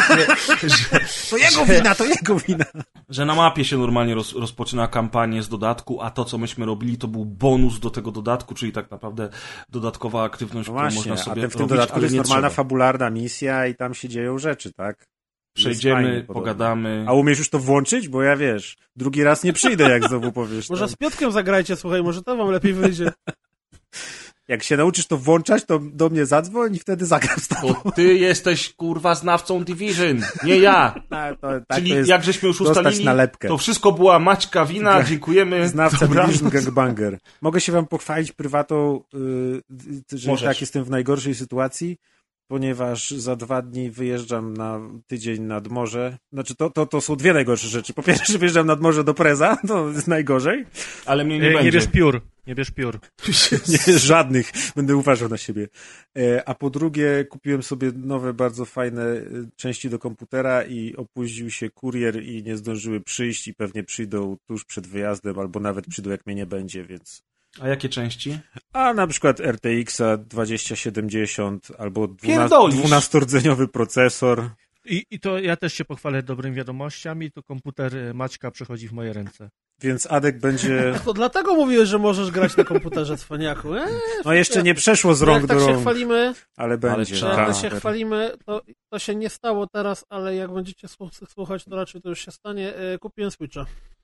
To jego wina. Że na mapie się normalnie rozpoczyna kampanię z dodatku, a to, co myśmy robili, to był bonus do tego dodatku, czyli tak naprawdę dodatkowa aktywność, którą można sobie robić, w tym dodatku jest normalna, fabularna misja i tam się dzieją rzeczy, tak? Przejdziemy, pogadamy. A umiesz już to włączyć? Bo ja wiesz, drugi raz nie przyjdę, jak znowu powiesz. Może z Piotkiem zagrajcie, słuchaj, może to wam lepiej wyjdzie. Jak się nauczysz to włączać, to do mnie zadzwoń i wtedy zagram z tobą. Bo ty jesteś, kurwa, znawcą Division, nie ja. Czyli jak żeśmy już ustalili, to wszystko była Maćka wina, dziękujemy. Znawca Division Gangbanger. Mogę się wam pochwalić prywatą, że tak jestem w najgorszej sytuacji, ponieważ za 2 dni wyjeżdżam na tydzień nad morze. Znaczy, to są 2 najgorsze rzeczy. Po pierwsze, wyjeżdżam nad morze do Preza, to jest najgorzej. Ale mnie nie będzie. Nie bierz piór. Nie, żadnych. Będę uważał na siebie. A po drugie, kupiłem sobie nowe, bardzo fajne części do komputera i opóźnił się kurier i nie zdążyły przyjść i pewnie przyjdą tuż przed wyjazdem, albo nawet przyjdą, jak mnie nie będzie, więc... A jakie części? A na przykład RTX-a 2070 albo 12-rdzeniowy procesor. I to ja też się pochwalę dobrym wiadomościami, to komputer Maćka przechodzi w moje ręce. Więc Adek będzie... To dlatego mówiłeś, że możesz grać na komputerze, cwaniaku. No jeszcze nie przeszło z rąk do rąk. Jak tak się chwalimy, ale będzie. Jak się chwalimy, to się nie stało teraz, ale jak będziecie słuchać, to raczej to już się stanie. Kupiłem Switcha.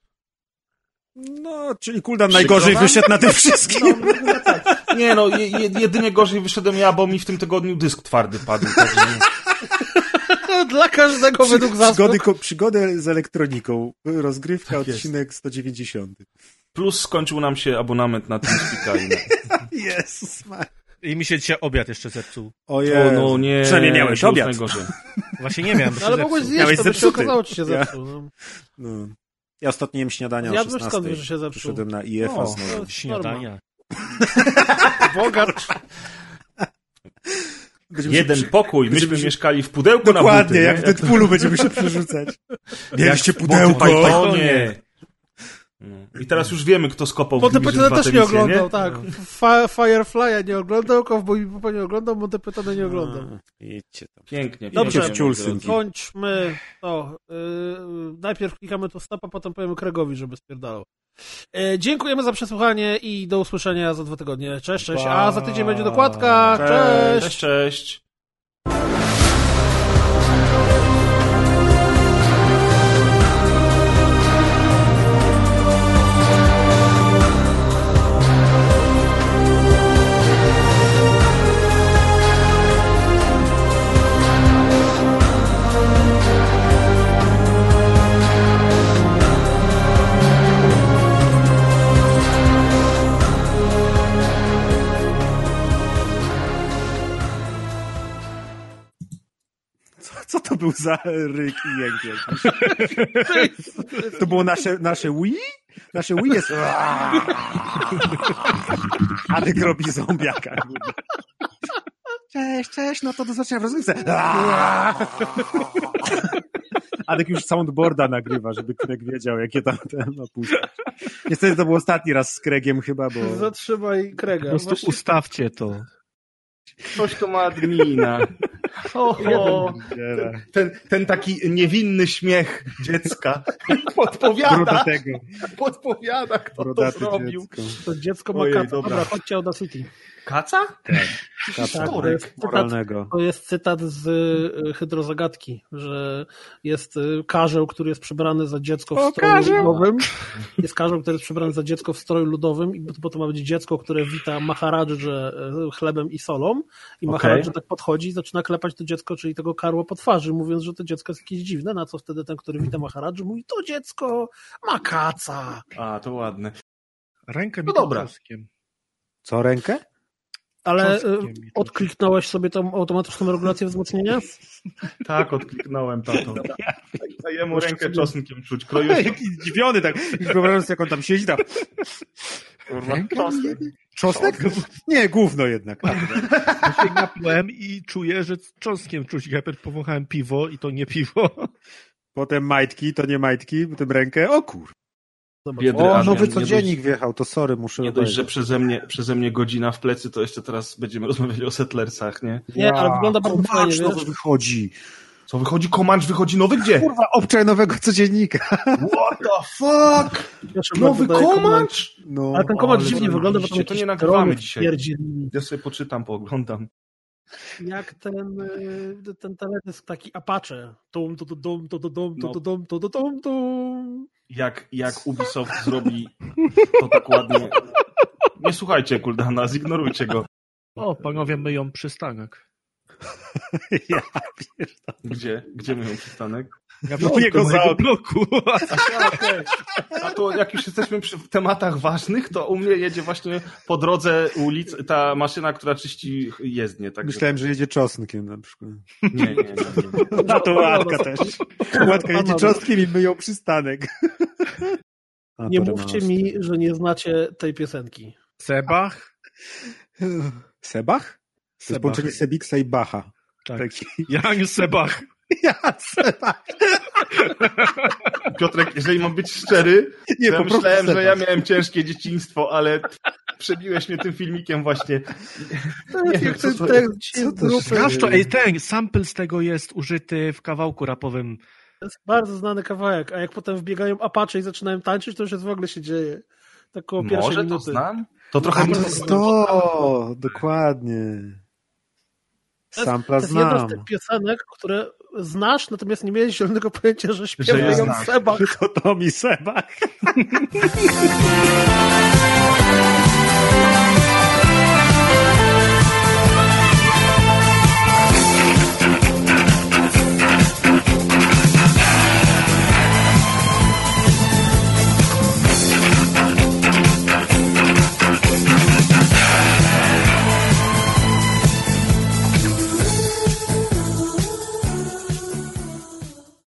No, czyli Kuldan najgorzej wyszedł na tym wszystkim. No, tak. Nie no, jedynie gorzej wyszedłem ja, bo mi w tym tygodniu dysk twardy padł. Także... Dla każdego według zasług. Przygodę z elektroniką. Rozgrywka, tak odcinek 190. Plus skończył nam się abonament na TeamSpeak'a. Jezus. I mi się dzisiaj obiad jeszcze zepsuł. Ojej, no nie. Przynajmniej miałeś obiad. Właśnie nie miałem, bo się ale mogłeś zjeść, to by się okazało, czy się zepsuł. No. Ja ostatnio jem śniadania o 16. Skąd wiesz, że się zepsuł? Przyszedłem na IF-a znowu. Śniadania. Bogacz. Jeden pokój, myśmy mieszkali w pudełku dokładnie, na buty. jak w Deadpoolu będziemy się przerzucać. Mieliście pudełko. Nie. I teraz już wiemy, kto skopał Monty Pythona też nie oglądał, nie? tak. Firefly'a nie oglądał, Cowboy Bebopa nie oglądał, Monty Pythona nie oglądał. Idźcie tam. Pięknie. Dobrze, ciulsynki. kończmy to. Najpierw klikamy to stopa, potem powiemy Craigowi, żeby spierdalał. Dziękujemy za przesłuchanie i do usłyszenia za 2 tygodnie. Cześć. A za tydzień będzie dokładka. Cześć. Cześć. Co to był za ryk i jęk jakiś? To było nasze Wii? Nasze Wii jest... Adek robi zombiaka. Cześć, no to do zobaczenia w rozgrywce. Adek już soundboarda nagrywa, żeby Craig wiedział, jakie tam opuszczać. Niestety to był ostatni raz z Craigiem chyba, bo... Zatrzymaj Craiga. Po prostu ustawcie to. Ktoś tu ma admina. Ten taki niewinny śmiech dziecka podpowiada, kto to zrobił. Dziecko. To dziecko ma kaca. Dobra, chodźcie Audacity. Kaca? Kaca to jest cytat z Hydrozagadki, że jest karzeł, który jest przebrany za dziecko w stroju ludowym. Jest karzeł, który jest przebrany za dziecko w stroju ludowym i potem ma być dziecko, które wita Maharadżę chlebem i solą i Maharadża tak podchodzi i zaczyna klepać to dziecko, czyli tego karła po twarzy, mówiąc, że to dziecko jest jakieś dziwne, na co wtedy ten, który wita Maharadżę, mówi, to dziecko ma kaca. A, to ładne. Rękę mi czosnkiem. Co, rękę? Ale odkliknąłeś sobie tą automatyczną regulację wzmocnienia? Tak, odkliknąłem, tato. Daję mu rękę czosnkiem czuć. Jakiś zdziwiony, tak. Już wyobrażam sobie, jak on tam siedzi, tam. Czosnek? Nie, gówno jednak. Ja się napiłem i czuję, że czosnkiem czuć. Najpierw powąchałem piwo i to nie piwo. Potem majtki, to nie majtki, potem rękę. O kur... nowy codziennik wjechał, to sorry, muszę... Nie dość, że przeze mnie godzina w plecy, to jeszcze teraz będziemy rozmawiali o Settlersach, nie? Nie, ale wygląda bardzo fajnie, nowy wychodzi. Co, Comanche wychodzi nowy gdzie? Kurwa, obczaj nowego codziennika. What the fuck? Nowy Comanche? No, ale ten Comanche dziwnie wygląda, bo to nie nagrywamy dzisiaj. Ja sobie poczytam, pooglądam. Jak ten teledysk taki Apache. Jak Ubisoft zrobi to tak ładnie. Nie słuchajcie Kuldana, zignorujcie go. O, panowie myją przystanek. Ja Gdzie myją przystanek? Ja w jego bloku. A to jak już jesteśmy przy tematach ważnych, to u mnie jedzie właśnie po drodze ulic ta maszyna, która czyści jezdnię. Tak. Myślałem, że jedzie czosnkiem na przykład. Nie. A to Łatka też. Łatka jedzie czosnkiem i myją przystanek. Nie mówcie mi, że nie znacie tej piosenki. Sebach? Sebach? To jest połączenie Sebiksa i Bacha. Tak. Jan Sebach. Jan Sebach. Piotrek, jeżeli mam być szczery, to ja myślałem, że ja miałem ciężkie dzieciństwo, ale przebiłeś mnie tym filmikiem właśnie. Nie wiem, co to ten sample z tego jest użyty w kawałku rapowym. To jest bardzo znany kawałek, a jak potem wbiegają Apache i zaczynają tańczyć, to już w ogóle się dzieje. Tak koło pierwszej minuty. Może to znam? To trochę... dokładnie. Sampla to jest znam. jedna z tych piosenek, które znasz, natomiast nie miałeś zielonego pojęcia, że śpiewają Sebach. To mi Sebach.